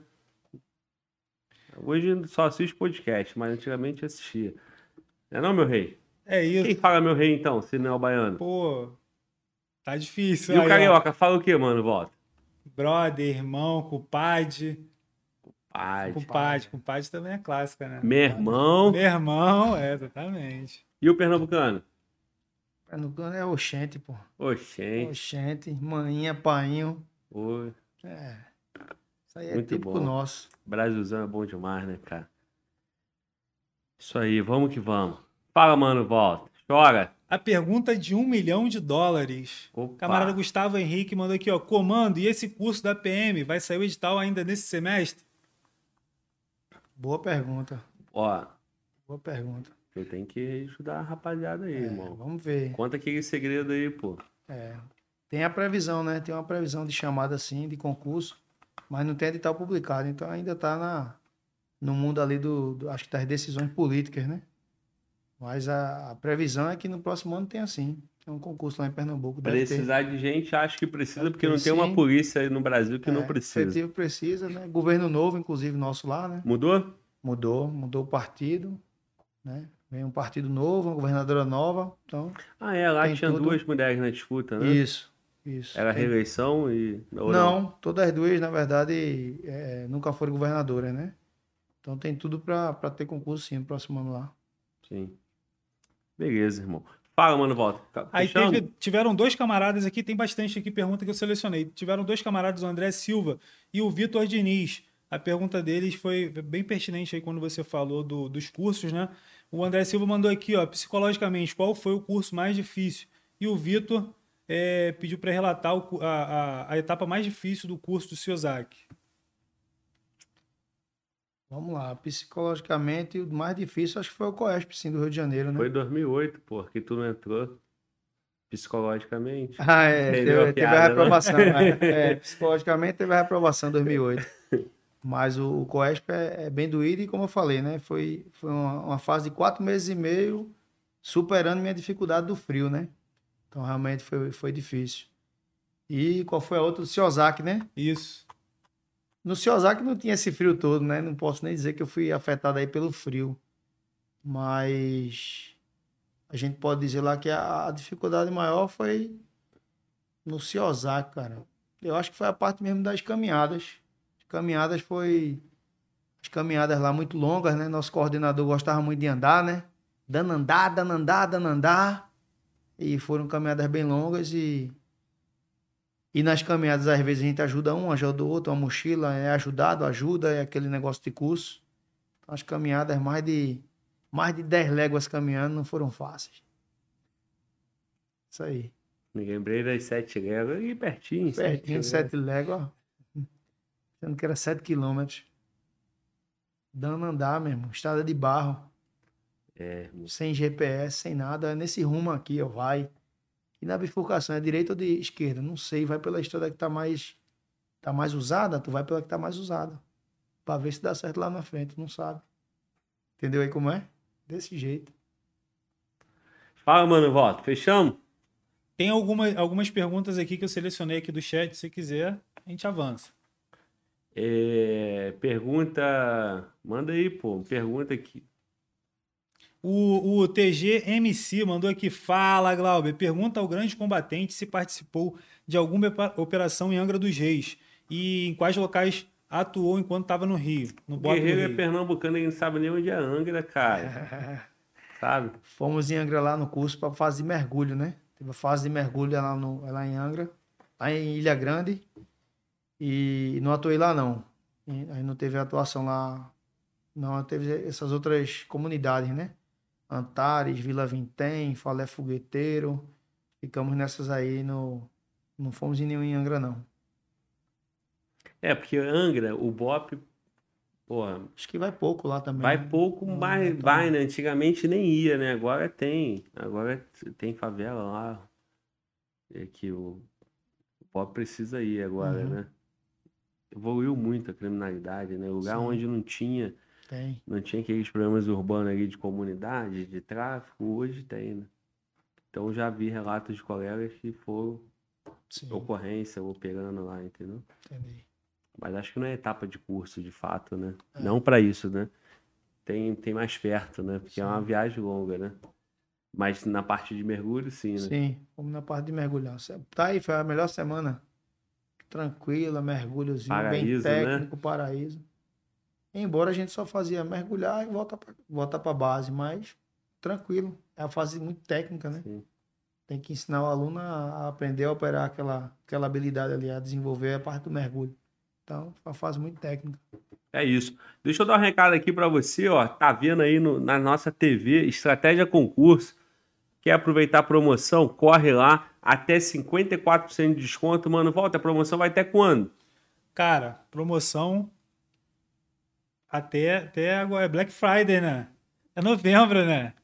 [SPEAKER 1] Hoje só assisto podcast, mas antigamente assistia. Não é não, meu rei?
[SPEAKER 3] É isso.
[SPEAKER 1] Quem fala meu rei, então, se não é o baiano?
[SPEAKER 3] Pô, tá difícil.
[SPEAKER 1] E
[SPEAKER 3] Aí,
[SPEAKER 1] o carioca fala o quê, mano, Volta?
[SPEAKER 3] ó. Brother, irmão, compadre.
[SPEAKER 1] Pai.
[SPEAKER 3] Compadre, compadre também é clássica, né?
[SPEAKER 1] Meu irmão.
[SPEAKER 3] Meu irmão, é, exatamente.
[SPEAKER 1] E o pernambucano?
[SPEAKER 2] Pernambucano é oxente, pô.
[SPEAKER 1] Oxente.
[SPEAKER 2] Oxente, maninha, painho.
[SPEAKER 1] Oi.
[SPEAKER 2] É. Isso aí é
[SPEAKER 1] Muito
[SPEAKER 2] típico
[SPEAKER 1] bom.
[SPEAKER 2] nosso.
[SPEAKER 1] Brasilzão é bom demais, né, cara? Isso aí, vamos que vamos. Fala, mano, volta. Chora.
[SPEAKER 3] A pergunta de um milhão de dólares.
[SPEAKER 1] Opa.
[SPEAKER 3] Camarada Gustavo Henrique mandou aqui, ó. Comando, e esse curso da P M vai sair o edital ainda nesse semestre?
[SPEAKER 2] Boa pergunta.
[SPEAKER 1] Ó,
[SPEAKER 2] Boa pergunta.
[SPEAKER 1] eu tenho que ajudar a rapaziada aí,
[SPEAKER 2] É,
[SPEAKER 1] irmão.
[SPEAKER 2] vamos ver.
[SPEAKER 1] Conta aquele segredo aí, pô.
[SPEAKER 2] É. Tem a previsão, né? Tem uma previsão de chamada assim, de concurso, mas não tem edital publicado, então ainda tá na, no mundo ali do, do acho que das decisões políticas, né? Mas a, a previsão é que no próximo ano tem assim. Tem um concurso lá em Pernambuco. Deve
[SPEAKER 1] Precisar de gente, acho que precisa,
[SPEAKER 2] Deve
[SPEAKER 1] porque
[SPEAKER 2] ter,
[SPEAKER 1] não tem uma
[SPEAKER 2] sim.
[SPEAKER 1] polícia aí no Brasil que
[SPEAKER 2] ter.
[SPEAKER 1] não
[SPEAKER 2] É,
[SPEAKER 1] precisa.
[SPEAKER 2] efetivo precisa, né? Governo novo, inclusive, nosso lá, né?
[SPEAKER 1] Mudou?
[SPEAKER 2] Mudou, mudou o partido, né? Vem um partido novo, uma governadora nova, então...
[SPEAKER 1] Ah, é, lá
[SPEAKER 2] Tem
[SPEAKER 1] tinha
[SPEAKER 2] tudo.
[SPEAKER 1] duas mulheres na disputa, né?
[SPEAKER 2] Isso, isso.
[SPEAKER 1] Era
[SPEAKER 2] Tem-
[SPEAKER 1] reeleição e... ou
[SPEAKER 2] Não, todas as duas, na verdade, é, nunca foram governadoras, né? Então tem tudo para ter concurso sim no próximo ano lá.
[SPEAKER 1] Sim. Beleza, irmão. Fala, mano, volta. Tá
[SPEAKER 3] Aí
[SPEAKER 1] fechando?
[SPEAKER 3] teve- tiveram dois camaradas aqui, tem bastante aqui pergunta que eu selecionei. Tiveram dois camaradas, o André Silva e o Vitor Diniz. A pergunta deles foi bem pertinente aí quando você falou do- dos cursos, né? O André Silva mandou aqui, ó, psicologicamente, qual foi o curso mais difícil? E o Vitor é, pediu para relatar o cu- a, a- a etapa mais difícil do curso do Ciozak.
[SPEAKER 2] Vamos lá, psicologicamente, o mais difícil acho que foi o COESP, sim, do Rio de Janeiro, né?
[SPEAKER 1] Foi em dois mil e oito, pô, que tu não entrou psicologicamente.
[SPEAKER 2] Ah, é,
[SPEAKER 1] Entendeu
[SPEAKER 2] teve,
[SPEAKER 1] a
[SPEAKER 2] teve a
[SPEAKER 1] piada, né?
[SPEAKER 2] reprovação. é, é, psicologicamente teve a reprovação em dois mil e oito. Mas o, o COESP é, é bem doído e, como eu falei, né? Foi, foi uma, uma fase de quatro meses e meio superando minha dificuldade do frio, né? Então, realmente foi, foi difícil. E qual foi a outra? O Ciozak, né?
[SPEAKER 3] Isso.
[SPEAKER 2] No Ciozak não tinha esse frio todo, né? Não posso nem dizer que eu fui afetado aí pelo frio. Mas a gente pode dizer lá que a, a dificuldade maior foi no Ciozak, cara. Eu acho que foi a parte mesmo das caminhadas. As caminhadas foi... As caminhadas lá muito longas, né? Nosso coordenador gostava muito de andar, né? Dando andar, dando andar, dando andar. E foram caminhadas bem longas e... E nas caminhadas, às vezes, a gente ajuda um, ajuda o outro, uma mochila, é ajudado, ajuda, é aquele negócio de curso. Então, as caminhadas, mais de, mais de dez léguas caminhando, não foram fáceis. Isso aí.
[SPEAKER 1] Me lembrei das sete léguas e pertinho.
[SPEAKER 2] Pertinho, sete léguas. Sendo que era sete quilômetros. Dando andar mesmo, estrada de barro.
[SPEAKER 1] É.
[SPEAKER 2] Sem G P S, sem nada. Nesse rumo aqui, ó, vai. E na bifurcação, é direita ou de esquerda? Não sei, vai pela estrada que tá mais, tá mais usada, tu vai pela que tá mais usada. Pra ver se dá certo lá na frente, não sabe. Entendeu aí como é? Desse jeito.
[SPEAKER 1] Fala, mano, volta. Fechamos?
[SPEAKER 3] Tem alguma, algumas perguntas aqui que eu selecionei aqui do chat, se quiser, a gente avança.
[SPEAKER 1] É, pergunta... Manda aí, pô. Pergunta aqui.
[SPEAKER 3] O, o T G M C mandou aqui, fala, Glauber, pergunta ao grande combatente se participou de alguma operação em Angra dos Reis e em quais locais atuou enquanto estava no Rio, no
[SPEAKER 1] O
[SPEAKER 3] Bota do
[SPEAKER 1] guerreiro é
[SPEAKER 3] Rio.
[SPEAKER 1] pernambucano e não sabe nem onde é Angra, cara. Sabe?
[SPEAKER 2] Fomos em Angra lá no curso para fase de mergulho, né? Teve a fase de mergulho lá, no, lá em Angra, lá em Ilha Grande, e não atuei lá não. E aí não teve atuação lá, não teve essas outras comunidades, né? Antares, Vila Vintém, Falé Fogueteiro. Ficamos nessas aí, no, não fomos em nenhum em Angra, não.
[SPEAKER 1] É, porque Angra, o Bop, porra,
[SPEAKER 2] Acho que vai pouco lá também.
[SPEAKER 1] vai
[SPEAKER 2] né?
[SPEAKER 1] pouco,
[SPEAKER 2] Não
[SPEAKER 1] mas
[SPEAKER 2] é tão-
[SPEAKER 1] vai, né? Antigamente nem ia, né? Agora tem. Agora tem favela lá. É que o, o Bop precisa ir agora,
[SPEAKER 2] Uhum.
[SPEAKER 1] né? Evoluiu muito a criminalidade, né? Lugar
[SPEAKER 2] Sim.
[SPEAKER 1] onde não tinha,
[SPEAKER 2] Tem.
[SPEAKER 1] não tinha aqueles problemas urbanos ali de comunidade, de tráfico, hoje tem, né? Então já vi relatos de colegas que foram
[SPEAKER 2] Sim,
[SPEAKER 1] ocorrência operando lá, entendeu?
[SPEAKER 2] entendi.
[SPEAKER 1] Mas acho que não é etapa de curso, de fato, né?
[SPEAKER 2] É.
[SPEAKER 1] Não para isso, né? Tem, tem mais perto, né? Porque é uma
[SPEAKER 2] Sim.
[SPEAKER 1] viagem longa, né? Mas na parte de mergulho, sim, né?
[SPEAKER 2] Sim, fomos na parte de mergulhar. Tá aí, foi a melhor semana. Tranquila, mergulhozinho,
[SPEAKER 1] Paraíso,
[SPEAKER 2] bem
[SPEAKER 1] né?
[SPEAKER 2] técnico, paraíso. Embora a gente só fazia mergulhar e voltar pra, voltar pra base, mas tranquilo. É uma fase muito técnica, né?
[SPEAKER 1] Sim.
[SPEAKER 2] Tem que ensinar o aluno a aprender a operar aquela, aquela habilidade ali, a desenvolver a parte do mergulho. Então, é uma fase muito técnica.
[SPEAKER 1] É isso. Deixa eu dar um recado aqui para você, ó. Tá vendo aí no, na nossa T V, Estratégia Concurso. Quer aproveitar a promoção? Corre lá. Até cinquenta e quatro por cento de desconto. Mano, volta. A promoção vai até quando?
[SPEAKER 3] Cara, promoção até, até agora, é Black Friday, né? É novembro, né?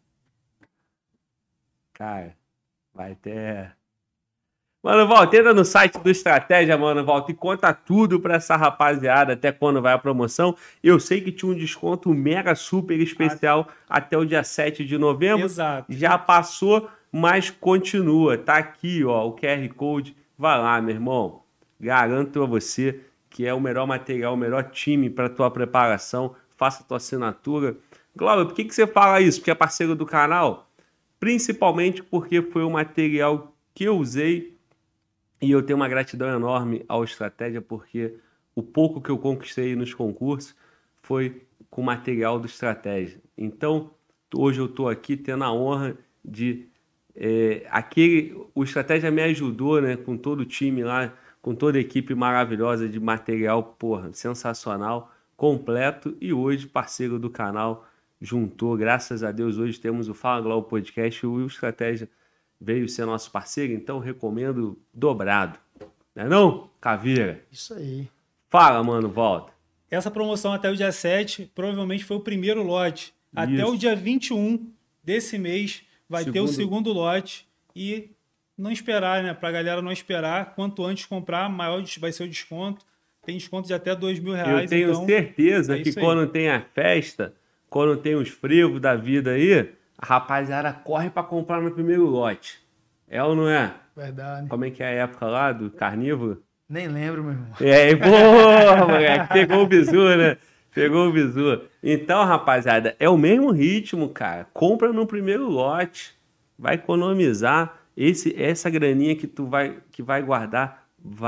[SPEAKER 1] Cara, vai até... Mano, Walter, entra no site do Estratégia, mano, Walter, e conta tudo pra essa rapaziada, até quando vai a promoção. Eu sei que tinha um desconto mega super especial até o dia sete de novembro.
[SPEAKER 3] Exato.
[SPEAKER 1] Já passou, mas continua. Tá aqui, ó, o Q R Code. Vai lá, meu irmão. Garanto a você que é o melhor material, o melhor time para tua preparação. Faça tua assinatura. Glauber, por que, que você fala isso? Porque é parceiro do canal? Principalmente porque foi o material que eu usei e eu tenho uma gratidão enorme ao Estratégia, porque o pouco que eu conquistei nos concursos foi com material do Estratégia. Então, hoje eu estou aqui tendo a honra de... É, aquele, o Estratégia me ajudou, né, com todo o time lá, com toda a equipe maravilhosa de material, porra, sensacional, completo, e hoje parceiro do canal juntou, graças a Deus, hoje temos o Fala Glauber Podcast e o Estratégia veio ser nosso parceiro, então recomendo dobrado. Não é não, Caveira?
[SPEAKER 2] Isso aí.
[SPEAKER 1] Fala, mano, volta.
[SPEAKER 3] Essa promoção até o dia sete provavelmente foi o primeiro lote. Até
[SPEAKER 1] Isso.
[SPEAKER 3] o dia vinte e um desse mês vai ter o
[SPEAKER 1] Segundo-
[SPEAKER 3] segundo lote e não esperar, né? Pra galera não esperar. Quanto antes comprar, maior vai ser o desconto. Tem desconto de até dois mil reais.
[SPEAKER 1] Eu tenho
[SPEAKER 3] então,
[SPEAKER 1] certeza
[SPEAKER 3] é
[SPEAKER 1] que
[SPEAKER 3] isso aí.
[SPEAKER 1] quando tem a festa, quando tem os frevos da vida aí, a rapaziada corre pra comprar no primeiro lote. É ou não é?
[SPEAKER 2] Verdade.
[SPEAKER 1] Como é que é a época lá do carnívoro?
[SPEAKER 2] Nem lembro, meu irmão.
[SPEAKER 1] É, porra, moleque, pegou o bizu, né? Pegou o bizu. Então, rapaziada, é o mesmo ritmo, cara. Compra no primeiro lote. Vai economizar. Esse, essa graninha que tu vai, que vai guardar vai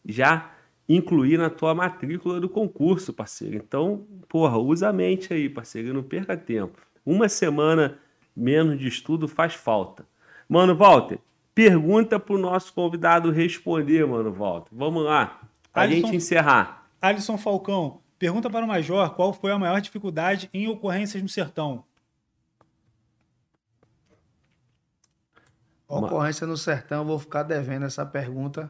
[SPEAKER 1] já incluir na tua matrícula do concurso, parceiro. Então, porra, usa a mente aí, parceiro, não perca tempo. Uma semana menos de estudo faz falta. Mano, Walter, pergunta pro nosso convidado responder, mano, Walter. Vamos lá, pra
[SPEAKER 3] Alisson,
[SPEAKER 1] gente encerrar.
[SPEAKER 3] Alisson Falcão, pergunta para o Major qual foi a maior dificuldade em ocorrências no sertão.
[SPEAKER 2] Ocorrência no sertão, eu vou ficar devendo essa pergunta,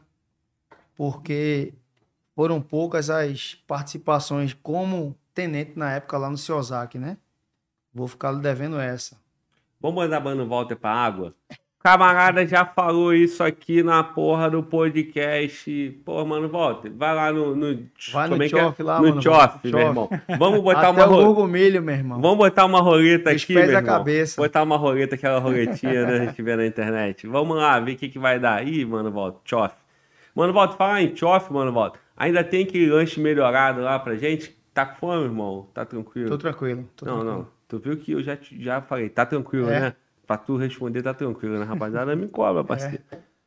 [SPEAKER 2] porque foram poucas as participações como tenente na época lá no Ciosaki, né? Vou ficar devendo essa.
[SPEAKER 1] Vamos mandar Mano Walter pra água? O camarada já falou isso aqui na porra do podcast. Pô, Mano Walter, vai lá no... no
[SPEAKER 2] Vai no
[SPEAKER 1] como é que é?
[SPEAKER 2] Tchoff lá,
[SPEAKER 1] No
[SPEAKER 2] mano.
[SPEAKER 1] Tchoff, meu
[SPEAKER 2] Tchoff.
[SPEAKER 1] irmão. Vamos botar
[SPEAKER 2] Até
[SPEAKER 1] uma...
[SPEAKER 2] o
[SPEAKER 1] ro-
[SPEAKER 2] Google Milho, meu irmão.
[SPEAKER 1] Vamos botar uma roleta
[SPEAKER 2] Dos
[SPEAKER 1] aqui,
[SPEAKER 2] pés
[SPEAKER 1] meu
[SPEAKER 2] à
[SPEAKER 1] irmão.
[SPEAKER 2] cabeça.
[SPEAKER 1] Botar uma roleta, aquela roletinha, né? A gente vê na internet. Vamos lá, ver o que, que vai dar. Ih, Mano Walter, Tchoff. Mano Walter, fala em Tchoff, Mano Walter. Ainda tem aquele lanche melhorado lá pra gente? Tá com fome, irmão? Tá tranquilo?
[SPEAKER 2] Tô tranquilo. Tô
[SPEAKER 1] Não,
[SPEAKER 2] tranquilo.
[SPEAKER 1] não. Tu viu que eu já, te- já falei, tá tranquilo,
[SPEAKER 2] É.
[SPEAKER 1] né? Pra tu responder, tá tranquilo, né, rapaziada? Me cobra, parceiro.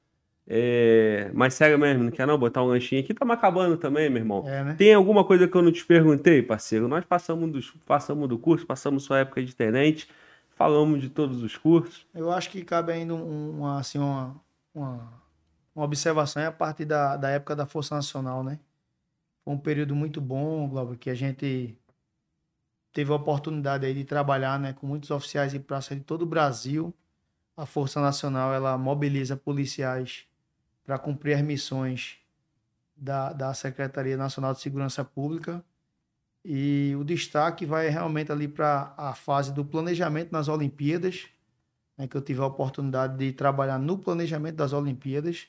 [SPEAKER 1] É, mas sério mesmo, não quer não botar um lanchinho aqui? Tamo acabando também, meu irmão.
[SPEAKER 2] É, né?
[SPEAKER 1] Tem alguma coisa que eu não te perguntei, parceiro? Nós passamos do, passamos do curso, passamos sua época de tenente, falamos de todos os cursos.
[SPEAKER 2] Eu acho que cabe ainda um- uma, assim, uma, uma, uma observação é a parte da, da época da Força Nacional, né? Foi um período muito bom, Glauber, que a gente teve a oportunidade aí de trabalhar, né, com muitos oficiais e praças de todo o Brasil. A Força Nacional, ela mobiliza policiais para cumprir as missões da, da Secretaria Nacional de Segurança Pública. E o destaque vai realmente ali para a fase do planejamento nas Olimpíadas, né, que eu tive a oportunidade de trabalhar no planejamento das Olimpíadas.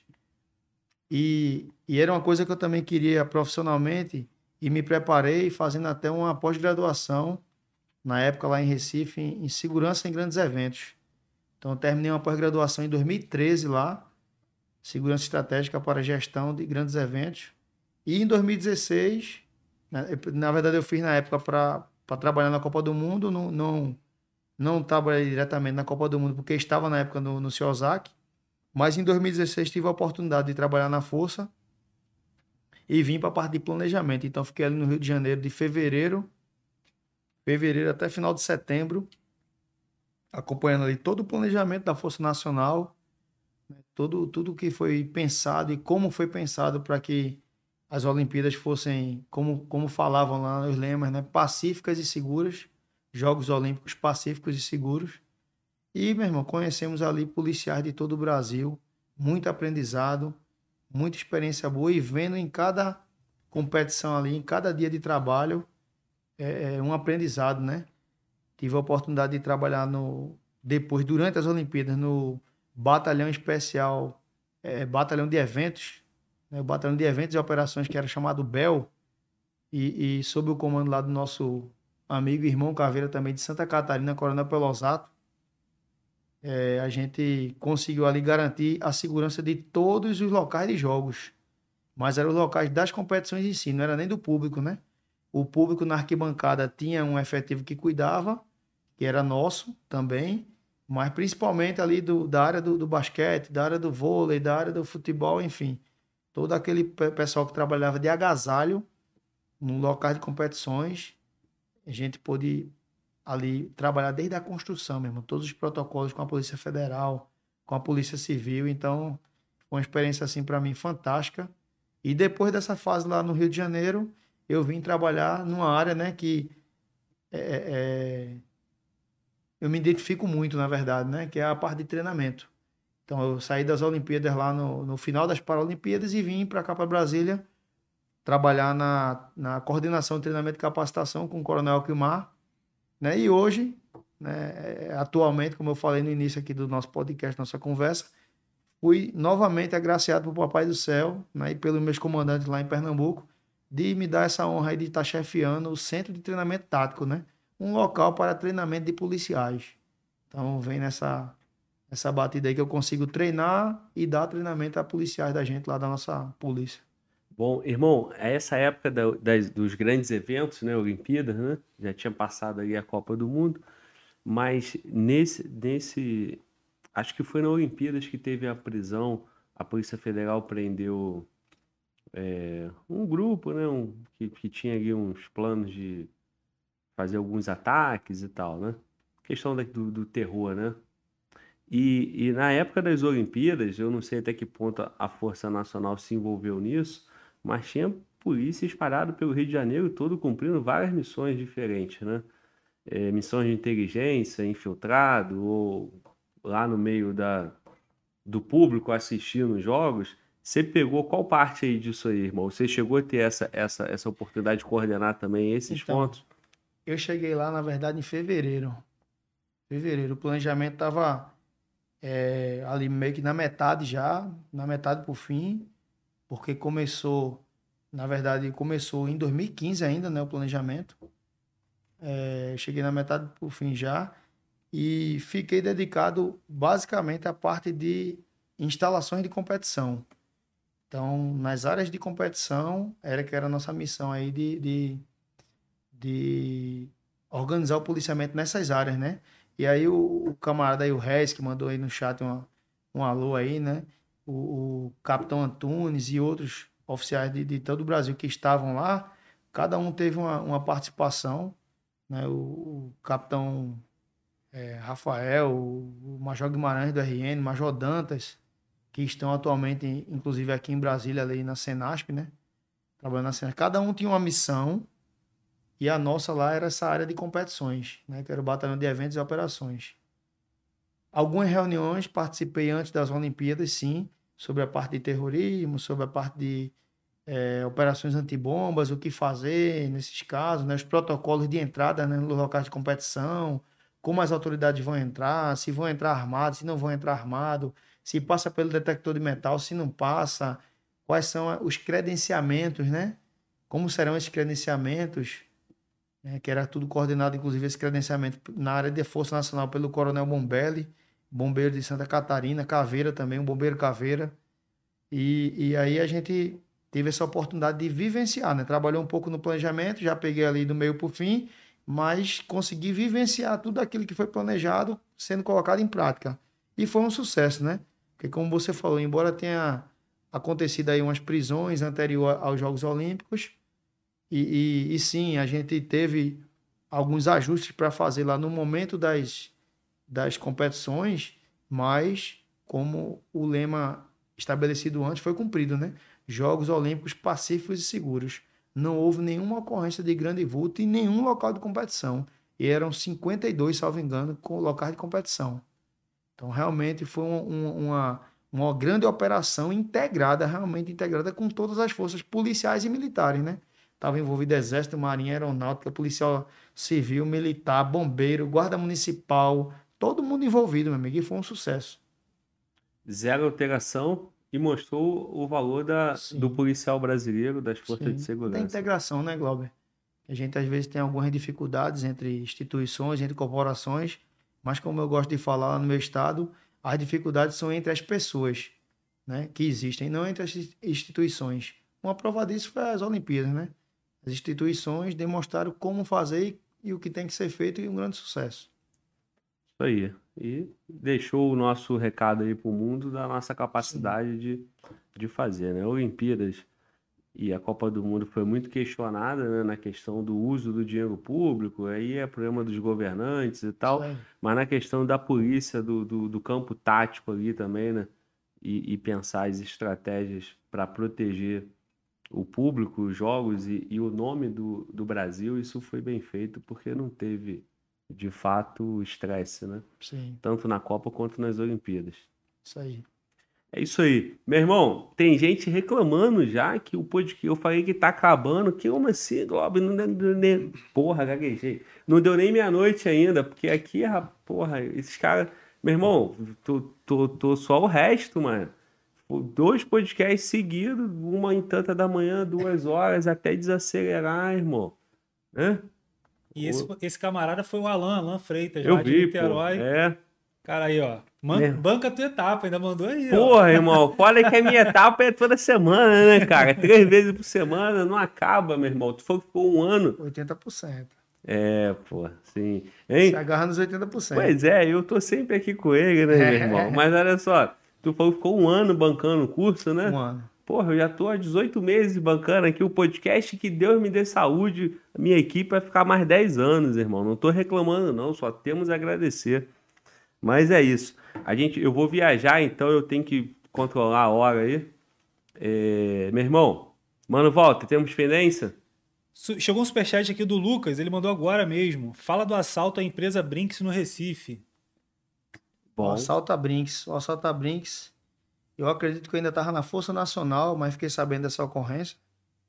[SPEAKER 2] E, e era uma coisa que eu também queria profissionalmente e me preparei fazendo até uma pós-graduação, na época lá em Recife, em, em segurança em grandes eventos. Então eu terminei uma pós-graduação em dois mil e treze lá, segurança estratégica para gestão de grandes eventos. E em dois mil e dezesseis, né, eu- na verdade eu fiz na época para trabalhar na Copa do Mundo, não, não, não trabalhei diretamente na Copa do Mundo, porque estava na época no, no Ciosaki, mas em dois mil e dezesseis tive a oportunidade de trabalhar na Força e vim para a parte de planejamento. Então fiquei ali no Rio de Janeiro de fevereiro, fevereiro até final de setembro, acompanhando ali todo o planejamento da Força Nacional, né, todo, tudo que foi pensado e como foi pensado para que as Olimpíadas fossem, como, como falavam lá nos lemas, né, pacíficas e seguras, Jogos Olímpicos pacíficos e seguros. E, meu irmão, conhecemos ali policiais de todo o Brasil, muito aprendizado, muita experiência boa e vendo em cada competição ali, em cada dia de trabalho, é, é um aprendizado, né? Tive a oportunidade de trabalhar no, depois, durante as Olimpíadas, no batalhão especial, é, batalhão de eventos, né? O batalhão de eventos e operações que era chamado B E L, e, e sob o comando lá do nosso amigo e irmão Caveira também de Santa Catarina, Coronel Pelosato. É, a gente conseguiu ali garantir a segurança de todos os locais de jogos, mas eram os locais das competições em si, não era nem do público, né? O público na arquibancada tinha um efetivo que cuidava, que era nosso também, mas principalmente ali do, da área do, do basquete, da área do vôlei, da área do futebol, enfim. Todo aquele pe- pessoal que trabalhava de agasalho no local de competições, a gente pôde ali trabalhar desde a construção mesmo, todos os protocolos com a Polícia Federal, com a Polícia Civil. Então, foi uma experiência assim para mim fantástica. E depois dessa fase lá no Rio de Janeiro, eu vim trabalhar numa área, né, que é, é, eu me identifico muito, na verdade, né, que é a parte de treinamento. Então, eu saí das Olimpíadas lá no, no final das Paralimpíadas e vim para cá, para Brasília, trabalhar na, na coordenação de treinamento e capacitação com o Coronel Alquimar, né? E hoje, né, atualmente, como eu falei no início aqui do nosso podcast, nossa conversa, fui novamente agraciado pelo Papai do Céu, né, e pelos meus comandantes lá em Pernambuco, de me dar essa honra aí de estar chefiando o Centro de Treinamento Tático, né? Um local para treinamento de policiais. Então, vem nessa, nessa batida aí que eu consigo treinar e dar treinamento a policiais da gente lá da nossa polícia.
[SPEAKER 1] Bom, irmão, é essa época da- das- dos grandes eventos, né, Olimpíadas, né? Já tinha passado aí a Copa do Mundo, mas nesse, nesse, acho que foi na Olimpíadas que teve a prisão, a Polícia Federal prendeu é, um grupo, né? Um, que, que tinha ali uns planos de fazer alguns ataques e tal, né? Questão da- do, do terror, né? E, e na época das Olimpíadas, eu não sei até que ponto a a Força Nacional se envolveu nisso, mas tinha polícia espalhada pelo Rio de Janeiro todo cumprindo várias missões diferentes, né? É, missões de inteligência, infiltrado, ou lá no meio da, do público assistindo os jogos. Você pegou qual parte aí disso aí, irmão? Você chegou a ter essa, essa, essa oportunidade de coordenar também esses
[SPEAKER 2] Então,
[SPEAKER 1] pontos?
[SPEAKER 2] eu cheguei lá, na verdade, em fevereiro. Fevereiro. O planejamento estava ali meio que na metade já, na metade pro fim, porque começou, na verdade, começou em dois mil e quinze ainda, né, o planejamento. É, eu cheguei na metade pro fim já e fiquei dedicado basicamente à parte de instalações de competição. Então, nas áreas de competição, era que era a nossa missão aí de, de, de organizar o policiamento nessas áreas, né? E aí o, o camarada aí, o Reis, que mandou aí no chat uma, um alô aí, né? O, o Capitão Antunes e outros oficiais de, de todo o Brasil que estavam lá, cada um teve uma, uma participação, né? O, o Capitão é, Rafael, o, o Major Guimarães do R N, Major Dantas, que estão atualmente, inclusive aqui em Brasília, ali na Senasp, né? Trabalhando na Senasp. Cada um tinha uma missão e a nossa lá era essa área de competições, né? Que era o Batalhão de Eventos e Operações. Algumas reuniões participei antes das Olimpíadas, sim, sobre a parte de terrorismo, sobre a parte de é, operações antibombas, o que fazer nesses casos, né? Os protocolos de entrada, né, nos locais de competição, como as autoridades vão entrar, se vão entrar armados, se não vão entrar armados, se passa pelo detector de metal, se não passa, quais são os credenciamentos, né? Como serão esses credenciamentos, né? Que era tudo coordenado, inclusive esse credenciamento na área de Força Nacional pelo Coronel Bombelli, bombeiro de Santa Catarina, Caveira também, um bombeiro Caveira. E, e aí a gente teve essa oportunidade de vivenciar, né? Trabalhei um pouco no planejamento, já peguei ali do meio para o fim, mas consegui vivenciar tudo aquilo que foi planejado sendo colocado em prática. E foi um sucesso, né? Porque como você falou, embora tenha acontecido aí umas prisões anterior aos Jogos Olímpicos, e, e, e sim, a gente teve alguns ajustes para fazer lá no momento das, das competições, mas como o lema estabelecido antes foi cumprido, né? Jogos Olímpicos pacíficos e seguros. Não houve nenhuma ocorrência de grande vulto em nenhum local de competição. E eram cinquenta e dois, salvo engano, com locais de competição. Então, realmente foi um, um, uma, uma grande operação integrada, realmente integrada com todas as forças policiais e militares, né? Estava envolvido Exército, Marinha, Aeronáutica, Policial Civil, Militar, Bombeiro, Guarda Municipal, todo mundo envolvido, meu amigo, e foi um sucesso.
[SPEAKER 1] Zero alteração e mostrou o valor da, do
[SPEAKER 2] Sim.
[SPEAKER 1] policial brasileiro, das forças de
[SPEAKER 2] Sim. Da
[SPEAKER 1] segurança.
[SPEAKER 2] integração, né, Glauber? A gente às vezes tem algumas dificuldades entre instituições, entre corporações, mas como eu gosto de falar lá no meu estado, as dificuldades são entre as pessoas, né, que existem, não entre as instituições. Uma prova disso foi as Olimpíadas, né? As instituições demonstraram como fazer e, e o que tem que ser feito e um grande sucesso.
[SPEAKER 1] Isso aí. E deixou o nosso recado aí pro mundo da nossa capacidade de, de fazer, né? Olimpíadas e a Copa do Mundo foi muito questionada, né, na questão do uso do dinheiro público, aí é problema dos governantes e
[SPEAKER 2] Isso
[SPEAKER 1] tal,
[SPEAKER 2] aí.
[SPEAKER 1] mas na questão da polícia, do, do, do campo tático ali também, né? E, e pensar as estratégias para proteger o público, os jogos e, e o nome do, do Brasil, isso foi bem feito porque não teve, de fato, estresse, né?
[SPEAKER 2] Sim,
[SPEAKER 1] Tanto na Copa quanto nas Olimpíadas.
[SPEAKER 2] isso aí.
[SPEAKER 1] É isso aí. Meu irmão, tem gente reclamando já que o podcast, eu falei que tá acabando. Que como assim, Globo? Não deu nem... Porra, gaguejei. Não deu nem meia-noite ainda, porque aqui, ra- porra, esses caras... Meu irmão, tô, tô, tô só o resto, mano. Pô, dois podcasts seguidos, uma em tanta da manhã, duas horas, até desacelerar, irmão. Hã?
[SPEAKER 3] E esse,
[SPEAKER 1] Ô,
[SPEAKER 3] esse camarada foi o Alan, Alan Freitas,
[SPEAKER 1] Eu
[SPEAKER 3] lá de
[SPEAKER 1] vi, pô.
[SPEAKER 3] Niterói.
[SPEAKER 1] É.
[SPEAKER 3] Cara aí, ó. Man-
[SPEAKER 1] Né?
[SPEAKER 3] banca a tua etapa, ainda mandou aí, ó.
[SPEAKER 1] Porra, irmão, fala que a minha etapa é toda semana, né, cara? Três vezes por semana, não acaba, meu irmão. Tu falou que ficou um ano.
[SPEAKER 2] oitenta por cento.
[SPEAKER 1] É, pô, sim.
[SPEAKER 2] Se
[SPEAKER 1] Hein?
[SPEAKER 2] agarra nos oitenta por cento.
[SPEAKER 1] Pois é, eu tô sempre aqui com ele, né, meu irmão? Mas olha só, tu falou que ficou um ano bancando o curso, né?
[SPEAKER 2] Um ano.
[SPEAKER 1] Porra, eu já tô há dezoito meses bancando aqui o podcast, que Deus me dê saúde, a minha equipe vai ficar mais dez anos, irmão. Não tô reclamando não, só temos a agradecer. Mas é isso. A gente, eu vou viajar, então eu tenho que controlar a hora aí. É, meu irmão, mano, volta, temos pendência?
[SPEAKER 3] Su- Chegou um superchat aqui do Lucas, ele mandou agora mesmo. Fala do assalto à empresa Brinks no Recife.
[SPEAKER 2] O
[SPEAKER 1] Bom,
[SPEAKER 2] assalto a Brinks. O assalto a Brinks. Eu acredito que eu ainda estava na Força Nacional, mas fiquei sabendo dessa ocorrência.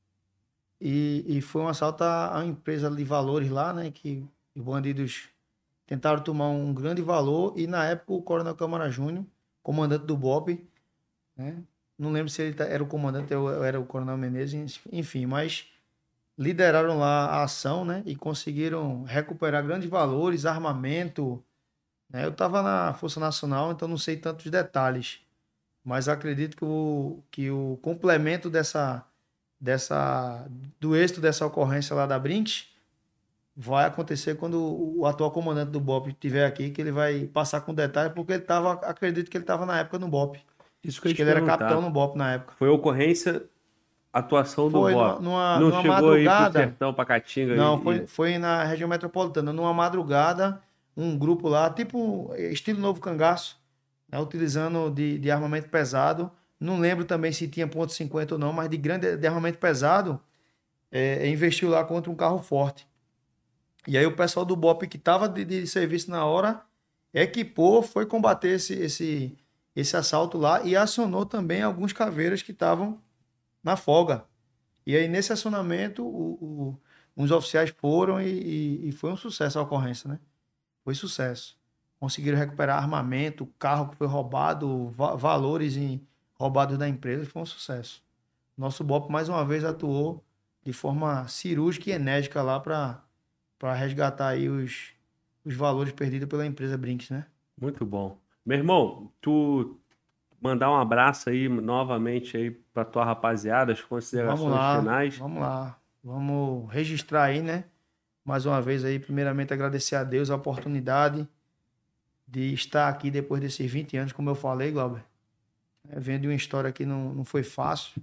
[SPEAKER 2] E, e foi um assalto à, à empresa de valores lá, né? Que os bandidos tentaram tomar um grande valor. E na época o Coronel Câmara Júnior, comandante do B O P, né? Não lembro se ele tá- era o comandante ou era o Coronel Menezes, enfim, mas lideraram lá a ação, né? E conseguiram recuperar grandes valores, armamento, né? Eu estava na Força Nacional, então não sei tantos detalhes, mas acredito que o, que o complemento dessa, dessa, do êxito dessa ocorrência lá da Brinks vai acontecer quando o atual comandante do B O P estiver aqui, que ele vai passar com detalhe, porque ele estava, acredito que ele estava na época no B O P.
[SPEAKER 1] isso que eu
[SPEAKER 2] Acho
[SPEAKER 1] ia
[SPEAKER 2] que
[SPEAKER 1] te
[SPEAKER 2] ele era
[SPEAKER 1] perguntar.
[SPEAKER 2] capitão no B O P na época.
[SPEAKER 1] Foi ocorrência, atuação do
[SPEAKER 2] Foi numa,
[SPEAKER 1] B O P.
[SPEAKER 2] numa,
[SPEAKER 1] Não
[SPEAKER 2] numa
[SPEAKER 1] chegou aí pro
[SPEAKER 2] madrugada.
[SPEAKER 1] sertão, pra Caatinga
[SPEAKER 2] Não,
[SPEAKER 1] e,
[SPEAKER 2] foi,
[SPEAKER 1] e-
[SPEAKER 2] foi na região metropolitana. Numa madrugada, um grupo lá, tipo estilo Novo Cangaço, né, utilizando de, de armamento pesado. Não lembro também se tinha ponto cinquenta ou não, mas de grande de armamento pesado, é, investiu lá contra um carro forte. E aí o pessoal do B O P que estava de, de serviço na hora, equipou, foi combater esse, esse, esse assalto lá e acionou também alguns caveiros que estavam na folga. E aí, nesse acionamento, o, o, uns oficiais foram e, e, e foi um sucesso a ocorrência, né? Foi sucesso. Conseguiram recuperar armamento, carro que foi roubado, va valores em, roubados da empresa, foi um sucesso. Nosso B O P, mais uma vez, atuou de forma cirúrgica e enérgica lá para para resgatar aí os, os valores perdidos pela empresa Brinks, né?
[SPEAKER 1] Muito bom. Meu irmão, tu mandar um abraço aí novamente aí pra tua rapaziada, as
[SPEAKER 2] Vamos
[SPEAKER 1] considerações
[SPEAKER 2] lá,
[SPEAKER 1] finais.
[SPEAKER 2] vamos lá. Vamos registrar aí, né? Mais uma vez aí, primeiramente agradecer a Deus a oportunidade de estar aqui depois desses vinte anos, como eu falei, Glauber. É, vendo de uma história que não, não foi fácil,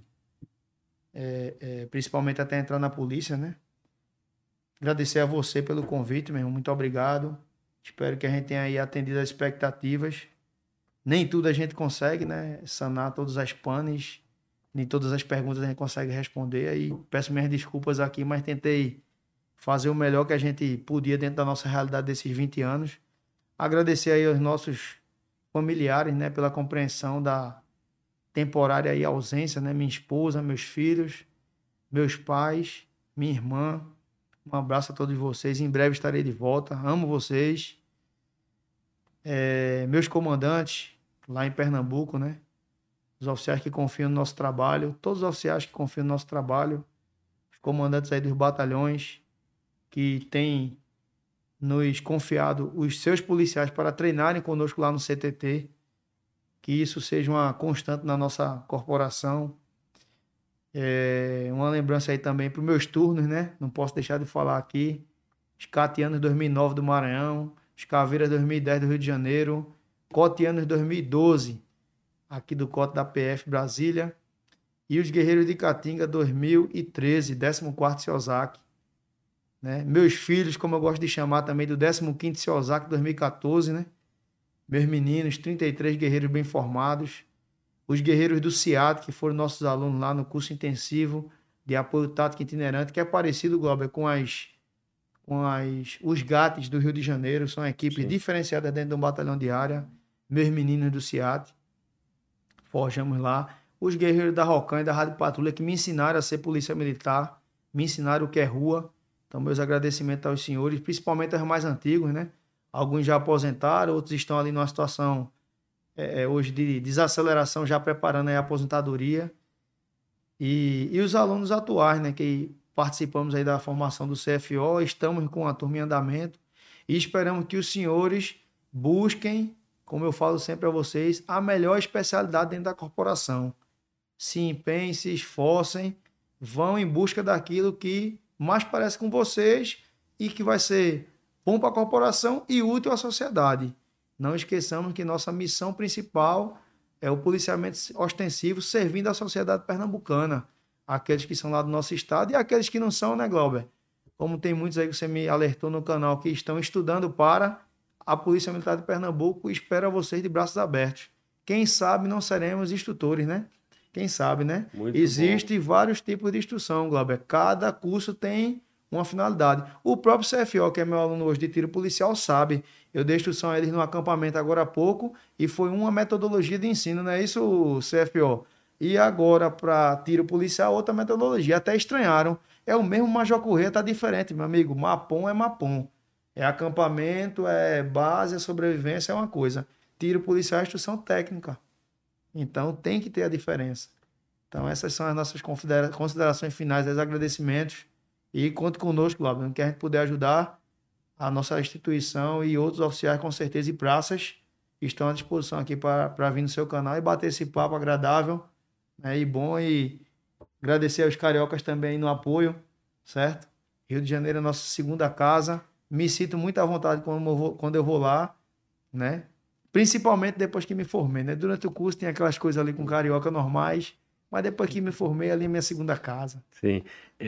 [SPEAKER 2] é, é, principalmente até entrar na polícia, né? Agradecer a você pelo convite, meu irmão. Muito obrigado. Espero que a gente tenha aí atendido as expectativas. Nem tudo a gente consegue, né? Sanar todas as panes, nem todas as perguntas a gente consegue responder. Aí peço minhas desculpas aqui, mas tentei fazer o melhor que a gente podia dentro da nossa realidade desses vinte anos. Agradecer aí aos nossos familiares, né? Pela compreensão da temporária aí ausência, né? Minha esposa, meus filhos, meus pais, minha irmã. Um abraço a todos vocês. Em breve estarei de volta. Amo vocês. É, meus comandantes lá em Pernambuco, né? Os oficiais que confiam no nosso trabalho. Todos os oficiais que confiam no nosso trabalho. Os comandantes aí dos batalhões que têm nos confiado os seus policiais para treinarem conosco lá no C T T. Que isso seja uma constante na nossa corporação. É, uma lembrança aí também para os meus turnos, né? Não posso deixar de falar aqui. Os Catianos dois mil e nove do Maranhão, os Caveiras dois mil e dez do Rio de Janeiro, Cotianos dois mil e doze, aqui do Cote da P F Brasília, e os Guerreiros de Caatinga dois mil e treze, décimo quarto CIOSAC. Né? Meus filhos, como eu gosto de chamar também, do décimo quinto CIOSAC dois mil e quatorze, né? Meus meninos, trinta e três guerreiros bem formados. Os guerreiros do CIAT, que foram nossos alunos lá no curso intensivo de apoio tático itinerante, que é parecido, Glauber, com as, com as, os GATs do Rio de Janeiro, são equipes Sim. diferenciadas dentro de um batalhão de área. Meus meninos do CIAT, forjamos lá. Os guerreiros da Rocan e da Rádio Patrulha, que me ensinaram a ser polícia militar, me ensinaram o que é rua. Então, meus agradecimentos aos senhores, principalmente aos mais antigos, né? Alguns já aposentaram, outros estão ali numa situação É, hoje de desaceleração, já preparando aí a aposentadoria. E, e os alunos atuais, né, que participamos aí da formação do C F O, estamos com a turma em andamento e esperamos que os senhores busquem, como eu falo sempre a vocês, a melhor especialidade dentro da corporação. Se empenhem, se esforcem, vão em busca daquilo que mais parece com vocês e que vai ser bom para a corporação e útil à sociedade. Não esqueçamos que nossa missão principal é o policiamento ostensivo servindo à sociedade pernambucana. Aqueles que são lá do nosso estado e aqueles que não são, né, Glauber? Como tem muitos aí que você me alertou no canal que estão estudando para a Polícia Militar de Pernambuco, espera vocês de braços abertos. Quem sabe não seremos instrutores, né? Quem sabe, né?
[SPEAKER 1] Muito
[SPEAKER 2] Existem
[SPEAKER 1] bom.
[SPEAKER 2] vários tipos de instrução, Glauber. Cada curso tem uma finalidade. O próprio C F O, que é meu aluno hoje de tiro policial, sabe. Eu dei instrução a eles no acampamento agora há pouco e foi uma metodologia de ensino, não é isso, C F O? E agora, para tiro policial, outra metodologia. Até estranharam. É o mesmo Major Corrêa, tá diferente, meu amigo. Mapom é Mapom. É acampamento, é base, é sobrevivência, é uma coisa. Tiro policial é instrução técnica. Então, tem que ter a diferença. Então, essas são as nossas considera- considerações finais, os agradecimentos. E conte conosco, Glauber, no que a gente puder ajudar, a nossa instituição e outros oficiais, com certeza, e praças estão à disposição aqui para vir no seu canal e bater esse papo agradável, né, e bom. E agradecer aos cariocas também no apoio, certo? Rio de Janeiro é a nossa segunda casa. Me sinto muito à vontade quando eu vou, quando eu vou lá, né? Principalmente depois que me formei, né? Durante o curso tem aquelas coisas ali com carioca normais, mas depois que me formei, ali é minha segunda casa.
[SPEAKER 1] Sim.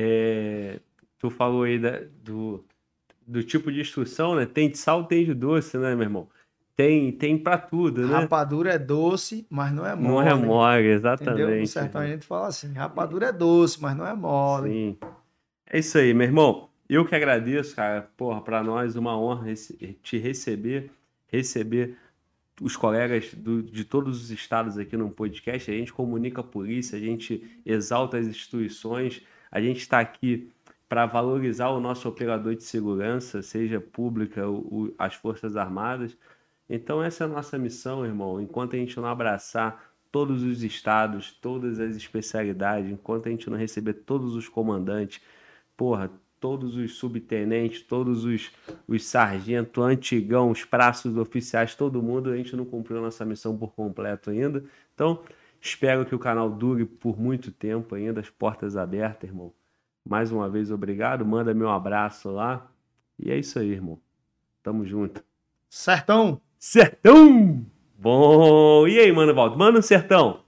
[SPEAKER 1] É, tu falou aí da- do, do tipo de instrução, né? Tem de sal, tem de doce, né, meu irmão? Tem, tem pra tudo, né?
[SPEAKER 2] Rapadura é doce, mas não é
[SPEAKER 1] Não
[SPEAKER 2] mole.
[SPEAKER 1] é mole,
[SPEAKER 2] Entendeu? No
[SPEAKER 1] exatamente.
[SPEAKER 2] sertão a gente fala assim, rapadura é doce, mas não é mole.
[SPEAKER 1] Sim. É isso aí, meu irmão. Eu que agradeço, cara. Porra, pra nós uma honra rece- te receber, receber os colegas do- de todos os estados aqui no podcast. A gente comunica a polícia, a gente exalta as instituições, a gente está aqui para valorizar o nosso operador de segurança, seja pública ou as Forças Armadas. Então essa é a nossa missão, irmão. Enquanto a gente não abraçar todos os estados, todas as especialidades, enquanto a gente não receber todos os comandantes, porra, todos os subtenentes, todos os, os sargentos, antigão, os praços oficiais, todo mundo, a gente não cumpriu a nossa missão por completo ainda. Então, espero que o canal dure por muito tempo ainda, as portas abertas, irmão. Mais uma vez, obrigado. Manda meu abraço lá. E é isso aí, irmão. Tamo junto.
[SPEAKER 2] Sertão!
[SPEAKER 1] Sertão! Bom! E aí, mano, Valdo? Manda um sertão!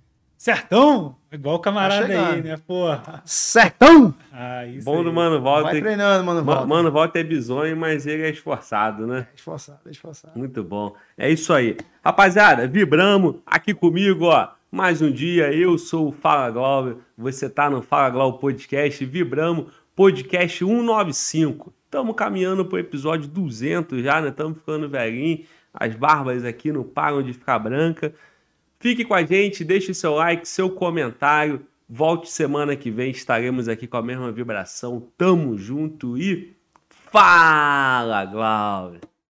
[SPEAKER 3] Sertão? Igual o camarada
[SPEAKER 2] Tá chegando.
[SPEAKER 3] aí, né, porra?
[SPEAKER 2] Sertão!
[SPEAKER 3] Ah, isso
[SPEAKER 1] Bom
[SPEAKER 3] aí.
[SPEAKER 1] do Mano
[SPEAKER 2] Vai
[SPEAKER 1] Walter.
[SPEAKER 2] treinando, mano.
[SPEAKER 1] Ma-
[SPEAKER 2] Walter.
[SPEAKER 1] Mano Walter é bizonho, mas ele é esforçado, né?
[SPEAKER 2] Esforçado, esforçado.
[SPEAKER 1] Muito bom. É isso aí. Rapaziada, vibramos aqui comigo, ó. Mais um dia, eu sou o Fala Glauber, você tá no Fala Glauber Podcast, vibramos, podcast cento e noventa e cinco. Estamos caminhando pro episódio duzentos já, né? Estamos ficando velhinho, as barbas aqui não param de ficar branca. Fique com a gente, deixe seu like, seu comentário. Volte semana que vem, estaremos aqui com a mesma vibração. Tamo junto e fala, Glauber!